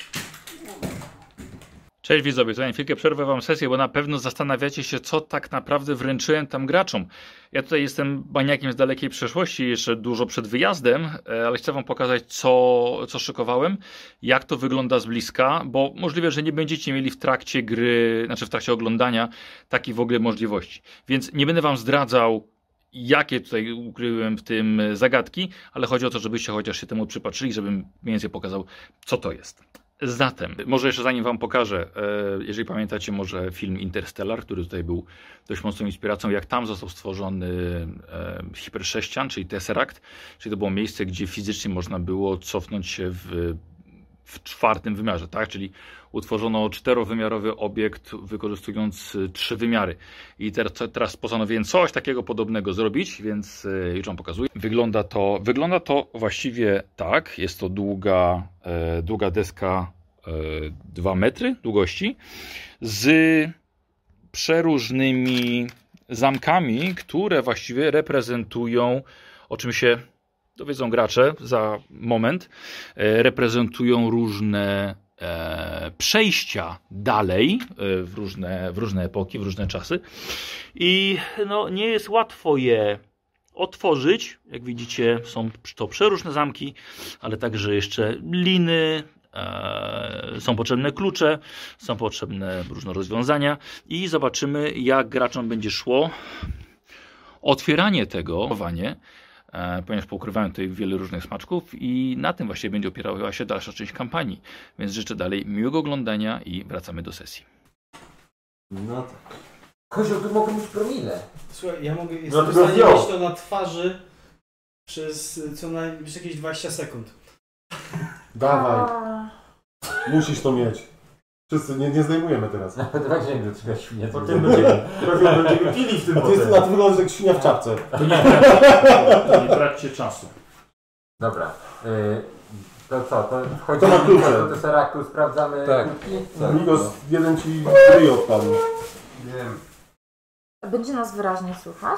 Cześć widzowie, tutaj na chwilkę przerwę Wam sesję, bo na pewno zastanawiacie się, co tak naprawdę wręczyłem tam graczom. Ja tutaj jestem baniakiem z dalekiej przeszłości, jeszcze dużo przed wyjazdem, ale chcę Wam pokazać, co szykowałem, jak to wygląda z bliska, bo możliwe, że nie będziecie mieli w trakcie gry, znaczy w trakcie oglądania takiej w ogóle możliwości. Więc nie będę Wam zdradzał, jakie tutaj ukryłem w tym zagadki, ale chodzi o to, żebyście chociaż się temu przypatrzyli, żebym mniej więcej pokazał, co to jest. Zatem, może jeszcze zanim Wam pokażę, jeżeli pamiętacie może film Interstellar, który tutaj był dość mocną inspiracją, jak tam został stworzony hipersześcian, czyli Tesseract, czyli to było miejsce, gdzie fizycznie można było cofnąć się w 4. wymiarze, tak? Czyli utworzono 4-wymiarowy obiekt wykorzystując 3 wymiary. I teraz postanowiłem coś takiego podobnego zrobić, więc już Wam pokazuję. Wygląda to właściwie tak. Jest to długa deska 2 metry długości z przeróżnymi zamkami, które właściwie reprezentują, o czym się dowiedzą gracze za moment, reprezentują różne przejścia dalej w różne epoki, w różne czasy i no, nie jest łatwo je otworzyć. Jak widzicie, są to przeróżne zamki, ale także jeszcze liny, są potrzebne klucze, są potrzebne różne rozwiązania i zobaczymy, jak graczom będzie szło otwieranie tego, ponieważ poukrywają tutaj wiele różnych smaczków i na tym właśnie będzie opierała się dalsza część kampanii. Więc życzę dalej miłego oglądania i wracamy do sesji. No tak. Kozioł, tu mogą być promile. Słuchaj, ja mogę No, w stanie mieć to na twarzy przez co najmniej jakieś 20 sekund. Dawaj. Musisz to mieć. Wszyscy, nie zdejmujemy teraz. Nawet właśnie do czego świnia. Potem będziemy pili w tym A ty wyglądasz jak świnia w czapce. To nie traćcie czasu. Dobra. To co? To To wchodzimy ma klucze. do Tesseractu, sprawdzamy Tak. kłódki? Migos, jeden ci ryj odpadł. Wiem. Będzie nas wyraźnie słychać?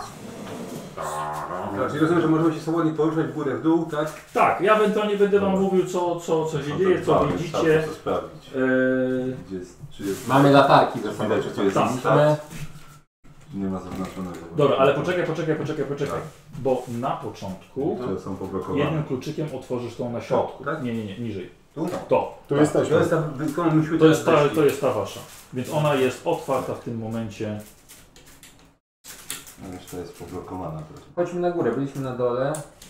Czyli rozumiem, że możemy się swobodnie poruszać w górę, w dół, tak? Tak, ja ewentualnie będę Wam mówił, co się dzieje, co widzicie. Co sprawdzić. Gdzie jest, czy jest... Mamy latarki do Widać, że tu jest Tak. start. Nie ma zaznaczonego. Dobra, ale poczekaj, bo na początku Które są poblokowane. jednym kluczykiem otworzysz tą na środku. tak? Nie, niżej. Tu? To. Tu jesteśmy. To jest ta wyskona, musimy To jest ta wasza. Więc ona jest otwarta w tym momencie. No jeszcze jest poblokowana. Chodźmy na górę, byliśmy na dole.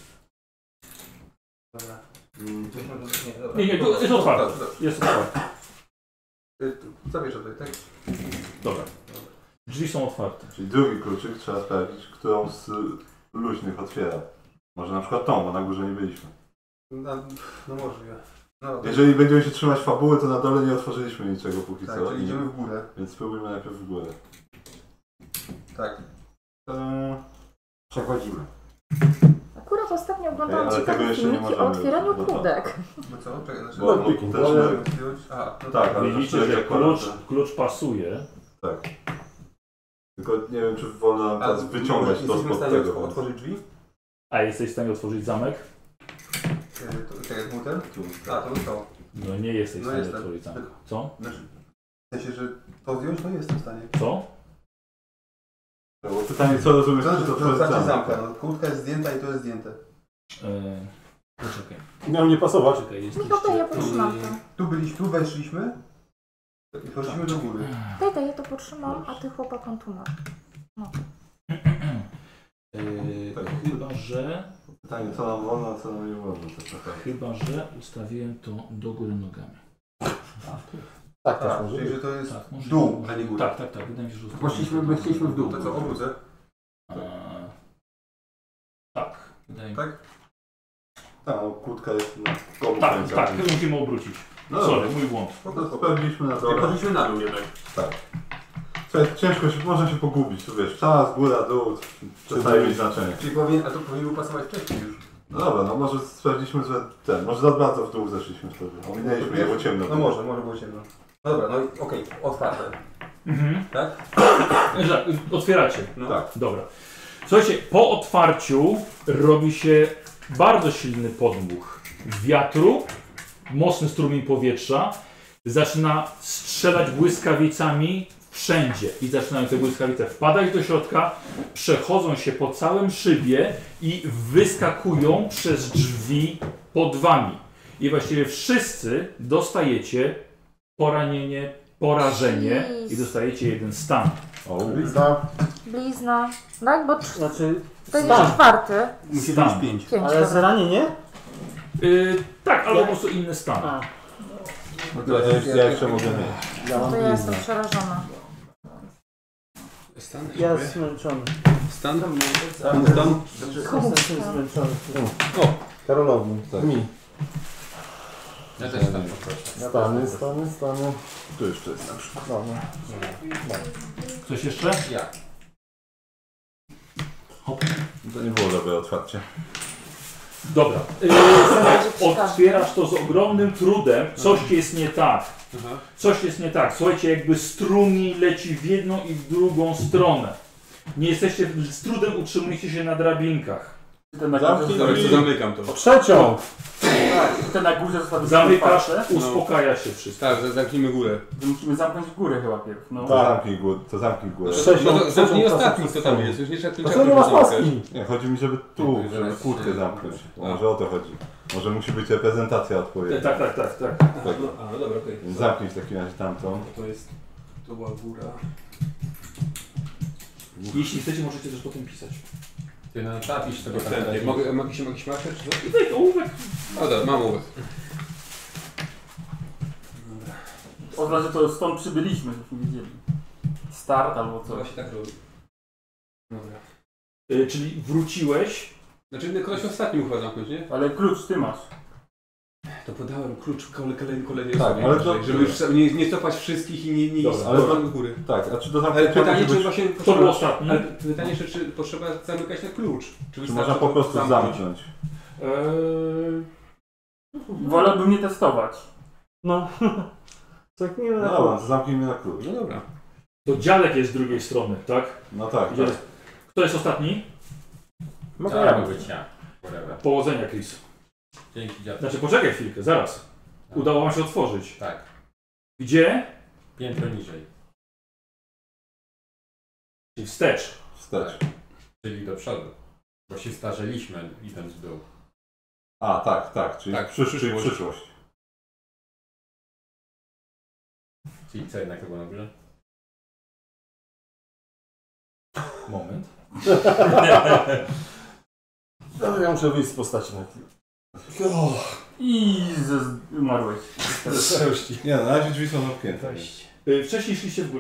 Dobra. Nie, to jest otwarta. Jest otwarta. Zawiesz tutaj, tak? Dobra. Drzwi są otwarte. Czyli drugi kluczyk trzeba sprawdzić, którą z luźnych otwiera. Może na przykład tą, bo na górze nie byliśmy. No możliwe. No, Jeżeli będziemy się trzymać fabuły, to na dole nie otworzyliśmy niczego póki tak, co. czyli idziemy w górę. Więc spróbujmy najpierw w górę. Tak. Przechodzimy. Akurat ostatnio oglądałam Ale tego ciekawe jeszcze nie filmiki o możemy, otwieraniu bo to- kłódek. Bo co? Czekaj, znaczy... Bo też no tak, ale Widzicie, to że jak klucz pasuje. Tak. Tylko nie wiem, czy wolno nam teraz wyciągać to jesteśmy w spod stanie tego. otworzyć drzwi? A jesteś w stanie otworzyć zamek? To jest mu ten? A, to to. No nie jesteś w No stanie jestem. otworzyć zamek. Co? Znaczy, w sensie, że to zdjąć, to jestem w stanie. Co? Bo pytanie, co rozumiesz, To czy to znaczy zamek? zamka, no kurtka jest zdjęta i to jest zdjęte. Poczekaj. Miał nie pasować. Czekaj, Michał, daj, ja potrzymam to. Tu weszliśmy i poszliśmy do góry. Daj, ja to potrzymam, a ty chłopakom tłumacz. No. Chyba, że... Pytanie, co nam wolno, a co nam nie wolno. Chyba, że ustawiłem to do góry nogami. Tak, A, może czyli być. że to jest Tak, może dół, być. a nie góra. Tak. Wydaje mi się, że My chcieliśmy w dół. To co, obrócę? Tak. Wydaje mi się. Tak? Tak, no, kurtka jest na komu Tak, musimy obrócić. No Sorry, mój błąd. Sprawdziliśmy na dole. Poszliśmy na dół jednak. Tak. Słuchaj, ciężko się, można się pogubić, tu wiesz, czas, góra, dół, przestaje mieć znaczenie. Czyli a to powinien pasować wcześniej już. No dobra, no może sprawdziliśmy, że może za bardzo w dół zeszliśmy wtedy. Ominęliśmy je, bo ciemno. No może było ciemno. No dobra, no okej, otwarte. Tak? Otwieracie. No. Tak. Dobra. Słuchajcie, po otwarciu robi się bardzo silny podmuch wiatru, mocny strumień powietrza, zaczyna strzelać błyskawicami wszędzie i zaczynają te błyskawice wpadać do środka, przechodzą się po całym szybie i wyskakują przez drzwi pod wami. I właściwie wszyscy dostajecie poranienie, porażenie i dostajecie jeden stan. Blizna. Tak, bo Znaczy, to jest czwarty. musi Stan. być 5. Pięć, Ale dobra. zranienie? Tak, albo po prostu inny stan. A, Ja jeszcze mogę mieć. to ja jestem przerażona. Stan? Ja jestem zmęczony. Stan? Stan? Jestem zmęczony. O! Karolowi. Tak. Mi. Ja też tam poproszę. Stany. Tu jeszcze jest na przykład. Dobra. Coś jeszcze? Ja. Hop. To nie było dobre otwarcie. Dobra. Otwierasz to z ogromnym trudem. Coś jest nie tak. Coś jest nie tak. Słuchajcie, jakby strumień leci w jedną i w drugą stronę. Nie jesteście, z trudem utrzymujecie się na drabinkach. Zamykam to. Trzecią! Tak, ten na górze został Zamykasz, uspokaja się wszystko. Tak, zamknijmy górę. Musimy zamknąć górę chyba pierw. No. To zamknij górę. No to zamknij ostatni, kto tam jest. Już nie trzeba To co nie masz maski? Nie, chodzi mi, żeby tu, żeby kurtkę zamknąć. Może o to chodzi. Może musi być reprezentacja odpowiednia. Tak. No dobra, okej. Więc zamknij w takim razie tamtą. To była góra. Jeśli chcecie, możecie też potem pisać. Ty no napisz sobie tam. Mogę jakiś marker czy coś? I daj ołówek. No dobra, mam ołówek. Od razu to stąd przybyliśmy, żeśmy widzieli. Start albo To coś. właśnie tak robi. Dobra. Czyli wróciłeś. Znaczy kogoś ostatni chyba zamknąć, nie? Ale klucz ty masz. To podałem klucz kolejnej Tak, osobie, ale to- żeby już nie cofać wszystkich i nie Dobra, ale do góry. Tak, a czy to Ale zamknięcia pytanie, musi czy być... właśnie To był ostatni. ale pytanie jeszcze, czy potrzeba zamykać na klucz? Czy wystarczy można po prostu zamknąć? Wolałbym nie testować. No. Zamknijmy No na dobra, koło. to zamknijmy na klucz. No dobra. To dziadek jest z drugiej strony, tak? No tak. Gdzie jest? Kto jest ostatni? Mogę ja być ja. Whatever. Powodzenia, Chris. Dzięki dziadku. Znaczy, poczekaj chwilkę, zaraz. Udało wam się otworzyć. Tak. Gdzie? Piętro niżej. Czyli wstecz. Wstecz. Czyli do przodu. Bo się starzeliśmy idąc w dół. A, tak, czyli Tak, przyszłość. Czyli co jednak to było na górze? Moment. Ja muszę wyjść z postaci na chwilę. I umarłeś. Nie, na razie drzwi są zamknięte. Wcześniej szliście w górę.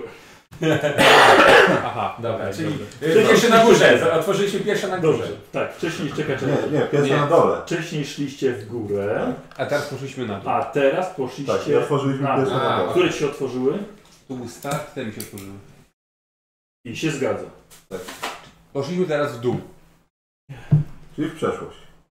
Aha, Dobra, czyli Dobra. pierwsze na górze. Otworzyliśmy pierwsze na górze. Dobrze. Tak, wcześniej czekaj. Nie, pierwsze na dole. Wcześniej szliście w górę, a teraz poszliśmy na dół. a teraz poszliście Tak, i otworzyliśmy na pierwsze dół. na dole. Które się otworzyły? Tu był start, te mi się otworzyły. I się zgadza. Poszliśmy teraz w dół. Czyli w przeszłość.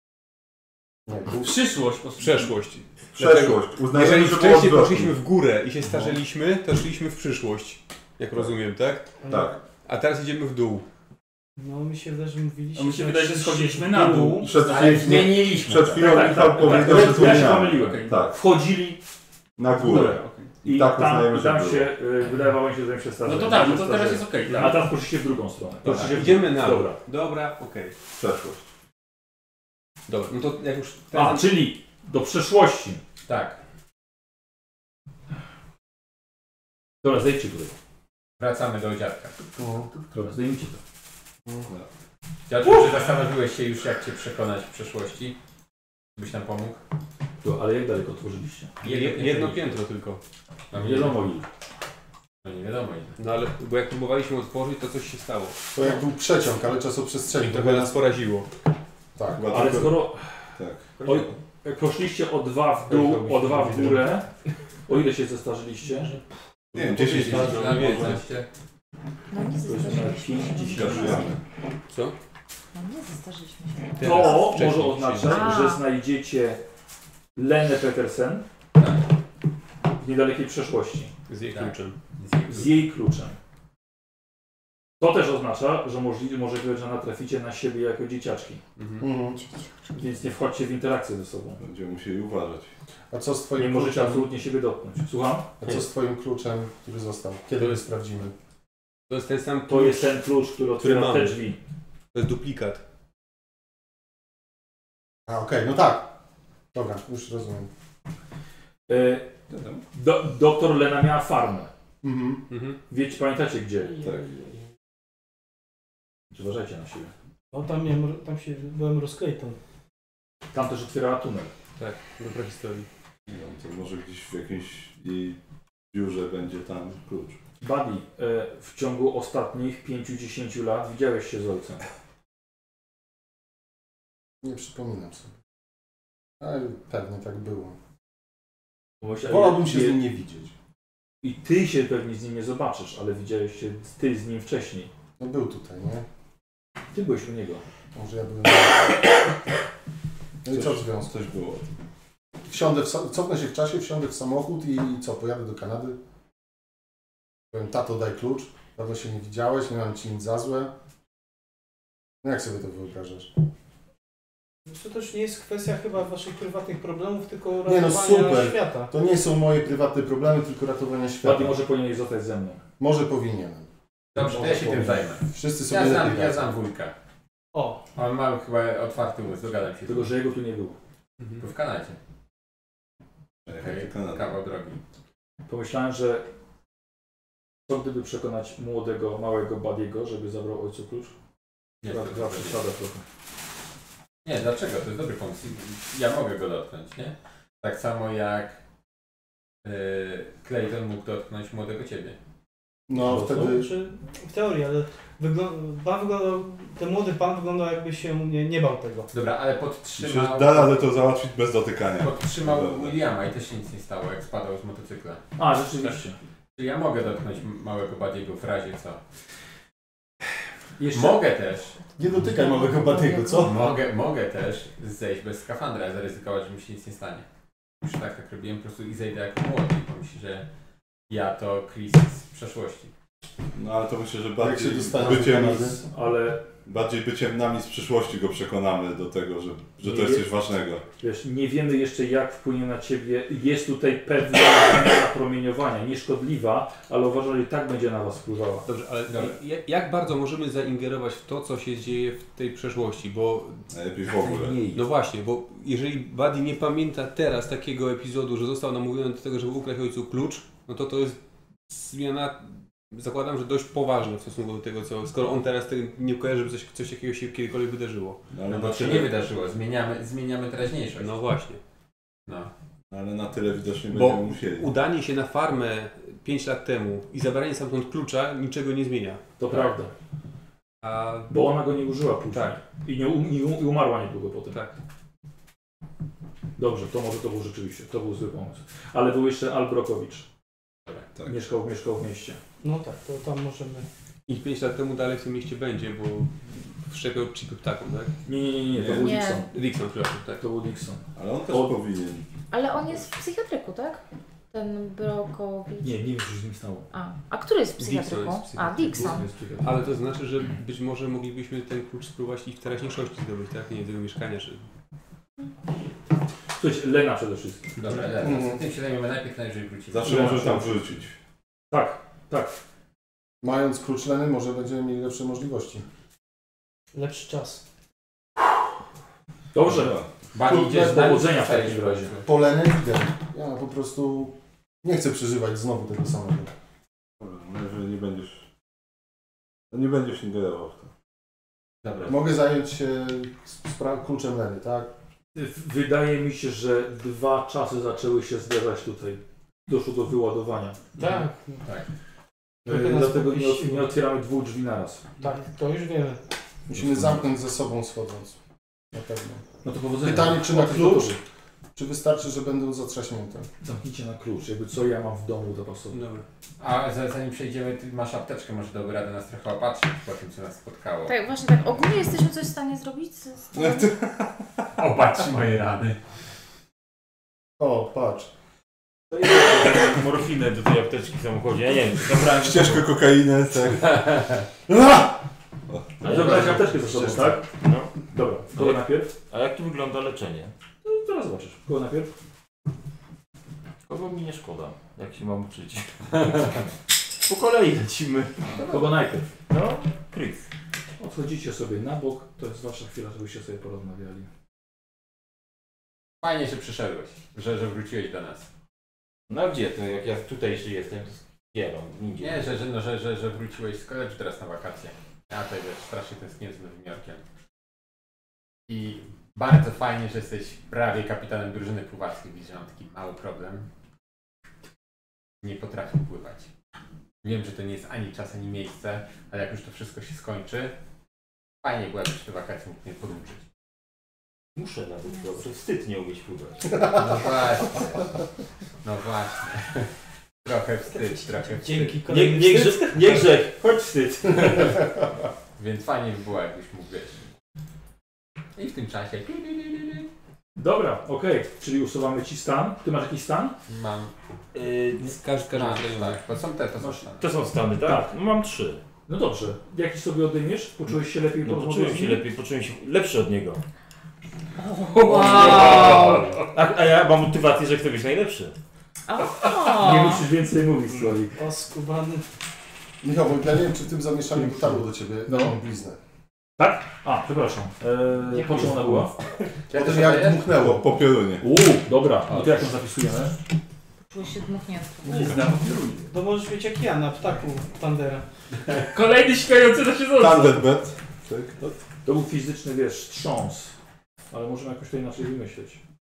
Przyszłość. Przeszłość. Przeszłość. Uznajemy, Jeżeli że było wcześniej odwrotnie. poszliśmy w górę i się starzyliśmy, to szliśmy w przyszłość. Jak rozumiem, tak? Tak. A teraz idziemy w dół. No mi się wydaje, że mówiliście... A mi się jak wydaje, że szliście schodziliśmy w na dół. dół. Ale zmieniliśmy. Przed chwilą Michał powiedział, że Ja się zmieniamy. pomyliłem. Tak. Wchodzili Na górę. i Tak tam, uznajemy, i tam że się wydawało mi się, że mi się starzyło. No to tak, no to teraz jest okej, tak? A teraz poszliście w drugą stronę. Dobra, Poszliście w idziemy na dół. Dobra. Dobra, okej. Przeszłość. Dobra, no to jak już... A, czyli do przeszłości. Tak. Dobra, zejdźcie tutaj. Wracamy do dziadka. Dobra, zdejmijcie to. Dziadku, czy zastanowiłeś się już, jak cię przekonać w przeszłości? Byś nam pomógł? To, ale jak daleko otworzyliście? Jedno piętro tylko. No Nie wiadomo ile. No nie wiadomo ile. No ale, bo jak próbowaliśmy otworzyć, to coś się stało. To jak był przeciąg, ale czasoprzestrzeni. I trochę nas poraziło. Tak. Chyba Ale tylko- skoro Tak. jak poszliście o 2 w dół, o 2 w górę, o ile się zestarzyliście? Nie wiem, 10 lat. Na 15. No nie zestarzeliśmy się. 10. Co? No nie zestarzeliśmy się. Teraz, To wcześniej może oznaczać, A. że znajdziecie Lenę Petersen w niedalekiej przeszłości Z jej Tak. kluczem. z jej kluczem. To też oznacza, że możliwe, że natraficie na siebie jako dzieciaczki. Mhm. Więc nie wchodźcie w interakcję ze sobą. Będziemy musieli uważać. A co z Nie twoim możecie kluczem? absolutnie siebie dotknąć. Słucham? A co z twoim kluczem, który został? Kiedy go sprawdzimy? To jest ten sam klucz. To jest ten klucz, który otwiera mamy. te drzwi. To jest duplikat. A okej, no tak. Dobra, już rozumiem. Doktor Lena miała farmę. Mhm. Wiecie, pamiętacie gdzie? Tak. Uważajcie na siebie. No tam się byłem rozklejtą. Tam też otwierała tunel. Tak, dobra historia. Nie wiem, to może gdzieś w jakiejś jej biurze będzie tam klucz. Buddy, w ciągu ostatnich 5-10 lat widziałeś się z ojcem. Nie przypominam sobie. Ale pewnie tak było. Właśnie, Wolałbym się z nim nie widzieć. I ty się pewnie z nim nie zobaczysz, ale widziałeś się ty z nim wcześniej. No był tutaj, nie? Ty byłeś u niego. Może ja byłem... No i co w związku? Coś było. Cofnę się w czasie, wsiądę w samochód i co, pojadę do Kanady? Powiem, tato, daj klucz. Dawno się nie widziałeś, nie mam ci nic za złe. No jak sobie to wyobrażasz? To też nie jest kwestia chyba waszych prywatnych problemów, tylko Nie no, ratowania super. świata. To nie są moje prywatne problemy, tylko ratowania Buddy świata. może powinieneś zostać ze mną. Może powinienem. Dobrze, to ja się tym zajmę. Wszyscy sobie Ja lepiej znam radzą. wujka. O, On ma chyba otwarty umysł, dogadam się. Tylko, że jego tu nie było. To w Kanadzie. Kanada. Kawał drogi. Pomyślałem, że co gdyby przekonać młodego, małego Buddy'ego, żeby zabrał ojcu klucz? Nie, Gra to przesada trochę. nie, dlaczego? To jest dobry pomysł. Ja mogę go dotknąć, nie? Tak samo jak Clayton mógł dotknąć młodego ciebie. No wtedy... Znaczy, w teorii, ale ten młody pan wyglądał jakby się nie bał tego. Dobra, ale Myślę, podtrzymał... że da radę to załatwić bez dotykania. Podtrzymał Dobra. Williama i też się nic nie stało, jak spadał z motocykla. A, rzeczywiście. Czyli ja mogę dotknąć małego Buddy'ego w razie co. Jeszcze... Mogę też. Nie dotykaj małego Buddy'ego, co? Mogę też zejść bez skafandra, zaryzykować, że mi się nic nie stanie. Już tak robiłem po prostu i zejdę jako młody i pomyśli, że ja to Chris z przeszłości. No ale to myślę, że Jak bardziej się dostaną do Kanady? Ale byciem nami z przyszłości go przekonamy do tego, że to Nie jest coś jest- ważnego. wiesz, nie wiemy jeszcze jak wpłynie na ciebie. Jest tutaj pewna promieniowania, nieszkodliwa, ale uważam, że i tak będzie na was wpływała. Dobrze, ale Dobra. jak bardzo możemy zaingerować w to, co się dzieje w tej przeszłości? Bo Najlepiej w ogóle. no właśnie, bo jeżeli Buddy nie pamięta teraz takiego epizodu, że został namówiony do tego, żeby ukraść ojcu klucz, no to jest zmiana, zakładam, że dość poważna w stosunku do tego, co, skoro on teraz tego nie kojarzy, żeby coś takiego się kiedykolwiek wydarzyło. No, ale No bo na to się tyle, nie wydarzyło, zmieniamy teraźniejszość. No właśnie. No. ale na tyle widocznie Bo będziemy musieli. udanie się na farmę 5 lat temu i zabranie stamtąd klucza niczego nie zmienia. To prawda. A Bo ona go nie użyła później. Tak. I umarła niedługo potem. tak. Dobrze, to może to był rzeczywiście, to był zły pomysł. Ale był jeszcze Al Brokowicz. Tak. Mieszkał w mieście. No tak, to tam możemy... I 5 lat temu dalej w tym mieście będzie, bo wszczepiał chipy ptakom, tak? Nie, to był Nie. Dixon. Dixon, przepraszam, tak. To był Dixon. Ale on też powinien. Ale on jest w psychiatryku, tak? Ten Brokowicz. Nie wiem, co się z nim stało. A który jest w psychiatryku? Dixon jest w A, Dixon. Ale to znaczy, że być może moglibyśmy ten klucz spróbować i w teraźniejszości zdobyć, tak? Nie tego mieszkania, czy... Słuchajcie, Lena przede wszystkim. Dobra, Lena. Tym się zajmiemy najpierw, najwyżej wrócimy. Zawsze możesz tam wrócić. Tak. Mając klucz Leny, może będziemy mieli lepsze możliwości. Lepszy czas. Dobrze. Bani idziesz powodzenia w takim razie. Po Lenę idę. Ja po prostu nie chcę przeżywać znowu tego samego. Jeżeli nie będziesz ingerował w to. Dobra. Mogę zająć się kluczem Leny, tak? Wydaje mi się, że 2 czasy zaczęły się zderzać tutaj. Doszło do wyładowania. Tak. Tak. Dlatego nie otwieramy 2 drzwi naraz. Tak, to już wiemy. Musimy zamknąć ze sobą schodząc. Na pewno. No to powodzenia. Pytanie, czy na klucz, czy wystarczy, że będą zatrzaśnięte? Zamknijcie na klucz. Jakby co ja mam w domu zapasowne. Dobra. A zanim przejdziemy, ty masz apteczkę, może dałoby radę nas trochę opatrzyć po tym, co nas spotkało. Tak, właśnie tak. Ogólnie jesteśmy coś w stanie zrobić? Opatrz moje rany. O, patrz. To jest morfinę do tej apteczki w samochodzie. Ja nie wiem, zabrałem... Ścieżkę kokainę, tak. A zabrałeś apteczkę ze sobą, tak? No. Dobra. Kogo najpierw? A jak tu wygląda leczenie? No, zaraz zobaczysz. Kogo najpierw? Kogo mi nie szkoda, jak się mam uczyć. Po kolei lecimy. Kogo najpierw? No, Chris. Odchodzicie sobie na bok. To jest wasza chwila, żebyście sobie porozmawiali. Fajnie, że przyszedłeś, że wróciłeś do nas. No gdzie to, jak ja tutaj jeszcze jestem, to gdzie no, nigdzie. Nie, że wróciłeś z koledzy teraz na wakacje. Ja tutaj wiesz, strasznie tęsknię z Nowym Jorkiem. I bardzo fajnie, że jesteś prawie kapitanem drużyny pływackiej. Widzę, że mam taki mały problem. Nie potrafię pływać. Wiem, że to nie jest ani czas, ani miejsce, ale jak już to wszystko się skończy, fajnie było, jakbyś te wakacje mógł mnie poduczyć. Muszę nawet, dobrze, wstyd nie umieć pływać. No właśnie. No właśnie. Trochę wstyd, trochę wstyd. Dzięki Nie grzech, chodź wstyd. Więc fajnie by było, jakbyś mógł wiesz. I w tym czasie... Dobra, okej. Czyli usuwamy ci stan. Ty masz jakiś stan? Mam... Każdy tak, to są te, to są stany. To są stany, tak? Tak. No mam 3. No dobrze. Jaki sobie odejmiesz? Poczułeś się lepiej po No rozmowie poczułem z się nim? lepiej, poczułem się lepszy od niego. Wow. A ja mam motywację, że chcę być najlepszy. Nie musisz więcej mówić, Słowik. O, skubany. Michał, bo ja nie wiem, czy w tym zamieszaniu dotarło do ciebie na bliznę. Tak? A, przepraszam. Po czym ona była? Po tym jak dmuchnęło. Po piorunie. Dobra. No to jak ją zapisujemy? Czułeś się dmuchnięty. Nie znam. To możesz mieć jak ja na ptaku Tandera. Kolejny sikający to się został. Thunderbird. To był fizyczny, wiesz, wstrząs. Ale możemy jakoś to inaczej wymyśleć.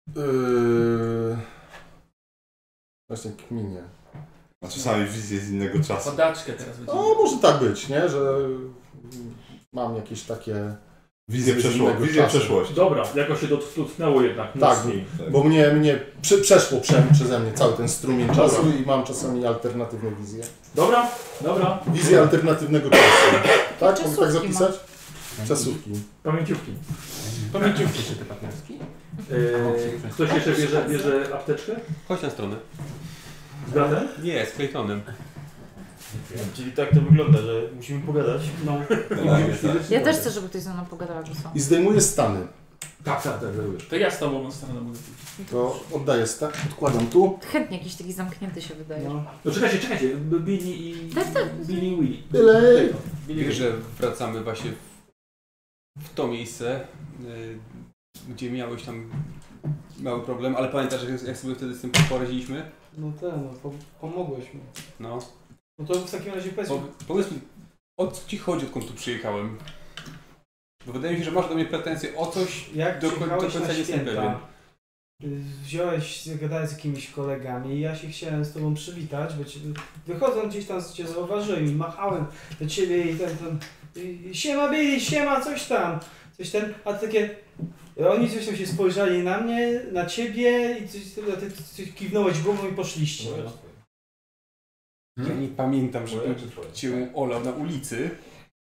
Właśnie kminie. A czasami wizję z innego czasu. Podaczkę teraz będzie. No, może tak być, nie? Że mam jakieś takie... Wizję z innego czasu. przeszłości. Dobra, jakoś się dotknęło jednak Tak, mocniej. bo mnie przeszło przeze mnie cały ten strumień czasu i mam czasami alternatywne wizje. Dobra. Wizję alternatywnego czasu. Tak? Mogę tak Czasówki zapisać? Czasówki. Pamięciówki. Pamięciówki czy te partnerski? Ktoś jeszcze bierze apteczkę? Chodź na stronę. Z bratem? Nie, z Claytonem. Czyli tak to wygląda, że musimy pogadać. No. Ja też chcę, żeby ktoś ze mną pogadał, jak są. I zdejmuję stany. Tak. To ja z tobą na stronę mogę pójść. To oddaję stan, odkładam tu. Chętnie jakiś taki zamknięty się wydaje. No czekajcie. Billy i... Tak. Billy i Willy. Tyle. Wiesz, że wracamy właśnie w to miejsce, gdzie miałeś tam mały problem, ale pamiętasz, jak sobie wtedy z tym poradziliśmy? No pomogłeś mi. No. No to w takim razie Powiedz mi, o co ci chodzi, odkąd tu przyjechałem? Bo wydaje mi się, że masz do mnie pretensje o coś, jak do końca nie jestem pewien. Gadałeś z jakimiś kolegami i ja się chciałem z tobą przywitać, bo wychodząc gdzieś tam cię zauważyłem i machałem do ciebie i siema Billy, siema, coś tam, a takie, oni coś tam się spojrzeli na mnie, na ciebie i ty kiwnąłeś głową i poszliście. Ja nie pamiętam, że cię olał na ulicy.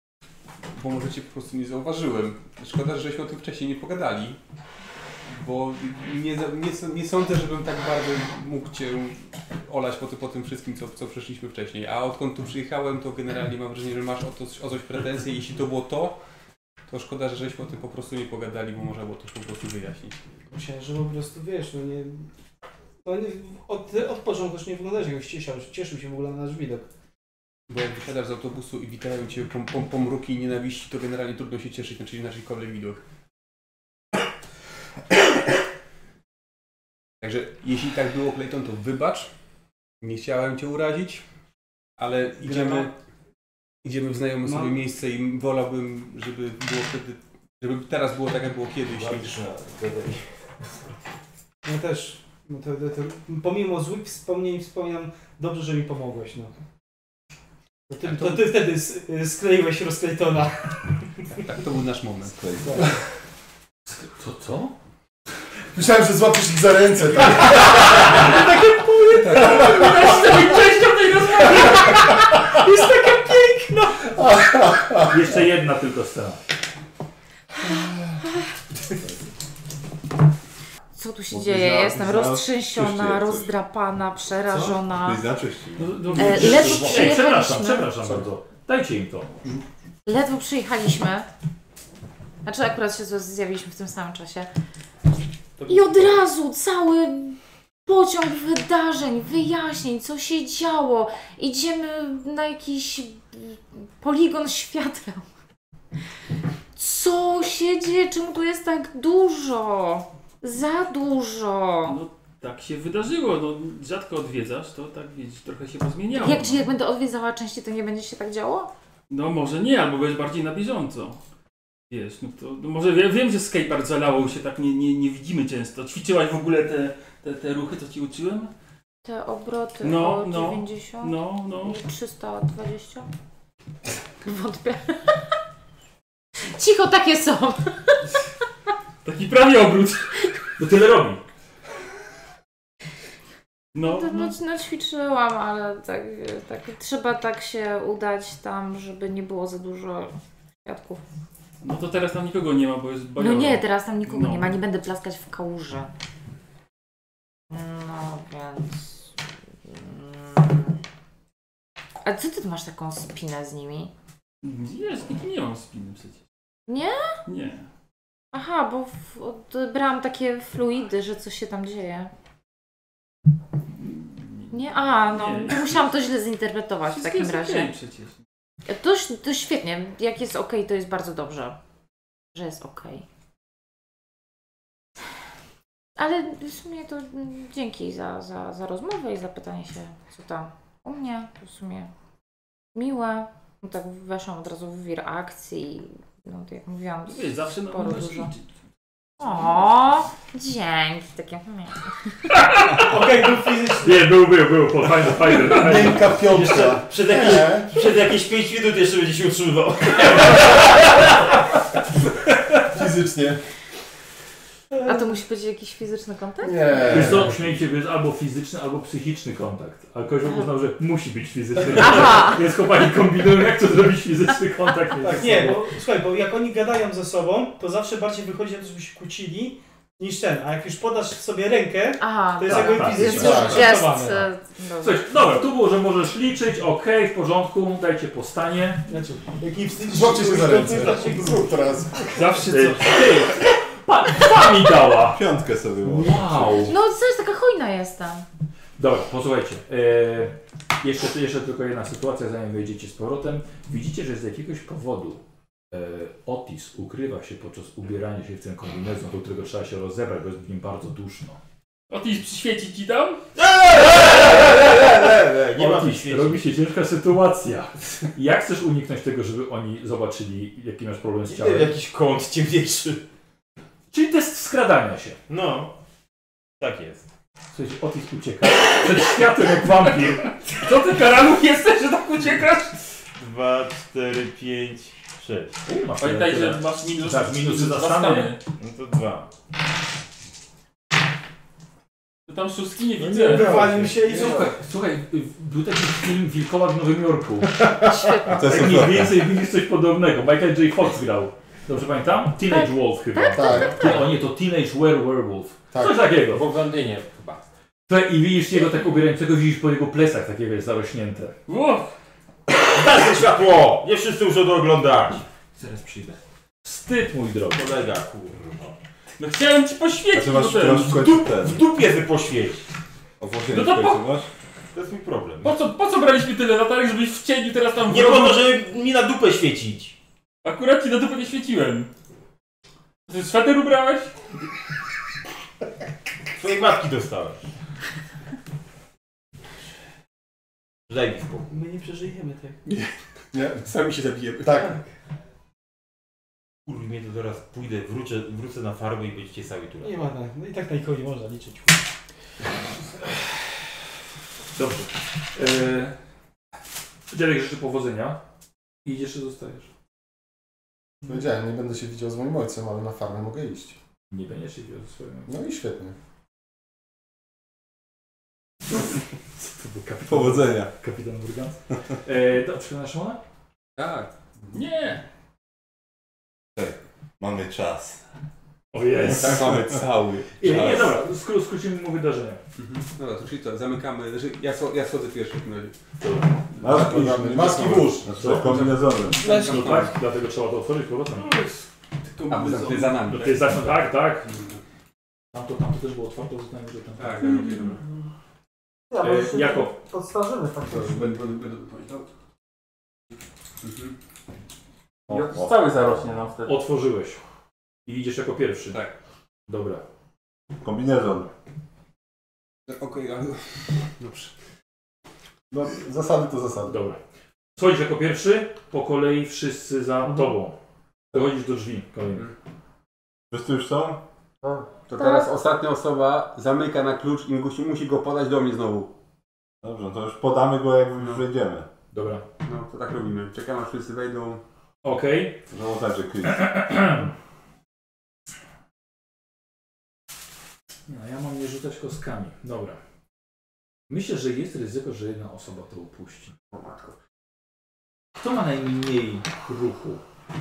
bo może cię po prostu nie zauważyłem. Szkoda, żeśmy o tym wcześniej nie pogadali, bo nie sądzę, żebym tak bardzo mógł cię olać po tym wszystkim, co przeszliśmy wcześniej. A odkąd tu przyjechałem, to generalnie mam wrażenie, że masz o coś pretensje. Jeśli to było to szkoda, że żeśmy o tym po prostu nie pogadali, bo można było to po prostu wyjaśnić. Myślałem, że po prostu wiesz, no nie... Od początku też nie wyglądasz jakbyś cieszył się w ogóle na nasz widok. Bo jak wysiadasz z autobusu i witają cię pomruki i nienawiści, to generalnie trudno się cieszyć na czyjkolwiek widok. Także jeśli tak było, Clayton, to wybacz. Nie chciałem cię urazić, ale idziemy w znajome sobie miejsce i wolałbym, żeby było wtedy, żeby teraz było tak, jak było kiedyś. Ja też. No to pomimo złych wspomnień wspominam, dobrze, że mi pomogłeś. No. To ty wtedy skleiłeś Claytona. Tak, to był nasz moment. Co? Myślałem, że złapiesz ich za ręce. Tak? Takie pół, częścią tej rozmowy. Jest taka piękna. Jeszcze jedna tylko scena. Co tu się dzieje? Jestem roztrzęsiona, rozdrapana, przerażona. Ledwo przyjechaliśmy. Przepraszam bardzo. Dajcie im to. Ledwo przyjechaliśmy. Znaczy akurat się zjawiliśmy w tym samym czasie. I od razu cały pociąg wydarzeń, wyjaśnień, co się działo. Idziemy na jakiś poligon świateł. Co się dzieje? Czemu tu jest tak dużo? Za dużo. No tak się wydarzyło. No, rzadko odwiedzasz, to tak widzisz, trochę się pozmieniało. Jak będę odwiedzała częściej, to nie będzie się tak działo? No może nie, albo będziesz bardziej na bieżąco. Wiesz, no to no może wiem, że skatepark zalało się tak nie widzimy często. Ćwiczyłaś w ogóle te ruchy, co ci uczyłem? Te obroty o 90 i 320? Wątpię. Cicho, takie są. Taki prawie obrót. No tyle robi. No ćwiczyłam, ale tak trzeba tak się udać tam, żeby nie było za dużo świadków. No to teraz tam nikogo nie ma, bo jest bajowo. No nie, teraz tam nikogo nie ma, nie będę plaskać w kałuży. No więc... A co ty masz taką spinę z nimi? Nie mam spiny przecież. Nie? Nie. Aha, bo odbrałam takie fluidy, że coś się tam dzieje. Nie? A, no nie. Musiałam to źle zinterpretować w takim razie. Okay przecież. To świetnie. Jak jest okej, to jest bardzo dobrze. Że jest okej. Ale w sumie to dzięki za rozmowę i za pytanie się, co tam u mnie. To w sumie miłe. No tak weszłam od razu w wir akcji. No to jak mówiłam, wiesz, zawsze sporo dużo. O, dzięki. Takie... Okej, był fizyczny. Nie, był. Fajny. Miękka piątka. Przed jakieś 5 minut jeszcze będzie się utrzymywał. Fizycznie. A to musi być jakiś fizyczny kontakt? Nie. Wiesz co, śmiejcie, jest albo fizyczny, albo psychiczny kontakt. A Kozioł uznał, że musi być fizyczny kontakt. Więc chłopaki kombinują, jak to zrobić fizyczny kontakt. Tak, nie, bo słuchaj, bo jak oni gadają ze sobą, to zawsze bardziej wychodzi na to, żeby się kłócili, niż ten. A jak już podasz sobie rękę, to jest jakby fizycznie przygotowane. Dobra, tu było, że możesz liczyć, okej, w porządku, dajcie po stanie. Znaczy, jaki wstyd. Złapcie się za ręce. Zrób teraz. Zawsze Pani mi dała! 5 sobie Wow! No coś, taka hojna jestem. Dobra, posłuchajcie. Jeszcze tylko jedna sytuacja, zanim wejdziecie z powrotem. Widzicie, że z jakiegoś powodu Otis ukrywa się podczas ubierania się w ten kombinezon, do którego trzeba się rozebrać, bo jest w nim bardzo duszno. Otis przyświeci ci tam? Nie ma Otis, robi się ciężka sytuacja. Jak chcesz uniknąć tego, żeby oni zobaczyli, jaki masz problem z ciałem? Jakiś kąt ciemniejszy. Czyli test skradania się. No, tak jest. Słuchajcie, Otis ucieka przed światłem jak wampir. Co ty, Karalu, jesteś, że tak uciekasz? 2, 4, 5, 6. Pamiętaj, że masz minus. Tak, minusy za stany. No to 2. Tam szóstki nie widzę. Wywalił się i Słuchaj, był taki film Wilkołak w Nowym Jorku. Świetnie. Tak mniej więcej widzisz coś podobnego. Michael J. Fox grał. Dobrze pamiętam? Teenage Wolf chyba. Tak. O nie, to Teenage Werewolf. Tak. Coś takiego. Bo w Londynie chyba. I widzisz jego tak ubierającego, widzisz po jego plecach takiego jest zarośnięte. Zgasnij światło! Nie wszyscy muszą to oglądać. Zaraz przyjdę. Wstyd, mój drogi. Kolega, kurwa. No chciałem ci poświecić, A ty masz bo ten... W dupie wypoświeć. O właśnie No to po- masz? To jest mój problem. Po co braliśmy tyle latarek, żebyś w cieniu teraz tam... Nie po to, żeby mi na dupę świecić. Akurat ci na dupę nie świeciłem. Ty sweter ubrałeś? Twojej matki dostałem. Daj mi spokój. My nie przeżyjemy tak. Nie, sami się zabijemy. Tak. Kurwa, mnie to zaraz pójdę, wrócę na farmę i będziecie sami tu. Nie ma tak. No i tak na nikogo nie można liczyć. Dobrze. Dziadek życzę powodzenia. I idziesz czy zostajesz? Powiedziałem, nie będę się widział z moim ojcem, ale na farmę mogę iść. Nie będziesz się widział ze swoim. No i świetnie. Co to był kapitan? Powodzenia. Kapitan Morgan. Przekonana Szymona? Tak. Nie. Mamy czas. O jest. Tak mamy cały Nie, dobra, skrócimy mu wydarzenia. Dobra, to czyli to, zamykamy. Znaczy, ja schodzę pierwszy w takim razie. Maski włóż. Znaczy kombinezonem. No tak, dlatego trzeba to otworzyć powrotem. A, bo zamknę za nami. No to jest tak, tak, tak. Tamto też było otwarte, uznałem, że tam. Tak, Ja może się Jako. podstażymy faktycznie. Będę pamiętał. Cały zarośnie nam wtedy. Otworzyłeś. I idziesz jako pierwszy. Tak. Dobra. Kombinezon. Okej, ale... Dobrze. No, zasady to zasady. Dobra. Schodzisz jako pierwszy, po kolei wszyscy za tobą. Dochodzisz do drzwi kolejnych. Wszyscy już są? To teraz ostatnia osoba zamyka na klucz i musi go podać do mnie znowu. Dobrze, no to już podamy go jak już wejdziemy. Dobra. No, to tak robimy. Czekamy aż wszyscy wejdą. Okej. No także Chris. No ja mam nie rzucać kostkami. Dobra. Myślę, że jest ryzyko, że jedna osoba to upuści. O matko. Kto ma najmniej ruchu?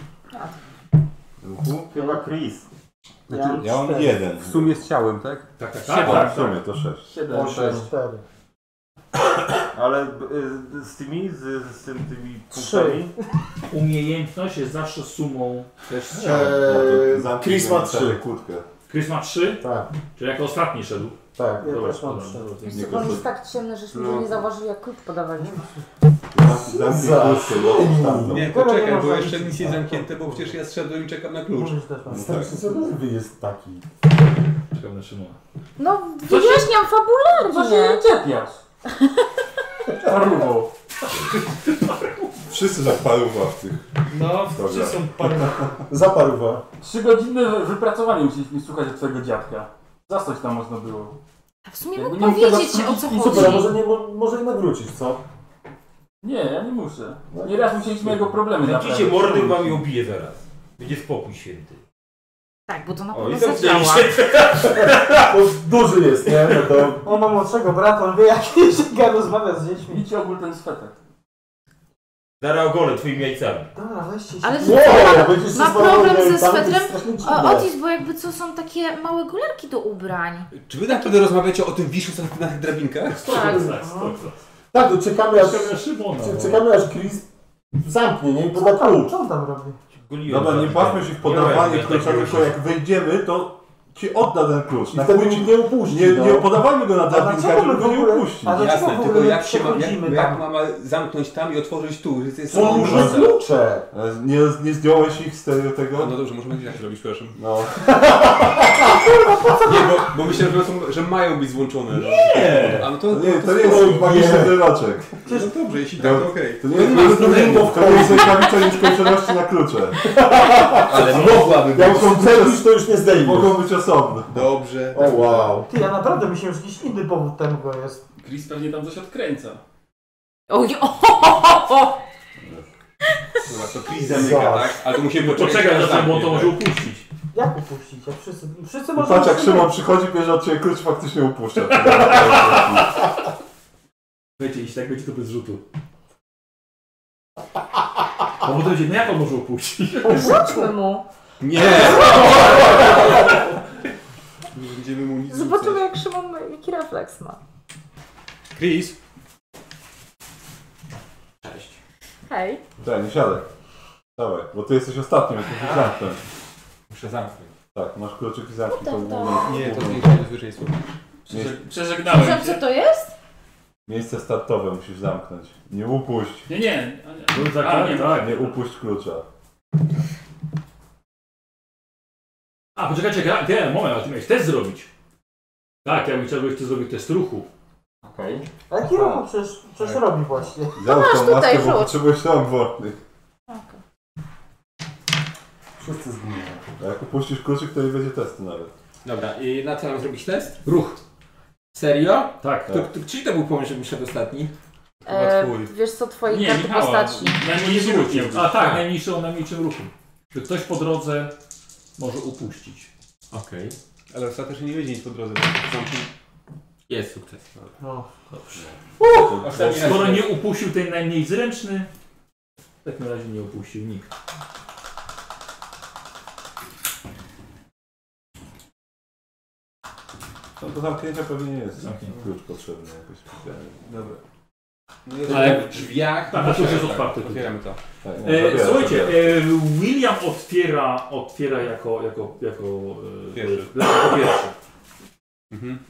Ruchu? Chyba Chris. Znaczy, Ja mam jeden. w sumie z ciałem, tak? Tak, tak, Tak, tak. w sumie to 6. 8, 4. Ale z tymi punktami? Umiejętność jest zawsze sumą też z Chris ma 3. Kłódkę. Chris ma 3? Tak. Czyli jako ostatni szedł. Tak. Ja Dobra, też mam dobra, 3. dobra, to Wiesz jest- co, on jest tak ciemny, żeśmy No. nie zauważyli, jak klucz podawaliśmy. Za- Nie, Kogo nie poczekaj, bo można jeszcze liczyć? nic nie zamknięte, bo przecież ja zszedłem i czekam na klucz. Mówisz też mam. Straszny jest taki. Czekam na Szymona. No, wyjaśniam fabularnie. czepiasz? Paruwo. Wszyscy za paruwa w tych. No, wszyscy są parma. Za paruwa. 3-godzinne wypracowanie musieliśmy słuchać od twojego dziadka. Za coś tam można było. A w sumie Jakby mógł nie mógł tego powiedzieć, o co skrócić, chodzi. Super, a może jednak wrócić, co? Nie, ja nie muszę. Nieraz musieliśmy jego problemy Zamknijcie mordy, wam i obiję zaraz. Będzie spokój święty. Tak, bo to na O, pewno i zadziała. zamknęliście. Bo duży jest, nie? No to... On ma młodszego brata, on wie jak się rozmawia z dziećmi. Widzicie ogól ten sweter. Zaraz ogolę twoimi jajcami. Dobra, weźcie się. Ale Wow, będziesz ma się zbawiał problem ze jajcami, to swetrem. jest strasznie dziwne. Otis, bo jakby co są takie małe golarki do ubrań. Czy wy naprawdę rozmawiacie o tym wiszu na tych drabinkach? Tak. Tak, to czekamy aż... Czekam na Szymona. Czekamy aż Chris zamknie, nie? I poda klucz. Co on tam robi? Dobra, nie bawmy się w podawanie klucza, tylko jak wejdziemy, to ci odda ten klucz. I wtedy nikt nie upuści. Nie podawajmy go na drabinkę, dlaczego żeby my go w nie ogóle- upuścić. Ale dlaczego Jasne, w tylko ogóle jak się ma, przechodzimy jak tam? mamy zamknąć tam i otworzyć tu? Że to jest Są różne klucze. Nie zdjąłeś ich z tego? No dobrze, możemy tak robić, przepraszam. No. Nie, bo myślałem, że mają być złączone. Nie! A no to Nie, to nie spoko. jest magiczny wyroczek. No dobrze, jeśli tak, to okej. To nie jest rękawica nieskończoności na klucze. Ale mogłaby być. Jak są czegoś, to już nie zdejmiesz. Mogą być osobne. Dobrze. O wow. Ty, ja naprawdę myślałem, że jakiś inny powód tego jest. Chris pewnie tam coś odkręca. Oj, Dobra, to Chris zamyka, tak? Ale to musimy Poczekaj na to, bo on to może upuścić. Jak upuścić? Jak wszyscy I możemy... patrz, jak Szymon przychodzi, bierze od ciebie klucz, faktycznie upuszcza. Wiecie, jeśli tak będzie, to bez rzutu. A potem będzie, no jak on może upuścić? Rzućmy mu. Nie! Nie będziemy mu nic Zobaczymy, rzucać. jak Szymon, jaki refleks ma. Chris? Cześć. Hej. Daj, nie siadaj. Dawaj, bo ty jesteś ostatnim, jak musisz zamknąć. Muszę zamknąć. Tak, masz kluczyk i zamknij. No to- To Nie, to zwiększa bezpieczeństwo. Przeżegnałem Przepraszam, się. co to jest? Miejsce startowe musisz zamknąć. Nie upuść. Nie. Tak. Nie upuść klucza. A, poczekajcie, moment, ale ty miałeś test zrobić. Tak, ja bym chciał, żebyś ty zrobił test ruchu. Okej. A jaki ruch przecież robi właśnie? Załóż masz tą tutaj, maskę, bo rzuć. potrzebujesz rąk wolnych. Okay. Wszyscy zginiemy. A jak upuścisz kluczyk, to nie będzie testu nawet. Dobra, i na co mam zrobić test? Ruch. Serio? Tak. Czyj to był pomysł, żebym szedł ostatni? Wiesz co, twojej Nie, karty Michała. postaci. Najmniejszy ruch nie A tak, najmniejszy o najmniejszym ruchu. Że ktoś po drodze może upuścić. Okej. Ale ostatecznie nie będzie nic po drodze. Jest sukces. No. Dobrze. Ostatni raz Skoro jest. nie upuścił ten najmniej zręczny, w takim razie nie upuścił nikt. No do zamknięcia pewnie nie jest Zamknięty. klucz potrzebny jakoś specjalnie. Dobra. Ale w drzwiach... Tak, to już jest otwarte. Otwieramy to. Tak, nie, Słuchajcie, zabiera. William otwiera jako Pierwszy. pierwszy. Mhm.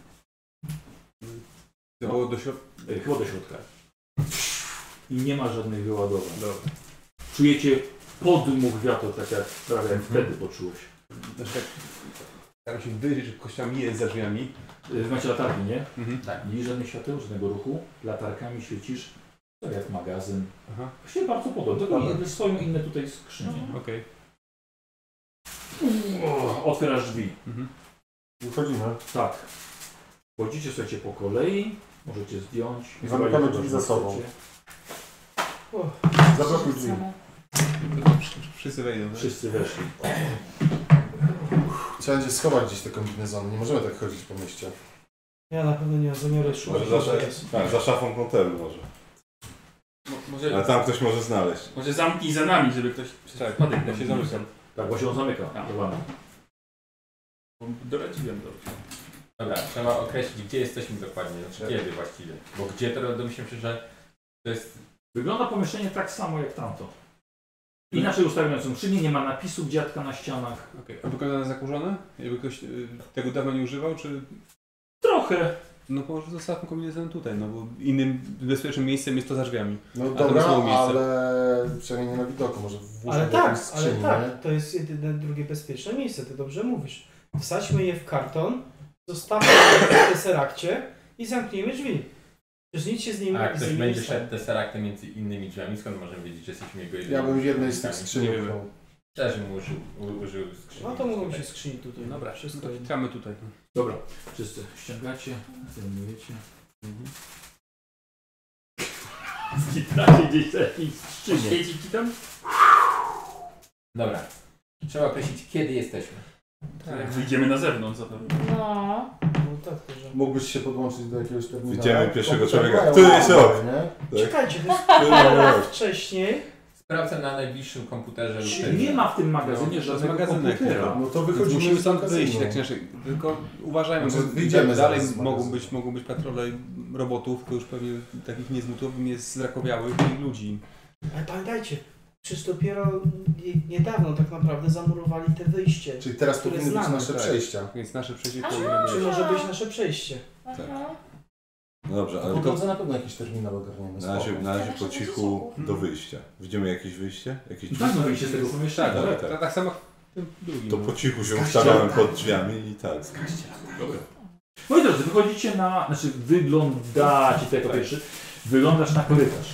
To było do środka. Chyba do środka. I nie ma żadnych wyładowań. Dobra. Czujecie podmuch wiatru, tak jak prawie jak wtedy poczułeś. Znaczy tak, staram się wyjrzeć, czy kościami jest za drzwiami. Macie latarki, nie? Mhm. Tak. Nie żadnych świateł, żadnego ruchu. Latarkami świecisz, tak jak magazyn. Aha. Właściwie bardzo podobne. Tylko Dobra. stoją inne tutaj skrzynie. Okej. Otwierasz drzwi. Mhm. Wychodzimy. Tak. Wchodzicie, słuchajcie, po kolei. Możecie zdjąć. I zamykamy drzwi za sobą. Zablokuj drzwi. Wszyscy wejdą. Wszyscy weszli. Trzeba będzie schować gdzieś te kombinezony. Nie możemy tak chodzić po mieście. Ja na pewno nie mam zamiaru szukać. Może za szafą kątelu może. Może, Ale tam ktoś może znaleźć. może zamknij za nami, żeby ktoś... Tak, przypadek ja się zamykam. Tak, właśnie on zamyka. Tak. Dobra. Doradziłem do Dobra, trzeba określić, gdzie jesteśmy dokładnie, znaczy kiedy właściwie. Bo gdzie to domyślam się, że to jest... Wygląda pomieszczenie tak samo jak tamto. Inaczej ustawione są skrzynie, nie ma napisów dziadka na ścianach. Okay. A wygląda na zakurzone? Jakby ktoś tego dawno nie używał, czy... Trochę. No może zostawmy kombinezon tutaj, no bo innym bezpiecznym miejscem jest to za drzwiami. No A dobra, tam jest mało ale przynajmniej nie na widoku, może włóżmy Ale w tak, jakąś skrzynię, ale nie? tak, to jest jedyne drugie bezpieczne miejsce, ty dobrze mówisz. Wsadźmy je w karton, zostawmy je w teserakcie i zamknijmy drzwi. Przecież nic się z nimi A jak ktoś będzie nie stanie. szedł teseraktem między innymi drzwiami, skąd możemy wiedzieć, że jesteśmy jego Ja bym w jednej z tych skrzyni. Nie wiem. Też bym użył skrzyni. No to mogą się skrzyni tutaj. Dobra, wszystko to jedno. witamy tutaj. Dobra, wszyscy ściągacie, zdejmujecie. Skitracie gdzieś jakieś skrzynie. Świeci ci tam? Dobra. Trzeba określić, kiedy jesteśmy. Jak wyjdziemy na zewnątrz zapewne. No. No tak, to że... Mógłbyś się podłączyć do jakiegoś terminala. Widzimy pierwszego Komputer człowieka. mają Który jest kamerę, rok? nie? Czekajcie, to jest wcześniej. Sprawdzę na najbliższym komputerze. Nie ma w tym magazynie No, to jest żadnego magazynek komputera. No to Więc wychodzimy musimy z stąd magazynu. wyjść, tak czy inaczej. Tylko uważajmy, Znaczy, bo wyjdziemy dalej zaraz z magazynu. mogą być patrole robotów, to już pewnie takich niezmutowych, niezrakowiałych i ludzi. Ale pamiętajcie, przecież dopiero niedawno tak naprawdę zamurowali te wyjście. Czyli teraz które powinny być znamy. nasze Tak. przejścia. Więc nasze przejście Aha. powinno być. Czy może być nasze przejście? Aha. No dobrze, ale Po to drodze na pewno jakiś terminal ogarniemy. na razie Teraz po się cichu wyciągu. do wyjścia. Widzimy jakieś wyjście? Jakieś drzwi? Tak, no wyjście z tego pomieszczenia. Tak, tak. tak samo w tym drugim. To no. po cichu się ustawiamy pod drzwiami i tak. Dobra. Moi drodzy, wychodzicie na... Znaczy wyglądacie, ty jako pierwszy, wyglądasz na korytarz.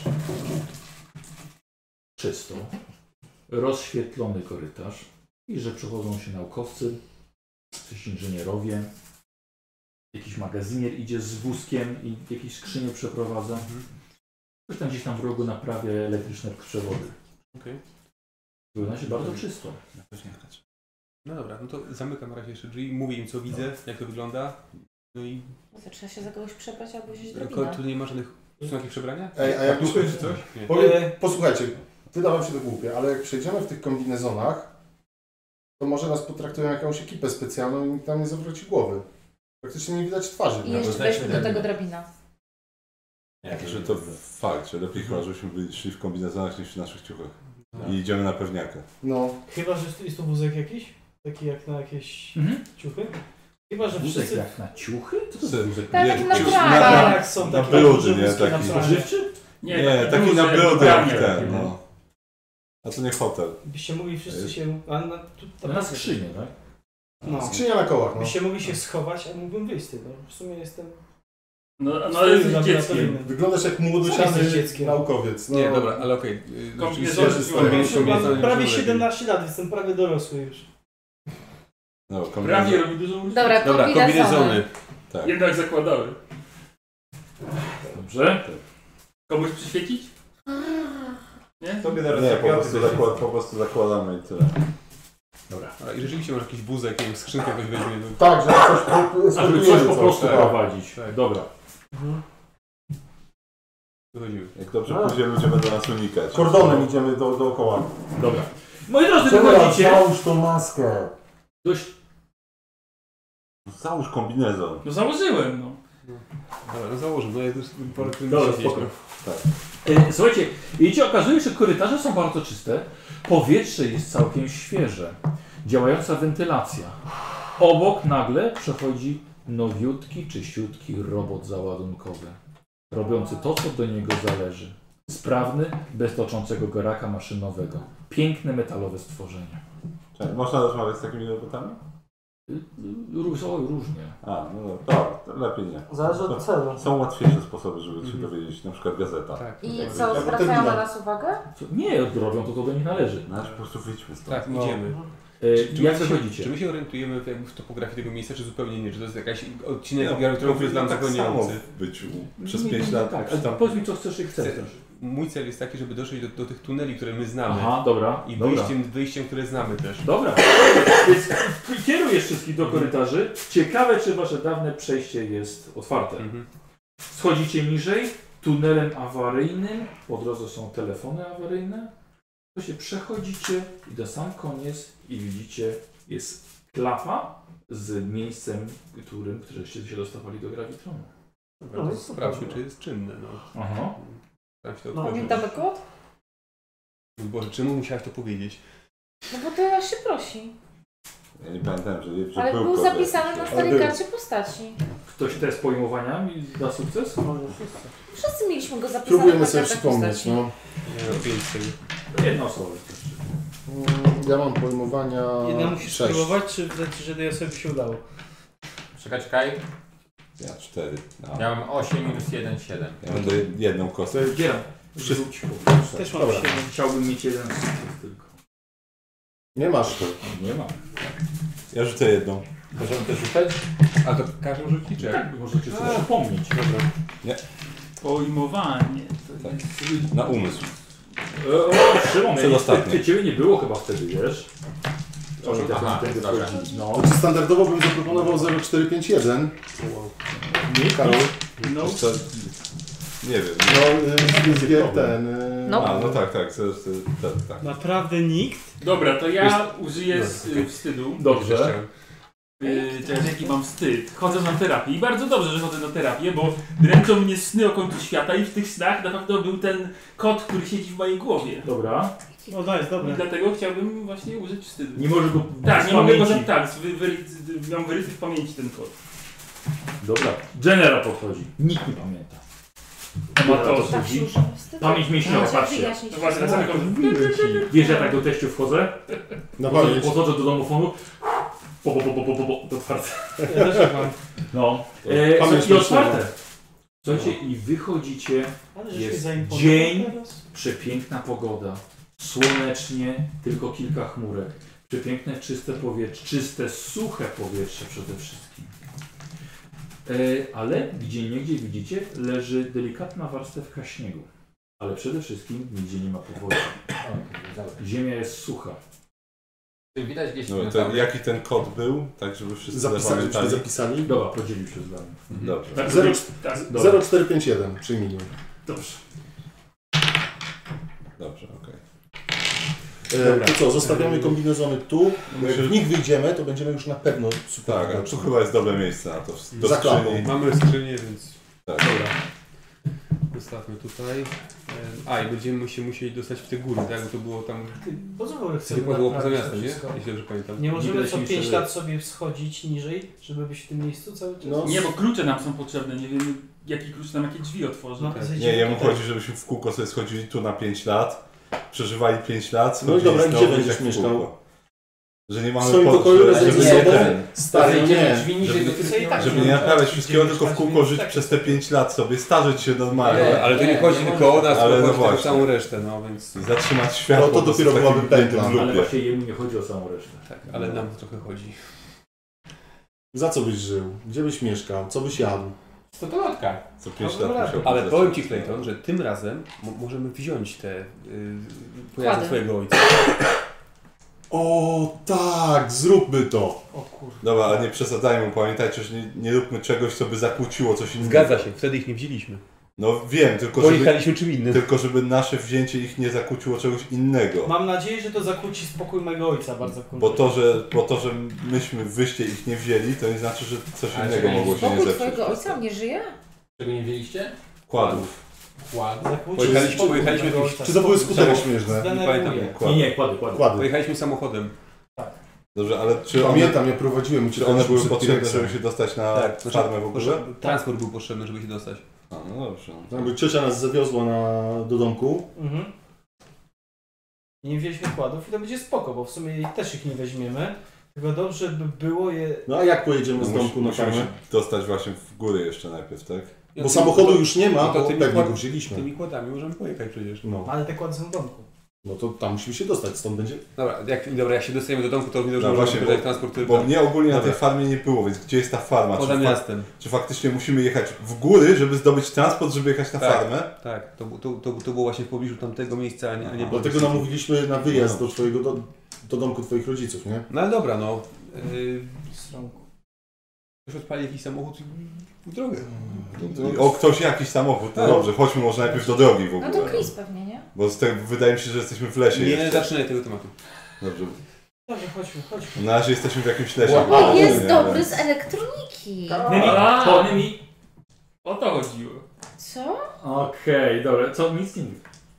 Czysto. Rozświetlony korytarz. I że przechodzą się naukowcy, coś inżynierowie. Jakiś magazynier idzie z wózkiem i jakieś skrzynie przeprowadza. Ktoś tam gdzieś tam w rogu naprawia elektryczne przewody. Okej. Wygląda się bardzo czysto. No dobra, no to zamykam na razie jeszcze drzwi, mówię im co widzę, jak to wygląda. No i... To trzeba się za kogoś przebrać albo wziąć drabinę. Tu nie ma żadnych... Są jakieś przebrania? Ej, a jak Duchy czy coś? Nie. Posłuchajcie, wyda wam się to głupie, ale jak przejdziemy w tych kombinezonach, to może nas potraktują jakąś ekipę specjalną i nikt nam nie zawróci głowy. Praktycznie nie widać twarzy. I jeszcze weźmy do tego drabina. Że to fakt, że lepiej chyba, żebyśmy szli w kombinezonach niż w naszych ciuchach. I idziemy na pewniaka. No. Chyba, że jest tu wózek jakiś? Taki jak na jakieś ciuchy? Chyba, że Wózek wszyscy... jak na ciuchy? Co to jest wózek? Tak, taki na ciuch- pranie. Tak, są na takie brudy, duże nie? wózki Taki na pranie. Żywczy? Nie, taki duży, na jak brodę jak ubranie. ten, no. A to nie hotel. Byście mogli wszyscy się... A Na skrzynię, tak? No. Skrzynia na kołach, no. Byście mogli się schować, a mógłbym wyjść z tego. W sumie jestem... No ale jesteś Stoję dzieckiem. na Wyglądasz jak młodociany naukowiec. No. Nie, dobra, ale okej. Mam prawie 17 lat, jestem prawie dorosły już. No, Prawie robi dużo różnicy. Dobra, kombinezony. Tak. Jednak zakładały. Dobrze. Komuś przyświecić? Nie? Tobie teraz Nie, po prostu zakładamy i tyle. Dobra. I rzeczywiście może jakiś wózek, nie wiem, skrzynkę ktoś weźmie. Tak, że coś po prostu tak. prowadzić. Tak. Dobra. Wychodzimy. Jak dobrze pójdzie, ludzie będą nas unikać. Kordonem idziemy dookoła. Dobra. Moi drodzy, wychodzicie. Załóż tą maskę. Dość... Załóż kombinezon. No założyłem, no. Dobra, no założę, no jest parę Dobra, spoko. Tak. Słuchajcie, idziecie, okazuje się, że korytarze są bardzo czyste. Powietrze jest całkiem świeże. Działająca wentylacja. Obok nagle przechodzi nowiutki, czyściutki robot załadunkowy. Robiący to, co do niego zależy. Sprawny, bez toczącego go raka maszynowego. Piękne metalowe stworzenie. Można rozmawiać z takimi robotami? Różnie. A, no to lepiej nie. Zależy od celu. Są łatwiejsze sposoby, żeby się dowiedzieć, na przykład gazeta. Tak. I co, zwracają na nas uwagę? Nie, robią to, co do nich należy. No, po prostu wyjdźmy stąd. Tak, idziemy. Jak wychodzicie? Czy my się orientujemy w topografii tego miejsca, czy zupełnie nie? Czy to jest jakiś odcinek Gary, który znam tak nie być przez 5 lat. Tak, ale powiedz mi, co chcesz i chcesz. Mój cel jest taki, żeby dotrzeć do tych tuneli, które my znamy. Aha, dobra. I wyjściem, które znamy też. Dobra. Więc kierujesz wszystkich do korytarzy. Ciekawe, czy wasze dawne przejście jest otwarte. Schodzicie niżej, tunelem awaryjnym. Po drodze są telefony awaryjne. To się przechodzicie i do sam koniec i widzicie, jest klapa z miejscem, któreście się dostawali do gravitronu. Dobra, to sprawdźmy, czy jest czynne. No. Aha. Pamiętamy kod? Boże, czemu musiałaś to powiedzieć? No bo to nas się prosi. Ja nie pamiętam, że Ale był zapisany na starej karcie postaci. Ktoś test pojmowania da sukces? Wszyscy mieliśmy go zapisane Próbujemy na sobie kartach przypomnieć, postaci. no. Jedna osoba. Ja mam pojmowania... Jedna musisz 6. spróbować, czy że jednej osobie się udało? Czekaj. Ja 4. No. Ja mam 8 minus 1, 7. Ja będę jedną kostkę. Zbieram. Też mam Dobra, 7. chciałbym mieć jeden sukces tylko. Nie masz to. Nie mam. Ja rzucę jedną. Możemy też rzucać? A to każdy rzuci, czy jak? Tak, możecie sobie przypomnieć. Dobra. Nie. Pojmowanie. Tak. Na umysł. Szymon, Przedostatnie. ciebie nie było chyba wtedy, wiesz? Oni Aha, wtedy dobra. wchodzili. No. Standardowo bym zaproponował 0451. Nie, Karol? No. Co? Nie wiem. No, jest ten... No. A, no tak. Tak. Naprawdę nikt? Dobra, to ja użyję wstydu. Dobrze. Teraz jaki mam wstyd? Chodzę na terapię i bardzo dobrze, że chodzę na terapię, bo dręczą mnie sny o końcu świata i w tych snach na pewno był ten kot, który siedzi w mojej głowie. Dobra. O, to jest I dobre. dlatego chciałbym właśnie użyć wstydu. Nie możesz go Tak, z nie mogę go pamięci. tak, mam wyryty w pamięci ten kot. Dobra. General podchodzi. Nikt nie pamięta. Amator Tak się chodzi. używa wstydu. Pamięć mięśniowa, Trzeba patrzcie. wyjaśnić. No właśnie, dlaczego Wiesz, ja tak do teściu wchodzę? Na pamięć. Podchodzę do domofonu. To otwarte. Ja też mam. No. Pamięć I otwarte. mięśniowa. Słuchajcie, i wychodzicie. Ale żeś mi Jest zaimponował dzień, teraz. przepiękna pogoda. Słonecznie, tylko kilka chmurek. Przepiękne, czyste powietrze. Czyste, suche powietrze przede wszystkim. Ale gdzieniegdzie widzicie, leży delikatna warstewka śniegu. Ale przede wszystkim nigdzie nie ma powodzi. Ziemia jest sucha. Czy widać gdzieś No, to jaki ten kod był, tak żeby wszyscy zapamiętali? Zapisali? Dobra, podzielił się z wami. Dobrze. Tak, 0451 przyjmijmy. Dobrze. Dobrze, okej. To co, zostawiamy kombinezony tu, jak w nich wyjdziemy, to będziemy już na pewno super. Tak, a tu chyba jest dobre miejsce na to. Do Za klapą. skrzyni. Mamy skrzynię, więc... Tak. Dobra. Zostawmy tutaj. I będziemy się musieli dostać w te góry, tak? Bo to było tam... Po co w ogóle chcemy było poza naprawić to miastem, nie? wszystko? Jeśli dobrze pamiętam. Nie możemy Nigdy co się 5 nie lat sobie schodzić niżej, żeby być w tym miejscu cały czas? No. Nie, bo klucze nam są potrzebne, nie wiemy jaki klucz nam jakie drzwi otworzy. No, Tak. Nie, jemu chodzi, żebyśmy w kółko sobie schodzili tu na 5 lat, przeżywali 5 lat, No i schodzili dobra, znowu gdzie i będziesz tak w mieszkał? kółko. Że nie W mamy swoim po- pokoju razem żeby ze nie sobą? ten- Stary, nie. drzwi niżej do których żeby nie naprawiać wszystkiego, tylko w kółko żyć przez te 5 lat sobie, starzeć się normalnie. Ale to nie chodzi tylko o nas, ale tylko no chodzi o właśnie. całą resztę, no więc... Zatrzymać światło. No to dopiero w takim byłaby pętla. pięknym Ale lupie. właśnie jemu nie chodzi o samą resztę. Tak, ale nam to trochę chodzi. Za co byś żył? Gdzie byś mieszkał? Co byś jadł? Stotolotka. Co 5 No lat dobra. musiał Ale być powiem Ci, zatrzymany. Clayton, że tym razem możemy wziąć te pojazdy Kłady. Twojego ojca. O tak, zróbmy to. O kurde. Dobra, ale nie przesadzajmy, pamiętajcie, że nie róbmy czegoś, co by zakłóciło coś innego. Zgadza się, wtedy ich nie wzięliśmy. No wiem, tylko Pojechaliśmy czym innym. tylko żeby nasze wzięcie ich nie zakłóciło czegoś innego. Mam nadzieję, że to zakłóci spokój mojego ojca bardzo Bo konkretnie. to, że myśmy wyście ich nie wzięli, to nie znaczy, że coś Ale innego czekaj, mogło się nie Spokój zepsuć. twojego ojca nie żyje? Czego nie wzięliście? Kładów. Kład. Zakłóci Pojechaliśmy- spokój pojechaliśmy mojego jakimś- ojca. Czy to były skutery Spokój. śmieszne? Zdenerwuje. Nie, kłady. Kłady. Pojechaliśmy samochodem. Dobrze, ale czy one, Pamiętam, ja prowadziłem czy one były potrzebne, T-Rexem. żeby się dostać na Tak, farmę w ogóle? Transport był potrzebny, żeby się dostać. A, no dobrze. Jakby ciocia nas zawiozła do domku. Mhm. I nie wzięliśmy kładów i to będzie spoko, bo w sumie też ich nie weźmiemy. Tylko dobrze by było je... No a jak pojedziemy z domku na Musimy farmę? się dostać właśnie w góry jeszcze najpierw, tak? Bo samochodu już nie ma, No to bo tymi pewnie kład- go wzięliśmy. Tymi kładami możemy pojechać przecież. No. Ale te kłady są w domku. No to tam musimy się dostać, stąd będzie... Dobra, jak się dostaniemy do domku, to widzę, że No możemy właśnie, wybrać transport, który... Bo mnie ogólnie na tej Dobra. farmie nie było, więc gdzie jest ta farma? Poza miastem. Czy faktycznie musimy jechać w góry, żeby zdobyć transport, żeby jechać na Tak. farmę? Tak, to było właśnie w pobliżu tamtego miejsca, a nie było... Dlatego namówiliśmy na wyjazd do domku twoich rodziców, nie? No ale dobra, no. Stronku. Ktoś odpali jakiś samochód i w drogę. O, ktoś jakiś samochód, no Tak. dobrze, chodźmy może najpierw do drogi w No ogóle. to Chris pewnie, nie? Bo z tego wydaje mi się, że jesteśmy w lesie Nie jeszcze. zaczynaj tego tematu. Dobrze. Dobrze, chodźmy. Na razie jesteśmy w jakimś lesie. Wow. ogólnie, Jest nie? dobry z elektroniki. Nymi. O to chodziło. Co? Okej, dobra. Co? Nic nie mów.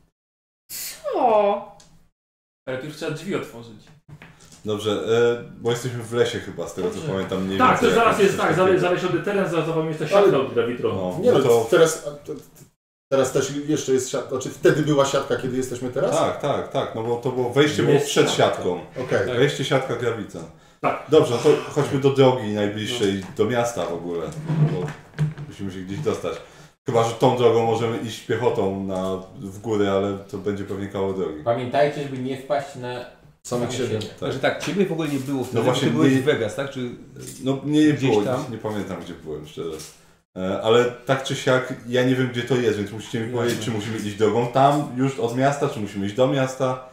Co? Ale tu już trzeba drzwi otworzyć. Dobrze, bo jesteśmy w lesie chyba, z tego co pamiętam. Mniej Tak, więcej to zaraz jakoś jest coś tak, takiego. zależony teren, zaraz wam jest ta siatka od gravitronu. No, Nie no no, to... teraz też jeszcze jest siatka, znaczy wtedy była siatka, kiedy jesteśmy teraz? Tak, no bo to było wejście było Jest przed siatka. siatką. Okej. Wejście, siatka, grawica. Tak. Dobrze, no to chodźmy do drogi najbliższej, do miasta w ogóle, bo musimy się gdzieś dostać. Chyba, że tą drogą możemy iść piechotą w góry, ale to będzie pewnie kawał drogi. Pamiętajcie, żeby nie wpaść na Samych siebie. Także tak, ciebie w ogóle nie było wtedy, No właśnie, ty byłeś nie- w Vegas, tak? Czy No nie gdzieś było, tam? nie pamiętam gdzie byłem szczerze. Ale tak czy siak, ja nie wiem gdzie to jest, więc musicie mi powiedzieć, czy musimy iść drogą tam już od miasta, czy musimy iść do miasta.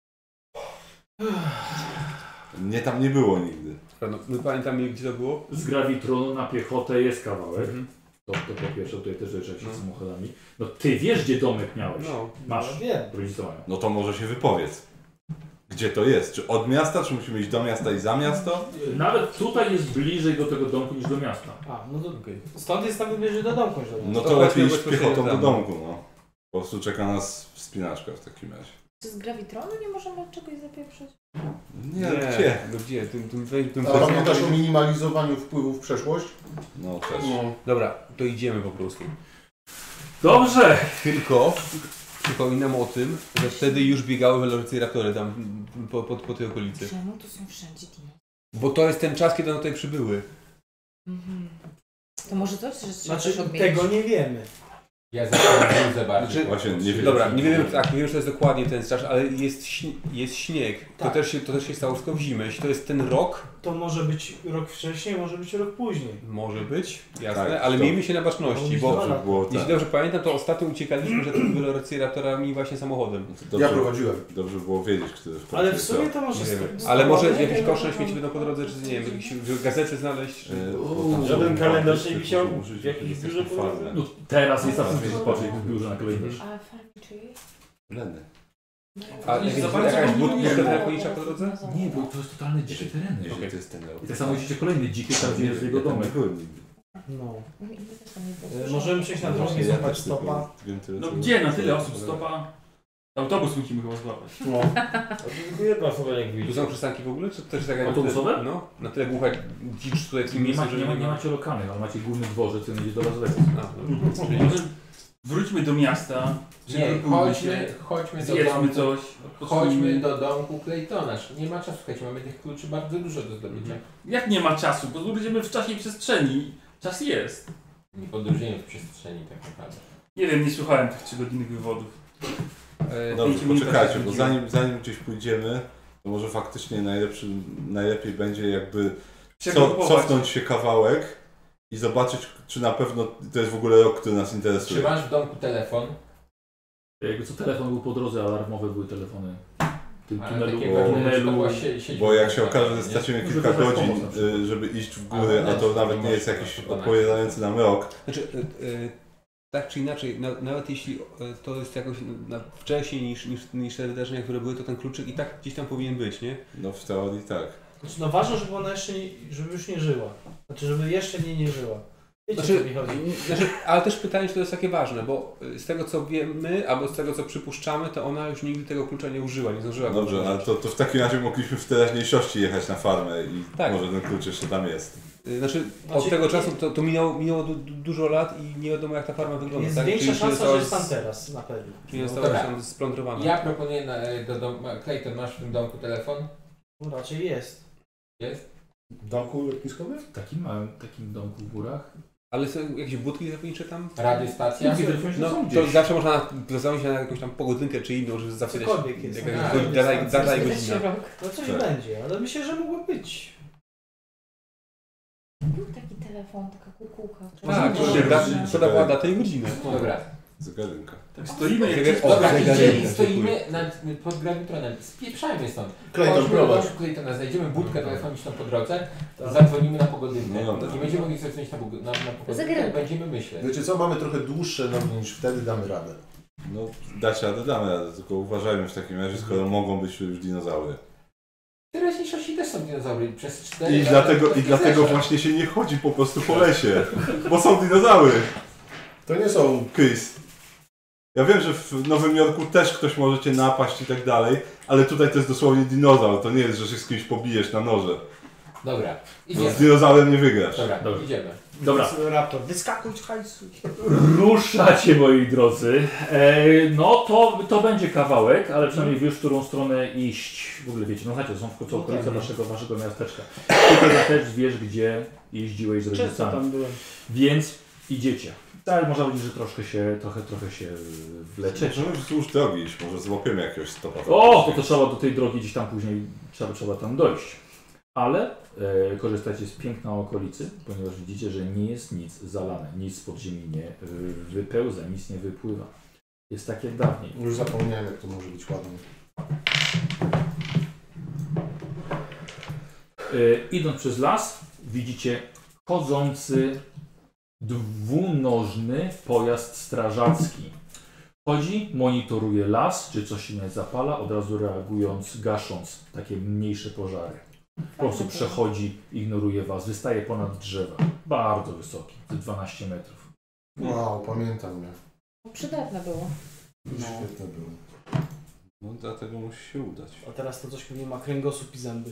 Mnie tam nie było nigdy. No, my pamiętamy, gdzie to było? Z gravitronu na piechotę jest kawałek. Mhm. To po pierwsze, tutaj też rzeczy z samochodami. No ty wiesz, gdzie domek miałeś. No. Masz. No, wiem. Rodzice mają. No to może się wypowiedz. Gdzie to jest? Czy od miasta, czy musimy iść do miasta i za miasto? Nawet tutaj jest bliżej do tego domku niż do miasta. A, no to stąd jest tam bliżej do domku. Że No To to lepiej chodźmy iść bezpośrednio piechotą do tam. domku, no. Po prostu czeka nas wspinaczka w takim razie. Czy z gravitronu nie możemy od czegoś zapieprzyć? Nie, gdzie? No gdzie? A pamiętasz o minimalizowaniu wpływów w przeszłość? No też. Dobra, to idziemy po prostu. Dobrze! Tylko przypominam o tym, że wtedy już biegały velociraptory tam po tej okolicy. Czemu tu są wszędzie dino? Bo to jest ten czas, kiedy one tutaj przybyły. Mhm. To może to, że trzeba Znaczy, coś odmienić? tego nie wiemy. Ja zacząłem bardziej. Właśnie, nie wiem. Dobra, nie wiem, tak, nie wiem, czy to jest dokładnie ten straż, ale jest śnieg. Tak. To też się stało tylko w zimę. Jeśli to jest ten rok... To może być rok wcześniej, może być rok później. Może być, jasne, Tak, ale to- miejmy się na baczności, bo było jeśli dobrze pamiętam, to ostatnio uciekaliśmy przed Velociraptorami właśnie samochodem. Ja prowadziłem. Dobrze było wiedzieć, który w Ale w sumie to może... Nie wiem. Ale może jakieś kosze na śmieci będą po drodze, czy nie wiem, jakieś gazety znaleźć, czy... Żaden kalendarz nie wisiał w jakimś biurze po drodze? No teraz jest tam spoczek w biurze na kolejny. A farmi czyjej? Lenny. A jakaś budka telefoniczna po drodze? Nie, bo to jest totalny dzikie tereny. Jeżeli to jest ten I tak samo jeśli kolejny dziki, tam gdzie jest jego domek. No. My też tam nie było. Możemy przejść na drogę, złapać stopa. No gdzie? Na tyle osób stopa? Autobus musimy chyba złapać. No. To tylko jedna osoba jak Tu widzi. są przystanki w ogóle? Czy to jest taka... Autobusowe? No, na tyle głucha dzicz tutaj w tym Nie, miejscu, nie macie lokalnych, ale macie główny dworzec, który idzie do Las Vegas. Czyli może wróćmy do miasta. Nie, chodźmy do zjedzmy domku. coś. Chodźmy do domku Claytona. Nie ma czasu, słuchajcie, mamy tych kluczy bardzo dużo do zdobycia. Jak nie ma czasu? Bo będziemy w czasie i przestrzeni. Czas jest. Nie podróżujemy w przestrzeni tak naprawdę. Nie wiem, nie słuchałem tych 3-godzinnych wywodów. Dobrze, 5 minut poczekajcie, tak bo zanim gdzieś pójdziemy, to może faktycznie najlepiej będzie jakby cofnąć się kawałek i zobaczyć, czy na pewno to jest w ogóle rok, który nas interesuje. Czy masz w domku telefon? Jakby co, telefon był po drodze, alarmowe były telefony. W tym Ale tunelu, takie pewnie, że to była Bo jak się okaże, że stracimy Może kilka to jest godzin, pomoc na przykład. żeby iść w góry, a to nawet nie jest jakiś odpowiadający nam rok. Znaczy, tak czy inaczej, nawet jeśli to jest jakoś wcześniej niż te wydarzenia, które były, to ten kluczyk i tak gdzieś tam powinien być, nie? No w teorii tak. Znaczy, no ważne, żeby ona jeszcze nie, żeby już nie żyła. Znaczy, żeby jeszcze nie żyła. Wiecie, co mi chodzi? Ale też pytanie, czy to jest takie ważne, bo z tego co wiemy, albo z tego co przypuszczamy, to ona już nigdy tego klucza nie użyła, nie zdążyła go Dobrze, użyć. ale to w takim razie mogliśmy w teraźniejszości jechać na farmę i Tak. może ten klucz jeszcze tam jest. Znaczy, od tego czasu to minęło dużo lat i nie wiadomo jak ta farma wygląda. Jest tak? większa Czy szansa, została że jest tam teraz, na pewno. Czyli została Dobra. tam splądrowana. Ja proponuję do domu... Clayton, masz w tym domku telefon? No raczej jest. Jest? W domku lotniskowym? W takim małym takim domku w górach. Ale są jakieś budki telefonicze tam? Radiostacja? No, to zawsze można zastanowić się na jakąś tam pogodynkę czy inną, żeby zawsze Cokolwiek jest. data i godzina. No coś będzie, ale myślę, że mogło być. Był taki telefon, taka kukułka. Tak, podawała datę i godzinę. Dobra. Zegarynka. Tak stoimy jak Dobra, zegarynka, stoimy pod gravitronem. Spieprzajmy stąd. Clayton, Chodźmy do prowadź. domku Claytona, znajdziemy budkę telefoniczną po drodze, zadzwonimy na pogodynkę. No dobra. Nie będziemy mogli zadzwonić na pogodynkę, Zegarynka. będziemy myśleć. Wiecie co, mamy trochę dłuższe nogi niż wtedy, damy radę. No dać radę, damy radę, tylko uważajmy w takim razie, skoro mogą być już dinozaury. W teraźniejszości też są dinozaury przez 4 I dlatego właśnie się nie chodzi po prostu po lesie, bo są dinozaury. To nie są... Chris. Ja wiem, że w Nowym Jorku też ktoś może cię napaść i tak dalej, ale tutaj to jest dosłownie dinozaur, to nie jest, że się z kimś pobijesz na noże. Dobra, No, idziemy. z dinozaurem nie wygrasz. Dobra, Dobra. idziemy. Dobra. Raptor, wyskakuj z hajsu. Ruszacie, moi drodzy. No to będzie kawałek, ale przynajmniej wiesz, w którą stronę iść. W ogóle wiecie, no znacie, to są w końcu okolice waszego miasteczka. Ty też wiesz, gdzie jeździłeś z Często rodzicami. tam byłem. Więc idziecie. Tak, można powiedzieć, że trochę się wleczecie. Możemy wzdłuż drogi iść, może złapiemy jakiegoś stopa. O, to trzeba do tej drogi gdzieś tam później, trzeba tam dojść. Ale korzystacie z piękna okolicy, ponieważ widzicie, że nie jest nic zalane, nic z podziemi nie wypełza, nic nie wypływa. Jest tak jak dawniej. Już zapomniałem, jak to może być ładnie. Idąc przez las, widzicie chodzący dwunożny pojazd strażacki. Chodzi, monitoruje las, czy coś się nie zapala, od razu reagując, gasząc takie mniejsze pożary. Po prostu przechodzi, ignoruje was, wystaje ponad drzewa. Bardzo wysoki, 12 metrów. Wow, pamiętam mnie. Przydatne było. Świetne było. No dlatego musi się udać. A teraz to coś pewnie ma kręgosłup i zęby.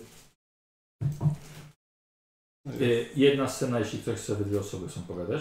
Jedna scena, jeśli ktoś chce, dwie osoby chcą pogadać.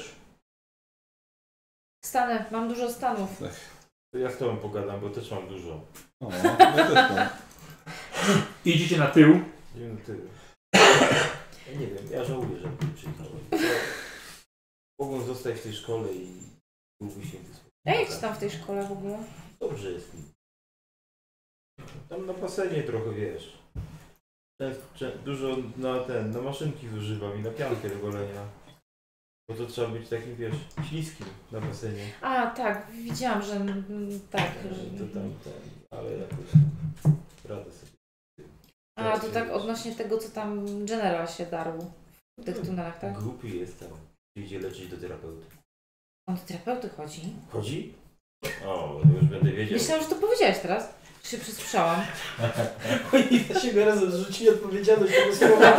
Stanę, mam dużo stanów. To ja z tobą pogadam, bo też mam dużo. O, ja też mam. Idziecie na tył. Nie wiem, ty. Ja nie wiem, ja żałuję, że nie przyjechałem. Mogłem zostać w tej szkole i Jak ci tam w tej szkole w ogóle? Dobrze jest. Tam na basenie trochę, wiesz. Dużo na maszynki zużywam i na piankę do golenia. Bo to trzeba być takim, wiesz, śliskim na basenie. A, tak, widziałam, że tak. To tam, ale jakoś radę sobie. A, to tak odnośnie tego, co tam General się darł w tych tunelach, tak? Głupi jestem. Idzie leczyć do terapeuty. On do terapeuty chodzi? Chodzi? O, to już będę wiedział. Myślałam, że to powiedziałeś teraz. Się przesłyszałam. Oni na siebie razem zrzucili odpowiedzialność tego słowa.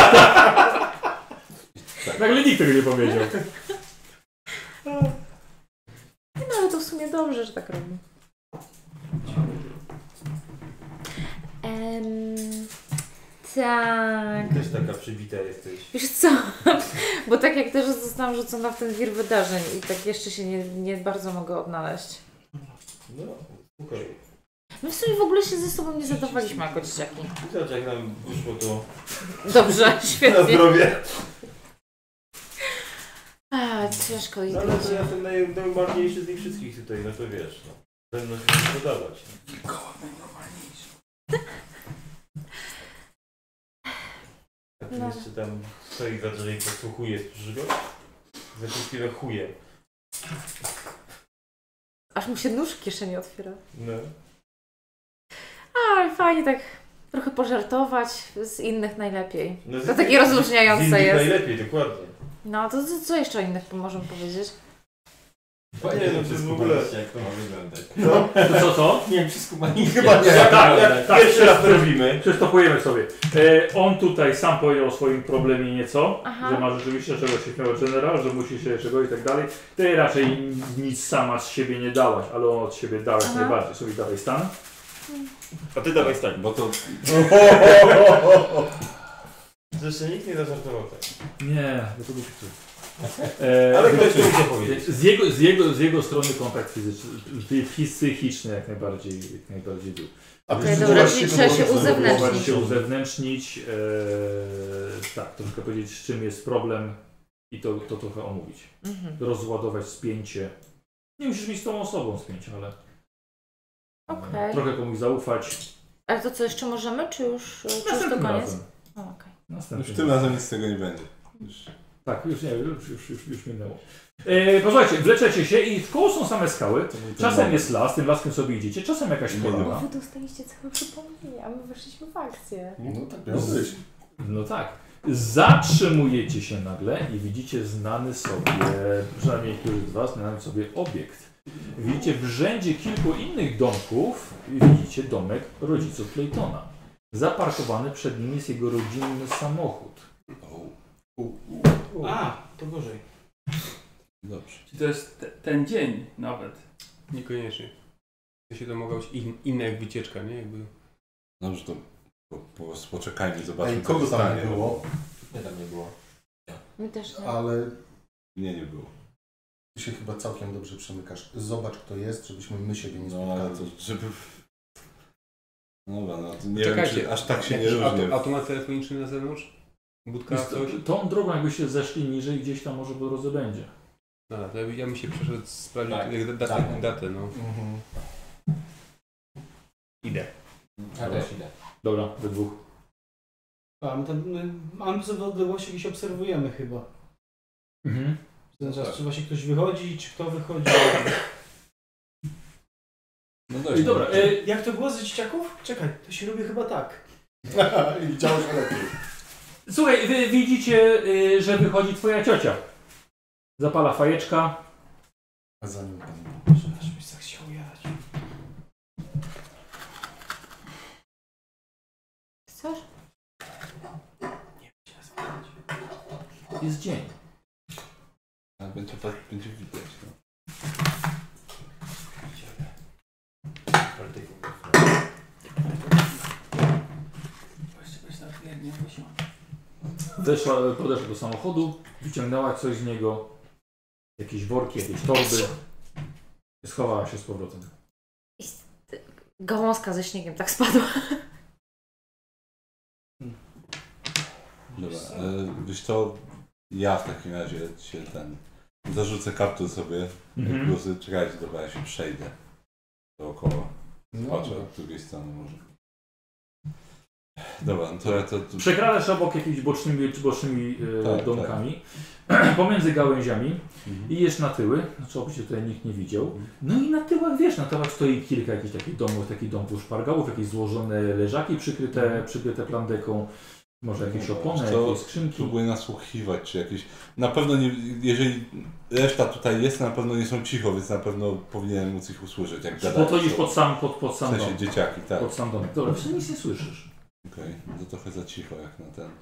Nagle nikt tego nie powiedział. No ale to w sumie dobrze, że tak robi. Tak. Też taka przybita jesteś. Wiesz co? Bo tak jak też zostałam rzucona w ten wir wydarzeń i tak jeszcze się nie bardzo mogę odnaleźć. No, okej. My w sumie w ogóle się ze sobą nie zadawaliśmy jako dzieciaki. Zobacz, jak nam wyszło to. Dobrze, świetnie. Na zdrowie. A, ciężko i No ale to ja jestem najmarniejszy z nich wszystkich tutaj, no to wiesz, no. Ze mną się nie podawać. Koła najnormalniejszy. A ty jeszcze tam stoi za drzwi i podsłuchuje, słyszysz go? Za chwilę chuje. Aż mu się nóż w kieszeni otwiera. No. A, fajnie tak trochę pożartować, z innych najlepiej. No To takie rozluźniające z innych jest. najlepiej, dokładnie. No, to co jeszcze o innych możemy powiedzieć? Nie, no to jest w ogóle... Jak to ma wyglądać. To co? Nie wiem, czy skumali. Chyba nie. Tak, pierwszy raz to robimy. Przystopujemy sobie. On tutaj sam powiedział o swoim problemie nieco, Aha. że ma rzeczywiście czego się śmiał generał, że musi się czego i tak dalej. Ty raczej nic sama z siebie nie dałaś, ale on od siebie dał jak najbardziej. Sobie dawaj stan. A ty dawaj stan. Bo to... Zresztą nikt nie zażartował tak. Nie, bo to był ale ktoś to musi powiedzieć. Z jego strony kontakt psychiczny jak najbardziej był. Okej, dobra, czyli trzeba się uzewnętrznić. Tak, troszkę powiedzieć, z czym jest problem i to trochę omówić. Rozładować spięcie. Nie musisz mieć z tą osobą spięcia, ale trochę komuś zaufać. Ale to co, jeszcze możemy, czy już to koniec? Już tym razem nic z tego nie będzie. Tak, już nie, już minęło. Posłuchajcie, wleczecie się i w koło są same skały. Czasem jest las, tym laskiem sobie idziecie, czasem jakaś polana. Wy dostaliście całe przypomnienie, a my weszliśmy w akcję. No tak miało być. No tak. Zatrzymujecie się nagle i widzicie znany sobie, przynajmniej któryś z was, znany sobie obiekt. Widzicie w rzędzie kilku innych domków, widzicie domek rodziców Claytona. Zaparkowany przed nim jest jego rodzinny samochód. A, to gorzej. Dobrze. Czy to jest ten dzień nawet? Niekoniecznie. To się to mogła być inna jak wycieczka, nie? Jakby... Dobrze, to po prostu poczekajmy, zobaczmy. Ej, kogo tam nie było? Nie tam nie było. My też nie. Ale Nie było. ty się chyba całkiem dobrze przemykasz. Zobacz kto jest, żebyśmy my siebie nie spotkali. No ale to żeby... Dobra, no to nie wiem, czy aż tak się nie różni. Automat telefoniczny na zewnątrz? Budka, coś? Tą drogą jakbyście zeszli niżej, gdzieś tam może po drodze będzie. Dobra, to ja bym się przeszedł sprawdzić datę, no. Idę. Ja też idę. Dobra, we dwóch. A, my sobie w odległości gdzieś obserwujemy chyba. Ten czas, czy właśnie ktoś wychodzi, czy kto wychodzi. No dość. Dobra, jak to było z dzieciaków? Czekaj, to się robi chyba tak. I działo się lepiej. Słuchaj, wy widzicie, że wychodzi twoja ciocia. Zapala fajeczka. A za nim pan. Aż byś tak chciał jadać. Chcesz? Jest dzień. A będzie widać, no. Podeszła do samochodu, wyciągnęła coś z niego, jakieś worki, jakieś torby, schowała się z powrotem. Gałązka ze śniegiem tak spadła. Dobra, wiesz co, ja w takim razie się Zarzucę kaptur sobie. Jak głosy, czekajcie, dobra, ja się przejdę dookoła. Zobaczę od drugiej strony może. Dobra, no to ja to... Przekradasz obok jakimiś bocznymi domkami, pomiędzy gałęziami i jesz na tyły, znaczy oczywiście tutaj nikt nie widział. No i na tyłach, wiesz, na tyłach stoi kilka jakichś takich domków szpargałów, jakieś złożone leżaki przykryte plandeką, może jakieś opony, jakieś skrzynki. Próbuję nasłuchiwać, czy jakieś... Na pewno nie, jeżeli reszta tutaj jest, na pewno nie są cicho, więc na pewno powinienem móc ich usłyszeć, jak gadają. Podchodzisz pod sam w sensie dom. dzieciaki, tak. Pod sam dom. Dobra, przecież nic nie słyszysz. Okej, to trochę za cicho jak na ten.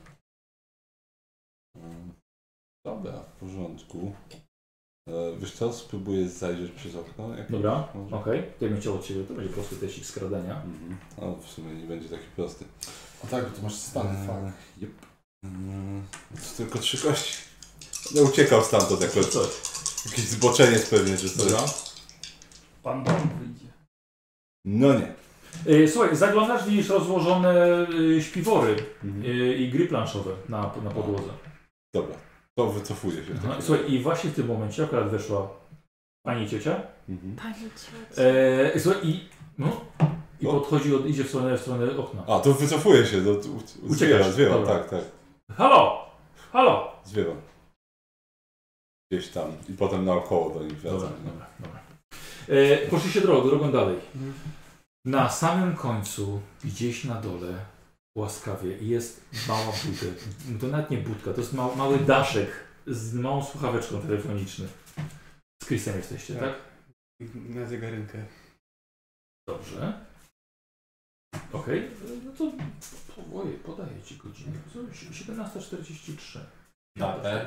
Dobra, w porządku. Wiesz co, spróbuję zajrzeć przez okno. Dobra, okej. To ja bym chciał od Ciebie, to będzie prosty teścik skradania. No, w sumie nie będzie taki prosty. O tak, bo to masz stan, fakt. Yep. To tylko 3 kości. No uciekał stamtąd jako coś. Jakieś zboczeniec pewnie, czy coś. Dobra. Pan Bond wyjdzie. No nie. Słuchaj, zaglądasz, widzisz rozłożone śpiwory i gry planszowe na podłodze. Dobra, to wycofuję się. Słuchaj, i właśnie w tym momencie akurat weszła pani ciocia. Pani ciocia. Słuchaj, i podchodzi, idzie w stronę okna. A, to wycofuję się, zwiewam, tak. Halo! Halo! Zwiewam. Gdzieś tam i potem naokoło do nich wracam. Dobra. Poszliście drogą dalej. Na samym końcu, gdzieś na dole, łaskawie, jest mała budka. To nawet nie budka, to jest mały daszek z małą słuchaweczką telefoniczną. Z Chrisem jesteście, tak? Na zegarynkę. Dobrze. Okej, no to podaję Ci godzinę. 17:43. Datę.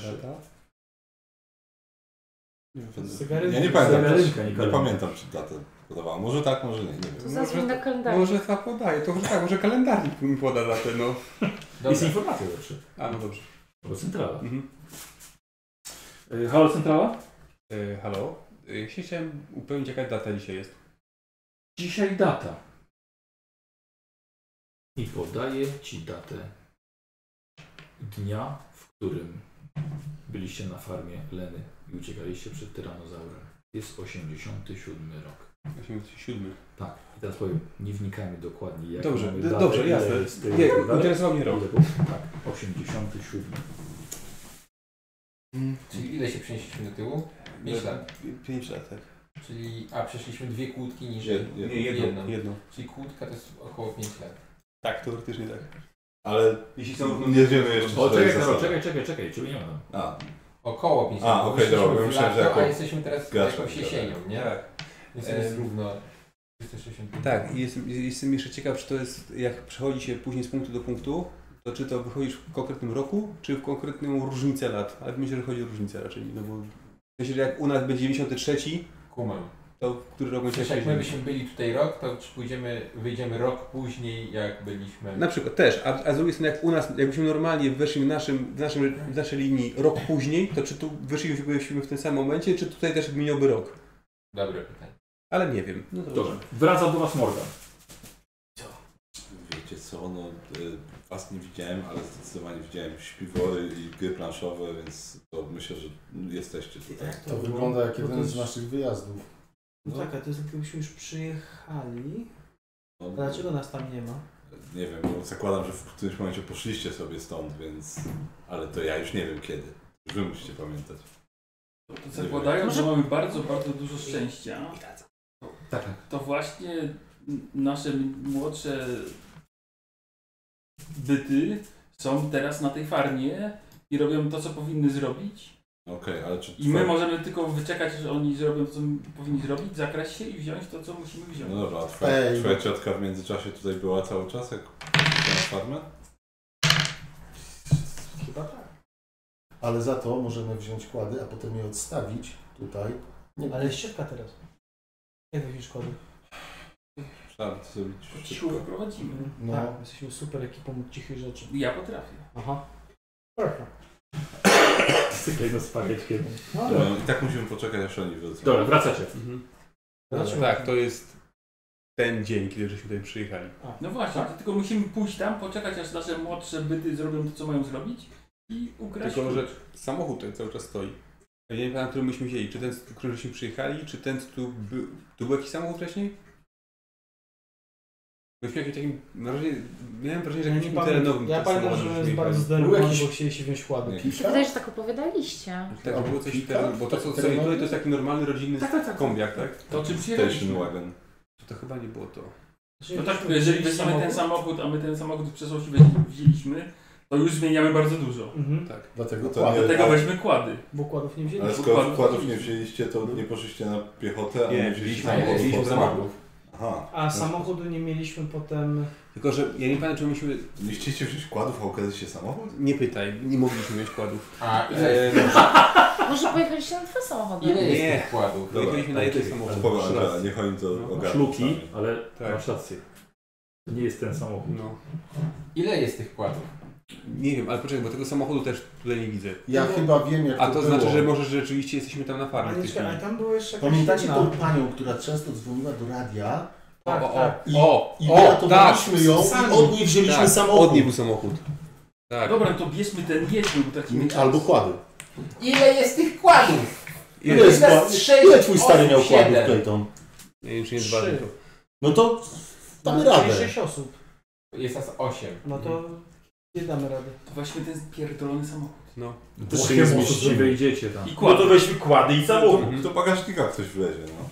Ja nie pamiętam, nie pamiętam czy datę podawała. Może tak, może nie wiem. Zadzwoń na kalendarz. Może tak podaje, to może tak, może kalendarnik mi poda datę, no. Jest informacja zawsze. A, no dobrze. Albo centrala. Halo, centrala? Halo. Ja się chciałem upewnić, jaka data dzisiaj jest. Dzisiaj data. I podaję Ci datę dnia, w którym byliście na farmie Leny i uciekaliście przed tyranozaurem. Jest 87 rok. 87? Tak. I teraz powiem, nie wnikajmy dokładnie jak dobrze, mamy datę, dobrze, jasne. Nie, interesował mnie rok. Tak, 87. Czyli ile się przenieśliśmy do tyłu? 5 lat. 5 lat, tak. Czyli, przeszliśmy 2 kłódki niżej. Jedną. Czyli kłódka to jest około 5 lat. Tak, teoretycznie tak. Ale jeśli są... nie wiemy jeszcze, o, czekaj, Ciebie nie ma tam. Około 5 lat. Okej, dobra, myślałem, że jako... A jesteśmy teraz jakąś jesienią, nie? Tak. Więc jest równo 365. Tak, i jestem jeszcze ciekaw, czy to jest, jak przechodzi się później z punktu do punktu, to czy to wychodzisz w konkretnym roku, czy w konkretną różnicę lat. Ale myślę, że chodzi o różnicę raczej, no bo myślę, że jak u nas będzie 93, kumam. To który rok będzie? Jak my byśmy byli tutaj rok, to wyjdziemy rok później, jak byliśmy... Na przykład też, a z drugiej strony jak u nas, jakbyśmy normalnie weszli w naszej linii rok później, to czy tu wyszlibyśmy w tym samym momencie, czy tutaj też minąłby rok? Dobre pytanie. Ale nie wiem. No dobrze. Wraca do Was Morgan. Wiecie co, no Was nie widziałem, ale zdecydowanie widziałem śpiwory i gry planszowe, więc to myślę, że jesteście tutaj. To wygląda jak jeden z naszych wyjazdów. No tak, a to jest gdybyśmy już przyjechali. A dlaczego nas tam nie ma? Nie wiem, bo zakładam, że w którymś momencie poszliście sobie stąd, więc... Ale to ja już nie wiem kiedy. Wy musicie pamiętać. To zakładając, że mamy bardzo, bardzo dużo szczęścia, to właśnie nasze młodsze byty są teraz na tej farmie i robią to, co powinny zrobić. Okej, ale czy... I my możemy tylko wyczekać, że oni zrobią to, co powinni zrobić, zakraść się i wziąć to, co musimy wziąć. No dobra, a twoja ciotka w międzyczasie tutaj była cały czas, jak na farmę? Chyba tak. Ale za to możemy wziąć kłady, a potem je odstawić tutaj. Nie, ale jest ścieżka teraz. Jak weźmiesz kłady? Trzeba to zrobić Cicho wyprowadzimy. No. Tak, jesteśmy super ekipą cichych rzeczy. Ja potrafię. Aha. Perfekt. Syklej do spaghetti. No, i tak musimy poczekać, aż oni wrócą. Dobra, wracacie. Tak, to jest ten dzień, kiedy żeśmy tutaj przyjechali. No właśnie, tylko musimy pójść tam, poczekać, aż nasze młodsze byty zrobią to, co mają zrobić i ukraść. Tylko, że samochód tutaj cały czas stoi. Ja nie pamiętam, który myśmy wzięli. Czy ten, z którym żeśmy przyjechali, czy ten, tu był jakiś samochód wcześniej? Myśmy jakimś takim... Miałem wrażenie, że jakimś terenowym. Ja pamiętam, że jest bardzo zdenerwowany, bo chcieliście wziąć kłady. Mi się wydaje, że tak opowiadaliście. Tak, było coś bo to co tutaj to jest taki normalny, rodzinny kombiak, tak? To o czym przyjechaliśmy. Station wagon. To chyba nie było to. No tak, jeżeli weźmiemy ten samochód, a my ten samochód w przeszłości wzięliśmy, to już zmieniamy bardzo dużo. Tak. Dlatego Dlatego weźmy kłady. Bo kładów nie wzięliśmy. Ale skoro kładów nie wzięliście, to nie poszliście na piechotę, a nie wzięliście samochodów. Aha. A samochodu nie mieliśmy potem... Tylko, że ja nie pamiętam, czy myśmy... Nie chcieliście wziąć kładów, a okazaliście samochód? Nie pytaj, nie mogliśmy mieć kładów. A, Może pojechaliście na 2 samochody? Ile jest tych kładów? Pojechaliśmy na jeden samochód. Niech oni to ogarną. Szluki, ale masz rację. To nie jest ten samochód. No. Ile jest tych kładów? Nie wiem, ale poczekaj, bo tego samochodu też tutaj nie widzę. Ja chyba wiem, jak a to to było. znaczy, że może rzeczywiście jesteśmy tam na farmie. Ale nie czekaj, ale tam było jeszcze jakaś Pamiętacie inna... tą panią, która często dzwoniła do radia? Tak. I wyratowaliśmy ją i od niej wzięliśmy samochód. Od niej był samochód. Tak. Dobra, no to bierzmy ten jedźmy, bo tracimy czas. Albo kłady. Ile jest tych kładów? Ile twój stary miał kładów, Clayton? Nie wiem, czy nie 2 tylko. No to damy radę. 6 osób. Jest nas 8. No to nie damy rady. To weźmy ten pierdolony samochód. No. To się nie zmieścimy. Wejdziecie tam. I No to weźmy kłady i samochód. Do bagażnika ktoś wlezie, no.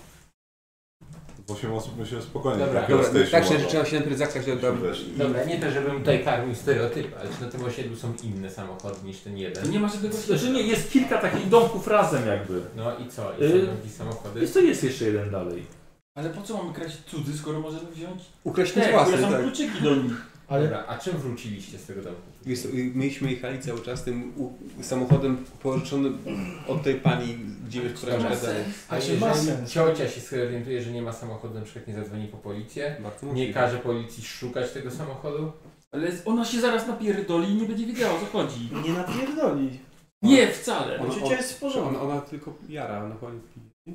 8 osób myślę spokojnie. Dobra, tak, że trzeba się najpierw zakrać do Dobra, nie to, żebym tutaj karmił stereotyp, ale czy na tym osiedlu są inne samochody niż ten jeden? To nie ma żadnego Znaczy nie, jest kilka takich domków razem jakby. No i co? I są jakieś samochody? Jest jeszcze jeden dalej. Ale po co mamy kraść cudzy, skoro możemy wziąć ukraść te, własne, które są tak. kluczyki do nich. Ale... Dobra, a czym wróciliście z tego domu? Myśmy jechali cały czas tym samochodem pożyczonym od tej pani, gdzie która dalej. A jeżeli ciocia się zorientuje, że nie ma samochodu, na przykład nie zadzwoni po policję, nie każe policji szukać tego samochodu? Ale ona się zaraz napierdoli i nie będzie wiedziała, o co chodzi. Nie napierdoli. Nie, wcale. Ciocia jest w porządku. Ona tylko jara na koniec.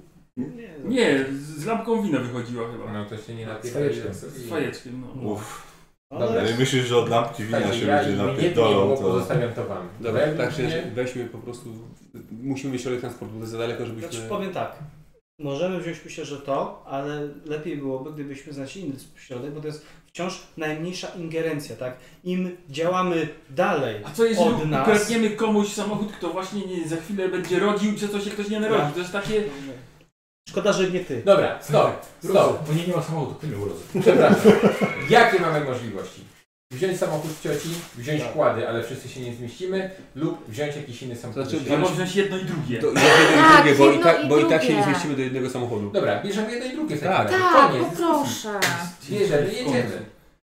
Nie, z lampką wina wychodziła chyba. No to się nie napierdoli. Z fajeczkiem, no. Uff. Dobra. No i myślisz, że od lampki wina się ja ludzie nie napierdolą, to... pozostawiam to wam. Dobra, tak, że weźmy po prostu... Musimy mieć środek transportu, bo to za daleko, żebyśmy... Znaczy powiem tak. Możemy wziąć, myślę, że to, ale lepiej byłoby, gdybyśmy znaleźli inny środek, bo to jest wciąż najmniejsza ingerencja, tak? Im działamy dalej A co jeżeli od nas... ukradniemy komuś samochód, kto właśnie za chwilę będzie rodził, czy coś się ktoś nie narodzi? To jest takie... Szkoda, że nie ty. Dobra, stop. Bo nie ma samochodu, to nie urodzę. Przepraszam. Jakie mamy możliwości? Wziąć samochód cioci, wziąć kłady, ale wszyscy się nie zmieścimy, lub wziąć jakiś inny samochód. Znaczy, Albo wziąć jedno i drugie. Bo i tak się nie zmieścimy do jednego samochodu. Dobra, bierzemy jedno i drugie. Tak, koniec. Proszę. Bierzemy, jedziemy.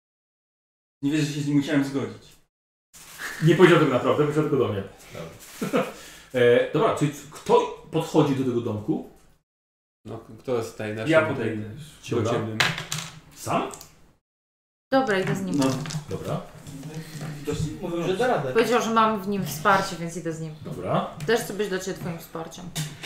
Nie wierzę, że się z nim musiałem zgodzić. Nie powiedział tego naprawdę, powiedział tylko do mnie. Dobra. Dobra, czyli kto podchodzi do tego domku? No, kto jest tutaj naszym... Ja podejdę. Ciemnym. Sam? Dobra, idę z nim. No. Dobra. Mówił, że da radę. Powiedział, że mam w nim wsparcie, więc idę z nim. Dobra. Też chcę być dla Ciebie Twoim wsparciem.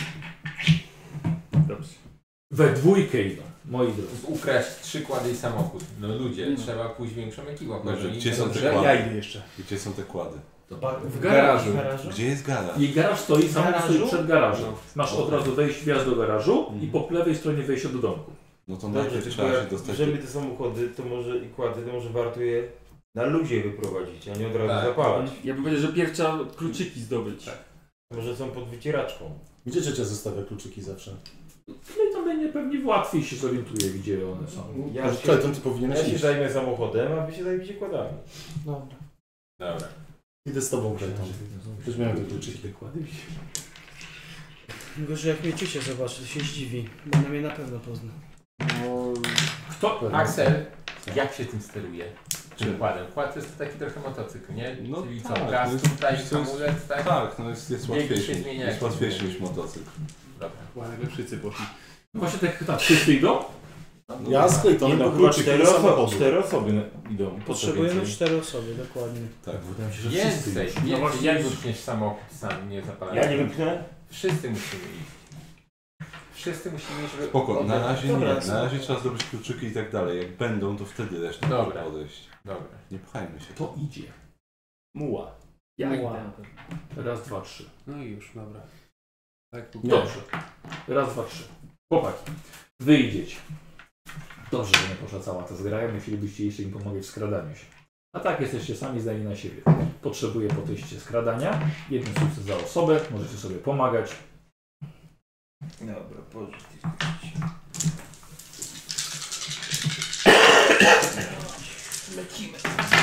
Dobrze. We dwójkę idą, moi drodzy. Ukraść 3 kłady i samochód. No ludzie, trzeba pójść większą ekipą. Dobrze, Jeżeli gdzie nie są to te drzewa- kłady? Ja idę jeszcze. Gdzie są te kłady? W garażu. Gdzie jest garaż? I garaż stoi, samochód stoi przed garażem. No. Masz od razu wjazd do garażu i po lewej stronie wejście do domku. No to Dobrze, najpierw tylko trzeba się jak dostać... bierzemy te samochody, to może i kłady, to może warto je na luzie wyprowadzić, a nie od razu Tak. zapalać. Ja bym powiedział, że pierw trzeba kluczyki zdobyć. Tak. Może są pod wycieraczką. Gdzie ciocia zostawia kluczyki zawsze? No i tam będzie pewnie łatwiej się zorientuje, gdzie one są. Może Clayton, ty powinieneś Ja się iść. zajmę samochodem, a wy się zajmiecie kładami. Dobra. Dobra. Idę z tobą, Clayton. Też miałem te kluczyki. Gorzej jak mnie ciocia zobaczy, to się zdziwi, bo ona mnie na pewno pozna. Kto? Axel, jak się tym steruje? Czym kładem? Kład to jest taki trochę motocykl, nie? No Czyli co, tak, gaz to jest- tutaj, to jest- hamulec, tak? Tak, no jest Biegi łatwiejszy. się zmienia, Jest jak łatwiejszy się niż motocykl. Dobra. Nagle wszyscy poszli. Właśnie tak wszyscy idą? Ja z Claytonem Nie, po no, kluczyki do samochodu. 4 osoby idą. Potrzebujemy 4 osoby, dokładnie. Tak. Wydaje mi się, że Więcej, wszyscy więcej. właśnie Jak już- wypchniesz samochód sam, nie zapalać? Ja nie wypchnę? Wszyscy musimy iść. Wszyscy musimy iść, żeby... Spoko, na razie Dobra, nie. Na razie trzeba zdobyć kluczyki i tak dalej. Jak będą, to wtedy reszta Dobra. może podejść. Dobra. Nie pchajmy się. To idzie. Muła. Ja Muła. idę. Raz, dwa, trzy. No i już, dobra. Tak, Dobrze. Raz, dwa, trzy. Chłopaki, wyjdziecie. Dobrze, że nie poszła cała ta zgraja, musielibyście jeszcze im pomagać w skradaniu się. A tak jesteście sami zdani na siebie. Potrzebuję po teście skradania. Jeden sukces za osobę, możecie sobie pomagać. Dobra, porzuć. Lecimy.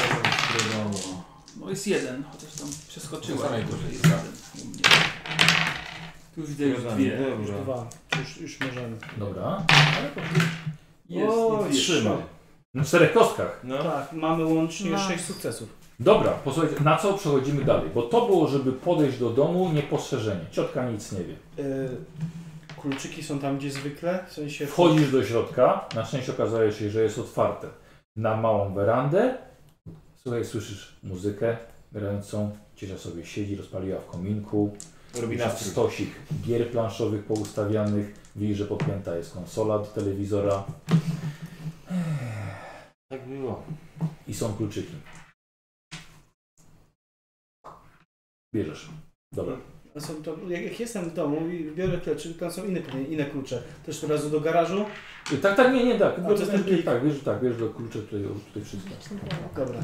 No jest jeden, chociaż tam przeskoczyła. Samej tylko, że dużej, jest jeden u mnie. Tu już widzę już dwie. Już dwa. Już możemy. Dobra. Ale po jest O, dwie. trzymaj. Na 4 kostkach. No. Tak, mamy łącznie No. 6 sukcesów. Dobra, posłuchajcie, na co przechodzimy dalej? Bo to było, żeby podejść do domu niepostrzeżenie. Ciotka nic nie wie. Kluczyki są tam, gdzie zwykle? W sensie... Wchodzisz do środka, na szczęście okazuje się, że jest otwarte. Na małą werandę. Słuchaj, słyszysz muzykę grającą. Ciecia sobie siedzi, rozpaliła w kominku. Robi nastrój. Stosik gier planszowych poustawianych. Widzisz, że podpięta jest konsola do telewizora. Tak było. I są kluczyki. Bierzesz. Dobra. A są to, jak jestem w domu i biorę klucze, tam są inne klucze. Też od razu do garażu. Tak, nie, tak. A to jest ten plik. Bierz do klucze tutaj wszystko. Dobra.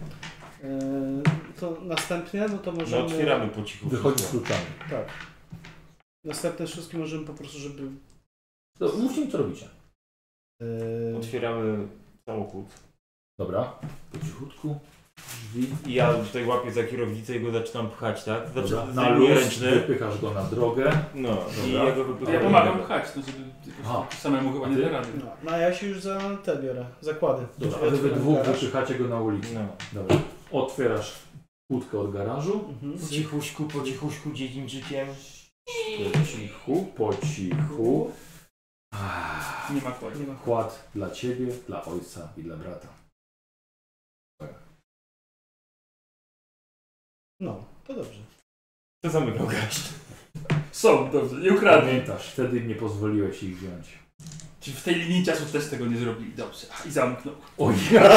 To następnie, no to możemy... No otwieramy po cichu. Wychodzi z kluczami. Tak. Następne wszystkie możemy po prostu, żeby... No, mówcie mi, co robicie. Otwieramy samochód. Dobra. Po cichutku. Drzwi. I ja tutaj łapię za kierownicę i go zaczynam pchać, tak? Dobra. Na Zdejmuję luz, ręczny. wypychasz go na drogę. No. Dobra. I ja go wypycham. Ja pomagam pchać, no żeby Aha. samemu chyba nie da rady. No, a ja się już za te biorę, zakłady. Dobra, Czyli a wy we otwieram dwóch garaż. wypychacie go na ulicę. No. Dobra. Otwierasz kłódkę od garażu. Po cichuśku, dziedzińczykiem. Po cichu. Nie ma kładu. Kład dla ciebie, dla ojca i dla brata. No, to dobrze. To zamykał gaś. Są, dobrze, nie ukradnij. Pamiętasz, wtedy nie pozwoliłeś ich wziąć. Czy w tej linii czasu też tego nie zrobili? Dobrze. I zamknął. Oj.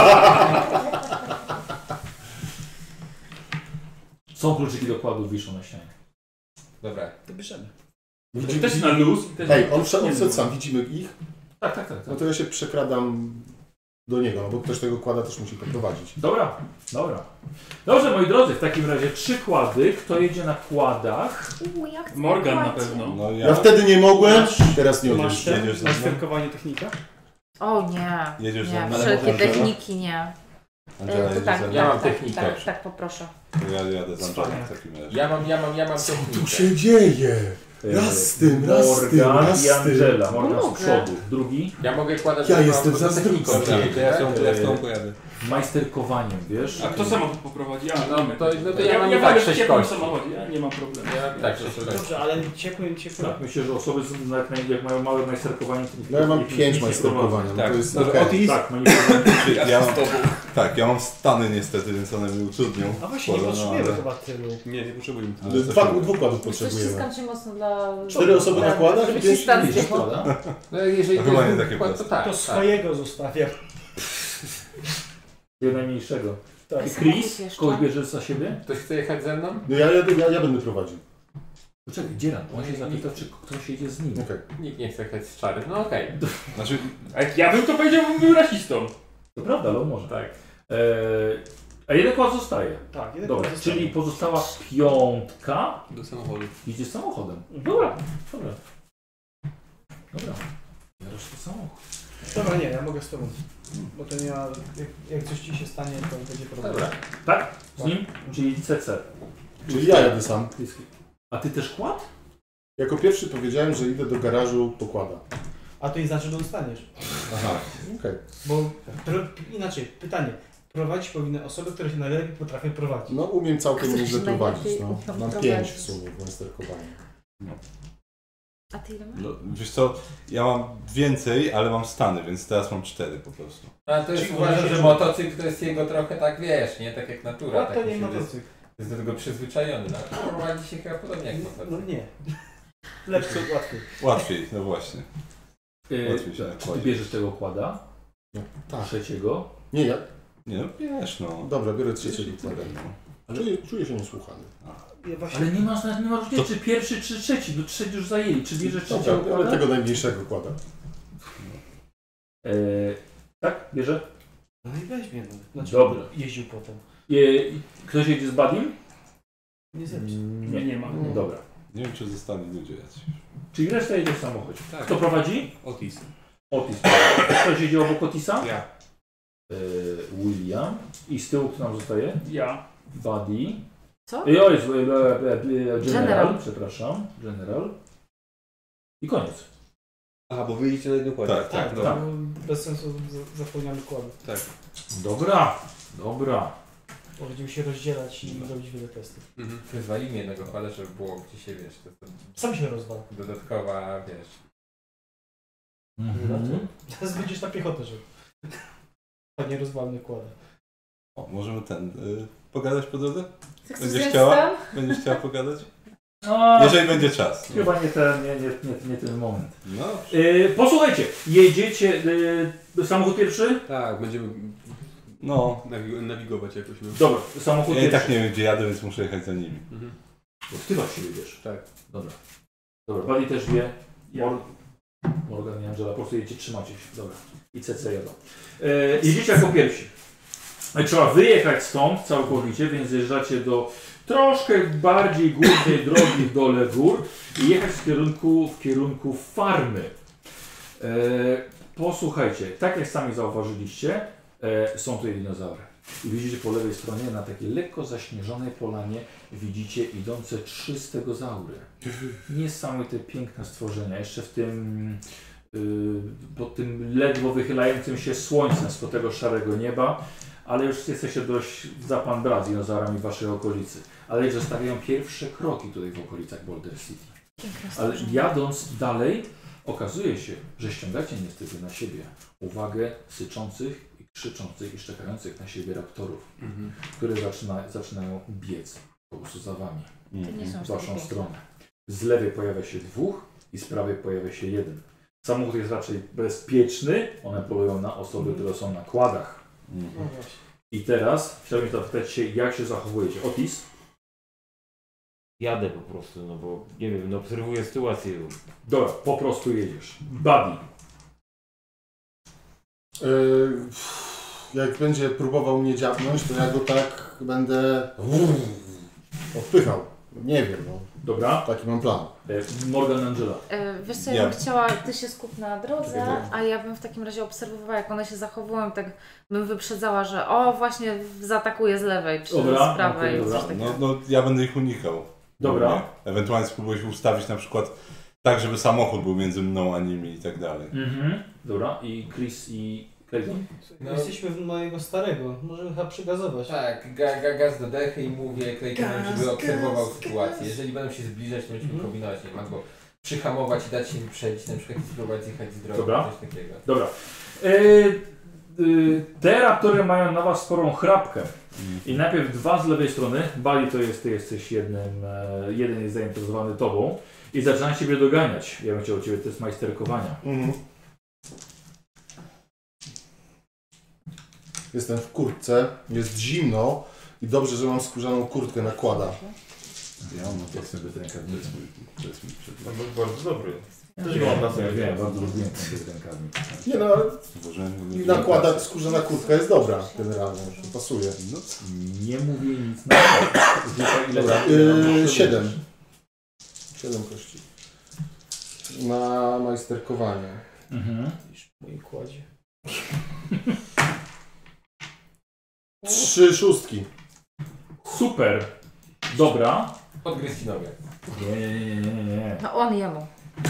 Są kluczyki do kładu, wiszą na ścianie. Dobra. To bierzemy. Też na luz. Hej, on wszedł sam, widzimy ich? Tak. No to ja się przekradam do niego, no bo ktoś tego kłada też musi poprowadzić. Dobra. Dobrze, moi drodzy, w takim razie 3 kłady. Kto jedzie na kładach? Ja chcę Morgan na kładzie. pewno. No Ja wtedy nie mogłem, teraz nie Masz odjeżdżam. Jedziesz ze masz mną? styrkowanie technika? O nie, Jedziesz ze nie, mną? wszelkie Angela? techniki nie. Angela To jedzie tak, ze mną? Ja mam tak, technikę. tak, poproszę. To ja jadę z Angelą w takim razie. Ja mam Co technikę. tu się dzieje? Raz z tym, Morgan i raz z tym. Angela. Morgan z Mogę. przodu. Drugi Ja mogę kładać... Ja jestem bo za to techniką zdrówką. przyjedzie, tak? Ja z tą pojadę. majsterkowaniem, wiesz? A kto samochód poprowadzi? Ja. No to ja mam ja i tak walę w 6 ciepłym kości. samochodzie, ja nie mam problemu. Ja i tak 6 kości. Dobrze, ale ciepłym. Tak, myślę, że osoby, jak mają małe majsterkowanie, to No ja mam ich 5 nie majsterkowania, no Tak, to jest no, okej. Otis, Tak, manipulacja. Ja mam stany niestety, więc one mi utrudnią. A właśnie, nie Pole, no, potrzebujemy ale- chyba tylu. nie potrzebujemy. Dwóch kładów Coś potrzebujemy. ściskam cię mocno dla... 4 osoby na kładach Żeby i ci 5 stan widzisz, zjechał. prawda? No jeżeli To to chyba jest nie takie układ, to proste. tak. To tak. swojego zostawiam. Tego najmniejszego. Tak. I Samochód Chris, jeszcze. kogoś bierzesz za siebie? Ktoś chce jechać ze mną? No ja będę prowadził. Poczekaj, Dzieran, on się zapytał, czy ktoś jedzie z nim. Okej. Nikt nie chce jechać z czarym. No okej. Znaczy, A jak ja bym to powiedział, bym był rasistą. To prawda, ale on może. Tak. A jeden kład zostaje. Tak, jeden Dobra, kład zostaje. czyli pozostała 5 Do samochodu. idzie samochodem. Dobra. Dobra. Bioresz to samochód. Dobra, nie, ja mogę z tobą. Bo to ja, jak coś ci się stanie, to będzie problem. Dobra. Tak? Z nim? Czyli CC. Czyli ja jadę sam. A ty też kład? Jako pierwszy powiedziałem, że idę do garażu pokłada. A to nie znaczy, że dostaniesz. Aha, okej. Bo inaczej, pytanie. Prowadzić powinny osoby, które się najlepiej potrafią prowadzić. No umiem całkiem Ktoś nieźle prowadzić. najlepiej No. umie Mam prowadzić. 5 w sumie w majsterkowaniu. A ty ile masz? no, wiesz co, ja mam więcej, ale mam stany, więc teraz mam 4 po prostu. A to jest Czyli uważam, uważasz, że że- motocykl to jest jego trochę tak, wiesz, nie? Tak jak natura. No tak to mi nie się motocykl. jest do tego przyzwyczajony. No, prowadzi się chyba podobnie jak motocykl. No nie. Lepszy, łatwiej. Łatwiej, no właśnie. Łatwiej się Tak. Czy ty nakładzi. bierzesz tego kłada? No, tak. Trzeciego? Nie, ja. Nie no, wiesz no. Dobra, biorę trzeciego kłada. A Czuję się niesłuchany. Ale nie masz różnicy, czy pierwszy, czy trzeci. No trzeci już zajęli. Czy bierzesz trzeciego Dobra, kłada? ale tego najmniejszego kłada. Tak? Bierze? No i weźmie. No. Znaczy, Dobra. jeździł potem. Ktoś jedzie z Badim? Nie zepsuł. Nie ma. Dobra. Nie wiem, czy zostanie ludzie jacyś. Czyli reszta jedzie w samochodzie. Tak. Kto prowadzi? Otis. Otis. Ktoś jedzie obok Otisa? Ja. William. I z tyłu kto nam zostaje? Ja. Buddy. Co? General. Przepraszam. General. I koniec. Aha, bo wyjdziecie na jednym kładzie. Tak, dobra. no, bez sensu zapełniamy kłady. Tak. Dobra. Bo będziemy się rozdzielać i robić wiele testów. Wyzwalimy jednego kłada, żeby było gdzie się, wiesz, to Sam się rozwala. dodatkowa, wiesz. Teraz będziesz na piechotę, że nie rozwalny kładę. O, możemy pogadać po drodze? Chcesz Będziesz zjeść chciała? tam? Będziesz chciała pogadać? No, Jeżeli będzie czas. Chyba nie ten moment. No. Posłuchajcie, jedziecie. Samochód pierwszy? Tak, będziemy nawigować jakoś. No. Dobra, samochód Ja i pierwszy. tak nie wiem, gdzie jadę, więc muszę jechać za nimi. Bo ty właśnie jedziesz. Tak. Dobra. Buddy też wie. Morgan i Angela, po prostu jedziecie, trzymacie się. Dobra. I CC jadą. Jedziecie jako pierwsi. Trzeba wyjechać stąd całkowicie, więc zjeżdżacie do troszkę bardziej górnej drogi w dole gór i jechać w kierunku farmy. Posłuchajcie, tak jak sami zauważyliście, są tutaj dinozaury. I widzicie po lewej stronie na takiej lekko zaśnieżonej polanie widzicie idące 3 stegozaury. Niesamowite piękne stworzenia. Jeszcze w tym pod tym ledwo wychylającym się słońcem spod tego szarego nieba, ale już jesteście dość za pan brat z dinozaurami w waszej okolicy. Ale już zostawiają pierwsze kroki tutaj w okolicach Boulder City. Ale jadąc dalej, okazuje się, że ściągacie niestety na siebie uwagę syczących i krzyczących i szczekających na siebie raptorów, które zaczynają biec po prostu za wami, w waszą stronę. Z lewej pojawia się 2 i z prawej pojawia się 1. Samochód jest raczej bezpieczny, one polują na osoby, które są na kładach. I teraz chciałbym zapytać się, jak się zachowujecie. Otis? Jadę po prostu, no bo nie wiem, no obserwuję sytuację. Dobra, po prostu jedziesz. Buddy. Jak będzie próbował mnie dziabnąć, to ja go tak będę odpychał. Nie wiem, no. Dobra. Taki mam plan. Morgan, Angela. Wiesz co, ja bym chciała, ty się skup na drodze, a ja bym w takim razie obserwowała, jak one się zachowują, tak bym wyprzedzała, że o, właśnie zaatakuje z lewej, czy z prawej, coś takiego. No, ja będę ich unikał. Dobra. Ewentualnie spróbuję się ustawić na przykład tak, żeby samochód był między mną a nimi i tak dalej. Dobra, i Chris i Clayton? No. Jesteśmy w mojego starego, możemy chyba przygazować. Tak, gaz do dechy i mówię Claytonowi, żeby obserwował sytuację. Jeżeli będą się zbliżać, to będziemy kombinować, nie wiem, albo przyhamować i dać się im przejść, na przykład spróbować zjechać z drogi, Dobra. coś takiego. Dobra. Te raptory mają na was sporą chrapkę. I najpierw 2 z lewej strony, Buddy to jest, ty jesteś jeden jest zainteresowany tobą i zaczynają ciebie doganiać. Ja bym chciał od ciebie test majsterkowania. Jestem w kurtce, jest zimno i dobrze, że mam skórzaną kurtkę nakłada. Ja mam teksty bez rękawnicy. To jest mój przedmiot. No, bardzo dobry. Też mam na sobie. Wiem, bardzo lubię ten bez rękawnicy. Nie no, ale nakłada, skórzana kurtka jest dobra generalnie, pasuje. No, nie mówię nic na Dobra, 7. 7 kości. Na majsterkowanie. W moim kładzie. 3 szóstki. Super. Dobra. Podgryź ci nogę. Nie. No on jemu.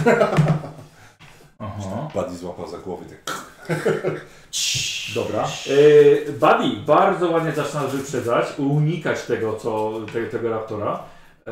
Aha. Buddy złapał za głowę tak. Dobra. Buddy, bardzo ładnie zaczynasz wyprzedzać, unikać tego raptora.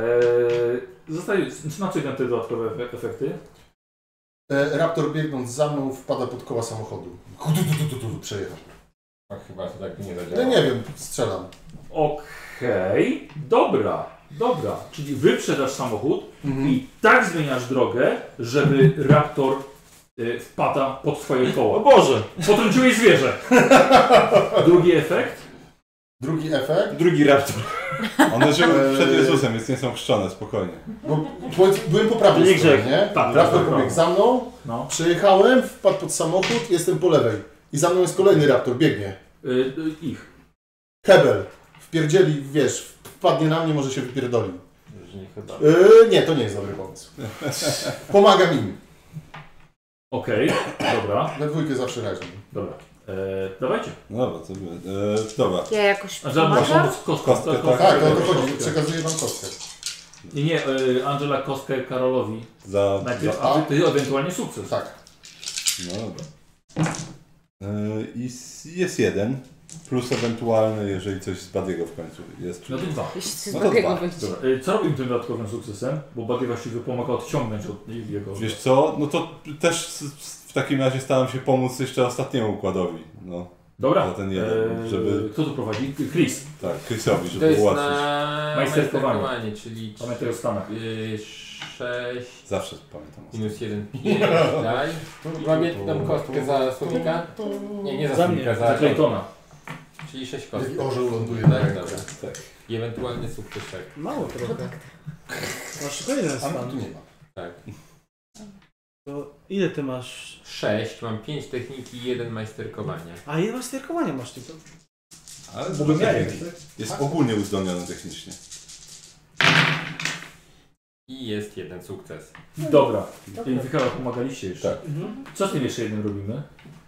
Na co idą te dodatkowe efekty? Raptor biegnąc za mną wpada pod koła samochodu. Przejechał. A chyba to tak nie zadziała. Ja nie wiem, strzelam. Okej, dobra. Czyli wyprzedzasz samochód i tak zmieniasz drogę, żeby raptor wpada pod twoje koło. O Boże! Potrąciłeś zwierzę. Drugi efekt? Drugi efekt. Drugi raptor. One żyły przed Jezusem, więc nie są chrzczone, spokojnie. Bo byłem po prawej stronie, nie? Tak, Raptor tak, pobiegł za mną, przejechałem, wpadł pod samochód, jestem po lewej. I za mną jest kolejny raptor, biegnie. Ich. Hebel. Wpierdzieli, wiesz, wpadnie na mnie, może się wypierdoli. Nie, to nie jest dobry pomysł. Pomagam im. Okej, dobra. We dwójkę zawsze razem. Dobra. Dawajcie. Dobra, to dobra. Ja jakoś A żadna pomagam? kostkę. Tak, o to chodzi, przekazuję wam kostkę. Nie, Angela kostkę Karolowi. Najpierw, za a ty ewentualnie sukces. Tak. No dobra. I jest 1. Plus ewentualny, jeżeli coś z Badiego w końcu jest. No to 2. Jeśli z No to Badiego 2. wyjdzie. Dobra. Co robimy tym dodatkowym sukcesem? Bo Badi właściwie pomaga odciągnąć od jego... Wiesz co, no to też w takim razie staram się pomóc jeszcze ostatniemu układowi. No. Dobra. Za ten jeden, żeby... Kto tu prowadzi? Chris. Tak, Chrisowi, To żeby jest ułatwić. na Majsterkowanie, czyli pamiętaj o stanach. 6 Zawsze pamiętam. minus 1, 5, daj. Mam jedną kostkę za Słowika? Nie za Słowika, za Claytona. Czyli 6 kostek. Jak orzeł ląduje Tak, na ręku. dobra. Tak. I ewentualny sukces. Mało trochę. Masz tylko jeden stan. Tu nie ma. Tak. To ile ty masz? 6, mam 5 techniki i 1 majsterkowania. A ile majsterkowania masz tylko? Ale Bo bym miał, jest ogólnie uzdolniony technicznie. I jest 1 sukces. Dobra. Michała, pomagaliście jeszcze. Tak. Co z tym jeszcze jednym robimy?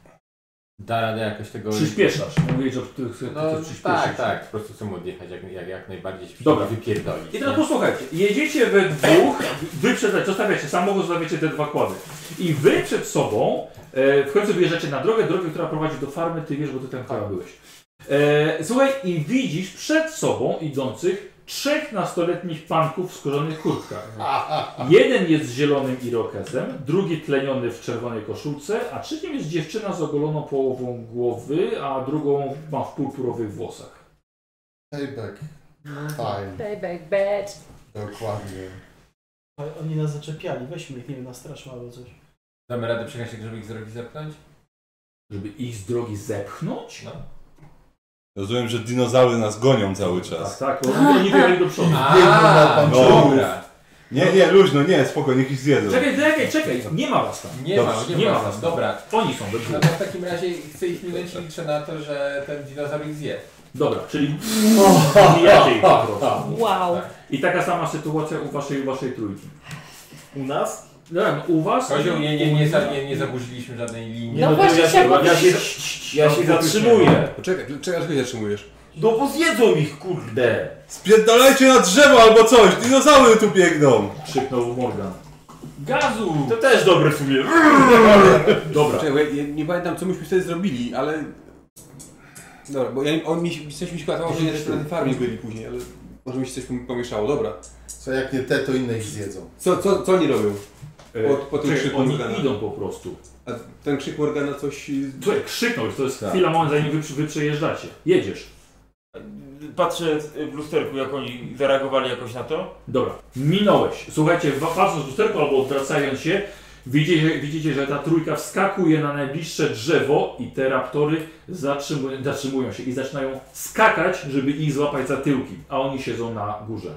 Da radę jakoś tego... Przyspieszasz. Mówię, że ty chcesz przyspieszyć. Tak. Po prostu chcę odjechać jak najbardziej Dobra. wypierdolić. I teraz posłuchajcie, jedziecie we dwóch, wy zostawiacie samochód, zostawiacie te 2 kłady. I wy przed sobą, w końcu wyjeżdżacie na drogę, która prowadzi do farmy, ty wiesz, bo ty tam chyba byłeś. Słuchaj, i widzisz przed sobą idących 3 nastoletnich panków w skórzonych kurtkach. Jeden jest z zielonym irokezem, drugi tleniony w czerwonej koszulce, a trzecim jest dziewczyna z ogoloną połową głowy, a drugą ma w purpurowych włosach. Payback. Time. Payback bad. Dokładnie. Oni nas zaczepiali, weźmy ich, nie wiem, na straż albo coś. Damy radę przejechać, żeby ich z drogi zepchnąć? Żeby ich z drogi zepchnąć? No. Rozumiem, że dinozaury nas gonią cały czas. Tak, bo oni wyjechali do przodu. Dobra. Nie, luźno, nie, spoko, niech ich zjedzą. Czekaj, nie ma was tam. Nie ma was tam. Dobra. Oni są we dwóch. No to w takim razie chcę ich minąć i liczę na to, że ten dinozaur ich zje. Dobra, czyli mijacie ich po prostu. Wow. I taka sama sytuacja u waszej trójki. U nas? No, u was? Kozioł, nie zaburzyliśmy żadnej linii. No właśnie ja się zatrzymuję. Poczekaj, czego się zatrzymujesz? No bo zjedzą ich, kurde. Spierdalajcie na drzewo albo coś, dinozaury tu biegną. Krzyknął Morgan. Gazu! To też dobre w sumie. Dobra. Czekaj, ja nie pamiętam co myśmy wtedy zrobili, ale... Dobra, bo coś mi się kładało, że jeszcze na tej farmie byli później, ale może mi się coś pomieszało, dobra. Co jak nie te, to inne ich zjedzą. Co oni robią? Po tym krzyku Oni Morgana. idą po prostu. A ten krzyk Morgana coś... Słuchaj, krzyknął, to jest chwila, moment, zanim wy przejeżdżacie. Jedziesz. Patrzę w lusterku, jak oni zareagowali jakoś na to. Dobra, minąłeś. Słuchajcie, patrząc w lusterku albo odwracając się, widzicie, że ta trójka wskakuje na najbliższe drzewo i te raptory zatrzymują się i zaczynają skakać, żeby ich złapać za tyłki, a oni siedzą na górze.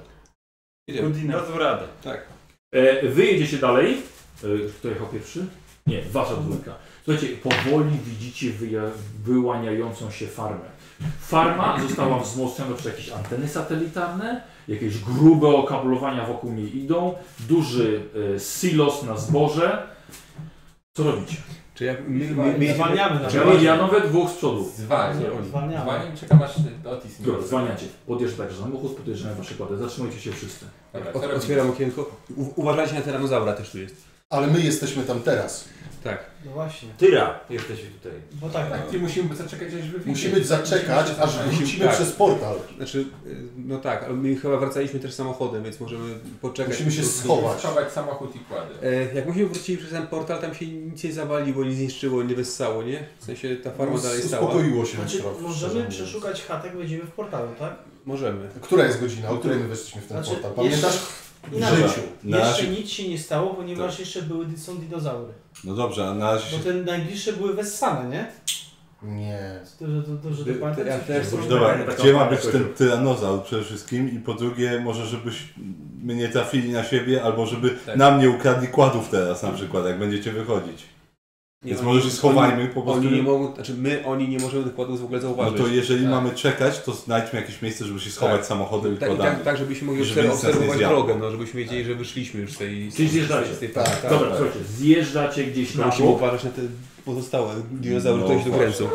Dadzą radę. Tak. Wy jedziecie dalej. Kto jechał pierwszy? Nie, wasza dwójka. Słuchajcie, powoli widzicie wyłaniającą się farmę. Farma została wzmocniona przez jakieś anteny satelitarne, jakieś grube okablowania wokół niej idą, duży silos na zboże. Co robicie? Czy jak zwalniamy na Emilianowe dwóch z przodu. Zwalniamy. Zwalniam i czekam aż Otis mi... Dobra, zwalniacie. Podjeżdża także samochód, podjeżdżają wasze kłady. Zatrzymujcie się wszyscy. Dobra, Otwieram okienko. Uważajcie na tyranozaura, też tu jest. Ale my jesteśmy tam teraz. Tak. No właśnie. Tyra jesteśmy tutaj. Bo tak, I musimy zaczekać, aż wyjdzie. Musimy zaczekać, aż wrócimy przez portal. Znaczy, no tak, ale my chyba wracaliśmy też samochodem, więc możemy poczekać. Musimy się schować. Schować samochód i kłady. Jak myśmy wrócili przez ten portal, tam się nic nie zawaliło, nie zniszczyło, nie wessało, nie? W sensie ta farma dalej stała. Uspokoiło się. Znaczy, możemy przeszukać chatek, wejdziemy w portalu, tak? Możemy. Która jest godzina, o której my weszliśmy w ten Znaczy, portal? Pamiętasz? Inaczej. W życiu. Jeszcze nic się nie stało, ponieważ jeszcze są dinozaury. No dobrze, a na razie Bo te najbliższe były wessane, nie? Nie. Duży pamiętam. Ja też Dobra, gdzie ma być ten tyranozaur przede wszystkim i po drugie może żebyśmy nie trafili na siebie albo żeby nam nie ukradli kładów teraz na przykład, jak będziecie wychodzić. Więc może się schowajmy po prostu. Oni nie mogą, znaczy oni nie możemy tych kładów w ogóle zauważyć. No to jeżeli mamy czekać, to znajdźmy jakieś miejsce, żeby się schować samochodem i kładami. Tak, żebyśmy mogli obserwować drogę, no, żebyśmy wiedzieli, że wyszliśmy już z tej... Czyli zjeżdżacie. Dobra, słuchajcie, zjeżdżacie gdzieś na bok. Musimy uważać na te pozostałe dinozaury, które się dokręcą.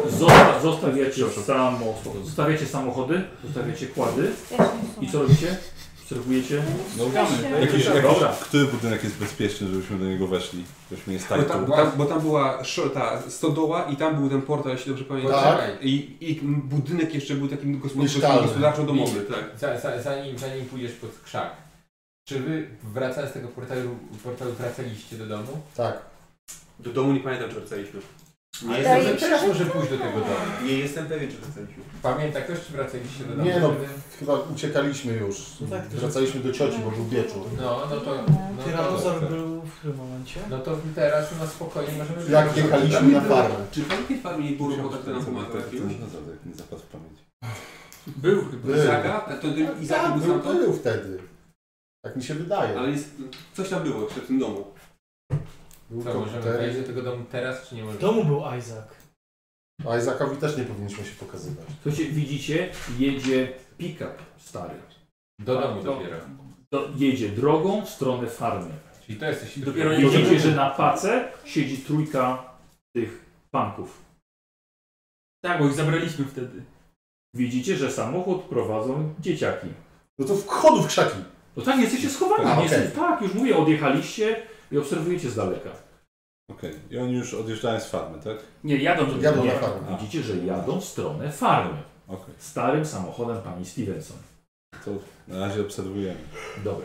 Zostawiacie samochody, zostawiacie kłady i co robicie? Obserwujecie? No, dobra. Który budynek jest bezpieczny, żebyśmy do niego weszli? Żebyśmy nie stali Bo tam była ta stodoła i tam był ten portal, jeśli dobrze pamiętam. Tak. I budynek jeszcze był takim Mieszkalny. gospodarczo-domowy. Tak. Zanim pójdziesz pod krzak, czy wy wracając z tego portalu wracaliście do domu? Tak. Do domu nie pamiętam, czy wracaliśmy. Nie jestem pewien, teraz może pójść do tego domu. Nie jestem pewien, czy wracaliśmy. Pamięta ktoś, czy wracaliście do domu? Nie no, chyba uciekaliśmy już. Wracaliśmy do cioci, bo był wieczór. No to... Tyranozaur był w którym momencie? No to teraz na spokojnie możemy... Jak jechaliśmy na farmę. Czy w tej farmie nie było robota, która nam pomagała jakiegoś? Nie zapadł w pamięć. Był chyba. Izaka? Izak był wtedy. Tak mi się wydaje. Ale coś tam było jeszcze w tym domu. Co, możemy wejść do tego domu teraz, czy nie możemy? W domu był Isaac. A Isaacowi też nie powinniśmy się pokazywać. Słuchajcie, widzicie, jedzie pick-up stary. Do domu dopiero. Jedzie drogą w stronę farmy. Czyli to jesteś... Dopiero widzicie, że na pace siedzi trójka tych panków. Tak, bo ich zabraliśmy wtedy. Widzicie, że samochód prowadzą dzieciaki. No to wchodu w krzaki. No tak, jesteście schowani. Tak, już mówię, odjechaliście i obserwujecie z daleka. Okej. I oni już odjeżdżają z farmy, tak? Nie, jadą na farmę. Widzicie, że jadą w stronę farmy. Okej. Starym samochodem pani Stevenson. To na razie obserwujemy. Dobra.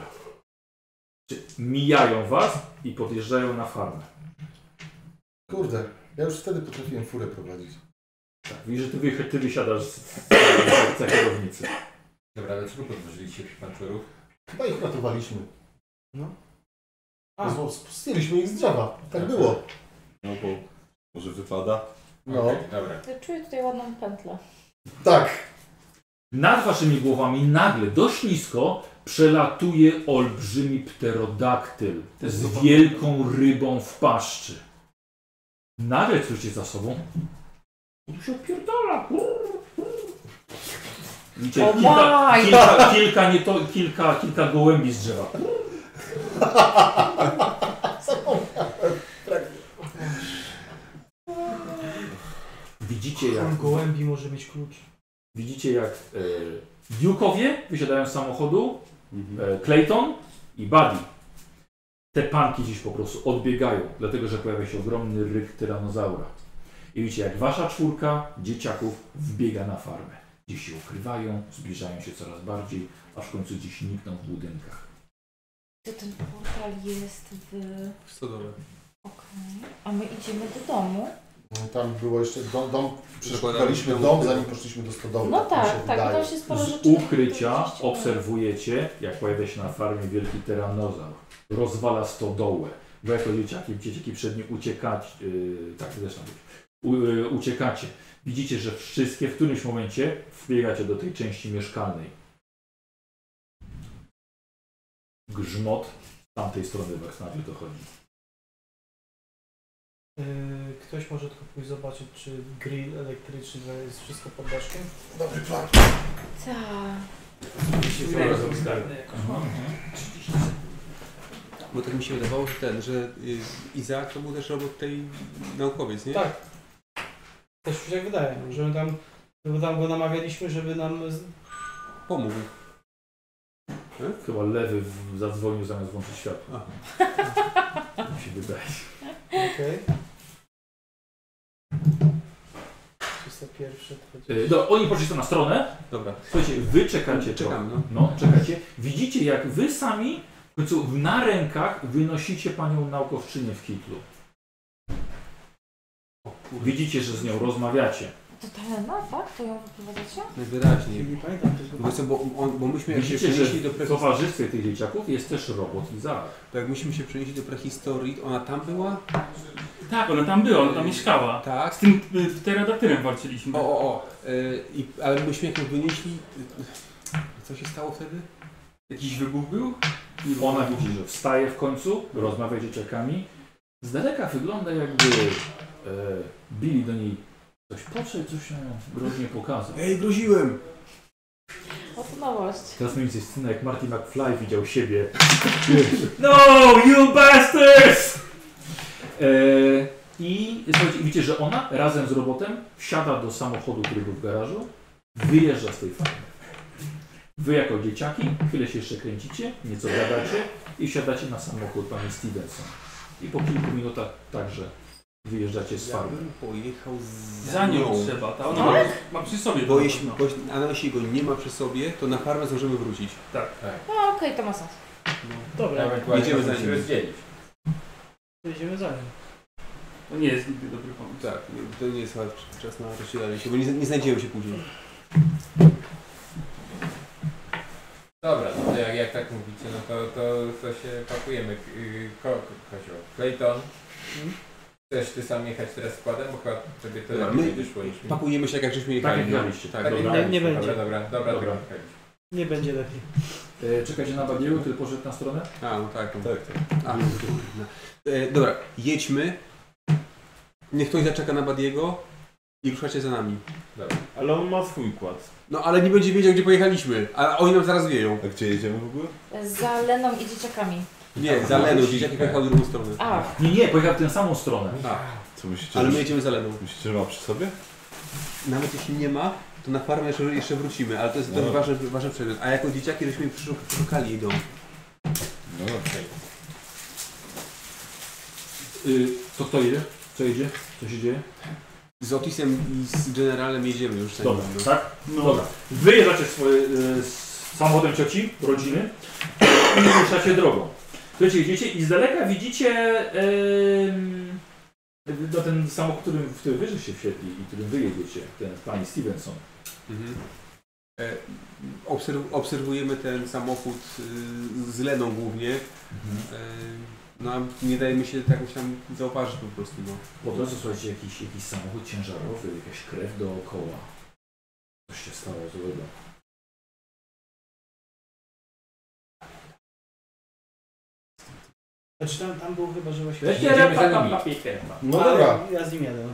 Mijają was i podjeżdżają na farmę. Kurde, ja już wtedy potrafiłem furę prowadzić. Tak, widzisz, że ty wysiadasz z kierownicy. Dobra, ale czego podłożyliście panczurów? Chyba ich ratowaliśmy. No. Zdjęliśmy ich z drzewa. Tak było. No bo może wypada? No. Okay, dobra. Ja czuję tutaj ładną pętlę. Tak. Nad waszymi głowami nagle, dość nisko, przelatuje olbrzymi pterodaktyl z wielką rybą w paszczy. Nagle słyszycie za sobą. Tu się odpierdala. Widzicie, kilka gołębi z drzewa. Widzicie jak... gołębi może mieć klucz. Widzicie jak Duke'owie wysiadają z samochodu, Clayton i Buddy. Te panki gdzieś po prostu odbiegają, dlatego że pojawia się ogromny ryk tyranozaura. I widzicie jak wasza czwórka dzieciaków wbiega na farmę. Gdzieś się ukrywają, zbliżają się coraz bardziej, aż w końcu gdzieś nikną w budynkach. To ten portal jest w... Stodole. Okej. A my idziemy do domu. Tam było jeszcze dom, przeszukaliśmy dom, zanim poszliśmy do stodoły. No tak, tak, tam się sporo rzeczy... Z ukrycia obserwujecie, jak pojawia się na farmie wielki tyranozaur. Rozwala stodołę. Bo jako dzieciaki przed nim uciekacie. Tak, zresztą uciekacie. Widzicie, że wszystkie w którymś momencie wbiegacie do tej części mieszkalnej. Grzmot z tamtej strony Weksnawiu dochodzi. Ktoś może tylko pójść zobaczyć, czy grill elektryczny jest wszystko pod daszkiem? Dobry plan. Tak. Bo tak mi się wydawało, że Izaak to był też robot tej naukowiec, nie? Tak. Też mi się tak wydaje, że my tam go namawialiśmy, żeby nam pomógł. Chyba lewy zadzwonił zamiast włączyć światło. Mi się wydaje. Okej. 301. No, oni poszli na stronę. Dobra. Słuchajcie, wy czekacie. Czekam, no, czekacie. Widzicie, jak wy sami w końcu na rękach wynosicie panią naukowczynię w kitlu. Widzicie, że z nią rozmawiacie. To Helena, tak? To ją wyprowadzacie? Najwyraźniej. Nie pamiętam tego. Bo myśmy jak się Widzicie, że przenieśli do w towarzystwie tych dzieciaków jest też robot Izaak. To jak myśmy się przenieśli do prehistorii, ona tam była? Tak, ona tam była, ona tam mieszkała. Tak. Z tym pterodaktylem walczyliśmy. Ale myśmy jak ją wynieśli... Co się stało wtedy? Jakiś wybuch był? Ona widzi, że wstaje w końcu, rozmawia z dzieciakami. Z daleka wygląda jakby Billy do niej coś podszedł, coś ją groźnie pokazał. Ej, groziłem! O, to nowość. Teraz mniej więcej scena, jak Marty McFly widział siebie. No, you bastards! I słuchajcie, widzicie, że ona razem z robotem wsiada do samochodu, który był w garażu, wyjeżdża z tej farmy. Wy jako dzieciaki chwilę się jeszcze kręcicie, nieco gadacie i wsiadacie na samochód pani Stevenson. I po kilku minutach także wyjeżdżacie z farmy. Ja bym pojechał za nią trzeba, ta ona ma przy sobie. Bo jeśli go nie ma przy sobie, to na farmę zdążymy wrócić. Tak. No okej, to ma sens. Dobra, jedziemy za nim. to jedziemy za nim. To nie jest nigdy dobry pomysł. Tak, to nie jest chyba czas na rozdzielanie się, bo nie znajdziemy się później. Dobra, no to jak tak mówicie, no to się pakujemy. Kozioł. Clayton, chcesz ty sam jechać teraz składem, bo chyba tobie to lepiej wyszło niż mi. Pakujemy się jak żeśmy Tak jechali. jak jechaliście. Tak, Nie będzie. Dobra. Nie będzie lepiej. Czekajcie na Badiego, który poszedł na stronę? A, no tak. Dobra, jedźmy. Niech ktoś zaczeka na Badiego i ruszacie za nami. Dobra. Ale on ma swój kład. No ale nie będzie wiedział, gdzie pojechaliśmy, a oni nam zaraz wieją. A gdzie jedziemy w ogóle? Za Leną i dzieciakami. Nie, za Leną, dzieciaki pojechały w drugą stronę. A. Nie, pojechał w tę samą stronę. Co myślicie? Ale my jedziemy za Leną. Myślicie, że ma przy sobie? Nawet jeśli nie ma, to na farmę jeszcze wrócimy, ale to jest dość ważny przedmiot. A jako dzieciaki żeśmy szukali jej domu. No okej. To kto jedzie? Co jedzie? Co się dzieje? Z Otisem i z Generalem jedziemy już. Dobra, tak? No. Dobra. Wyjeżdżacie z samochodem cioci, rodziny i ruszacie drogą. Słuchajcie, jedziecie i z daleka widzicie ten samochód, w którym wy się wsiedli i którym wy jedziecie, ten pani Stevenson. Mhm. Obserwujemy ten samochód z Leną głównie. No a nie dajemy się jakoś tam zaopatrzyć po prostu. No. Po drodze słuchajcie, jakiś samochód ciężarowy, jakaś krew dookoła. Coś się stało złego. Znaczy tam był chyba, że właśnie... Jedziemy za nimi. No dobra. Ja z nim jadę.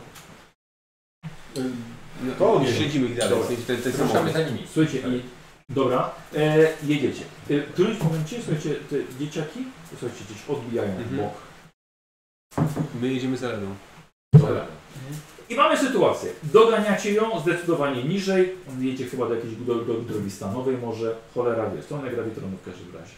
To śledzimy ich dalej. Ruszamy za nimi. Słuchajcie, dobra, jedziecie. W którymś momencie, słuchajcie, te dzieciaki, słuchajcie, gdzieś odbijają w bok. My jedziemy za Leną. Dobra. I mamy sytuację. Doganiacie ją zdecydowanie niżej. On jedzie chyba do jakiejś drogi stanowej, może cholera wie. Stronę grawitronów w każdym razie.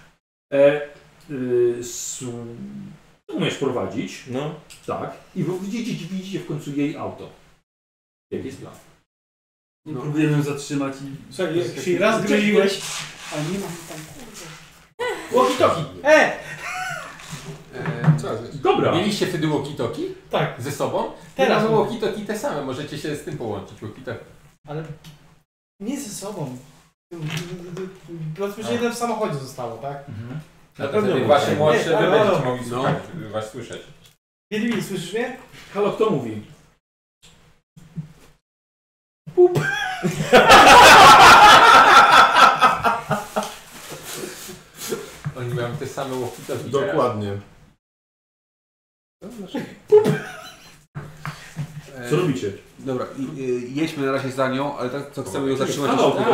Umiesz prowadzić. No. Tak. I widzicie w końcu jej auto. Jaki jest plan? No. Próbujemy ją zatrzymać i... Słuchaj, jeśli raz groziłeś, ale nie mam tam kurde. Walkie-talkie! Dobra. Mieliście wtedy walkie-talkie? Tak. Ze sobą? Teraz mamy walkie-talkie te same, możecie się z tym połączyć. Walkie-talkie. Ale nie ze sobą. Powiedzmy, że jeden w samochodzie zostało, tak? Na pewno wasze młodsze wy będziecie mogli słuchać, was słyszeć. Wiedźmin, słyszysz mnie? Halo, kto mówi? Pup. Oni mają te same walkie-talkie. Dokładnie. Co robicie? Dobra, jedźmy na razie za nią, ale tak, co chcemy ją zatrzymać.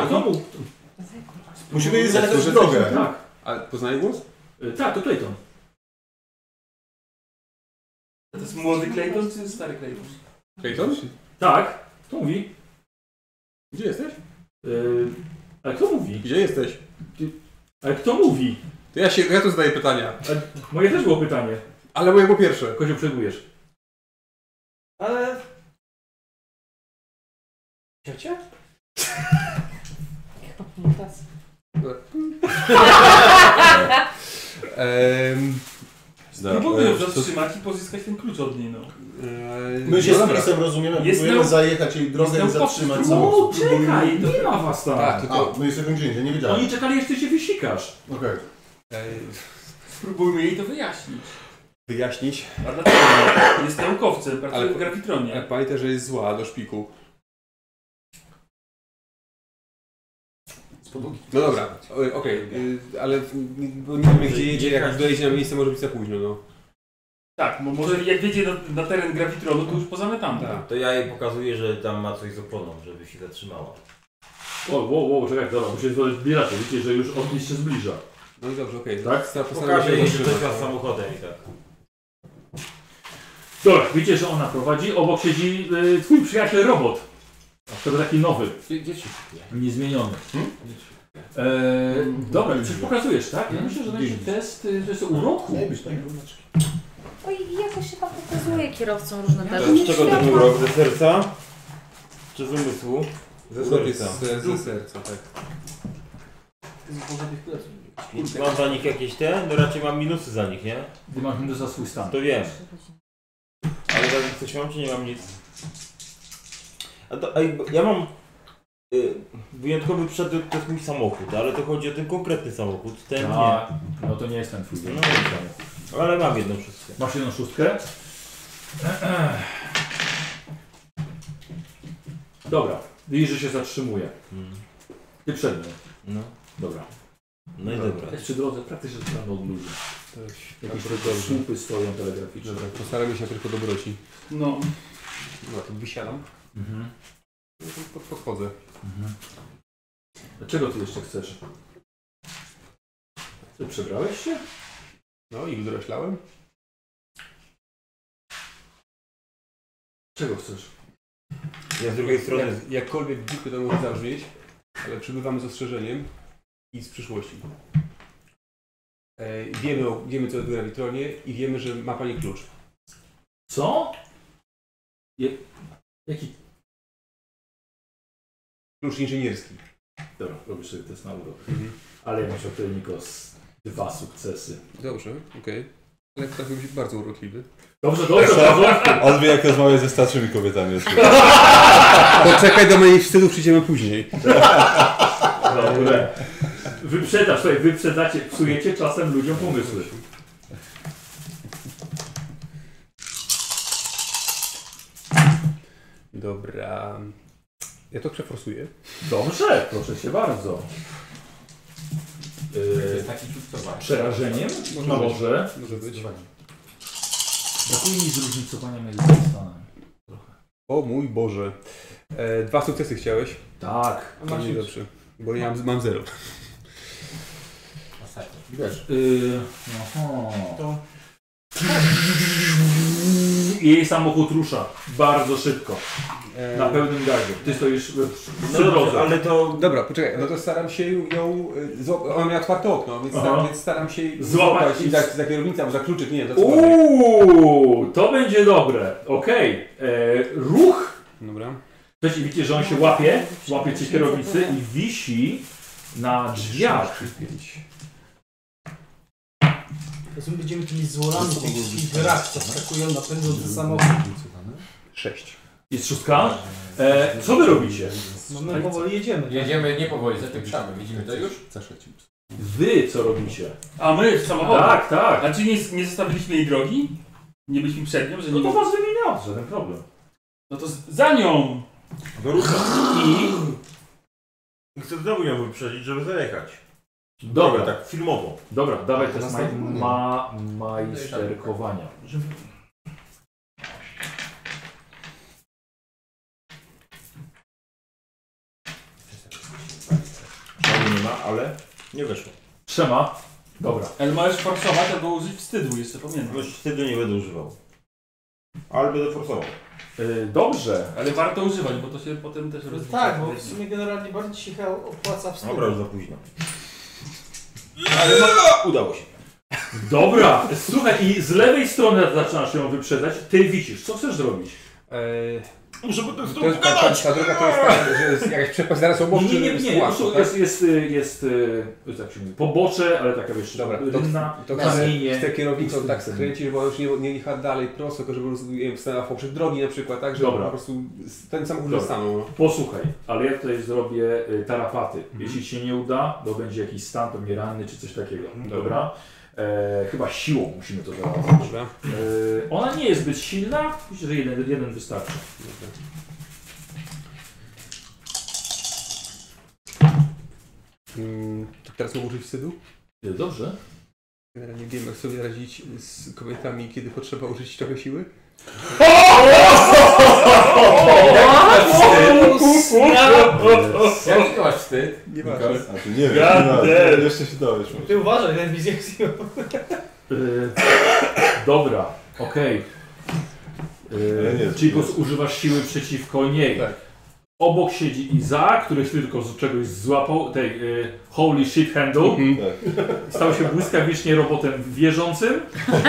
Musimy jej zaraz w drogę. Tak. A poznaje głos? Tak, to Clayton. To jest młody Clayton czy stary Clayton? Clayton? Tak. Kto mówi? Gdzie jesteś? Ale kto mówi? Gdzie jesteś? Ale kto mówi? To ja tu zadaję pytania. Moje też było pytanie. Ale moje było pierwsze. Kozioł, przejmujesz. Ale... Ciocia? Spróbujmy ją zatrzymać i pozyskać ten klucz od niej, no. My się z Chrisem rozumiemy, próbujemy zajechać jej drogę i zatrzymać samochód. Czekaj, nie ma was tam. Tak, tylko... no jesteśmy gdzie indziej, nie wiedziałem. Oni czekali, jeszcze się wysikasz. Okej. Spróbujmy jej to wyjaśnić. wyjaśnić. A dlaczego? Jest naukowcem, pracuje w gravitronie. Ale pamiętaj, że jest zła do szpiku. No dobra, okej, ale nie wiem gdzie jedzie, jak już dojedzie na miejsce, może być za późno, no. Tak, bo może jak wjedzie na teren gravitronu, to już pozamiatamy. Tak. To ja jej pokazuję, że tam ma coś z oponą, żeby się zatrzymała. Czekaj, dobra, bo się zbliżacie, widzicie, że już ognisko się zbliża. No i dobrze, okej. Tak? Pokażę jej, że coś z samochodem i tak. Dobra, widzicie, że ona prowadzi, obok siedzi twój przyjaciel robot. To taki nowy. Gdzie się kupuje? Niezmieniony. Dobra, coś pokazujesz, tak? Ja myślę, że będzie test uroku. Oj, jakoś się tam pokazuje kierowcom różne Ale rzeczy. z czego to był rok? Ze serca? Czy z umysłu? Ze serca. Ze serca, tak. Mam za nich jakieś no raczej mam minusy za nich, nie? Ty masz minus za swój stan. To wiem. Ale za nich coś mam, czy nie mam nic? Ja mam wyjątkowy przedmiot, to jest mój samochód, ale to chodzi o ten konkretny samochód, ten nie. No to nie jest ten twój samochód. Ale mam jedną szóstkę. Masz jedną szóstkę? Dobra, widzisz, że się zatrzymuje. Ty przed nią. No. Dobra. No i dobra. Jest przy drodze praktycznie strony od ludzi. Jakieś takie słupy stoją telegraficzne. Dobra, postaramy się tylko dobroci. No. No to wysiadam. Mhm. No to podchodzę. Mhm. Dlaczego ty jeszcze chcesz? Ty przebrałeś się? No i udroślałem. Czego chcesz? Ja z drugiej strony... Jakkolwiek głupio to może zabrzmieć, ale przybywamy z ostrzeżeniem i z przyszłości. Wiemy co jest w gravitronie i wiemy, że ma pani klucz. Co? Jaki? Klucz inżynierski. Dobra, robisz sobie test na urok. Ale ja muszę tutaj tylko 2 sukcesy. Dobrze, okej. Ale trafił być bardzo urokliwy. Dobrze. On wie jak rozmawiać ze starszymi kobietami. Poczekaj do mojej wstydu, przyjdziemy później. Dobre. Wyprzedzacie, psujecie czasem ludziom pomysły. Dobra. Ja to przeforsuję. Dobrze, proszę się bardzo. To jest taki czucowany. Przerażeniem? Może być. Brakuje mi zróżnicowania między tym stanem. Trochę. O mój Boże. 2 sukcesy chciałeś? Tak. A masz dobrze. Bo ja mam 0. Wiesz, jej samochód rusza bardzo szybko. Na pełnym gazie. Ty stoisz przy drodze. Ale to... Dobra, poczekaj, no to staram się ją złapać. Ona miała otwarte okno, więc staram się złapać i za kierownicę, albo za kluczyk, nie wiem. To będzie dobre. Okej. Ruch. Dobra. Słuchajcie, widzicie, że on się łapie cię kierownicy i wisi na drzwiach. My będziemy tymi złolami w tych grach, co wskakują na pędzący samochód. 6. Jest 6. Co wy robicie? No my powoli jedziemy. Jedziemy nie powoli, zapieprzamy. Widzimy to już? Wy co robicie? A my w samochodzie? Tak. A czy nie zostawiliśmy jej drogi? Nie byliśmy przed nią, że nie... No to was wymieniał, żaden problem. No to za nią! I chcę znowu ją wyprzedzić, żeby zajechać. Dobra, tak filmowo. Dobra, dawaj test majsterkowania. Nie ma, ale nie weszło. Trzema. Dobra. Ale możesz forsować albo użyć wstydu, jeszcze pamiętam. Wstydu nie będę używał. Ale będę forsował. Dobrze. Ale warto używać, bo to się potem też rozwija. Tak, bo w sumie generalnie bardziej ci się opłaca wstydu. Dobra, już za późno. Ale udało się. Dobra, słuchaj, i z lewej strony zaczynasz ją wyprzedzać, ty widzisz, co chcesz zrobić? Muszę potem z to jest ta droga to jest tak, że jest jakaś przepaść zaraz obok, Nie, jest jak się mówi, pobocze, ale taka wiesz, dobra, rynna, kamienie. Chcę kierownicą tak skręcić, bo już nie jechać dalej prosto, tylko żeby po prostu wstanęła poprzek drogi na przykład, tak, żeby po prostu ten samochód stanął. Posłuchaj, ale ja tutaj zrobię tarapaty. Jeśli ci się nie uda, to będzie jakiś stan, pewnie ranny czy coś takiego. Dobra? Chyba siłą musimy to załatwić. Dobra. Ona nie jest zbyt silna, myślę, że jeden wystarczy. To teraz mogę użyć wstydu? Dobrze. Generalnie wiem, jak sobie radzić z kobietami, kiedy potrzeba użyć trochę siły. Jaki to masz wstyd? Nieważne. A ty nie wiesz, jeszcze się dowiesz. Ty uważaj, ten wizję. Dobra, okej. Czyli po prostu używasz siły przeciwko niej. Tak. Obok siedzi Iza, który tylko z czegoś złapał, tej holy shit handle. Stał się błyskawicznie robotem wierzącym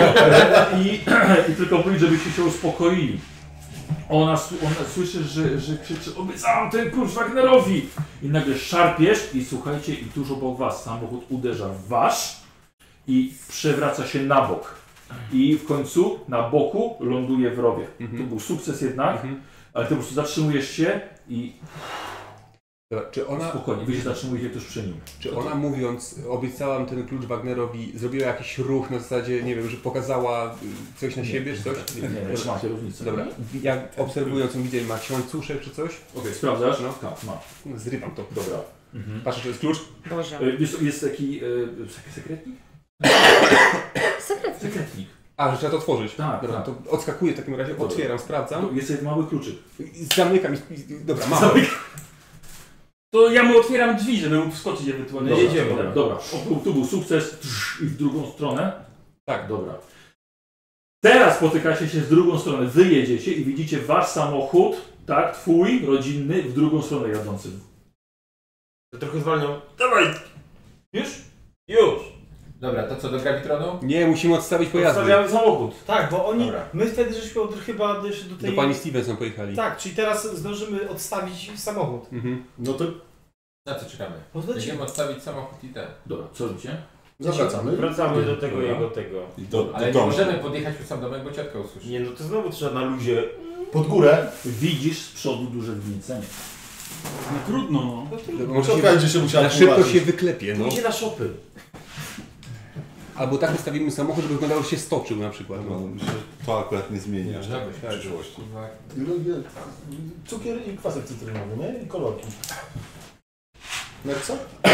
i tylko mówi, żebyście się uspokoili. Ona słyszy, że krzyczy: obiecałam ten klucz Wagnerowi! I nagle szarpiesz i słuchajcie, i tuż obok was samochód uderza w wasz i przewraca się na bok. I w końcu na boku ląduje w rowie. To był sukces jednak, ale ty po prostu zatrzymujesz się i Dobra, czy ona... spokojnie, wy się zatrzymujecie tuż przy nim. Czy ona mówiąc, obiecałam ten klucz Wagnerowi, zrobiła jakiś ruch na zasadzie, nie wiem, że pokazała coś na siebie, czy coś? Nie, trzyma kierownicę. Dobra, ja obserwując ją widzę, ma łańcuszek czy coś? Okej, sprawdzasz? No. Tak, ma. Zrywam to. Dobra. Patrzę, czy jest klucz? Boże. Jest taki sekretnik? Sekretnik. A, że trzeba to otworzyć. Tak, dobra, tak. to odskakuję w takim razie, Dobra. otwieram, sprawdzam. Jest mały kluczyk. Zamykam i dobra, mam. To ja mu otwieram drzwi, żeby mógł wskoczyć ewentualnie. Dobra, Jedziemy. Dobra. Tu był sukces i w drugą stronę. Tak. Dobra. Teraz spotykacie się z drugą stronę. Wy jedziecie i widzicie wasz samochód, tak, twój, rodzinny, w drugą stronę jadący. Trochę zwalniał. Dawaj! Już? Już! Dobra, to co, do gravitronu? Nie, musimy odstawić pojazdy. Odstawiamy samochód. Tak, bo oni, Dobra. my wtedy żeśmy chyba jeszcze do tej... Do pani Stevenson pojechali. Tak, czyli teraz zdążymy odstawić samochód. No to Na co czekamy? Lecimy. Będziemy odstawić samochód i ten. Dobra, co robicie? zawracamy. Wracamy do tego Dobra. jego tego. I do Ale nie domu. możemy podjechać pod sam domek, bo ciotka usłyszy. Nie, no to znowu trzeba na luzie. Pod górę. Widzisz z przodu duże wgniecenie. No trudno, no. Może Ciotka będzie się musiała na szybko tłumaczyć. się wyklepie, no. Idzie na shopy. Albo tak ustawimy samochód, żeby wyglądało, że się stoczył na przykład. No, myślę, że to akurat nie zmieni aż tak w Tak. przyszłości. Cukier i kwasek cytrynowy, nie? I kolorki. No co?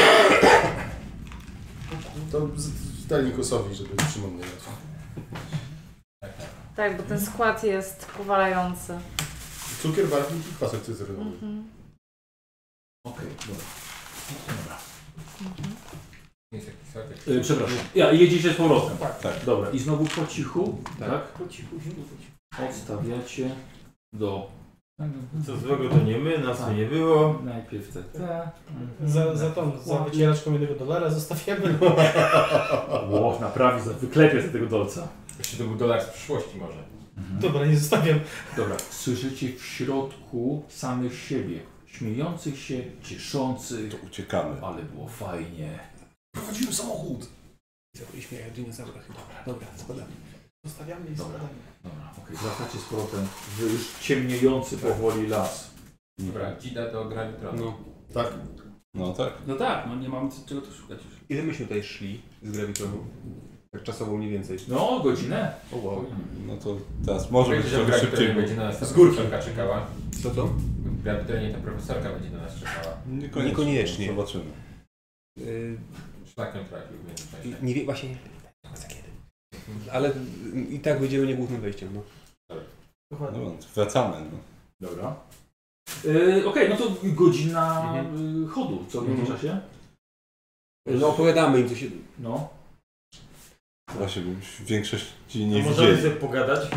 To daj Nikosowi, żeby trzymał mnie na Tak, bo ten skład jest powalający. Cukier, barwnik i kwasek cytrynowy. Okej, dobra. Jest jakiś sortek. Przepraszam. Jedziecie z powrotem. Tak. Dobra, i znowu po cichu, tak? Po cichu. Odstawiacie do... Co złego to nie my, nas nie było. Najpierw te. Za wycieraczką $1 zostawiamy. Ło, naprawi, wyklepie z tego dolca. Jeszcze to był dolar z przyszłości może. Dobra, nie zostawiam. Dobra, słyszycie w środku samych siebie. Śmiejących się, cieszących. To uciekamy. Ale było fajnie. Prowadziłem samochód. Zabraliśmy jak dinozaura chyba. Dobra, spadamy. Zostawiamy i Dobra. spadamy. Dobra, okej, wracacie z powrotem w już ciemniejący powoli las. Dobra, Dzida do gravitronu. No. Tak. No tak. No tak, no nie mamy czego tu szukać już. Ile myśmy tutaj szli z gravitronu? Tak czasowo mniej więcej. No, godzinę. O wow. No to teraz może być Że w trochę szybciej. gravitronie będzie na nas ta Z górki. profesorka czekała. Co to? W gravitronie ta profesorka będzie na nas czekała. Niekoniecznie. Zobaczymy. Szlakiem trafił w międzyczasie. Nie wiem, właśnie nie wiem za kiedy. Ale i tak będziemy nie głównym wejściem, no. No, wracamy. No. Dobra. Okej, no to godzina chodu. Co w międzyczasie? No opowiadamy im, co się... No. Właśnie, bo już większości nie Możemy widzieli. sobie pogadać,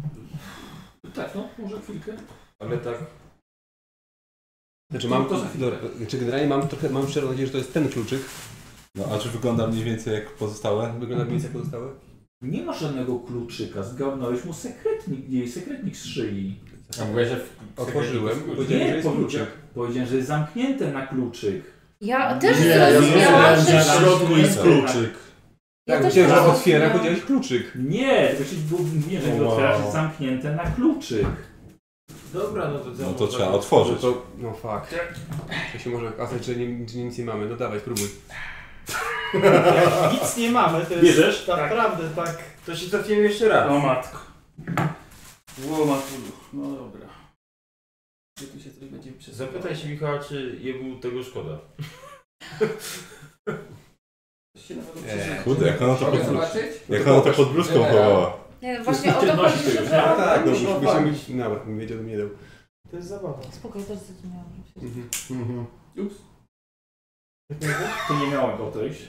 Tak, no, może chwilkę. ale tak. Znaczy mam, To za chwilę. dobra, znaczy generalnie mam szczerą nadzieję, że to jest ten kluczyk. No, a czy wygląda mniej więcej jak pozostałe? Wygląda mniej więcej jak pozostałe? Nie ma żadnego kluczyka. Zgarnąłeś mu jej sekretnik z szyi. A mówię, że Otworzyłem, klucz. powiedziałem, że jest kluczyk. Powiedziałem, że jest zamknięte na kluczyk. Ja też Nie, zrozumiałam, że że... w środku jest kluczyk. Ja Tak, też myślałem, że zrozumiałam. otwiera, powiedziałeś kluczyk. Nie, tylko się mówię, że Wow. otwierasz jest zamknięte na kluczyk. Dobra, no to co? No to trzeba otworzyć. No fuck. To się może okazać, że nic nie mamy. No dawaj, spróbuj. Jak nic nie mamy, to jest Bierzesz? naprawdę tak. To się cofniemy jeszcze raz. O matko. O matko. No dobra. Gdzie tu się coś będzie przesuwać? Zapytaj się Michała, czy jemu tego szkoda. Kurde, jak ona to Mogę pod, zobaczyć? jak ona to pod bluzką chowała. Nie, no właśnie o to chodzi, żeby... Tak, no Musimy musimy walczyć. być nawet, bym wiedział, bym nie dał. To jest zabawa. Spokojnie, też zrozumiałam. Ups. To nie miałem go odejść.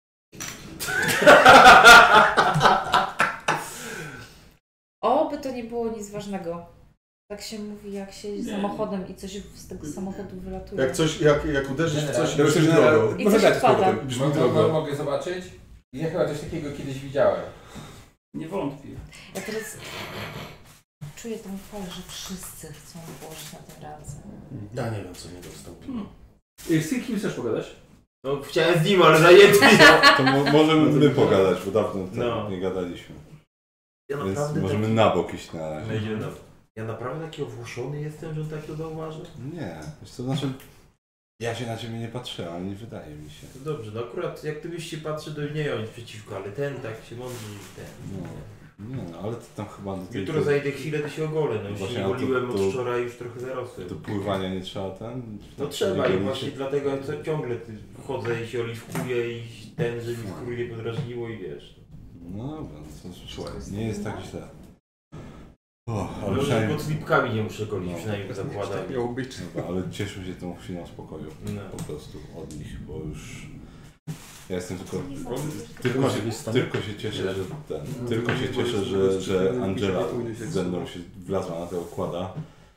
Oby to nie było nic ważnego. Tak się mówi, jak się jeździ samochodem i coś z tego samochodu wylatuje. Jak coś, jak uderzysz w coś, Ja myślę, że drogo. I coś odpada. Brzmi drogo. Mogę zobaczyć? Ja chyba coś takiego kiedyś widziałem. Nie wątpię. Ja teraz czuję tą falę, że wszyscy chcą położyć na tym ręce. Ja nie wiem, co nie dostąpi. Z kim chcesz pogadać? No chciałem z nim, ale zajęty. To możemy my pogadać, bo dawno No. nie gadaliśmy. Ja Więc naprawdę możemy taki... na bok iść na razie. No idziemy na bok. Ja naprawdę taki owłoszony jestem, że on tak to zauważy? Nie, wiesz co, znaczy ja się na ciebie nie patrzę, ale nie wydaje mi się. To dobrze, no akurat jak ty byś się patrzy, to nie on przeciwko, ale ten tak się mądrzy, ten. No, ale to tam chyba do tej... Jutro zajdę chwilę, to się ogolę, no już Właśnie, się a to- goliłem to- od wczoraj, już trochę zarosłem. Do pływania nie trzeba No trzeba i właśnie dlatego ja ciągle chodzę i się oliwkuję i ten, żeby mi skóry nie podrażniło i wiesz. No dobra, no to słuchaj, nie jest tak źle. O, ale Może przynajmniej... pod slipkami nie muszę golić, No. przynajmniej zakładam. Miało być. Dobra, ale cieszę się tą chwilą spokoju No. po prostu od nich, bo już... Ja jestem tylko się cieszę, że tylko się cieszę, że Angela ze mną się wlazła na te okłada.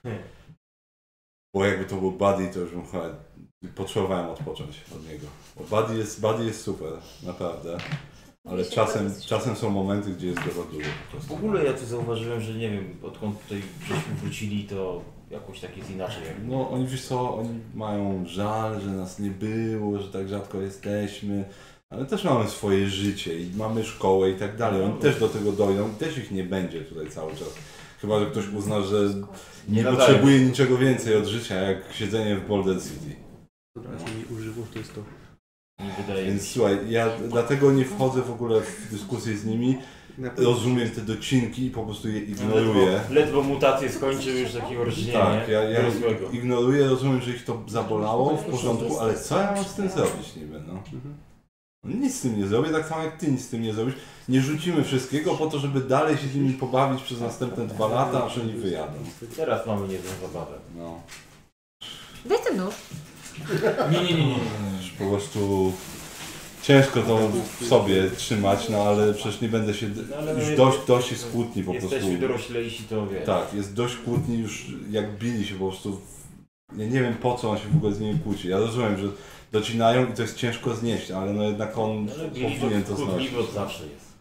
Bo jakby to był Buddy, to już bym chyba potrzebowałem odpocząć od niego. Bo Buddy jest super, naprawdę. Ale czasem są momenty, gdzie jest go za dużo po prostu. W ogóle ja tu zauważyłem, że nie wiem, odkąd tutaj żeśmy wrócili, to jakoś tak jest inaczej. No oni wiesz co, oni mają żal, że nas nie było, że tak rzadko jesteśmy. Ale też mamy swoje życie i mamy szkołę i tak dalej. Oni też do tego dojdą i też ich nie będzie tutaj cały czas. Chyba, że ktoś uzna, że nie potrzebuje niczego więcej od życia, jak siedzenie w Boulder City. Dobra, jeśli używasz, to jest to. Nie wydaje Więc mi się. słuchaj, ja dlatego nie wchodzę w ogóle w dyskusję z nimi. Rozumiem te docinki i po prostu je ignoruję. Ledwo mutację skończył już takiego rżnienia. Tak, ja dorosłego. ignoruję, rozumiem, że ich to zabolało, w porządku, ale co ja mam z tym zrobić niby, no? Nic z tym nie zrobię, tak samo jak ty nic z tym nie zrobisz. Nie rzucimy wszystkiego po to, żeby dalej się z nimi pobawić przez następne 2 lata, aż oni wyjadą. Teraz mamy niezłą zabawę. No. Daj ten nóż. Nie. Po prostu ciężko to w sobie trzymać, no ale przecież nie będę się... ale Już my dość jest kłótni po prostu. Jesteśmy doroślejsi, to wiesz. Tak, jest dość kłótni już jak bili się po prostu. Ja nie wiem po co on się w ogóle z nimi kłóci. Ja rozumiem, że docinają i to jest ciężko znieść, ale no jednak on powinien to znosić. Kłótliwy od zawsze jest.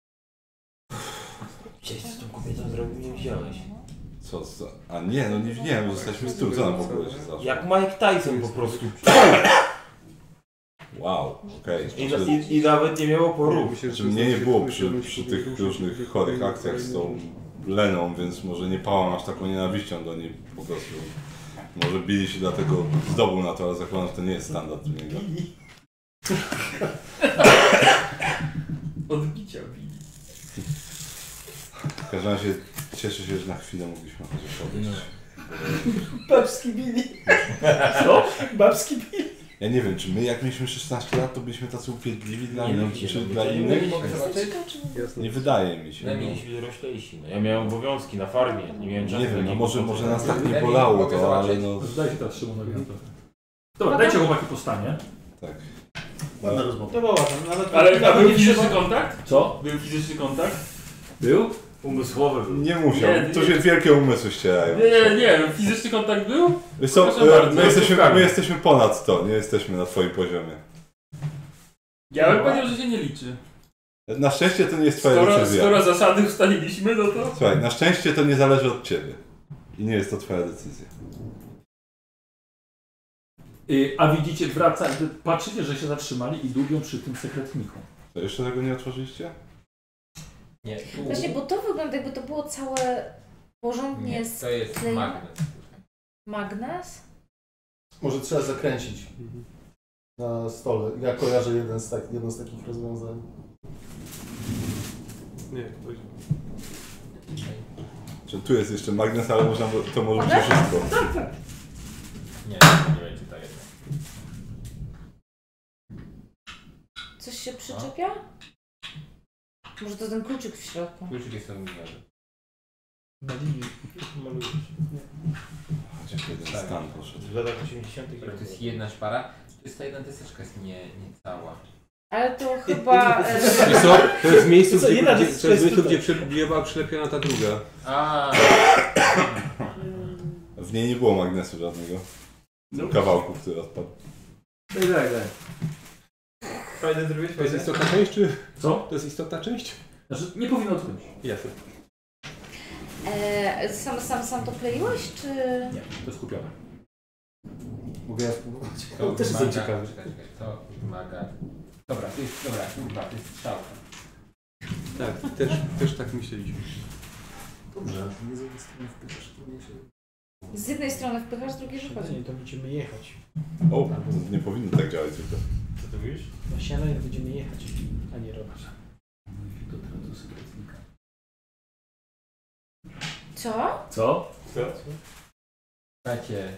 Gdzieś z tą kobietą zrobił, nie widziałeś. Co? A nie, no nie widziałem, że jesteśmy z tyłu, co nam w ogóle się zdarzyło? Jak Mike Tyson po prostu. Wow, okej. I nawet nie miało porów. Znaczy mnie nie było przy tych różnych chorych akcjach z tą Leną, więc może nie pałam aż taką nienawiścią do niej po prostu. Może bili się dlatego zdobył na to, ale zakładam, że to nie jest standard u niego. Odbicia bili. W każdym razie cieszę się, że na chwilę mogliśmy chociaż odejść. Babski bili. Co? Babski bili. Ja nie wiem, czy my jak mieliśmy 16 lat, to byliśmy tacy upierdliwi dla Nie, no, nich, czy nie, dla nie, innych? Nie wydaje mi się. My mieliśmy doroślejsi. No, ja miałem obowiązki na farmie, nie miałem czasu. Nie wiem, no takiego może nas tak nie bolało to, ale no... Dajcie teraz Szymonowi na trochę. Dobra, dajcie chłopaki po stanie. Tak. Ładna rozmowa. To było ładne. Nawet Ale nawet był nie fizyczny trzeba- kontakt? Co? Był fizyczny kontakt? Był? Umysłowy był. Nie musiał, Nie, tu nie. się wielkie umysły ścierają. Nie, fizyczny kontakt był? Wiesz co, Proszę bardzo, my jesteśmy ponad to, nie jesteśmy na twoim poziomie. Ja bym powiedział, że się nie liczy. Na szczęście to nie jest twoja decyzja. Skoro zasady ustaliliśmy, no to... Słuchaj, na szczęście to nie zależy od ciebie. I nie jest to twoja decyzja. A widzicie, patrzycie, że się zatrzymali i dłubią przy tym sekretniku. To jeszcze tego nie otworzyliście? Nie, tu... Właśnie, bo to wygląda jakby to było całe porządnie Nie, to jest sklejone. magnes. Magnes? Może trzeba zakręcić. na stole. Ja kojarzę jedno z takich rozwiązań. Nie, to będzie. Czy tu jest jeszcze magnes, ale można, to może być wszystko. Tak. Nie będzie tak jednak. Coś się przyczepia? Może to ten kluczyk w środku? Kluczyk jest aluminiowy. Na linii malujesz. Chociaż jeden stan poszedł. W latach 80. To jest jedna szpara. To jest ta jedna deseczka, jest nie cała. Ale to chyba... Wiesz co? To jest w miejscu, Co, jedna gdzie, rzecz to jest jest miejscu, gdzie była przylepiona ta druga. A. W niej nie było magnesu żadnego. Kawałku, który odpadł. Daj. Fajne zrobiłeś? To jest istotna część, czy? Co? To jest istotna część? Znaczy, nie powinno odkryć. Jasne. Sam to kleiłeś, czy... Nie, to jest kupione. Mogę ja spróbować? To też jestem ciekawy. Czekaj, to wymaga... Dobra, to jest strzałka. Tak, też tak myśleliśmy. Dobrze, nie z jednej strony wpychasz, to nie się... Z jednej strony wpychasz, z drugiej wychodzi. Nie, to będziemy jechać. O, to nie powinno tak działać tylko. Co ty mówisz? Na śniadanie będziemy jechać, a nie robić. Co? Co? Słuchajcie.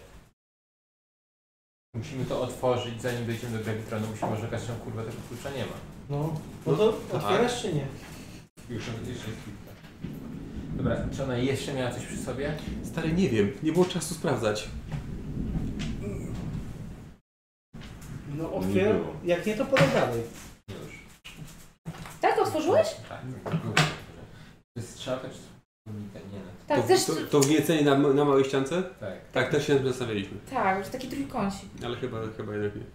Musimy to otworzyć, zanim dojdziemy do gravitronu. Musimy orzekać, że kurwa tego klucza nie ma. No to otwierasz czy nie? Już jest kilka. Dobra, czy ona jeszcze miała coś przy sobie? Stary, nie wiem. Nie było czasu sprawdzać. No otwier... Jak nie, to podaj dalej. Już. Tak, otworzyłeś? Tak, to jest strzałka czy nie? Tak, też... To wgniecenie na małej ściance? Tak. Tak, też się nad tym zastanawialiśmy. Tak, już taki trójkącik. Ale chyba jednak nie.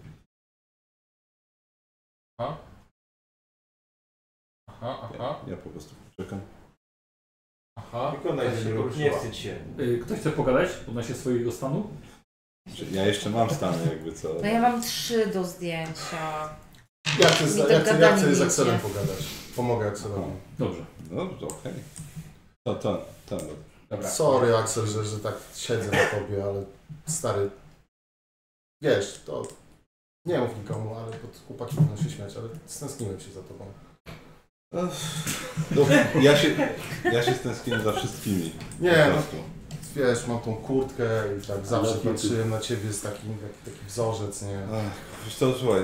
Aha. Ja po prostu czekam. Aha. Wykonaj ten ruch, nie wstydź się. Ktoś chce pogadać odnośnie swojego stanu? Ja jeszcze mam stany jakby co. No ja mam 3 do zdjęcia. Ja chcę z Axelem pogadać. Pomogę Axelowi. Dobrze. Dobrze, okej. Dobra. Sorry Axel, że tak siedzę na tobie, ale stary... Wiesz, to... Nie mów nikomu, ale pod chłopaki będą się śmiać, ale stęskniłem się za tobą. No, ja się stęskniłem za wszystkimi. Nie, no, wiesz, mam tą kurtkę i tak zawsze patrzyłem na ciebie z taki wzorzec, nie? Wiesz co, słuchaj.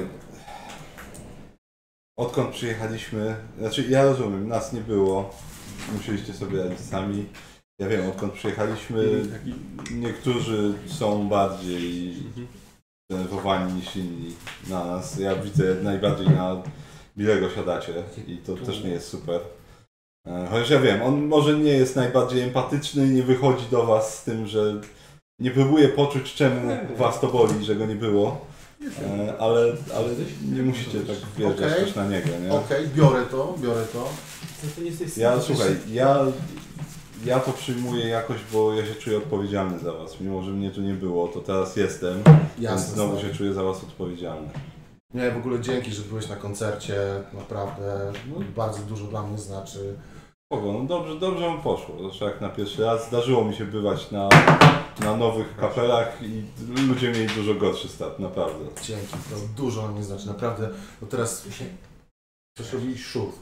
Odkąd przyjechaliśmy, znaczy ja rozumiem, nas nie było, musieliście sobie radzić sami. Ja wiem, odkąd przyjechaliśmy, niektórzy są bardziej zdenerwowani niż inni na nas. Ja widzę najbardziej na Bilego siadacie i to też nie jest super. Chociaż ja wiem, on może nie jest najbardziej empatyczny i nie wychodzi do was z tym, że nie próbuje poczuć, czemu was to boli, że go nie było. Ale nie musicie tak wjeżdżać też na niego, nie? Okej, biorę to. Słuchaj, ja to przyjmuję jakoś, bo ja się czuję odpowiedzialny za was. Mimo, że mnie tu nie było, to teraz jestem, więc znowu się czuję za was odpowiedzialny. Nie, w ogóle dzięki, że byłeś na koncercie, naprawdę bardzo dużo dla mnie znaczy. No dobrze mu poszło, zresztą jak na pierwszy raz. Zdarzyło mi się bywać na nowych kapelach i ludzie mieli dużo gorszy start, naprawdę. Dzięki, to dużo na mnie znaczy, naprawdę. Bo teraz coś robi szur.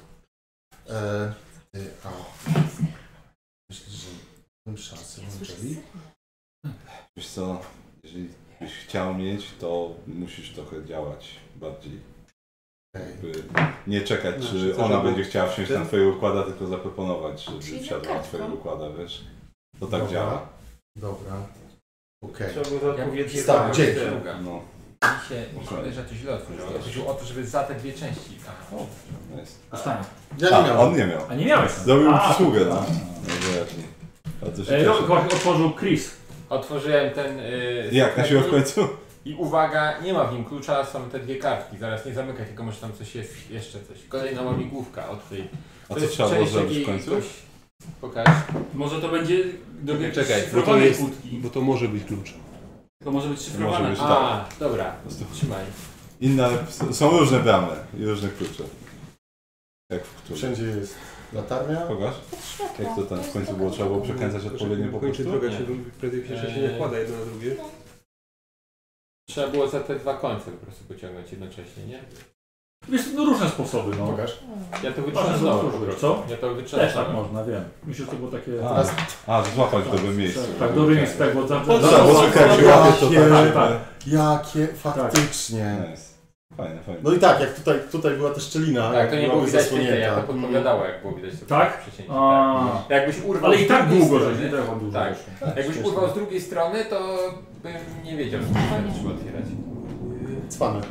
Myślisz, że mam szansę, Angeli? Wiesz co, jeżeli byś chciał mieć, to musisz trochę działać bardziej. Jakby nie czekać, czy ona będzie chciała wsiąść na twojego układa, tylko zaproponować, żeby wsiadła na twojego układa, wiesz? To tak działa. Dobra. Okej. Trzeba było odpowiednie tak, dzięki. No. Mi się wydaje, że to źle otworzyło. Chodziło o to, żeby za te dwie części. Dostanie. Ja nie miałem. On nie miał. A nie miałeś? Zrobił przysługę, no. Najwyraźniej. Otworzył Chris. Otworzyłem ten... Jak, na siłę w końcu? I uwaga, nie ma w nim klucza, są te dwie kartki. Zaraz nie zamykaj, tylko może tam coś jest, jeszcze coś. Kolejna łamigłówka od tej... A co trzeba było zrobić w końcu? Pokaż. Może to będzie do Czekaj, bo to może być klucz. To może być szyfrowane. Może być, A, dobra, trzymaj. Są różne bramy i różne klucze. Jak w którym? Wszędzie jest latarnia. Pokaż. Jak to tam w końcu było? Trzeba było przekręcać odpowiednio po prostu? Droga się nie nakłada jedno na drugie. Trzeba było za te dwa końce po prostu pociągnąć jednocześnie, nie? Wiesz, no różne sposoby, no. Pokaż. Ja to Można wytrzasnąłem po zrobić. prostu. Co? Ja to Też wytrzasnąłem. tak można, wiem. Myślę, że to było takie... Złapać w dobrym miejscu. Tak, dobre miejsce, tak, bo No tak, bo zwykle jak się łapie, to tak. Jakie faktycznie. Nice. Fajne. No i tak, jak tutaj była ta szczelina. Tak, to nie było byłaby widać zasłonięta. ja to podpowiadało, jak było widać. Tak? Przecięcie, A. tak. Jakbyś urwał Ale i z tak drugiej długo, strony, że nie tak dużo. tak. zresztą. Jakbyś urwał z drugiej strony, to bym nie wiedział, że trzeba otwierać. Cwany.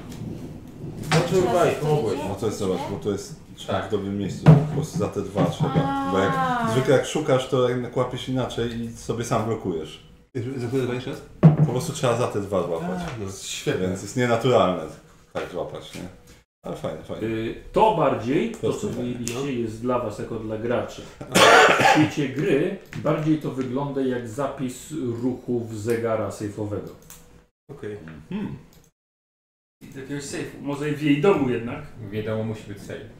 No to jest, zobacz, bo to jest w dobrym miejscu, po prostu za te dwa trzeba. Bo zwykle jak szukasz, to jednak łapiesz inaczej i sobie sam blokujesz. Zakładaj jeszcze raz? Po prostu trzeba za te dwa złapać. Świetnie. Więc jest nienaturalne tak złapać, nie? Ale fajnie. To bardziej, to co Proste, mieliście, jest dla was jako dla graczy. W świecie gry bardziej to wygląda jak zapis ruchów zegara sejfowego. Okej. Z jakiegoś sejfu. Może w jej domu jednak. W jej domu musi być sejf.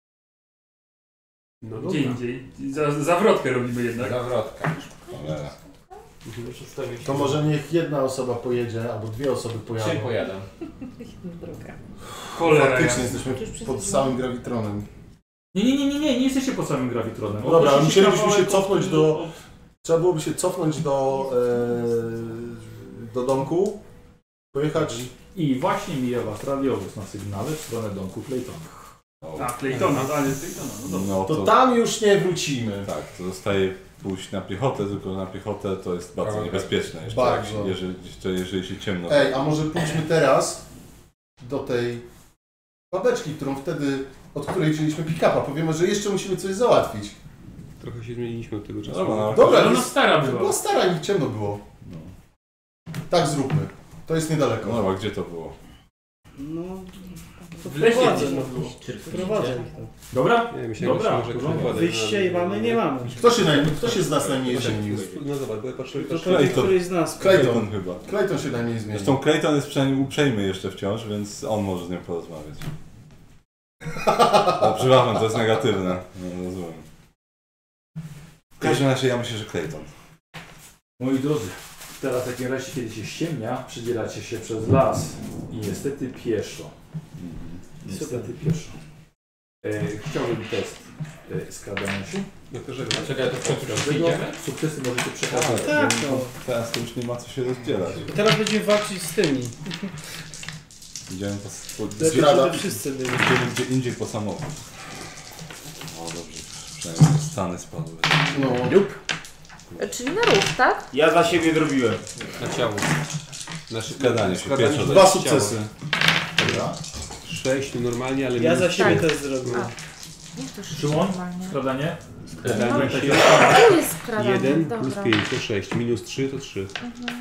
No Gdzie indziej. Zawrotkę robimy jednak. Zawrotka. To może niech jedna osoba pojedzie, albo dwie osoby pojadą. 3 pojadą. Cholera. Faktycznie jesteśmy pod samym gravitronem. Nie jesteście pod samym gravitronem. No dobra, ale Odeszliście musielibyśmy się kawałek cofnąć do... Trzeba byłoby się cofnąć do domku, pojechać... I właśnie mija was radiowóz na sygnale w stronę domku Claytona. Claytona, ale Claytona, no dobra. To tam już nie wrócimy. Tak, to zostaje pójść na piechotę, tylko na piechotę to jest bardzo niebezpieczne. Jeszcze Bardzo. jeżeli się ciemno... Ej, a może pójdźmy teraz do tej babeczki, od której wzięliśmy pick-upa. Powiemy, że jeszcze musimy coś załatwić. Trochę się zmieniliśmy od tego czasu. Dobra, ona stara była. Była stara i ciemno było. Tak zróbmy. To jest niedaleko. No, a gdzie to było? No, to W lesie prowadzę. gdzieś to było. Prowadzę. Dobra? Ja myślałem, Dobra. że Wyjście mamy, nie mamy. Kto się z nas najmniej zmienił? No zobacz, bo ja patrzę... Któryś z nas. Clayton chyba. Clayton się najmniej zmienił. Zresztą Clayton jest przynajmniej uprzejmy jeszcze wciąż, więc on może z nią porozmawiać. No, przepraszam, to jest negatywne. No, rozumiem. W każdym razie ja myślę, że Clayton. Moi drodzy, teraz w takim razie, kiedy się ściemnia, przedzielacie się przez las i niestety pieszo. Niestety pieszo. Chciałbym test skradania się. Czekaj, to przejdziemy? Sukcesy możecie przekazać. Tak, no. Teraz to już nie ma co się rozdzielać. Teraz będziemy walczyć z tymi. Idziemy Wszyscy byli. Idziemy gdzie indziej po samochód. O dobrze, przynajmniej te stany spadły. No. Czyli na ruch, tak? Ja za siebie zrobiłem. Na ciało. Skradanie się, pierwsze. 2 sukcesy. Dobra. 6 normalnie, ale... Ja za siebie Tak. też zrobiłem. Jak to się Szymon? normalnie? Skradanie? Skradanie się. Tu jest skradanie, 1 dobra. plus 5 to 6, minus 3 to 3.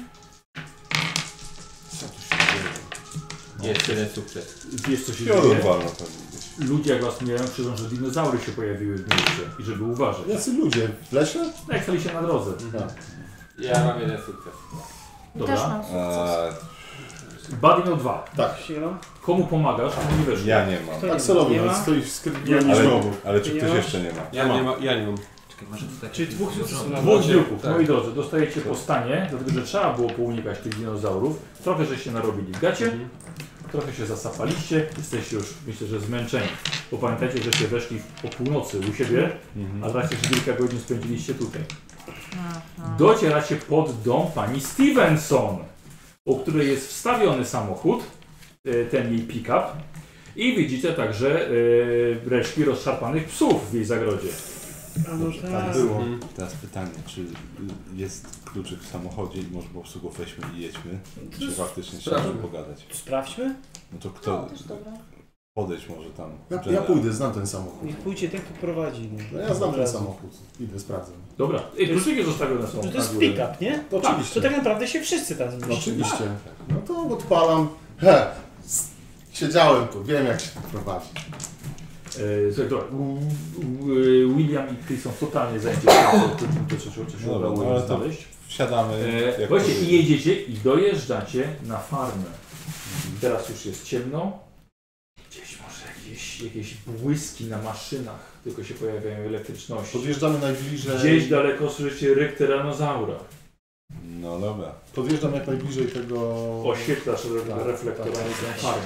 Jest jeden sukces. Wiesz co się Piorun dzieje? walno pewnie. Ludzie jak was mijają, krzyczą, że dinozaury się pojawiły w mieście i żeby uważać. Jacy ludzie? W lesie? No jak stali się na drodze. Ja mam jeden sukces. Też mam sukces. Buddy miał 2. Tak. Komu pomagasz? Komu nie wiesz? Ja nie mam. Akselowi, on stoi w skrytnym Ale czy ktoś jeszcze nie ma? Ja nie mam. Czyli 2 sukcesów na Dwóch dzióbków. Moi drodzy, dostajecie po stanie, dlatego że trzeba było pounikać tych dinozaurów. Trochę żeście narobili w gacie, trochę się zasapaliście, jesteście już, myślę, że zmęczeni. Bo pamiętajcie, że się weszli o północy u siebie, a teraz już kilka godzin spędziliście tutaj. Docieracie pod dom pani Stevenson, u której jest wstawiony samochód, ten jej pick-up. I widzicie także resztki rozszarpanych psów w jej zagrodzie. Tak było. Teraz pytanie, czy jest kluczyk w samochodzie i może po prostu go weźmy i jedźmy? Czy faktycznie trzeba pogadać? Sprawdźmy? No to kto... Podejść może tam. Ja pójdę, znam ten samochód. Niech pójdzie, tak to prowadzi. No ja znam ten samochód. Idę, sprawdzę. Dobra. Kluczyki zostawione są. To jest pick-up, nie? To oczywiście. To tak naprawdę się wszyscy tam zmieścili. Oczywiście. No to odpalam. Siedziałem tu, wiem jak się to prowadzi. Słuchaj, dobra. William i Chris są totalnie zainteresowani tym, co się udało im znaleźć. Wsiadamy. Właśnie i jedziecie i dojeżdżacie na farmę. Teraz już jest ciemno. Gdzieś może jakieś błyski na maszynach, tylko się pojawiają elektryczności. Podjeżdżamy najbliżej. Gdzieś daleko słyszycie ryk tyranozaura. No dobra. Podjeżdżam jak najbliżej tego... Oświetlasz reflektorami tę farmę.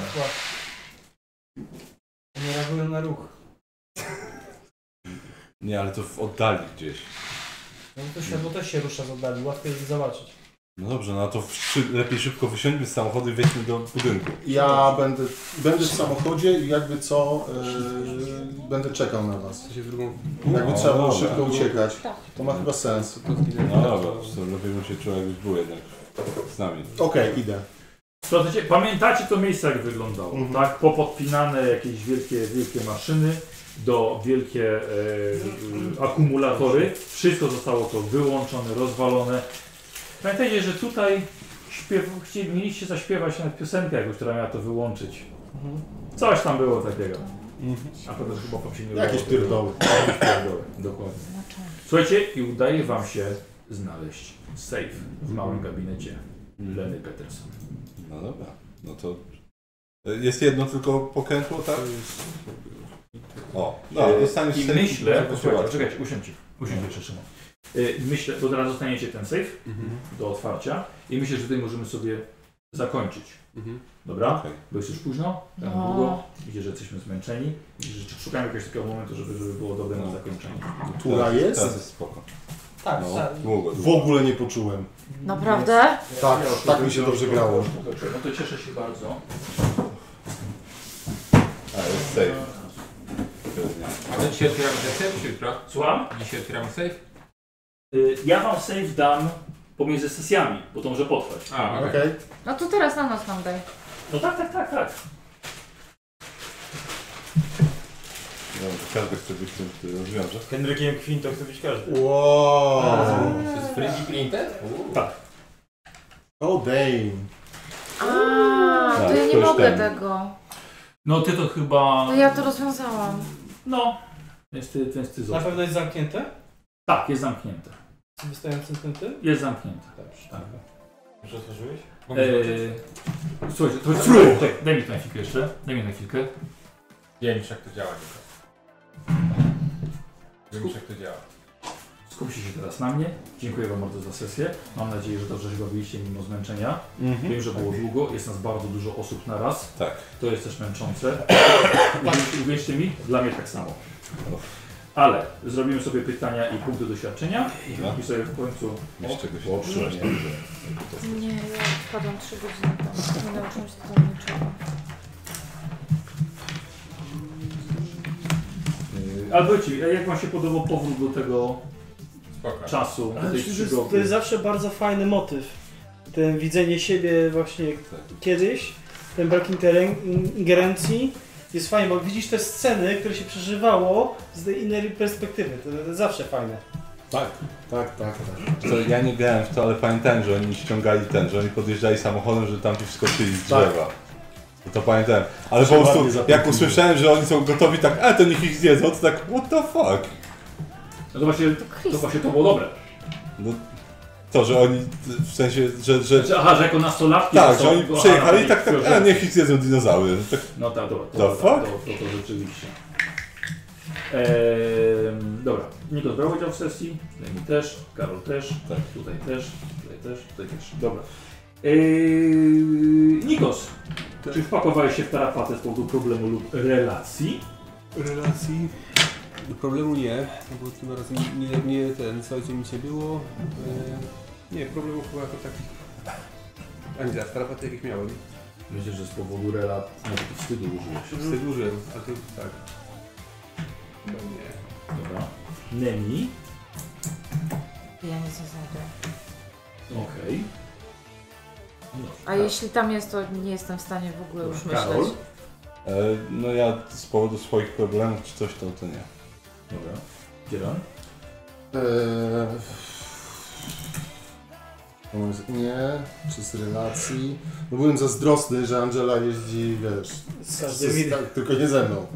Nie reagują na ruch. Nie, ale to w oddali gdzieś. No to światło też się rusza z oddali, łatwiej jest zobaczyć. No dobrze, no to lepiej szybko wysiądźmy z samochodu i wejdźmy do budynku. Ja będę w samochodzie i jakby co, będę czekał na was. Jakby trzeba było szybko uciekać, to ma chyba sens. No dobra, to lepiej bym się czuł, jakbyś był jednak z nami. Okej, idę. Słuchajcie, pamiętacie to miejsce, jak wyglądało, tak? Popodpinane jakieś wielkie maszyny, wielkie akumulatory. Wszystko zostało to wyłączone, rozwalone. Pamiętajcie, że tutaj mieliście zaśpiewać na piosenkę jakąś, która miała to wyłączyć. Coś tam było takiego. A potem chyba wam się nie udało. Jakieś pierdoły. Dokładnie. Słuchajcie, i udaje wam się znaleźć safe w małym gabinecie Leny Peterson. No dobra, no to jest jedno tylko pokrętło, tak? O, no, dostaniesz i safe. myślę, czekajcie, usiądźcie jeszcze Szymon. Myślę, bo teraz dostaniecie ten safe do otwarcia i myślę, że tutaj możemy sobie zakończyć. Dobra? Okay. Bo jest już późno, tak długo. Widzę, że jesteśmy zmęczeni. Widzę, że szukamy jakiegoś takiego momentu, żeby było dobre na zakończenie. Tura jest? Teraz jest spoko. Tak, no, tak. Długo. W ogóle nie poczułem. Naprawdę? Tak mi się dobrze grało. No to cieszę się bardzo. A, jest safe. Ale dzisiaj otwieramy ten safe, czy jutro? Słucham? Dzisiaj otwieramy safe? Ja wam safe dam pomiędzy sesjami, bo to może potrwać. A, okej. No to teraz na nas nam daj. No tak. No, każdy chce być tym rozwiąże. Henrykiem Quinto chce być każdy. Wow. To jest Freddy Printer? Tak. Oh damn. To ja nie mogę tego. No ty to chyba... To ja to rozwiązałam. No. Więc ty Na pewno jest zamknięte? Tak, jest zamknięte. Wystającym tym? Jest zamknięte. Tak. Już otworzyłeś? Słuchajcie, daj mi na chwilkę jeszcze. Daj mi na chwilkę. Wiem już jak to działa. Skupcie się teraz na mnie. Dziękuję wam bardzo za sesję. Mam nadzieję, że dobrze się bawiliście mimo zmęczenia. Wiem, że było długo. Jest nas bardzo dużo osób na raz. Tak. To jest też męczące. Uwierzcie mi, dla mnie tak samo. Ale zrobimy sobie pytania i punkty doświadczenia i sobie w końcu... Nie, ja wpadłam 3 godziny tam. Nie nauczyłam się tam niczego. Ale powiedzcie, jak wam się podobał powrót do tego czasu, do tej przygody? To jest zawsze bardzo fajny motyw. Ten widzenie siebie właśnie kiedyś, ten brak ingerencji jest fajny, bo widzisz te sceny, które się przeżywało z tej innej perspektywy. To jest zawsze fajne. Tak. To ja nie grałem w to, ale pamiętałem, że oni ściągali że oni podjeżdżali samochodem, że tamci wskoczyli z drzewa. To pamiętałem. Ale po prostu jak usłyszałem, że oni są gotowi tak, to niech ich zjedzą, to tak, what the fuck? No to właśnie to było dobre. No, to, że oni, w sensie, że... że jako nastolatki... Tak, że oni przyjechali i tak, niech ich zjedzą dinozaury. Tak, no tak, dobra. To rzeczywiście. Dobra, Nikos brał udział w sesji, Lemi też, Karol też, tak. tutaj też. Dobra. Nikos, czy wpakowałeś się w tarapatę z powodu problemu lub relacji? Relacji? Do problemu nie, bo tym razem nie z ojcem nic nie było. Nie, problemu chyba jako takich... A nie, tarapaty jakich miałem. Myślę, że z powodu relacji, wstydu użyłeś. Wstydu użyłem, a to tak. Chyba nie. Dobra. Nemi? Ja nic nie znajduję. Okej. A jeśli tam jest, to nie jestem w stanie w ogóle już myśleć. No ja z powodu swoich problemów czy coś to nie. Dobra. Dzieran? Nie, czy z relacji. No byłem zazdrosny, że Angela jeździ, wiesz, tylko nie ze mną.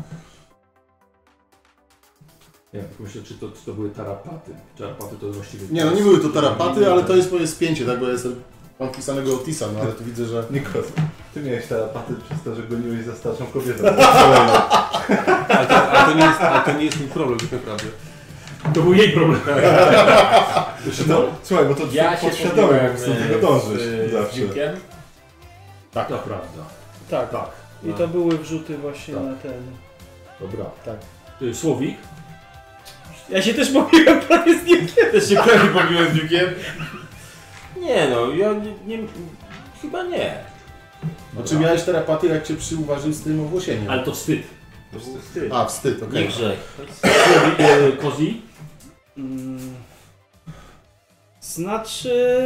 Ja myślę, czy to były tarapaty. Tarapaty to właściwie... Nie, no nie były to tarapaty, ale to jest moje spięcie, tak, bo ja jestem... Mam pisanego Otisa, no ale tu widzę, że... Nikos, ty miałeś tarapaty przez to, że goniłeś za starszą kobietą. ale to nie jest mój problem tak naprawdę. To był jej problem. Słuchaj, bo to Ja się podświadomie po pobiłem prostu do tego dążysz z zawsze. Duke'em. Tak, to prawda. Tak. Tak. I to były wrzuty właśnie Tak. na ten... Dobra. Tak. Słowik? Ja się też pobiłem prawie z Duke'em. Też się prawie pobiłem z Duke'em. Nie no, ja chyba nie. Czy miałeś terapaty, jak cię przyuważył z tym owłosieniem? Ale to wstyd. Wstyd. A, wstyd, okej. Nie grzech. Słowik, Kozi? Znaczy...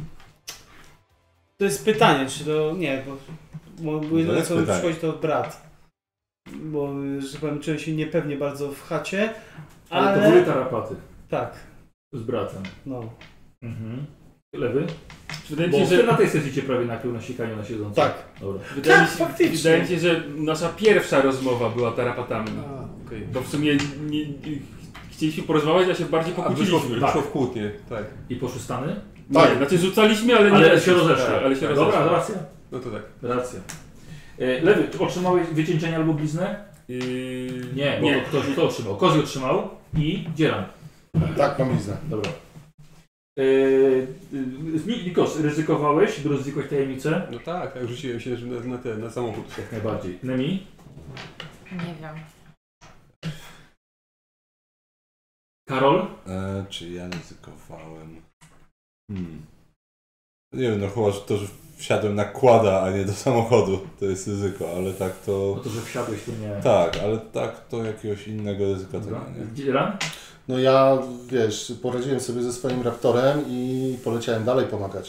To jest pytanie, czy to... Nie, bo jedyne co mi przychodzi to brat. Bo, że powiem, czuję się niepewnie bardzo w chacie, Ale to były tarapaty. Tak. Z bratem. No. Mhm. Lewy? Wydaje Bo mi się, że na tej sesji cię prawie nakrył na sikaniu na siedzącym. Tak. Dobra. Wydaje mi się, że nasza pierwsza rozmowa była tarapatami. Bo w sumie chcieliśmy porozmawiać, a się bardziej pokłóciliśmy. Wyszło w kłótnie, tak. I poszły Stany? Tak. Nie, znaczy rzucaliśmy, ale nie... Ale się rozeszły. Ale się Dobra, rozeszły. racja. No to tak. Racja. Lewy, czy otrzymałeś wycieńczenie albo bliznę? Nie, bo nie. ktoś to otrzymał. Kozi otrzymał i Dzieran. Tak, mam bliznę. Dobra. Nikos, ryzykowałeś, by rozwikłać tajemnicę? No tak, rzuciłem się na samochód. Jak najbardziej. Nemi? Nie wiem. Karol? Czy ja ryzykowałem? Nie wiem, no chyba że to, że wsiadłem na kłada, a nie do samochodu. To jest ryzyko, ale tak to... No to, że wsiadłeś, to nie... Tak, ale tak to jakiegoś innego ryzyka to nie. Dzieran? No ja, wiesz, poradziłem sobie ze swoim raptorem i poleciałem dalej pomagać.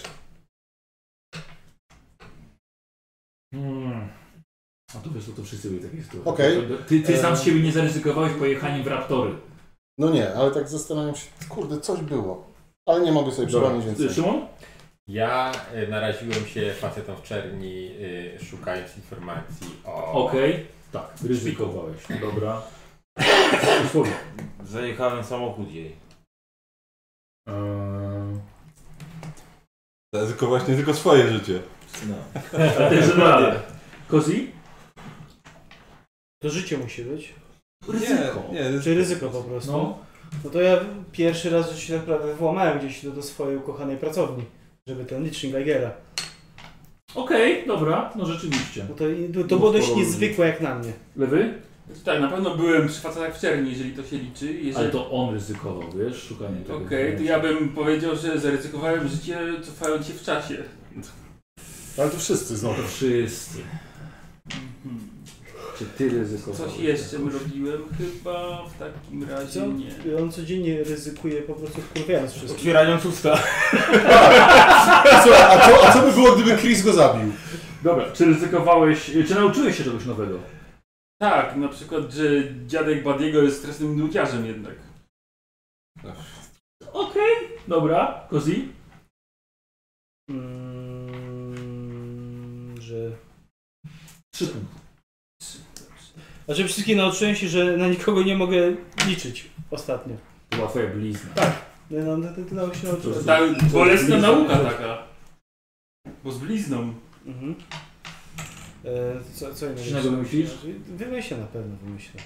A to wiesz, to wszyscy byli takie sytuacje. Okej. Ty sam z siebie nie zaryzykowałeś pojechaniem w raptory. No nie, ale tak zastanawiam się, kurde, coś było. Ale nie mogę sobie przypomnieć więcej. Szymon? Ja naraziłem się facetom w czerni, szukając informacji o... Okej. Tak, ryzykowałeś. Dobra. Słowik. Zajechałem samochód jej. Ryzykowałeś nie tylko swoje życie. No. Ale też radę. Kozi? To życie musi być. Ryzyko. Nie, Czy ryzyko po prostu. No. No to ja pierwszy raz że się naprawdę włamałem gdzieś do swojej ukochanej pracowni, żeby ten licznik Geigera. Okej, dobra, no rzeczywiście. No to było dość niezwykłe jak na mnie. Lewy? Tak, na pewno byłem przy facetach w czerni, jeżeli to się liczy. Jeżeli... Ale to on ryzykował, wiesz, szukanie tego. Okej, to ja bym powiedział, że zaryzykowałem życie cofając się w czasie. Ale to wszyscy znowu. To wszyscy. Czy ty ryzykowałeś? Coś jeszcze robiłem chyba w takim razie Co? nie. On codziennie ryzykuje po prostu wkurwiając wszystkich. Otwierając usta. A co by było, gdyby Chris go zabił? Dobra, czy ryzykowałeś, czy nauczyłeś się czegoś nowego? Tak, na przykład, że dziadek Badiego jest stresnym nudziarzem jednak. Okej, dobra. Kozi? Że... 3 punkty. Znaczy wszystkie nauczyłem się, że na nikogo nie mogę liczyć ostatnio. To była twoja blizna. Tak. No, to się nauczyłem. Ta bolesna nauka taka. Bo z blizną. Mhm. Co innego? Coś innego wymyślisz? Wymyślę na pewno, wymyślę.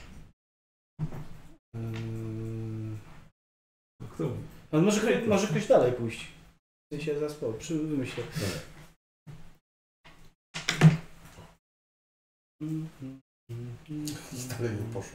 Kto? Ale może ktoś dalej pójść. W sensie zaraz wymyślę. Dalej nie poszło.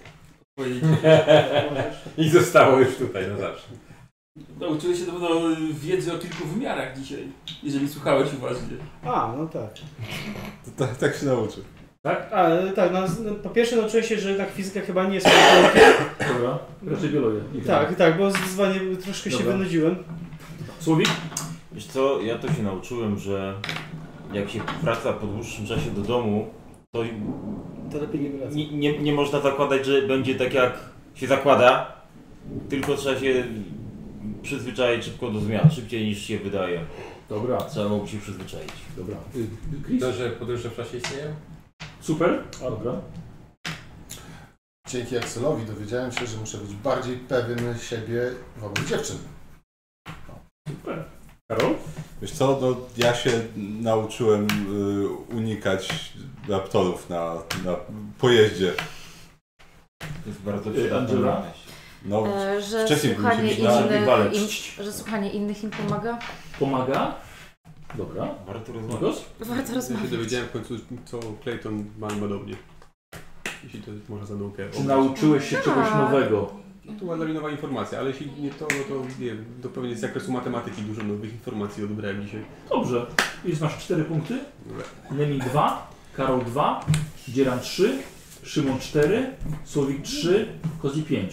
I zostało już tutaj na zawsze. Nauczyłeś się na pewno wiedzy o kilku wymiarach dzisiaj, jeżeli słuchałeś uważnie. No tak. Tak się nauczy. Tak? Tak, po pierwsze nauczyłem się, że jednak fizyka chyba nie jest Dobra, raczej biologia. Tak, bo zdecydowanie troszkę się wynudziłem. Słowik? Wiesz co, ja to się nauczyłem, że jak się wraca po dłuższym czasie do domu, to lepiej nie wraca. Nie można zakładać, że będzie tak jak się zakłada, tylko trzeba się przyzwyczaić szybko do zmian, szybciej niż się wydaje. Dobra. Trzeba byłoby się przyzwyczaić. Dobra. To, że podróże w czasie istnieją? Super. Dobra. Dzięki Axelowi dowiedziałem się, że muszę być bardziej pewien siebie wobec dziewczyn. Super. Karol? Wiesz co, no, ja się nauczyłem unikać raptorów na pojeździe. To jest bardzo przydatne. No, że wcześniej słuchanie byliśmy że słuchanie innych im pomaga? Pomaga? Dobra. Warto rozmawiać. Warto Ja rozmawiać. się dowiedziałem w końcu, co Clayton ma podobnie. Jeśli to może za naukę. Czy nauczyłeś się czegoś nowego? No to była dla mnie nowa informacja, ale jeśli nie to, no to nie wiem, to pewnie z zakresu matematyki dużo nowych informacji odebrałem dzisiaj. Dobrze. Jest masz 4 punkty. Nemi 2, Karol 2, Dzieran 3, Szymon 4, Słowik 3, Kozi 5.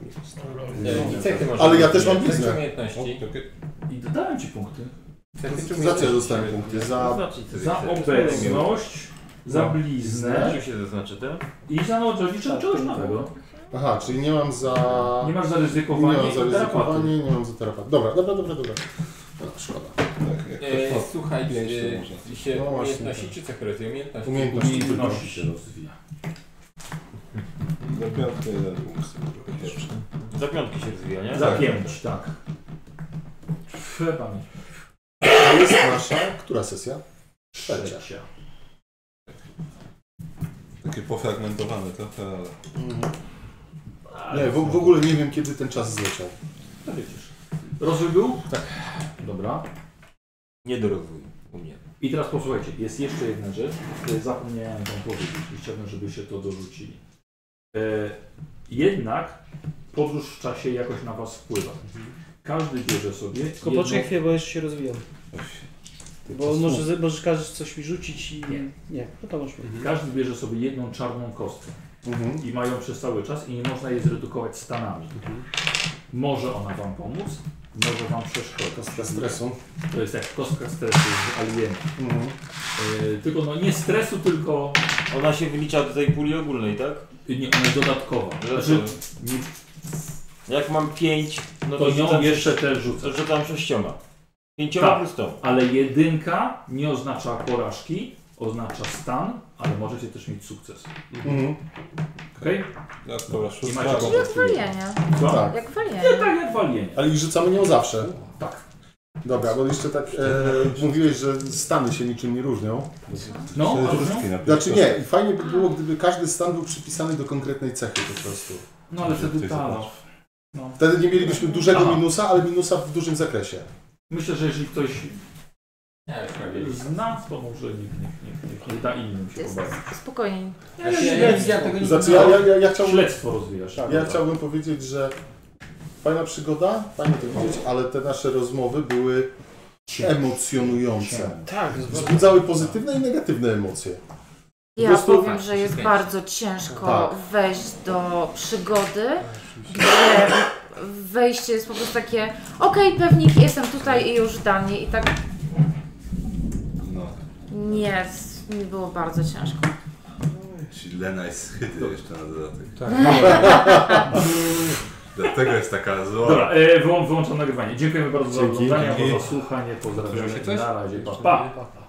Ale ja też mam bliznę. I dodałem ci punkty. Za co ja dostałem punkty? Za obecność, za bliznę się zaznaczy, tak? i za czegoś nowego. Aha, czyli nie mam za... Nie masz za ryzykowanie Nie mam za i ryzykowanie, nie mam za terapaty. Dobra. No, szkoda. Słuchaj, się No właśnie, umiejętności czy co korezja? Umiejętności? Umiejętności się rozwija. Za piątkę jeden punkt. Za piątki się rozwija, nie? Za 5, tak. Pamięć. To jest nasza, która sesja? Trzecia. Takie pofragmentowane trochę, ale... Nie, w ogóle nie wiem, kiedy ten czas zleciał. No widzisz. Rozwój był? Tak. Dobra. Nie do rozwoju u mnie. I teraz posłuchajcie, jest jeszcze jedna rzecz, której zapomniałem wam powiedzieć i chciałbym, żebyście to dorzucili. Jednak podróż w czasie jakoś na was wpływa. Każdy bierze sobie Tylko poczekaj chwilę, bo jeszcze się rozwijam. Bo możesz każesz coś mi rzucić i... Nie, no to masz. Każdy bierze sobie jedną czarną kostkę. I mają przez cały czas i nie można jej zredukować stanami. Może ona wam pomóc, może wam przeszkodzić. Kostka stresu. To jest jak kostka stresu z Aliena. Tylko no nie stresu, tylko... Ona się wylicza do tej puli ogólnej, tak? Nie, ona jest dodatkowa. Znaczy, jak mam 5, no to nią jeszcze też też rzucę. Rzucam 6. 5 tak, plus to. Ale jedynka nie oznacza porażki, oznacza stan, ale możecie też mieć sukces. Okej? Czyli jak walienie. Tak. Jak walienie. Nie, tak jak walienie. Ale i rzucamy nią zawsze. Tak. Dobra, bo jeszcze tak mówiłeś, że stany się niczym nie różnią. No, znaczy nie, i fajnie by było, gdyby każdy stan był przypisany do konkretnej cechy po prostu. No ale wtedy tak. No. Wtedy nie mielibyśmy dużego minusa, ale minusa w dużym zakresie. Myślę, że jeżeli ktoś zna, to może niech da innym się pobawić. Spokojnie. Znaczy, ja chciałbym... Śledztwo rozwijasz. Ja chciałbym powiedzieć, że fajna przygoda, fajnie to widzieć, ale te nasze rozmowy były emocjonujące. Tak, wzbudzały pozytywne i negatywne emocje. Ja prostu... powiem, że jest bardzo ciężko wejść do przygody, gdzie wejście jest po prostu takie okej, pewnik, jestem tutaj i już da mnie i tak... Nie, mi było bardzo ciężko. Czyli Lena jest chyty jeszcze na dodatek. Tak. Dlatego jest taka zła. Dobra, wyłączam nagrywanie. Dziękujemy bardzo za oglądanie, za słuchanie. Pozdrawiam. Na razie. Pa.